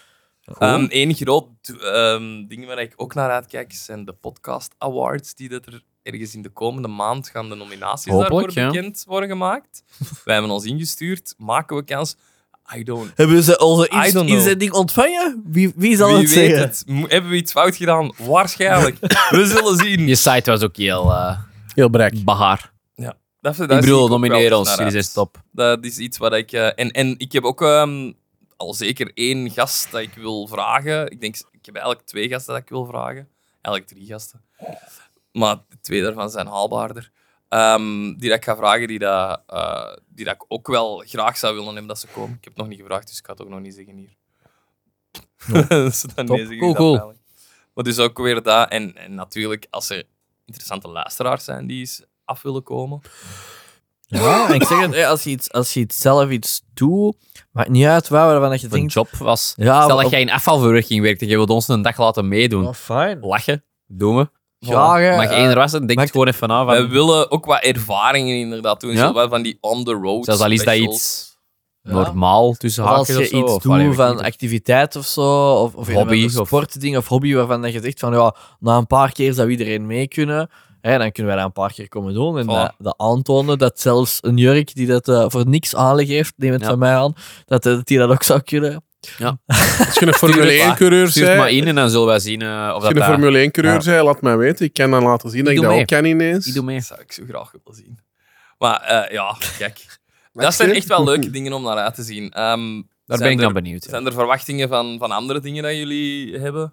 Eén groot ding waar ik ook naar uitkijk zijn de Podcast Awards, die dat er ergens in de komende maand gaan de nominaties Hopelijk, daarvoor ja. bekend worden gemaakt. Wij hebben ons ingestuurd. Maken we kans? I don't. Hebben ze onze I don't know. inzending ontvangen? Wie zal Wie het weet zeggen? het? Hebben we iets fout gedaan? Waarschijnlijk. We zullen zien. Je site was ook heel Heel bereikt. bahaar. Dat Ik bedoel, zie ook nomineer wel ons. naar Jullie uit. zijn top. Dat is iets wat ik... en ik heb ook al zeker 1 gast dat ik wil vragen. Ik heb eigenlijk 2 gasten dat ik wil vragen. Eigenlijk 3 gasten. Maar 2 daarvan zijn haalbaarder. Die dat ik ga vragen, die dat ik ook wel graag zou willen hebben dat ze komen. Ik heb het nog niet gevraagd, dus ik ga het ook nog niet zeggen hier. Als ze dan nee zeggen, Cool, is dat cool. pijnlijk. Maar dus ook weer dat. En natuurlijk, als er interessante luisteraars zijn die eens af willen komen. Ja, en ik zeg het, als je zelf iets doet, maakt niet uit waarvan dat je Een denkt... job was... Ja, Stel dat op- jij in afvalverwerking werkt en je wilt ons een dag laten meedoen. Oh, fijn. Lachen. Doen we. Jagen. Mag één er was, denk maakt- het gewoon even af. Wij willen ook wat ervaringen inderdaad doen. Ja? Zo wat van die on-the-road Zelfs al is dat specials. iets Ja. normaal tussen Of als haakjes je of zo. iets of allee, doet weet ik van niet. activiteit of zo, of Hobby, een of- sportding of hobby waarvan dat je zegt van ja, na een paar keer zou iedereen mee kunnen, hè, dan kunnen wij dat een paar keer komen doen en Voilà. dat aantonen dat zelfs een jurk die dat voor niks aanleg heeft, neem het Ja. van mij aan, dat die dat ook zou kunnen. Als je een Formule 1-coureur Stuur het maar bent, in en dan zullen wij zien of als je dat... een Formule 1-coureur Ja. bent, laat mij weten. Ik kan dan laten zien dat ik doe dat mee. ook kan ineens. Ik doe mee. Dat zou ik zo graag willen zien. Maar ja, kijk. Dat zijn echt wel leuke dingen om naar uit te zien. Daar ben ik dan benieuwd. Zijn er verwachtingen van andere dingen dat jullie hebben?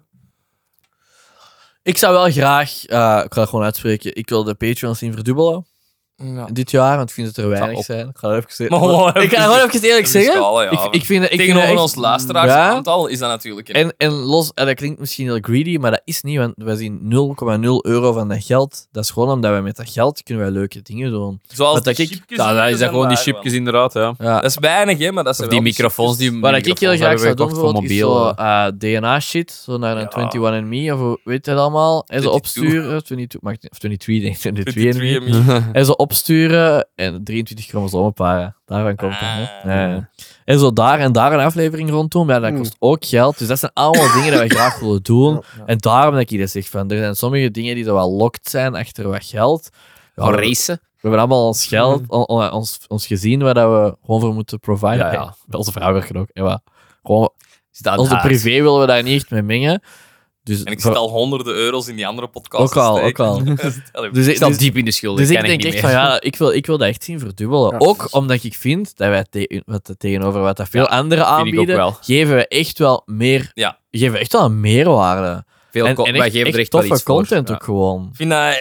Ik zou wel graag, ik ga het gewoon uitspreken, ik wil de Patreons zien verdubbelen Ja. dit jaar, want ik vind dat er weinig op. zijn. Ik ga het even Maar gewoon ik ga gewoon even eerlijk zeggen. Schalen, ja. Ik vind het Tegenover echt- ons luisteraarsaantal is dat natuurlijk... En los, en dat klinkt misschien heel greedy, maar dat is niet, want wij zien 0,0 euro van dat geld. Dat is gewoon omdat wij met dat geld kunnen wij leuke dingen doen. Zoals wat die dat ik- chipjes, Ja, dat is zijn gewoon die daar chipjes wel. inderdaad, ja. Ja. Dat is weinig, hè, maar dat Of zijn die wel microfoons die... Wat ik heel graag zou doen, voor bijvoorbeeld, is mobiel. zo DNA-shit, zo naar een Ja. 21andMe, of hoe weet je dat allemaal, en zo 22. opsturen, 22, mag ik niet- of 23, denk ik, 23 23andMe, en zo opsturen, en 23 chromosomenparen, daarvan komt het. hè. Ja, ja. En zo daar en daar een aflevering rond doen, maar dat kost ook geld, dus dat zijn allemaal dingen die we graag willen doen, en daarom dat ik dat zeg, van, er zijn sommige dingen die zo wel locked zijn achter wat geld. Ja, Voor we racen. hebben allemaal ons geld, ons gezien waar dat we gewoon voor moeten providen. Ja, ja. Hey, bij onze vrouw werken ook. Ja, maar gewoon, Is dat onze daar? privé willen we daar niet echt mee mengen. Dus, En ik zit al honderden euro's in die andere podcasts. Ook al. Dus Ik ik, sta dus, diep in de schuld. dus dat ik kan denk niet echt meer. van ja, ik wil dat echt zien verdubbelen. Ja. Ook omdat ik vind dat wij tegenover wat dat veel anderen vind ik ook aanbieden, wel. geven we echt wel meer. Ja. Geven we echt wel een meerwaarde. Veel En wij echt, geven er echt echt wel toffe iets voor. content Ja. ook gewoon. Ik vind dat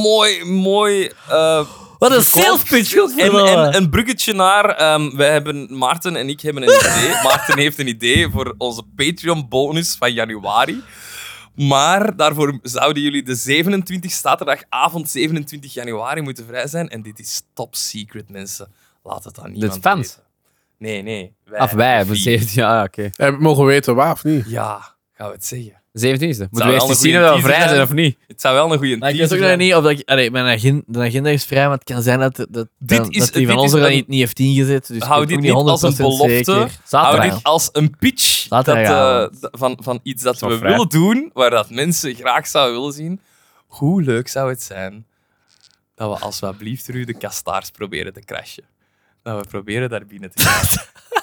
mooi. Wat een verkocht. sales pitch! En een bruggetje naar... wij hebben, Maarten en ik hebben een idee. Maarten heeft een idee voor onze Patreon-bonus van januari. Maar daarvoor zouden jullie de 27 zaterdagavond 27 januari moeten vrij zijn. En dit is top secret, mensen. Laat het aan niemand fans? weten. Nee. Of wij. de vier. 17, ja, oké. Mogen we weten waar of niet? Ja, gaan we het zeggen. 17e. Moeten we wel eerst een eens zien goede of we teaser vrij zijn zijn. of niet? Het zou wel een goede Maar ik teaser weet ook nog zijn. niet of dat ik... de agenda is vrij, maar het kan zijn dat Dit is die van ons er een- niet heeft ingezet. Dus Hou ik ben dit ook niet als een 100% belofte. zeker. Hou Zaterdag. dit als een pitch dat, Zaterdagavond. van iets dat Zo we vrij. willen doen, waar dat mensen graag zouden willen zien. Hoe leuk zou het zijn dat we alsjeblieft de kastaars proberen te crashen. Dat we proberen daar binnen te gaan.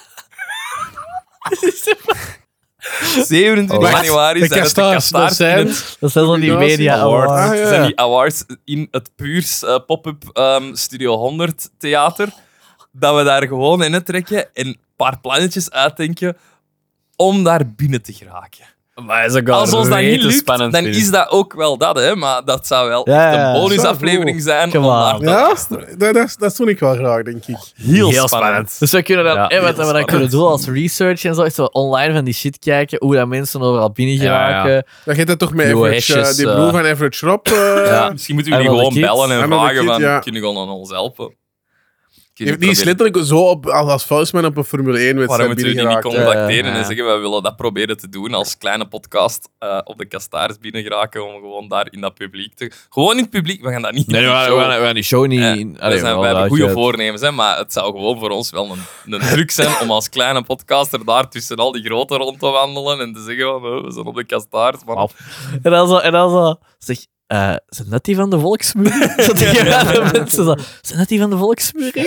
27 Wacht, januari de zijn het de kastaars, dat kastaars zijn- in het Dat zijn dan die media Awards. awards. Ah, ja. Het zijn die awards in het Puurs pop-up Studio 100 theater. Dat we daar gewoon in trekken en een paar plannetjes uitdenken om daar binnen te geraken. Maar is ook Als ons dat niet rete lukt, spannend, dan vind ik. is dat ook wel dat, hè. Maar dat zou wel Ja, echt ja. een bonusaflevering zijn. Come Om on. naar te Ja, luisteren. dat doe ik wel graag, denk ik. Heel spannend. Dus we kunnen dan, Ja, wat heel we dan spannend. kunnen doen als research en zo, is zo online van die shit kijken, hoe dat mensen overal binnen geraken. Ja. Dat gaat dat toch met Nieuwe Average, hashjes, die broer van Average Rob. Ja. Misschien moeten we jullie Arnold gewoon the Kid. bellen en Arnold the vragen Kid, van, ja. kunnen jullie aan ons helpen? Die is letterlijk zo als Faustman op een Formule 1 Waarom wedstrijd moeten we die niet binnengeraakt. contacteren Ja. en zeggen, wij willen dat proberen te doen als kleine podcast op de Kastaars binnen geraken, om gewoon daar in dat publiek te... Gewoon in het publiek, we gaan dat niet Nee, in de we show. gaan die show niet... We hebben goede voornemens, hè, maar het zou gewoon voor ons wel een druk zijn om als kleine podcaster daar tussen al die grote rond te wandelen en te zeggen, van, we zijn op de Kastaars. Maar En dan zo zeg, zijn dat die van de volksmuur? Zo tegen andere mensen zo, zijn dat die van de volksmuur?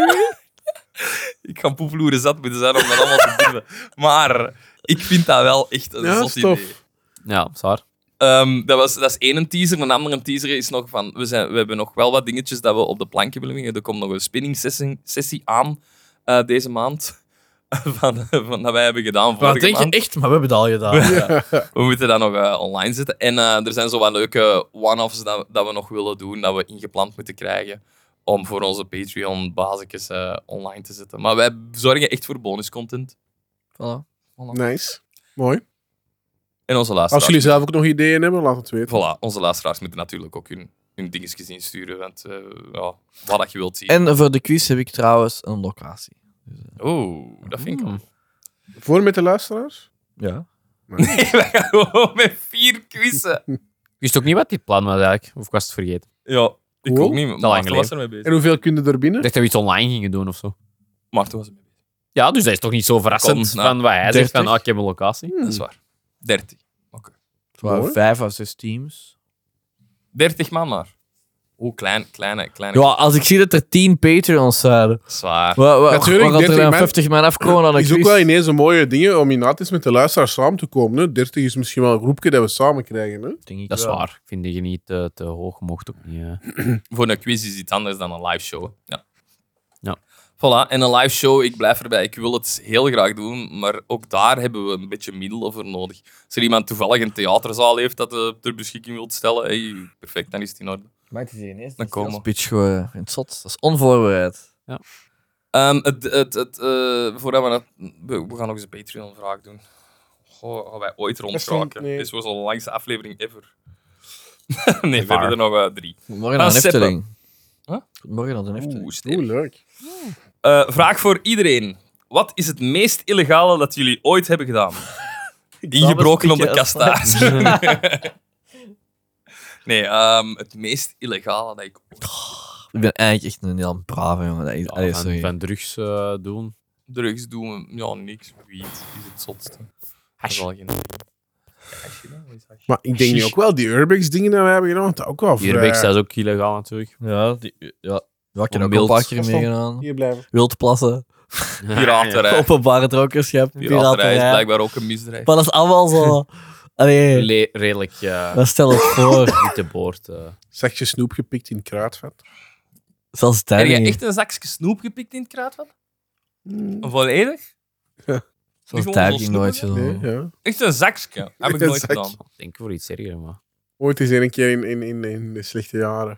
ik ga poeploeren zat moeten zijn om dat allemaal te doen. Maar ik vind dat wel echt een Ja, zot stof. idee. Ja, zwaar. Dat is één teaser. Een andere teaser is nog van... We hebben nog wel wat dingetjes dat we op de plankje willen brengen. Er komt nog een spinning sessie aan deze maand. van dat wij hebben gedaan Wat vorige denk je maand. echt? Maar we hebben het al gedaan. We moeten dat nog online zetten. En er zijn zo wat leuke one-offs dat we nog willen doen, dat we ingepland moeten krijgen om voor onze Patreon-basisjes online te zetten. Maar wij zorgen echt voor bonuscontent. Voilà. Nice. Mooi. En onze Als luisteraars... jullie zelf ook nog ideeën hebben, laat het weten. Voilà, onze luisteraars moeten natuurlijk ook hun dingetjes insturen. Want ja, wat dat je wilt zien. En voor de quiz heb ik trouwens een locatie. Oeh, dat vind ik al. Voor met de luisteraars? Ja. Nee, we gaan gewoon met 4 quizzen. Ik wist ook niet wat dit plan was eigenlijk. Of ik was het vergeten. Ja, ik Cool. ook niet. lang Maarten was ermee bezig. En hoeveel kun je er binnen? Ik dacht dat we iets online gingen doen of zo. Maarten was ermee bezig. Ja, dus dat is toch niet zo verrassend Komt, nou, van wat hij 30. zegt van, ik heb een locatie. Dat is waar. 30. Oké. Het waren Mooi. 5 of 6 teams. 30 man maar. Oeh, kleine. Ja, als ik zie dat er 10 Patreons zijn, Zwaar. Natuurlijk, waar gaat er 30 dan man 50 man afkomen aan een is ook quiz? wel ineens een mooie dingen om inderdaad eens met de luisteraars samen te komen. Hè. 30 is misschien wel een groepje dat we samen krijgen. Hè. Denk ik Dat is wel. waar. Ik vind die niet te hoog. Mocht ook niet. Voor een quiz is iets anders dan een live show. Ja. Ja. Voilà, en een live show, ik blijf erbij. Ik wil het heel graag doen, maar ook daar hebben we een beetje middelen voor nodig. Als er iemand toevallig een theaterzaal heeft dat ter beschikking wilt stellen, hey, perfect, dan is het in orde. Maar het is hier ineens Dan komen we. pitch gewoon in het zot. Dat is onvoorbereid. Voordat we gaan nog eens een Patreon-vraag doen. Goh, gaan wij ooit rondkraken? nee. Dit was onze langste aflevering ever. Nee, we hebben er nog 3. Morgen Ah, aan de Seppe. Efteling. Huh? Morgen aan de Efteling. Oeh, sterk. leuk. Vraag voor iedereen. Wat is het meest illegale dat jullie ooit hebben gedaan? Ingebroken op de kastaars. Nee, het meest illegale dat ik ooit... Ik ben eigenlijk echt een heel brave jongen. Dat is, allee, Ja, sorry. van drugs doen. Drugs doen we... Ja, niks. Wiet is het zotste. Dat is wel geen... Hash, hè? Wat is hash? Maar ik denk nu ook wel, die Urbex dingen die we hebben gedaan, dat ook wel vrij... Urbex, dat is ook illegaal natuurlijk. Ja, ik heb ook Om een beeld- paar keer Dat is toch- meegedaan. Hier blijven. Wildplassen. Piraterij. Openbare dronkenschap. Piraterij is blijkbaar ook een misdrijf. Maar dat is allemaal zo... Allee, Redelijk wat stel het voor. niet te boord. Zakje snoep gepikt in het kruidvat. Zelfs dat Heb je niet. echt een zakje snoep gepikt in het kruidvat? Volledig? Zelfs gewoon dat heb zo ik nooit Nee, gedaan. ja. Echt een zakje. Heb ik Een nooit zakje. gedaan. Ik denk voor iets erger, maar... Ooit eens een keer in de slechte jaren.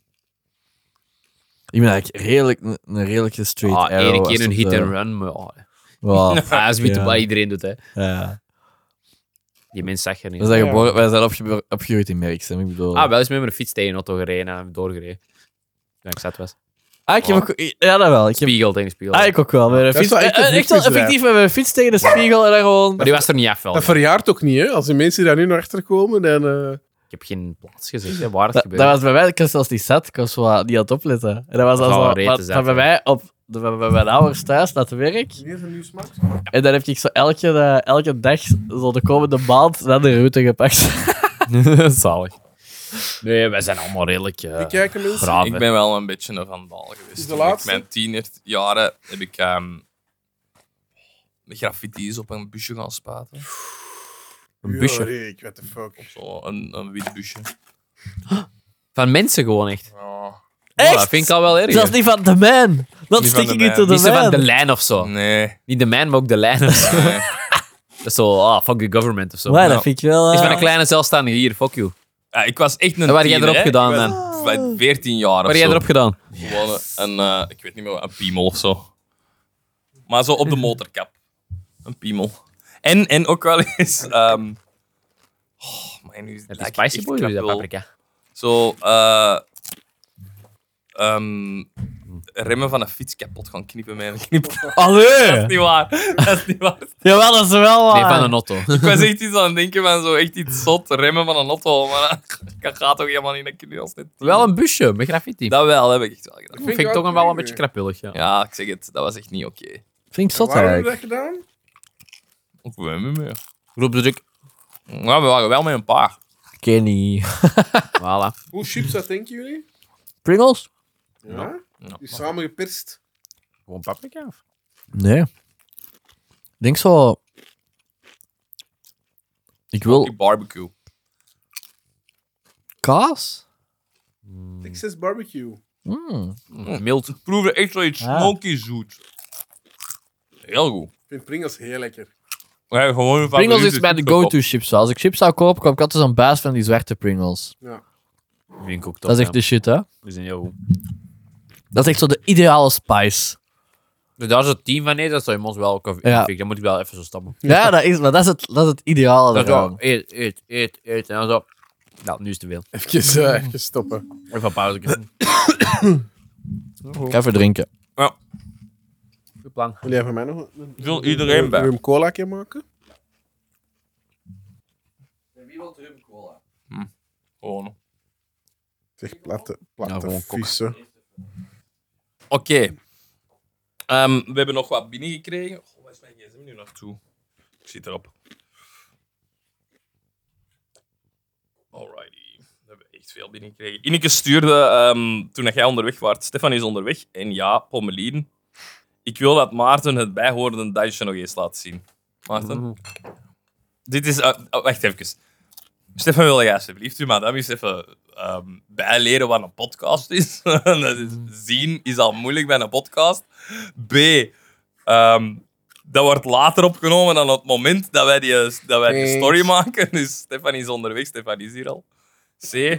Ik ben eigenlijk een redelijke straight arrow. Eén als keer een het, hit and run, maar Wow. dat is niet Ja. wat iedereen doet, hè. Ja. Die mensen zag je niet. We zijn, Ja. wij zijn opgegroeid in Merksem. Ik bedoel... Wel eens met mijn fiets tegen een auto gereden en doorgereden. Toen ik zat was. ik heb ook... Ja, dat wel. Ik heb... Spiegel tegen de spiegel. Ik ook wel. Met een Dat is fiets... wel echt een echt wel fietsbedrijf. effectief met mijn fiets tegen de spiegel en dan gewoon... Maar die was er niet af wel. Dat verjaart ook niet, hè? Als die mensen daar nu naar achter komen, dan... Ik heb geen plaats gezegd, hè, waar het Dat gebeurde. was bij mij, ik was zelfs niet zat, ik was zo niet aan het opletten. En dat was Dat dan zou zo, wel rete van zijn, bij mij bij mijn ouders thuis naar het werk. En dan heb ik zo elke dag, zo de komende maand, dan de route gepakt. Zalig. Nee, wij zijn allemaal redelijk Die kijken mensen. braaf. Ik hè. ben wel een beetje een vandaal Is geweest. de Toen ik laatste? mijn tienerjaren heb ik graffiti's op een busje gaan spuiten. Een busje. Rick, what the fuck. Op zo een wit busje. Van mensen gewoon echt. Ja. Oh, dat vind ik al wel erg. Zelfs niet van de man. Dat Niet van stik de ik man. into Niet the zo van man. de lijn of zo. Nee. Niet de man, maar ook de lijn of zo. Nee. Dat is zo, fuck the government of zo. Maar Ja. dat vind ik wel... Is maar een kleine zelfstandige hier, fuck you. Ja, ik was echt een En waar heb jij tiener, erop hè. gedaan Ik dan? was van 14 jaar of Wat heb zo. jij erop gedaan? Gewoon ik weet niet meer, een piemel of zo. Maar zo op de motorkap. Een piemel. En ook wel eens... man, nu is Het het is echt spicy boy, of is dat krapul. paprika? Zo... remmen van een fiets kapot gaan knippen met een knip. Allee! Dat is niet waar. Dat is niet waar. Jawel, dat is wel waar. Nee, van een auto. Ik was echt iets aan het denken van zo echt iets zot, remmen van een auto. Maar dat gaat toch helemaal niet. Dat kun je als net... Wel een busje met graffiti. Dat wel, heb ik echt wel gedaan. vind ik toch wel een beetje krapullig, ja. Ja, ik zeg het. Dat was echt niet oké. Vind ik zot Waarom heb je eigenlijk. dat gedaan? Ook wel met meer. Roep de druk. Ja, we waren wel met een paar. Kenny. Voilà. Hoe chips, dat denken jullie? Pringles? Ja? Ja. Die samengeperst. Gewoon paprika of? Nee. Ik denk zo... Ik wil Die barbecue. kaas? Texas barbecue. Mild. Het proefde echt zoiets Ah. smoky zoet. Heel goed. Ik vind Pringles heel lekker. Ja, gewoon een Pringles favoriete is mijn chipskop. go-to chips. Als ik chips zou kopen, koop ik altijd zo'n baas van die zwarte Pringles. Ja. Vind ik ook top. Dat is echt de shit, hè? Die zijn heel goed. Dat is echt zo de ideale spice. Dus daar is het team van nee, dat zou je ons wel koffie. Ja. Dan moet ik wel even zo stappen. Ja, dat is, maar dat is het ideale Dat is zo, eraan. eet. En dan zo. Nou, nu is het te veel. Even stoppen. Even pauze. Ik ga even drinken. Goed plan. Wil jij van mij nog Wil iedereen bij? een cola maken? Wie wil rum cola? Gewoon. Zeg, platte gewoon kok. vissen. Oké. We hebben nog wat binnengekregen. Waar is mijn gsm nu naartoe? Ik zit erop. Alrighty. We hebben echt veel binnengekregen. Ineke stuurde, toen jij onderweg was, Stefan is onderweg. En ja, Pommelien. Ik wil dat Maarten het bijhorende dansje nog eens laat zien. Maarten? Dit is... wacht even. Stefan, wil jij alsjeblieft uw madame eens even bijleren wat een podcast is? Dat is? Zien is al moeilijk bij een podcast. B, dat wordt later opgenomen dan op het moment dat wij die story maken. Dus Stefan is onderweg, Stefan is hier al. C.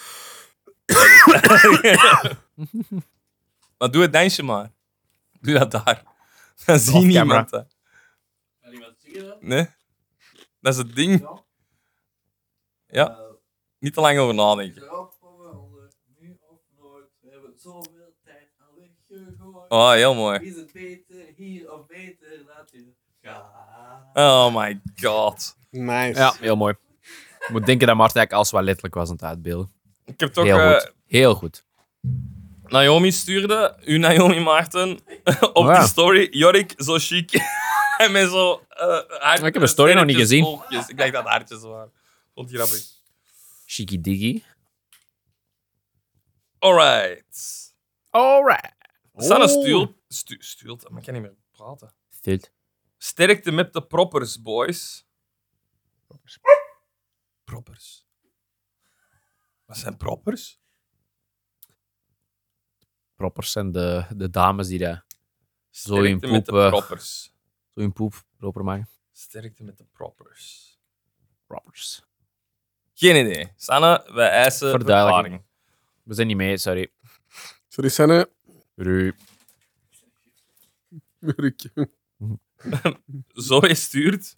Maar doe het dansje maar. Doe dat daar. Dan zie niemand dat. Nee? Dat is het ding. Ja. Niet te lang over nadenken. Oh, heel mooi. Is het beter hier of beter laat je gaan? Oh my god. Nice. Ja, heel mooi. Ik moet denken dat Maarten eigenlijk alles wat letterlijk was aan het uitbeelden. Ik heb toch Heel goed. Heel goed. Naomi stuurde, Naomi Maarten, op ja. die story. Jorik, zo chic. En met zo... Ik heb de story nog niet gezien. Oogjes. Ik dacht dat het hartjes waren. Vond je grappig. Shiki diggy. Alright. Alright. Sanne stuurt, maar ik kan niet meer praten. Stil. Sterkte met de proppers, boys. Proppers. Wat zijn proppers? Proppers zijn de dames die dat zo in Sterkte met de poep, proppers. zo in poep proper maken. Sterkte met de proppers. Proppers. Geen idee. Sanne, wij eisen Verduidelijking. verklaring. We zijn niet mee, sorry. Sorry, Sanne. Ru. Zoe stuurt.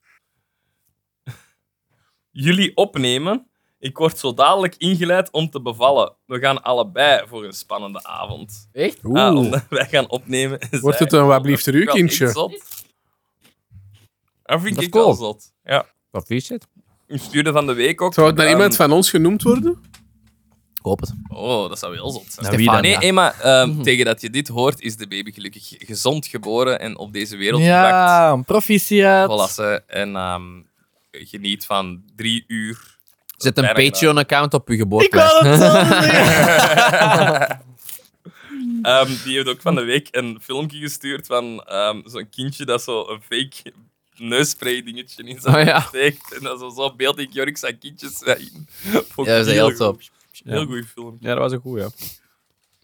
Jullie opnemen. Ik word zo dadelijk ingeleid om te bevallen. We gaan allebei voor een spannende avond. Echt? Omdat wij gaan opnemen. en Wordt zij- het een wat blieft er u, Wel kindje? echt zot. Dat vind Dat is ik wel cool. zot. Ja. Wat vies zit? Ik stuurde van de week ook. Zou het naar ehm, iemand van ons genoemd worden? Ik hoop het. Oh, dat zou heel zot zijn. Nou, wie dan, Nee, ja? Emma, tegen dat je dit hoort, is de baby gelukkig gezond geboren en op deze wereld gebracht. Ja, proficiat. Voilà, ze. En geniet van 3 uur. Zet een Bijna Patreon-account op je Ik geboorteplaats. wou het zo zeggen. Die heeft ook van de week een filmpje gestuurd van zo'n kindje dat zo een fake neusspray dingetje in zijn Oh, ja. steekt. En dat zo beeld Jorik zijn kindjes in. Vond Ja, dat ik is heel goed. top. Heel goed filmpje. Ja, dat was een goeie. Ja.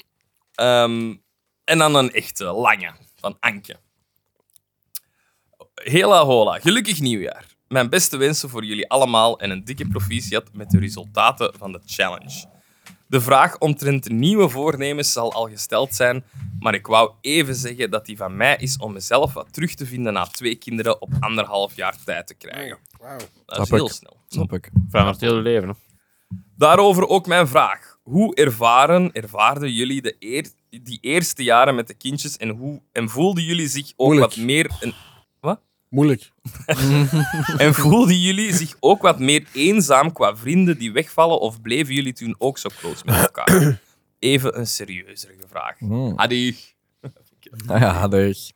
En dan een echte lange van Anke. Hela hola, gelukkig nieuwjaar. Mijn beste wensen voor jullie allemaal en een dikke proficiat met de resultaten van de challenge. De vraag omtrent nieuwe voornemens zal al gesteld zijn, maar ik wou even zeggen dat die van mij is om mezelf wat terug te vinden na 2 kinderen op 1,5 jaar tijd te krijgen. Wauw. Dat is Snap heel ik. snel. Snap ik. Verandert heel je leven. Hè. Daarover ook mijn vraag. Hoe ervaarden jullie die eerste jaren met de kindjes en voelden jullie zich ook Moeilijk. wat meer... Moeilijk. En voelden jullie zich ook wat meer eenzaam qua vrienden die wegvallen of bleven jullie toen ook zo close met elkaar? Even een serieuzere vraag. Adi. Nou ja, dus.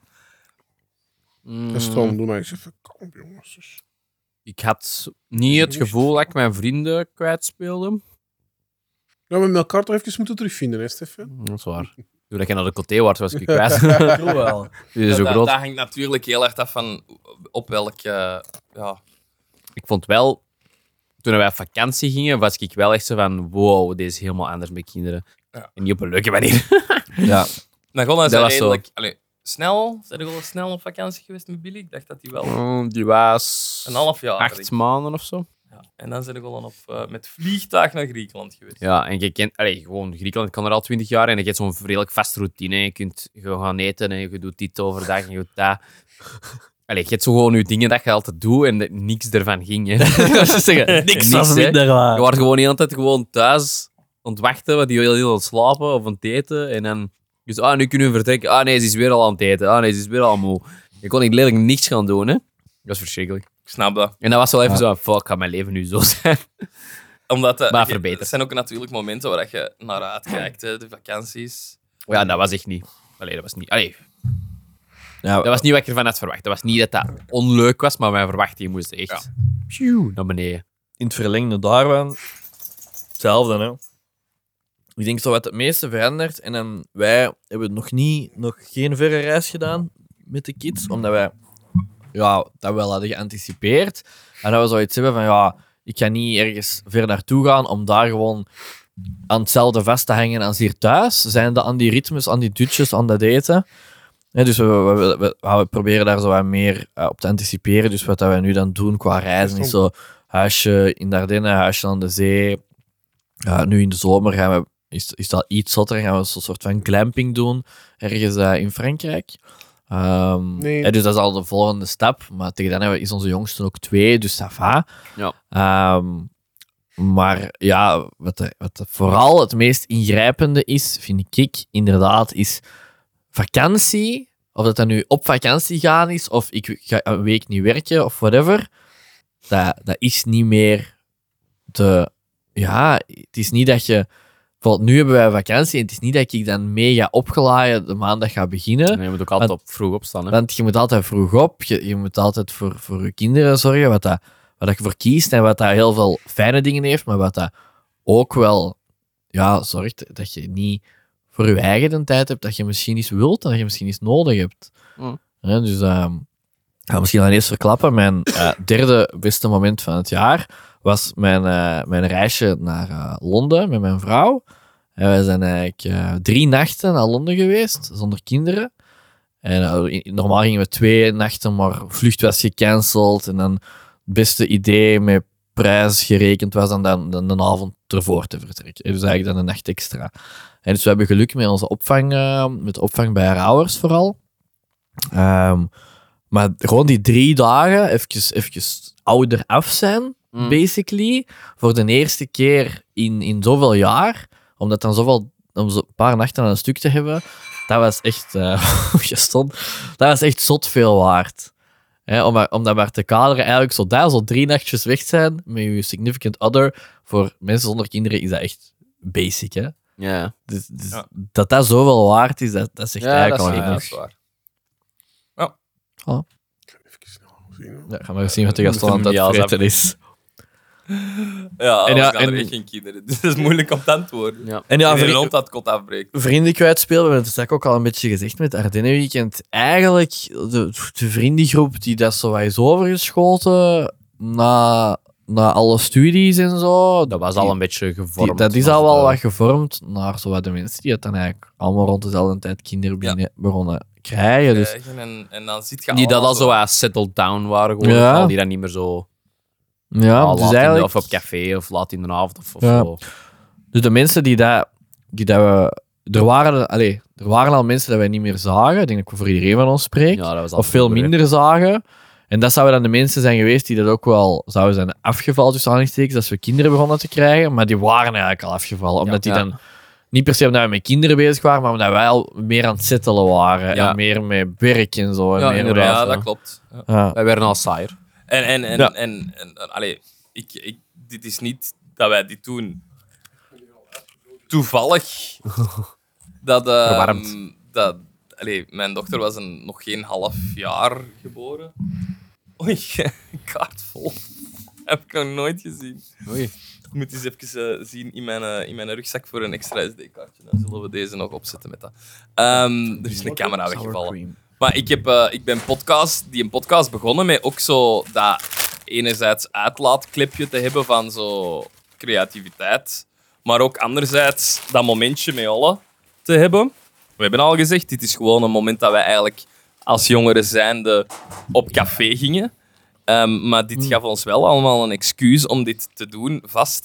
Dat is Tom, doe maar eens even kalm, jongens. Dus. Ik had niet het gevoel dat ik mijn vrienden kwijtspeelde. Ja, we hebben elkaar toch even moeten terugvinden, hè, Stefan? Dat is waar. Toen ik naar de Coté was, was ik kwijt. wel. Die is zo dat groot. hangt natuurlijk heel erg af van op welke... Ik vond wel, toen wij op vakantie gingen, was ik wel echt zo van, wow, dit is helemaal anders met kinderen. Ja. En niet op een leuke manier. Ja. Nagolla is Dat was redelijk... snel? Zijn jullie al snel op vakantie geweest met Billy? Ik dacht dat hij wel... Die was 1,5 jaar. 8 denk ik. maanden of zo. Ja. En dan zijn jullie al met vliegtuig naar Griekenland geweest. Ja, en je kent, gewoon Griekenland kan er al 20 jaar en je hebt zo'n redelijk vaste routine. Je kunt gaan eten en je doet dit overdag en je doet dat. Je hebt zo gewoon je dingen dat je altijd doet en niks ervan ging. Hè. Niks was was minder minder waar. Je wordt gewoon de hele tijd gewoon thuis aan het wachten, want die wil heel aan het slapen of aan het eten. En dan, dus, nu kunnen we vertrekken. Nee, ze is weer al aan het eten. Nee, ze is weer al moe. Je kon letterlijk niks gaan doen, hè. Dat is verschrikkelijk. Ik snap dat. En dat was wel even zo, fuck, gaat mijn leven nu zo zijn? Omdat Maar verbeterd. er zijn ook natuurlijk momenten waar je naar uitkijkt, hè, de vakanties. Ja, dat was echt niet. Dat was niet. Ja, Dat was niet wat ik ervan had verwacht. Dat was niet dat dat onleuk was, maar mijn verwachtingen moesten echt naar beneden. in het verlengde daarvan, hetzelfde, hè. Ik denk zo wat het meeste verandert. En dan, wij hebben nog geen verre reis gedaan met de kids, omdat wij dat wel hadden geanticipeerd. En dat we zoiets hebben van, ik ga niet ergens ver naartoe gaan om daar gewoon aan hetzelfde vast te hangen als hier thuis. Zijnde aan die ritmes, aan die dutjes, aan dat eten. Ja, dus we proberen daar zo wat meer op te anticiperen. Dus wat dat wij nu dan doen qua reizen is zo huisje in de Ardennen, huisje aan de zee. Nu in de zomer is dat iets zotter. Gaan we een soort van glamping doen ergens in Frankrijk. Nee. Dus dat is al de volgende stap. Maar tegen dan is onze jongste ook 2, dus ça va. Ja. Maar ja, wat vooral het meest ingrijpende is, vind ik inderdaad, is vakantie. Of dat nu op vakantie gaan is, of ik ga een week niet werken, of whatever. Dat is niet meer het is niet dat je... Bijvoorbeeld, nu hebben wij vakantie en het is niet dat ik dan mega opgeladen de maandag ga beginnen. En je moet ook altijd vroeg opstaan. Hè? Want je moet altijd vroeg op, je moet altijd voor je kinderen zorgen, wat je voor kiest en wat dat heel veel fijne dingen heeft, maar wat dat ook wel zorgt dat je niet voor je eigen de tijd hebt dat je misschien eens wilt en dat je misschien eens nodig hebt. Ja, dus ik ga misschien al eens verklappen. Mijn derde beste moment van het jaar was mijn reisje naar Londen met mijn vrouw. En we zijn eigenlijk 3 nachten naar Londen geweest, zonder kinderen. En normaal gingen we 2 nachten, maar vlucht was gecanceld. En dan het beste idee met prijs gerekend was dan de avond ervoor te vertrekken. Dus eigenlijk dan een nacht extra. En dus we hebben geluk met onze opvang, met de opvang bij haar ouders vooral. Maar gewoon die 3 dagen, even ouder af zijn, basically, voor de eerste keer in zoveel jaar, omdat dan om zo een paar nachten aan een stuk te hebben, dat was echt, dat was echt zot veel waard. Om dat maar te kaderen, eigenlijk zo 3 nachtjes weg zijn met je significant other, voor mensen zonder kinderen is dat echt basic, hè. Ja. Dus dat zoveel waard is, dat zegt eigenlijk al Ja, genoeg. dat is waar. Even snel zien. Ja, gaan we eens zien wat de gast aan het Ja, vreten is. Ja, En en ja, gaan er en- echt geen kinderen. Dus dat is moeilijk om te antwoorden. Ja. En ja, In Nederland dat kot afbreekt. vrienden kwijtspelen, we hebben het straks ook al een beetje gezegd met het Ardennenweekend. Eigenlijk, de vriendengroep die dat zo wat is overgeschoten na na alle studies en zo, Dat was al een beetje gevormd. dat is was al het, wel wat gevormd naar zo wat de mensen die het dan eigenlijk allemaal rond dezelfde tijd kinderen begonnen krijgen. Dus En dan zit je Die dat allemaal al zo wat settled down waren, gewoon. Ja. Al die dat niet meer zo... ja, laat dus in de- eigenlijk... of op café, of laat in de avond, of Ja. zo. Dus de mensen die dat we... Er waren al mensen dat wij niet meer zagen. Ik denk dat ik voor iedereen van ons spreek. Ja, dat was al Of veel vroeger, hè. minder zagen. En dat zouden dan de mensen zijn geweest die dat ook wel zouden zijn afgevallen, tussen aanhalingstekens, als we kinderen begonnen te krijgen. Maar die waren eigenlijk al afgevallen. Omdat die Ja. dan... Niet per se omdat we met kinderen bezig waren, maar omdat wij al meer aan het settelen waren. Ja. En meer met werk en zo. En Ja, meer inderdaad. Ja, zo. dat klopt. Ja. Ja. Wij werden al saaier. Allee, dit is niet dat wij dit doen toevallig. Verwarmd. Mijn dochter was nog geen half jaar geboren. Oei, een kaart vol. Heb ik nog nooit gezien. Oei. Ik moet eens even zien in mijn rugzak voor een extra SD-kaartje. Dan zullen we deze nog opzetten met dat. Er is een camera weggevallen. Maar ik ben een podcast begonnen met ook zo dat enerzijds uitlaatclipje te hebben van zo creativiteit, maar ook anderzijds dat momentje met allen te hebben. We hebben al gezegd, dit is gewoon een moment dat wij eigenlijk als jongeren zijnde op café gingen. Maar dit gaf ons wel allemaal een excuus om dit te doen, vast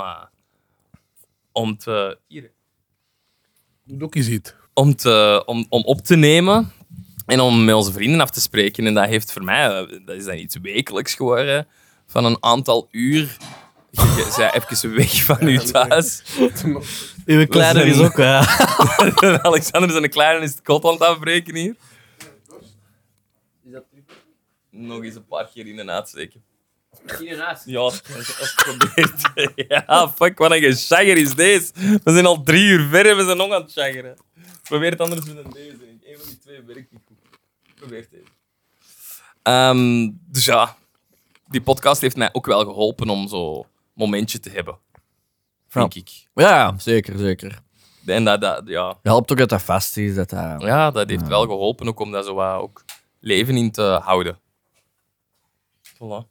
om te... Hier. Doe ook eens iets. Om op te nemen en om met onze vrienden af te spreken. En dat heeft voor mij, dat is dan iets wekelijks geworden, van een aantal uur. Je zei even weg van je thuis. Uw kleine is ook... Alexander is een kleine is het kot aan het afbreken hier. Nog eens een paar keer in en uitsteken. Ja, als het probeert. Ja, fuck, wat een geschagger is deze. We zijn al 3 uur ver en we zijn nog aan het shaggeren. Probeer het anders met een deze. Eén van die twee werkt niet goed. Probeer deze. Dus ja, die podcast heeft mij ook wel geholpen om zo'n momentje te hebben. Denk ik. Ja, zeker, zeker. En dat Helpt ook dat dat vast is. Dat dat heeft wel geholpen ook om daar zo wat ook leven in te houden. Voilà.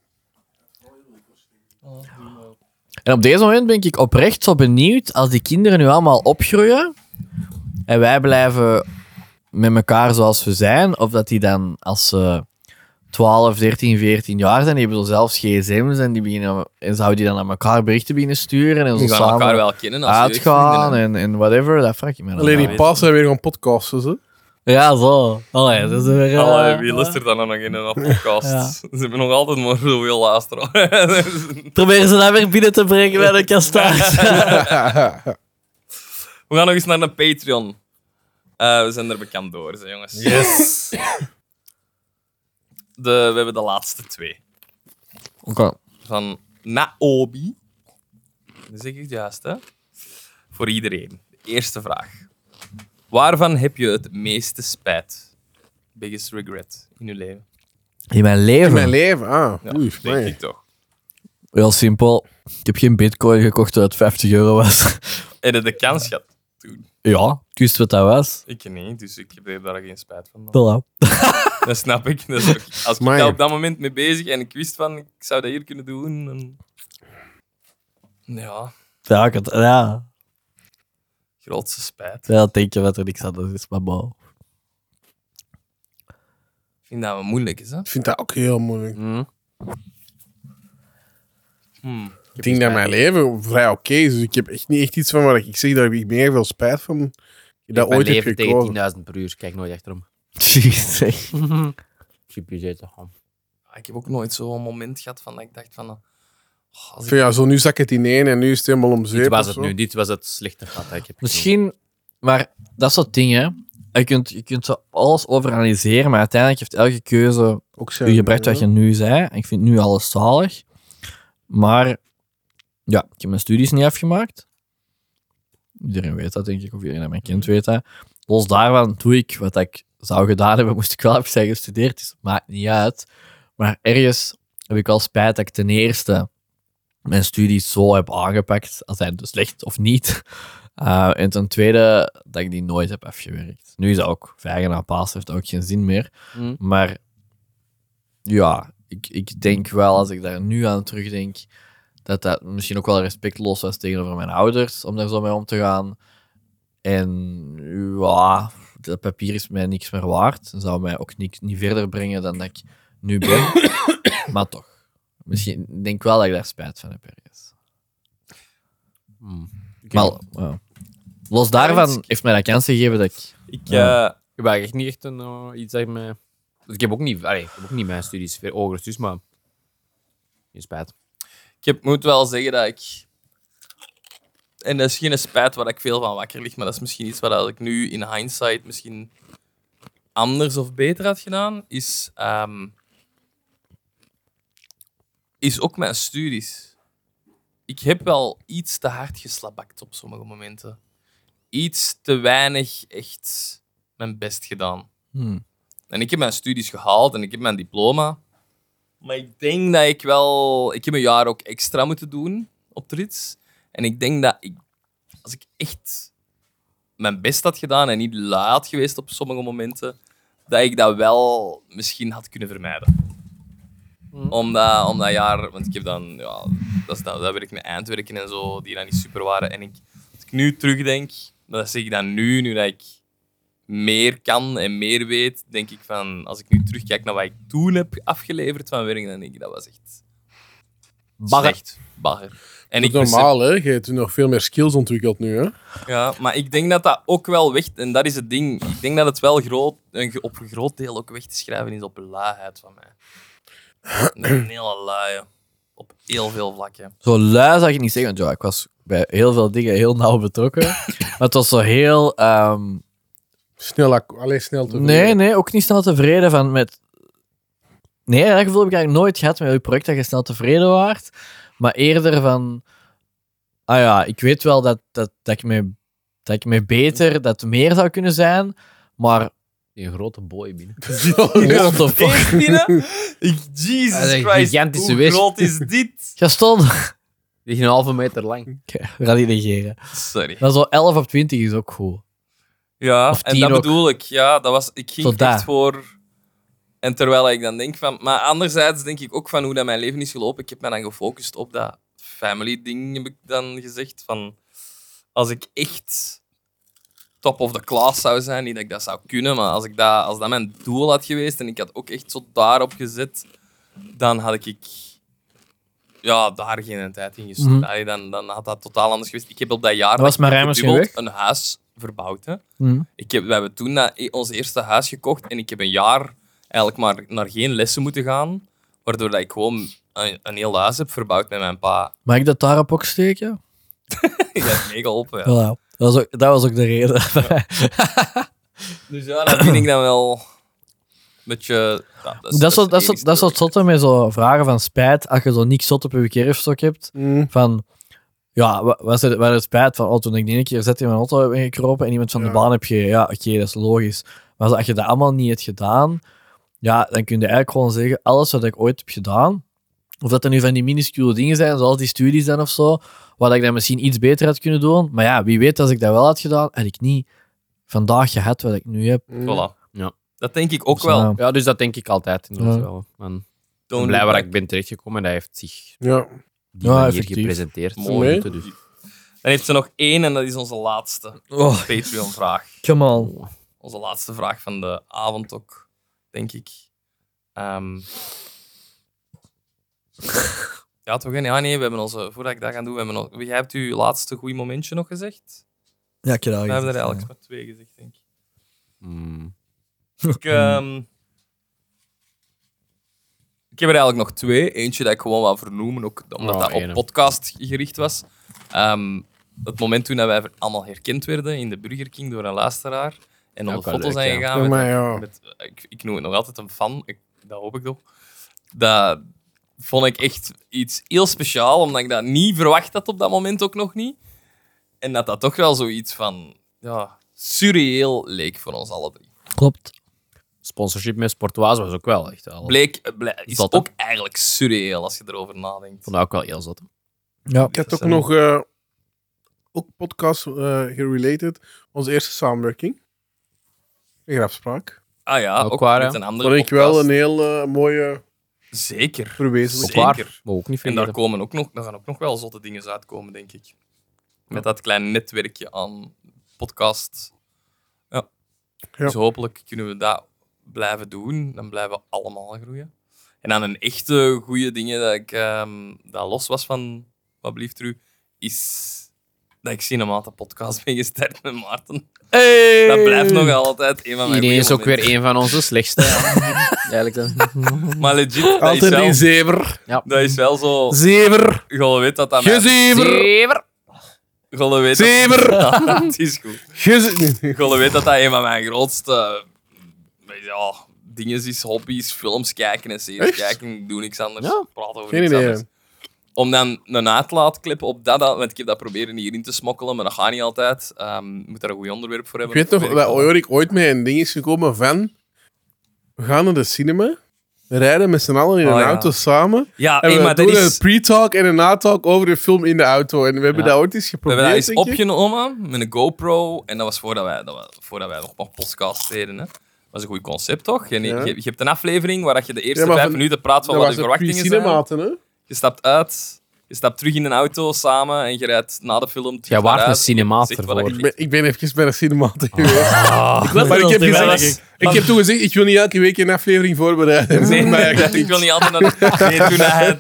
En op deze moment ben ik oprecht zo benieuwd als die kinderen nu allemaal opgroeien en wij blijven met elkaar zoals we zijn, of dat die dan als ze 12, 13, 14 jaar zijn, die hebben zo zelfs gsm's en zouden die dan aan elkaar berichten beginnen sturen en zo We gaan samen elkaar wel kennen als uitgaan jeugdvrienden, en whatever, dat vraag ik me dan Alleen wel. die pas zijn weer gaan podcasten, hè? Ja, zo. Allee, dat is weer... Allee, wie luistert dan nog in een podcast? Ja. Ze hebben nog altijd maar zoveel luisteren. Proberen ze dat weer binnen te brengen bij de kastaart. We gaan nog eens naar een Patreon. We zijn er bekend door, hè, jongens. Yes. We hebben de laatste 2. Oké. Van Naobi. Dat zeg ik het juist, hè? Voor iedereen. De eerste vraag. Waarvan heb je het meeste spijt? Biggest regret in je leven? In mijn leven? In mijn leven, Ja, oei, denk amai. ik toch. Heel simpel. Ik heb geen bitcoin gekocht toen het 50 euro was. En de kans gehad toen. Ja, ik wist wat dat was. Ik niet, dus ik heb daar geen spijt van. Voilà. Dat snap ik. Dat is ook, als ik Amai. daar op dat moment mee bezig en ik wist van, ik zou dat hier kunnen doen. Dan... Ja, Ja, grootste spijt. ja, denk je wat er niks anders is, maar bon. Ik vind dat wel moeilijk, is, hè? Ik vind dat ook heel moeilijk. Ik denk spijt. dat mijn leven vrij oké is. Dus ik heb echt niet echt iets van waar ik zeg dat ik meer veel spijt van dat Mijn ooit heb leven gekozen. tegen 10.000 per uur. Kijk nooit achterom. Jezus. Chipjes eten gaan. Ik heb ook nooit zo'n moment gehad van dat ik dacht van... als Van, ja, zo nu zak het in één en nu is het helemaal om zeep. Dit was of het zo. nu. Dit was het slechte gat dat ik heb Misschien, maar dat is dat ding, hè. Je kunt zo alles overanalyseren, maar uiteindelijk heeft elke keuze Ook je gebracht wat je nu zei. En ik vind nu alles zalig. Maar ja, ik heb mijn studies niet afgemaakt. Iedereen weet dat, denk ik. Of iedereen dat mij kent weet dat. Los daarvan doe ik wat ik zou gedaan hebben, moest ik wel even zijn gestudeerd. Dus maakt niet uit. Maar ergens heb ik wel spijt dat ik ten eerste mijn studies zo heb aangepakt, als hij dus slecht of niet. En ten tweede dat ik die nooit heb afgewerkt. Nu is dat ook 5 na paas, heeft dat ook geen zin meer. Maar ja, ik denk wel, als ik daar nu aan terugdenk, dat misschien ook wel respectloos was tegenover mijn ouders, om daar zo mee om te gaan. En ja, dat papier is mij niks meer waard. En zou mij ook niet verder brengen dan dat ik nu ben. Maar toch. Misschien, ik denk wel dat ik daar spijt van heb ergens. Maar los daarvan heeft mij dat kans gegeven dat ik... Ik heb eigenlijk niet echt iets dat mij... Dus ik heb ook niet mijn studies hogere studies, maar geen spijt. moet wel zeggen dat ik... En dat is geen spijt waar ik veel van wakker lig, maar dat is misschien iets wat ik nu in hindsight misschien anders of beter had gedaan, is ook mijn studies. Ik heb wel iets te hard geslabakt op sommige momenten. Iets te weinig echt mijn best gedaan. En ik heb mijn studies gehaald en ik heb mijn diploma. Maar ik denk dat ik wel... Ik heb een jaar ook extra moeten doen op de rits. En ik denk dat als ik echt mijn best had gedaan en niet lui had geweest op sommige momenten, dat ik dat wel misschien had kunnen vermijden. Om dat jaar... Want ik heb dan... Ja, dat werk met eindwerken en zo, die dan niet super waren. En als ik nu terugdenk, dat zeg ik dan nu dat ik meer kan en meer weet, denk ik van... Als ik nu terugkijk naar wat ik toen heb afgeleverd van werk, dan denk ik dat was echt... Slecht. Bagger. En Dat is normaal, hè? Je hebt nog veel meer skills ontwikkeld nu, hè? Ja, maar ik denk dat dat ook wel weg... En dat is het ding. Ik denk dat het wel op een groot deel ook weg te schrijven is op luiheid van mij. Een hele luie. Op heel veel vlakken. Zo lui zou ik niet zeggen, want ja, ik was bij heel veel dingen heel nauw betrokken. Maar het was zo heel... Snel tevreden. Nee, ook niet snel tevreden van met... Nee, dat gevoel heb ik eigenlijk nooit gehad met je project, dat je snel tevreden waart. Maar eerder van... Ah ja, ik weet wel dat ik me beter, dat het meer zou kunnen zijn, maar... Die een grote boy binnen. What the fuck? Jesus Een Christ, gigantische hoe wis. groot is dit? Gaston, Die is een halve meter lang. we gaan die negeren. Sorry. Maar zo 11 op 20 is ook goed. Ja, Of en 10 dat ook. bedoel ik. Ja, ik ging Zo echt daar. voor... En terwijl ik dan denk van... Maar anderzijds denk ik ook van hoe dat mijn leven is gelopen. Ik heb me dan gefocust op dat family-ding, heb ik dan gezegd. Van, als ik echt top of the class zou zijn, niet dat ik dat zou kunnen, maar als dat mijn doel had geweest en ik had ook echt zo daarop gezet, dan had ik daar geen tijd in gestopt. Allee, dan had dat totaal anders geweest. Ik heb op dat jaar Was Marijn misschien weg? een huis verbouwd. Hè. Mhm. We hebben toen ons eerste huis gekocht en ik heb een jaar eigenlijk maar naar geen lessen moeten gaan, waardoor dat ik gewoon een heel huis heb verbouwd met mijn pa. Mag ik dat daarop ook steken? Je hebt meegeholpen, ja. Ja. Dat was ook de reden. Dus ja, dat vind ik dan wel een beetje... Ja, Dat is wat zotte met zo vragen van spijt, als je zo niks zot op je kerfstok hebt. Van, ja, wat is het spijt van, toen ik de ene keer zet in mijn auto ben gekropen en iemand van de baan heb je, ja, oké, dat is logisch. Maar als je dat allemaal niet hebt gedaan, ja, dan kun je eigenlijk gewoon zeggen, alles wat ik ooit heb gedaan, of dat er nu van die minuscule dingen zijn, zoals die studies dan of zo, wat ik dan misschien iets beter had kunnen doen. Maar ja, wie weet, als ik dat wel had gedaan, had ik niet vandaag gehad wat ik nu heb. Voilà. Ja. Dat denk ik ook Dus, wel. Ja, dus dat denk ik altijd. Inderdaad Ja. wel. Man. Ik Don't ben blij look waar back. ik ben terechtgekomen en dat heeft zich Ja. op die Ja, manier effectief. gepresenteerd. Mooi. Dus. Dan heeft ze nog één en dat is onze laatste Patreon-vraag. Come on. Onze laatste vraag van de avond ook, denk ik. Ja, toch? Ja, nee, we hebben onze... Voordat ik dat ga doen, jij hebt uw laatste goed momentje nog gezegd? Ja, ik heb dat We al hebben er gezegd, eigenlijk maar 2 gezegd, denk ik. Ik heb er eigenlijk nog 2. Eentje dat ik gewoon wou vernoemen, ook omdat dat op ene. podcast gericht was. Het moment toen dat wij allemaal herkend werden in de Burger King door een luisteraar en Ja, op de ook wel foto's leuk, zijn ja. gegaan. Maar ja. Ik noem het nog altijd een fan, dat hoop ik toch. Dat vond ik echt iets heel speciaal, omdat ik dat niet verwacht had op dat moment ook nog niet. En dat toch wel zoiets van surreëel leek voor ons alle 3. Klopt. Sponsorship met Sportoise was ook wel echt wel. Is Zot, hè? ook eigenlijk surreëel als je erover nadenkt. vond dat ook wel heel zot. Ja. Ik had ook nog ook podcast gerelated. Onze eerste samenwerking. Een grafspraak. Ah ja, Ook ook waar, met hè? een andere Vond ik wel podcast. een heel mooie Zeker. verwezenlijken. Ook waar. Zeker. Maar ook niet En daar, vergeten. daar gaan ook nog wel zotte dingen uitkomen, denk ik. Met dat kleine netwerkje aan podcast. Ja. Ja. Dus hopelijk kunnen we dat blijven doen. Dan blijven we allemaal groeien. En dan een echte goede ding dat ik dat los was van Wat blieft er u, is dat ik Cinemata podcast ben gestart met Maarten. Hey! Dat blijft nog altijd een van mijn Iedereen is ook goeie weer een van onze slechtste. Eigenlijk dan. momenten. Maar legit, dat is, Altijd wel, een zever. dat is wel zo... Zever. Je weet dat dat mijn... Gezever. Zever. Je weet dat... Zever. Ja, het is goed. Geze- Je weet dat dat een van mijn grootste dingen is, hobby's, films kijken en series Echt? kijken. Ik doe niks anders. Ja. Praat over Geen niks idee. anders. Om dan een uitlaatclip op dat, want ik heb dat proberen hierin te smokkelen, maar dat gaat niet altijd. Je moet daar een goed onderwerp voor Ik hebben. weet nog dat Jorik ooit met een ding is gekomen van... We gaan naar de cinema. We rijden met z'n allen in een Oh, ja. auto samen. Ja, En hey, we maar dat doen is... een pre-talk en een natalk over de film in de auto. En we hebben Ja. dat ooit eens We geprobeerd, hebben dat eens denk ik. opgenomen met een GoPro. En dat was voordat wij nog podcast deden. Hè. Dat was een goed concept, toch? Ja. Je hebt een aflevering waar je de eerste Ja, maar 5 van- minuten praat van Dat wat was je een verwachtingen zijn. pre-cinematen, hè? Je stapt uit, je stapt terug in een auto samen en je rijdt na de film terug Jij waart naar een huis en je cinemaat zegt wat ervoor. je Ik ben even bij de cinematen geweest. Ik was Maar er ik heb, nog niet bij, gezegd, ik heb toen gezegd, ik wil niet elke week een aflevering voorbereiden. Nee, Maar ik wil niet altijd naar... Nee, toen hij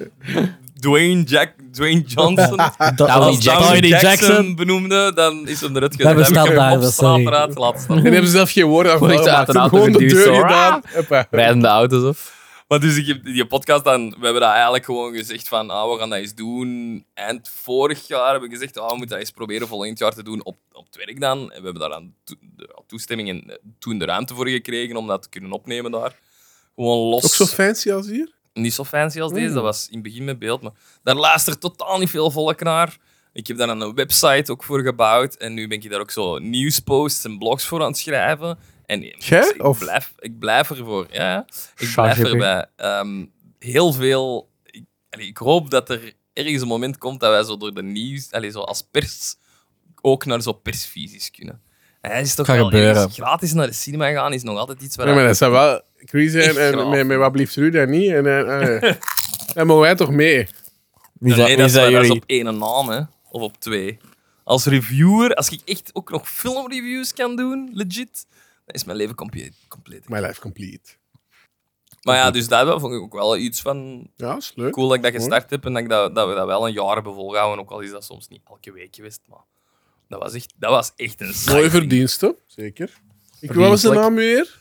Dwayne Johnson als Jackson. Jackson benoemde, dan is hem eruit Dat gezet. bestaat heb ik hem daar, op dat straat sorry. eruit laten staan. En hebben ze zelf geen woorden aan Gewoon echt gemaakt. uit een auto Gewoon de geduwd, deur zo. gedaan. Hoppa. Rijdende auto's of? Maar dus ik heb die podcast dan... We hebben dat eigenlijk gewoon gezegd van... we gaan dat eens doen. Eind vorig jaar hebben we gezegd... we moeten dat eens proberen volgend jaar te doen op het werk dan. En we hebben daar dan toestemming en toen de ruimte voor gekregen om dat te kunnen opnemen daar. Gewoon los. Ook zo fancy als hier? Niet zo fancy als deze, dat was in het begin met beeld, maar daar luistert totaal niet veel volk naar. Ik heb daar een website ook voor gebouwd en nu ben ik daar ook zo nieuwsposts en blogs voor aan het schrijven. En Jij? Of? ik blijf ervoor, ja. Ik Charge blijf erbij. Heel veel... Ik hoop dat er ergens een moment komt dat wij zo door de nieuws, zo als pers, ook naar zo persvisies kunnen. En het is toch Gaat wel gebeuren. ergens gratis naar de cinema gaan, is nog altijd iets waar... Ja, maar dat zou wel crazy zijn. Echt En graaf. met wat blieft u dat niet? En dan mogen wij toch mee? Wie is Ja, dat, nee, wie is dat dat is jullie? op één naam, hè. Of op 2. Als reviewer, als ik echt ook nog filmreviews kan doen, legit, dan is mijn leven compleet. My life complete. Maar ja, dus dat vond ik ook wel iets van Ja, is leuk. cool dat ik dat gestart heb en dat we dat wel een jaar hebben volgehouden, ook al is dat soms niet elke week geweest, maar dat was echt een side Mooie ding. verdiensten, zeker. Wat was de naam weer?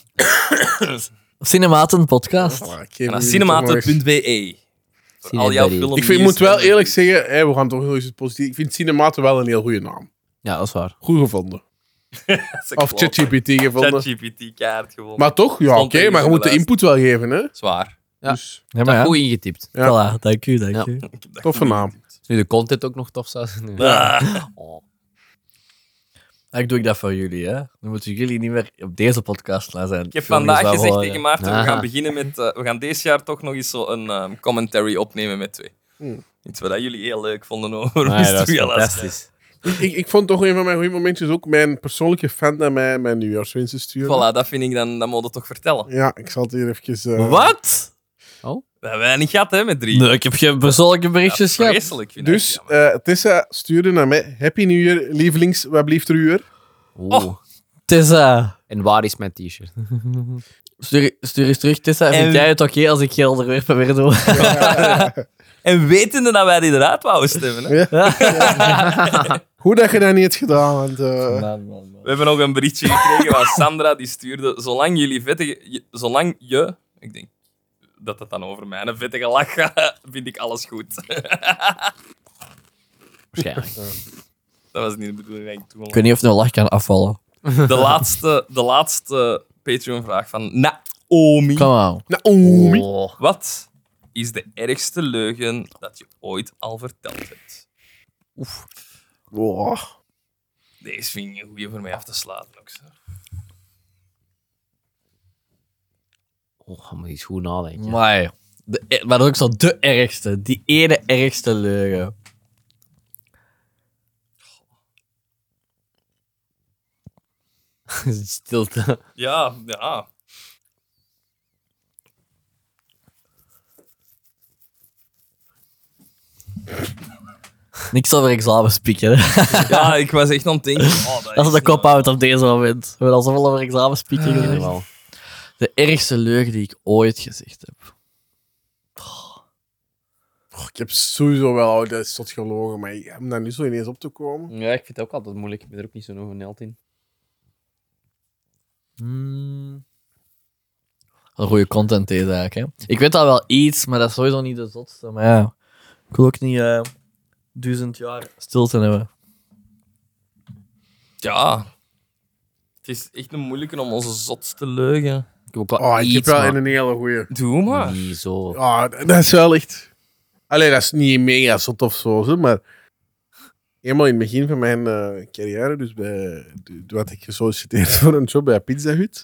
Cinematen podcast. Voilà, ik geef En jullie dan toch cinematen.be. Voor al jouw film. Ik moet wel eerlijk zeggen, we gaan toch nog eens het positief. Ik vind Cinematen wel een heel goede naam. Ja, dat is waar. Goed gevonden. Of ChatGPT gevonden. ChatGPT-kaart gewonnen. Maar toch, ja, Stond oké, ergens maar je in moet de de input wel geven, hè? Zwaar. Ja. Dus, Ja, maar ja. Goed ingetypt. Ja. Voilà, dank u, dank Ja. u. Ik heb dat Toffe goed naam. ingetypt. Nu de content ook nog tof zou zijn. Ah. Oh. Ik doe ik dat voor jullie, hè. Dan moeten jullie niet meer op deze podcast naar zijn. Ik heb vandaag gezegd tegen Maarten, we Aha. gaan beginnen met... we gaan deze jaar toch nog eens zo een commentary opnemen met 2. Iets wat jullie heel leuk vonden over Nee, dat Mystery is Alaska. fantastisch. Ik vond toch een van mijn goede momentjes ook mijn persoonlijke fan naar mij mijn nieuwjaarswensen sturen. Voilà, dat vind ik dan... Dat moet je toch vertellen. Ja, ik zal het hier even... Wat? Dat hebben wij niet gehad, hè, met 3. Nee, ik heb geen persoonlijke berichtjes gehad. Vreselijk, vind Dus ik. jammer. Tessa stuurde naar mij Happy New Year, lievelings, wat blieft er uur? Oeh. Tessa, En waar is mijn t-shirt? stuur eens terug, Tessa. En- Vind jij het oké als ik geen onderwerpen weer doe? En wetende dat wij die eruit wouden stemmen, hè. Goed dat je dat niet hebt gedaan, want... We hebben nog een berichtje gekregen van Sandra, die stuurde... Zolang je... Ik denk dat het dan over mijn vettige lach gaat, vind ik alles goed. Waarschijnlijk. Dat was niet de bedoeling dat ik toen... Ik weet niet of de lach kan afvallen. De laatste Patreon-vraag van Naomi. Come on. Naomi. Oh. Wat is de ergste leugen dat je ooit al verteld hebt? Oh. Deze vind ik een goeie voor mij af te sluiten ook. Zo. Oh, ga maar eens goed nadenken. Maar maar ook zo de ergste. Die ene ergste leugen. Stilte. Ja. Niks over examens pieken. Hè. Ja, ik was echt aan het denken... Dat is de cop-out op deze moment. We hebben al zoveel over examens pieken gezegd. Wel. De ergste leugen die ik ooit gezegd heb. Ik heb sowieso wel al dat tot gelogen, maar ik heb daar nu zo ineens op te komen. Ja, ik vind het ook altijd moeilijk. Ik ben er ook niet zo neld in. Een goede content deze eigenlijk. Hè. Ik weet al wel iets, maar dat is sowieso niet de zotste. Maar ja, ik wil ook niet 1000 jaar stilte hebben. Ja. Het is echt een moeilijke om onze zotste leugen. Ik heb ook wel Oh, ik heb iets, wel maar een hele goeie. Doe maar. niet zo. Ja, dat is wel echt... Allee, dat is niet mega zot of zo, hè, maar... Eenmaal in het begin van mijn carrière, dus toen had ik gesolliciteerd voor een job bij Pizza Hut.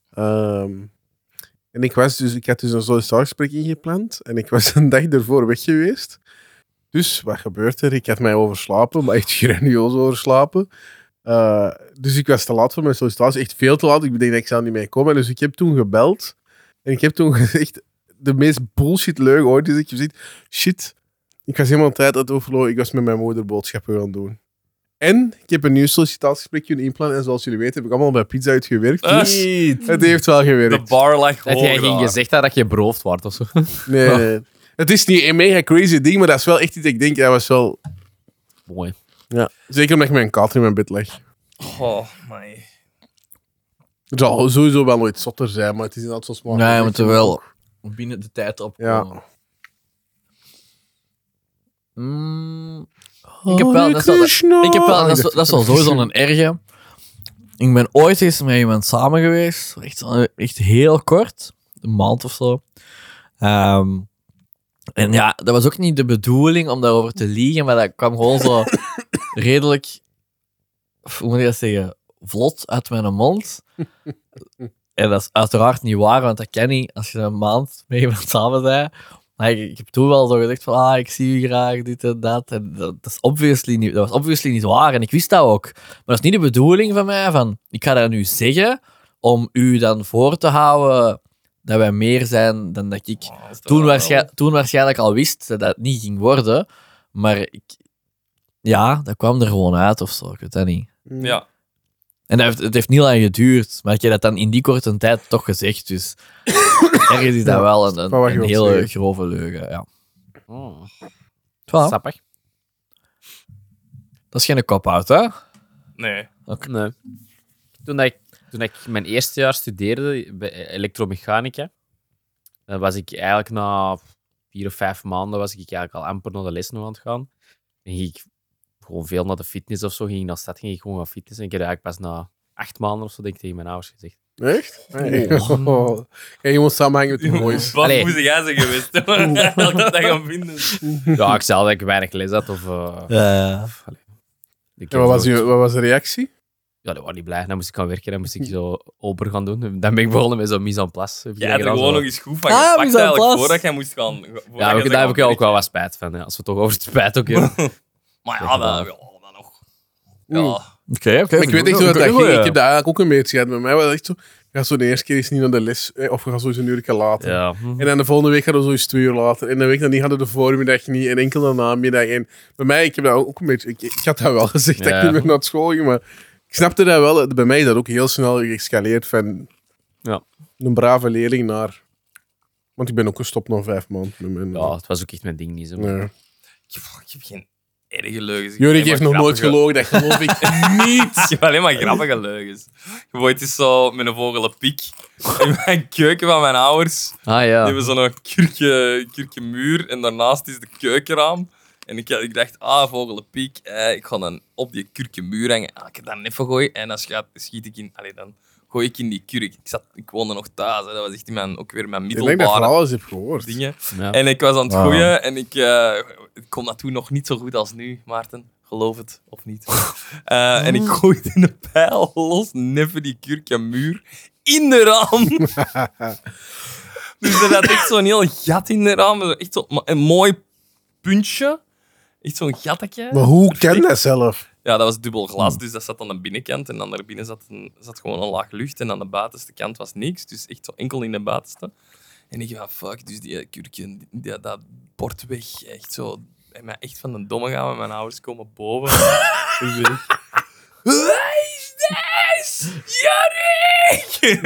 En ik had dus een sollicitatiegesprek ingepland en ik was een dag ervoor weg geweest. Dus, wat gebeurt er? Ik had mij overslapen, maar echt grandioos overslapen. Dus ik was te laat voor mijn sollicitatie, echt veel te laat. Ik denk dat ik zou niet mee komen. Dus ik heb toen gebeld en ik heb toen gezegd, de meest bullshit leugen ooit. Dus ik heb gezegd, shit, ik was helemaal tijd uit overlopen. Ik was met mijn moeder boodschappen gaan doen. En ik heb een nieuw sollicitatiegesprek kunnen inplannen. En zoals jullie weten heb ik allemaal bij Pizza Hut gewerkt. Dus het heeft wel De gewerkt. bar lag Dat hoog jij geen daar. gezegd had dat je beroofd wordt of zo. Nee. Het is niet een mega crazy ding, maar dat is wel echt iets dat ik denk, dat was wel... Mooi. Ja. Zeker omdat ik met een kater in mijn bed leg. Oh, my. Het zal sowieso wel nooit zotter zijn, maar het is inderdaad zo smakelijk. Nee, je moet er wel binnen de tijd opkomen. Ja. Ik heb wel, dat is wel sowieso een erge. Ik ben ooit eens met iemand samen geweest, echt heel kort, een maand of zo. En ja, dat was ook niet de bedoeling om daarover te liegen, maar dat kwam gewoon zo redelijk, hoe moet je dat zeggen, vlot uit mijn mond. En dat is uiteraard niet waar, want dat ken niet als je een maand met iemand samen bent. Maar ik heb toen wel zo gezegd van, ik zie u graag, dit en dat. En dat was obviously niet waar. En ik wist dat ook. Maar dat is niet de bedoeling van mij, van, ik ga dat nu zeggen, om u dan voor te houden dat wij meer zijn dan dat ik toen waarschijnlijk al wist dat het niet ging worden. Maar dat kwam er gewoon uit of zo. Ik weet dat niet. Ja. En het heeft niet lang geduurd, maar ik heb dat dan in die korte tijd toch gezegd. Dus ergens is dat wel een hele grove leugen. Ja. Voilà. Sappig. Dat is geen cop-out, hè? Nee. Nee. Toen ik mijn eerste jaar studeerde bij elektromechanica, was ik eigenlijk na 4 of 5 maanden was ik eigenlijk al amper naar de les aan het gaan. En ging ik gewoon veel naar de fitness of zo. Ging ik naar de stad, ging ik gewoon gaan fitnessen. En ik heb eigenlijk pas na 8 maanden of zo denk ik tegen mijn ouders gezegd. Echt? Kijk, je moet samenhangen met die boys. Wat Allee. moest jij zijn geweest? Dat gaan vinden. Ja, ik zei dat ik weinig les had. Of, ik En wat was de reactie? Ja, dat was niet blij. Dan moest ik gaan werken, dan moest ik zo open gaan doen. Dan ben ik begonnen met zo'n mise en place. Jij had er gewoon nog eens goed van Ah, gepakt mise en eigenlijk, place. voordat jij moest gaan... Ja, daar heb ik ook wel wat spijt van. Ja. Als we het toch over het spijt ook hebben. Maar ja, dan nog. Ja. Oké. Maar ik weet echt hoe dat ging. Ik heb dat eigenlijk ook een beetje gehad. Bij mij was het echt zo... Je gaat zo de eerste keer eens niet naar de les, of we gaan sowieso een uur later. Ja. En dan de volgende week gaan we zo eens 2 uur later. En de week dan niet hadden we de voormiddag niet. En enkel de namiddag. En bij mij, ik heb dat ook een beetje... Ik had dat wel gezegd, dat ik niet meer naar school ging. Maar ik snapte dat wel. Bij mij is dat ook heel snel geëscaleerd van een brave leerling naar... Want ik ben ook gestopt na 5 maanden. Met mijn, Ja, het was ook echt mijn ding niet. Zo. nee. Ik heb geen erge leugens. Jorik heeft nog nooit gelogen, dat geloof ik niet. Ik heb alleen maar grappige leugens. Gewoon, het is zo met een vogelenpiek. In mijn keuken van mijn ouders. Ah Die ja. hebben zo'n kurkenmuur en daarnaast is de keukenraam. En ik dacht, vogelenpiek, ik ga dan op die kurkenmuur hangen. Ik heb dat even gooien en dan schiet ik in... Allee, dan gooi ik in die kurk. Ik woonde nog thuis, hè. Dat was echt ook weer mijn Ik denk dat ik middelbare van alles heb gehoord. dingen. Ja. En ik was aan het gooien en ik kon dat toen nog niet zo goed als nu, Maarten. Geloof het of niet. En ik gooide een pijl los, neffen die kurkenmuur in de raam. Dus er had echt zo'n heel gat in de raam. Echt zo een mooi puntje. Echt zo'n gatje. Maar hoe ken dat zelf? Ja, dat was dubbel glas, dus dat zat aan de binnenkant. En dan daarbinnen zat gewoon een laag lucht. En aan de buitenste kant was niks. Dus echt zo enkel in de buitenste. En ik dacht, fuck, dus die kurken, dat bord weg. Echt zo En mij echt van de domme gaan, met mijn ouders komen boven. Dus ik, Wat is dit? Jarik!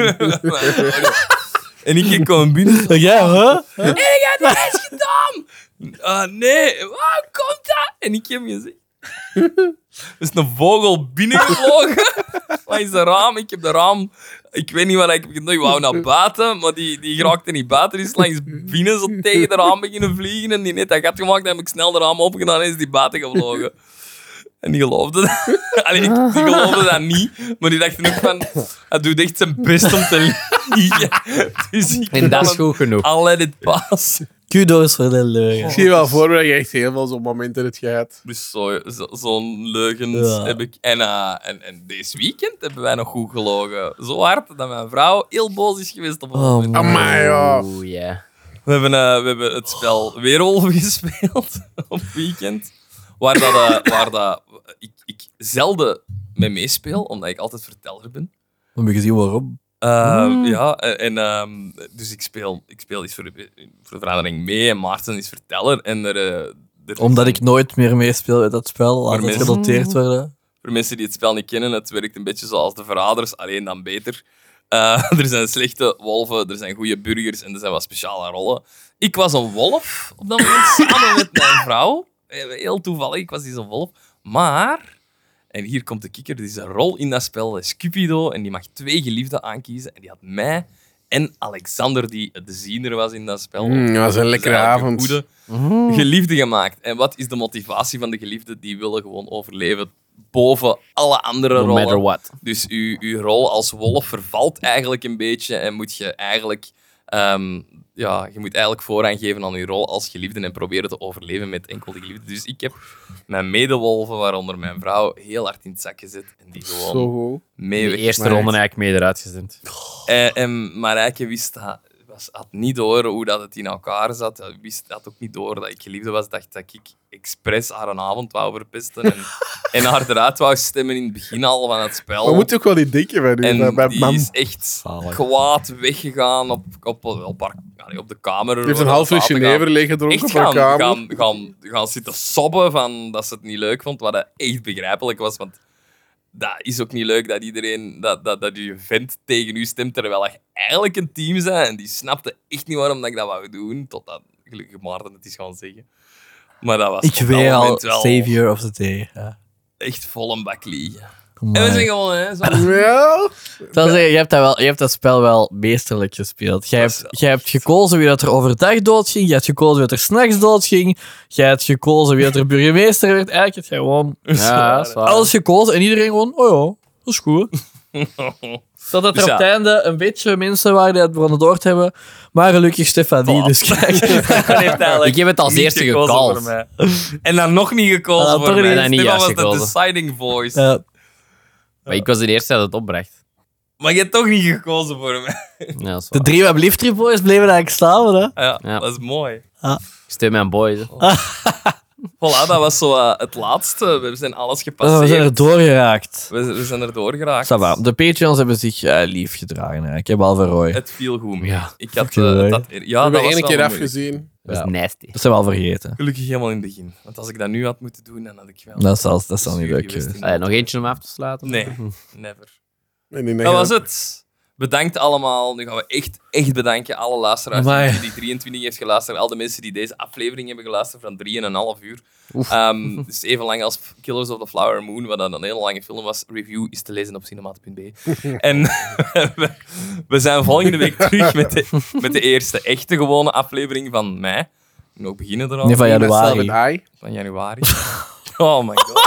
En ik kom binnen. Ja, hè? Ik heb dit gedaan! Nee, waar komt dat? En ik heb gezegd... Er is een vogel binnengevlogen langs de raam. Ik heb de raam... Ik weet niet wat ik heb gedaan. Ik wou naar buiten, maar die raakte niet buiten. Die is langs binnen zo tegen de raam beginnen vliegen. En die net dat gat gemaakt. Dan heb ik snel de raam open gedaan en is die buiten gevlogen. En die geloofde dat. Allee, die geloofde dat niet. Maar die dachten ook van... Hij doet echt zijn best om te liegen. Dus ik En dat is goed genoeg. I'll let it pass. Kudo's voor de leugen. Ik zie je wel voor me dat je echt heel veel zo'n momenten hebt gehad. Dus zo'n leugens Ja. heb ik. En deze weekend hebben wij nog goed gelogen. Zo hard dat mijn vrouw heel boos is geweest op ons. Oh, man. Amai, ja. Oeh, ja. We hebben het spel Weerwolven gespeeld op weekend. Waar dat ik zelden mee meespeel, omdat ik altijd verteller ben. Heb je gezien waarom? Ja, dus ik speel iets voor de verandering mee en Maarten is verteller. En er Omdat ik nooit meer meespeel met dat spel. Laat het mensen- genoteerd worden. Voor mensen die het spel niet kennen, het werkt een beetje zoals de Verraders, alleen dan beter. Er zijn slechte wolven, er zijn goede burgers en er zijn wat speciale rollen. Ik was een wolf op dat moment, samen met mijn vrouw. Heel toevallig, ik was die zo'n wolf. Maar, en hier komt de kikker, er is een rol in dat spel, dat is Cupido, en die mag 2 geliefden aankiezen. En die had mij en Alexander, die de ziener was in dat spel. Dat was een lekkere Dus eigenlijk avond. een goede geliefde gemaakt. En wat is de motivatie van de geliefden? Die willen gewoon overleven boven alle andere No rollen. matter what. Dus uw rol als wolf vervalt eigenlijk een beetje en moet je eigenlijk... je moet eigenlijk voorrang geven aan uw rol als geliefde en proberen te overleven met enkel de geliefde. Dus ik heb mijn medewolven, waaronder mijn vrouw, heel hard in het zak gezet. En die gewoon Zo goed. mee De weg. eerste ronde eigenlijk mee eruit gezet. En Marijke wist dat... had niet door hoe dat het in elkaar zat. Hij had ook niet door dat ik geliefde was. Dacht dat ik expres haar een avond wou verpesten. En haar eruit wou stemmen in het begin al van het spel. Maar moet je ook wel niet denken bij nu. En bij die mam. is echt Zalig. kwaad weggegaan op de kamer. Die heeft een half flesje never leeg gedronken Echt op haar kamer. gaan zitten sobben van dat ze het niet leuk vond. Wat echt begrijpelijk was. Want dat is ook niet leuk dat iedereen, dat je vent tegen u stemt, terwijl je eigenlijk een team bent. En die snapte echt niet waarom dat ik dat wou doen. Totdat gelukkig Maarten het is gaan zeggen. Maar dat was Ik op dat weet al, moment wel savior of the day. Ja. echt vol een bak liegen. Kom En we maar. zijn gewoon, hè, zo. Ja. Dat is- je hebt dat spel wel meesterlijk gespeeld. Jij Dat hebt, jij hebt gekozen wie dat er overdag doodging. Je hebt gekozen wie dat er s'nachts doodging. Jij hebt gekozen wie dat er burgemeester werd. Eigenlijk heb je gewoon Ja, dat is waar. alles gekozen. En iedereen gewoon, oh ja, dat is goed. Totdat er Dus op ja. het einde een beetje mensen waren die het begonnen door te hebben. Maar gelukkig Stefanie, Voilà. dus kijk. Ik heb het als Niet eerste gekozen gecallt. voor mij. En dan nog niet En gekozen dan voor toch mij. niet- en niet Stefan juist was de gekozen. deciding voice. Ja. Maar ik was de eerste dat het opbracht. Maar je hebt toch niet gekozen voor mij. Ja, dat is De waar. 3 Web Lift boys bleven eigenlijk staan. Hè? Ja, Ja. dat is mooi. Ik steun mijn boys. hè. Voilà, dat was zo het laatste. We zijn alles Oh, gepasseerd. we zijn er doorgeraakt. We zijn er doorgeraakt. Ça va. De Patreons hebben zich lief gedragen. Ik heb al Roy. Het viel goed mee. Ja. Ik had, Fucking leuk. ja, We dat hebben was één wel keer moeilijk. afgezien. Dat is Ja. nasty. Dat zijn we al vergeten. Gelukkig helemaal in het begin. Want als ik dat nu had moeten doen, dan had ik wel... Dat zal niet zuur leuk geweest geweest. in Allee, de nog eentje om af te sluiten? Nee, never. En die Dat was het. Bedankt allemaal. Nu gaan we echt bedanken. Alle luisteraars Amai. die 23 heeft geluisterd. Al de mensen die deze aflevering hebben geluisterd van 3,5 uur. Dus even lang als Killers of the Flower Moon, wat dan een hele lange film was. Review is te lezen op cinemaat.be. En we zijn volgende week terug met de eerste echte gewone aflevering van mei. Nog beginnen er al. Nee, van januari. Van januari. Oh my god.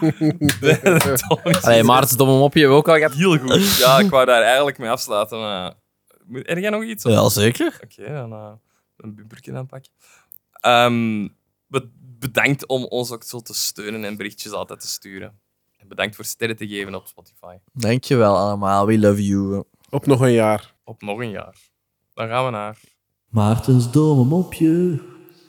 Allee, Maarten's domme mopje hebben we ook al gehad. Heel goed. Ja, ik wou daar eigenlijk mee afsluiten. Maar... Heb jij nog iets? Ja, zeker. Oké, dan een bumpertje aanpakken. Bedankt om ons ook zo te steunen en berichtjes altijd te sturen. En bedankt voor sterren te geven op Spotify. Dankjewel allemaal. We love you. Op nog een jaar. Op nog een jaar. Dan gaan we naar... Maartens domme mopje.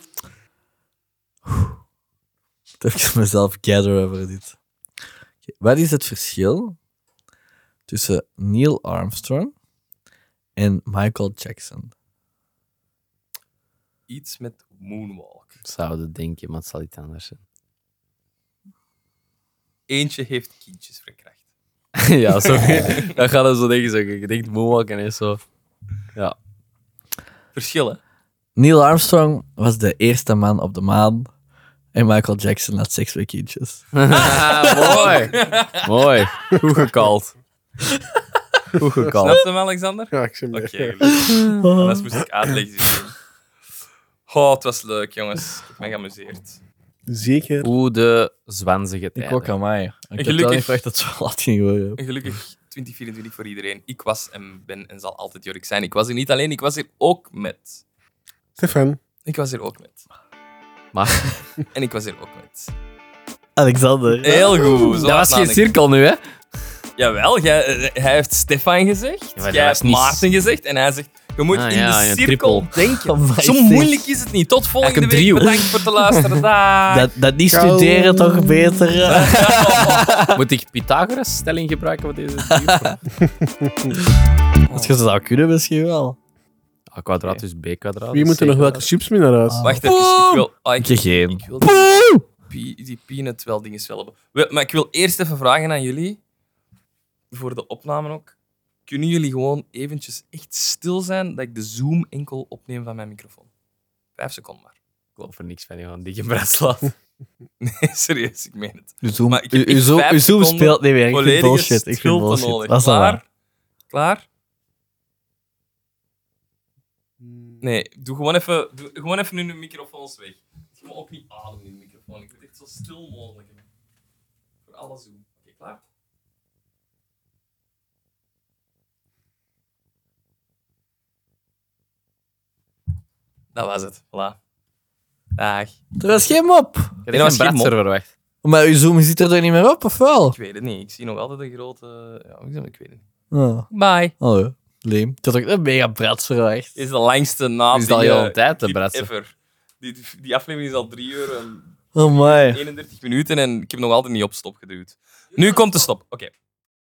Even mezelf gather over dit. Oké, wat is het verschil tussen Neil Armstrong en Michael Jackson? Iets met moonwalk. Zouden denken, maar het zal iets anders zijn. Eentje heeft kindjes verkracht. Ja, zo. Dat gaat er zo denken. Zo. Je denkt moonwalk en is zo. Ja. Verschillen. Neil Armstrong was de eerste man op de maan. En Michael Jackson had seks met kindjes. Mooi. Mooi. Goed gekald. Goed gekald. Snap je hem, Alexander? Ja, ik zie Oké, meer. gelukkig. Anders moest ik uitleggen. Oh, het was leuk, jongens. Ik heb me geamuseerd. Zeker. Hoe de zwanzige tijden. Ik ook aan mij. Ik heb gelukkig- wel niet verwacht dat het zo laat ging worden. En gelukkig 2024 voor iedereen. Ik was en ben en zal altijd Jorik zijn. Ik was hier niet alleen, ik was hier ook met. Stefan. Ik was hier ook met. Maar En ik was hier ook met. Alexander. Heel goed. Zo dat was geen nadenken. cirkel nu, hè? Jawel, hij heeft Stefan gezegd. maar dat Jij was hebt niet- Maarten gezegd. En hij zegt, je moet Ah, in ja, de een cirkel denken. Amai, Zo zeg. moeilijk is het niet. Tot volgende een week. driehoek. Bedankt voor het luisteren. Dag. Dat niet Ciao. studeren toch beter? Moet ik Pythagoras stelling gebruiken voor deze stuur? Als je ze zou kunnen, misschien wel. A kwadraat dus B kwadraat. Wie is moet er C nog welke kwadraat. chips mee naar huis? Wacht even. Ik wil... Geen. Ik wil die peanut wel dingen wel hebben. Maar ik wil eerst even vragen aan jullie. Voor de opname ook. Kunnen jullie gewoon eventjes echt stil zijn dat ik de Zoom enkel opneem van mijn microfoon? 5 seconden maar. Ik geloof er niks van, joh. Dikke braslaat. Nee, serieus, ik meen het. Uw Zoom, Maar ik heb uw echt Zoom, 5 uw Zoom seconden speelt niet meer. Ik vind Volledige bullshit. Ik vind stilte bullshit. nodig. Dat is wel waar. Klaar? Nee, doe gewoon even nu de microfoons weg. Ik ga ook niet ademen in de microfoon. Ik wil het echt zo stil mogelijk hebben. Voor alle Zoom. Oké, klaar? Dat was het. Voilà. Dag. Er was geen mop. Ik dat heb was een geen bradser verwacht. Maar uw Zoom zit er toch niet meer op, of wel? Ik weet het niet. Ik zie nog altijd een grote... Ja, ik weet het niet. Oh, Bye. oh ja. Leem. Ik had ook een mega brats verwacht. Dit is de langste na Is dat al heel een tijd, de bradser? ever. Die aflevering is al 3 uur en Oh my. 31 minuten en ik heb nog altijd niet op stop geduwd. Nu komt de stop. Oké.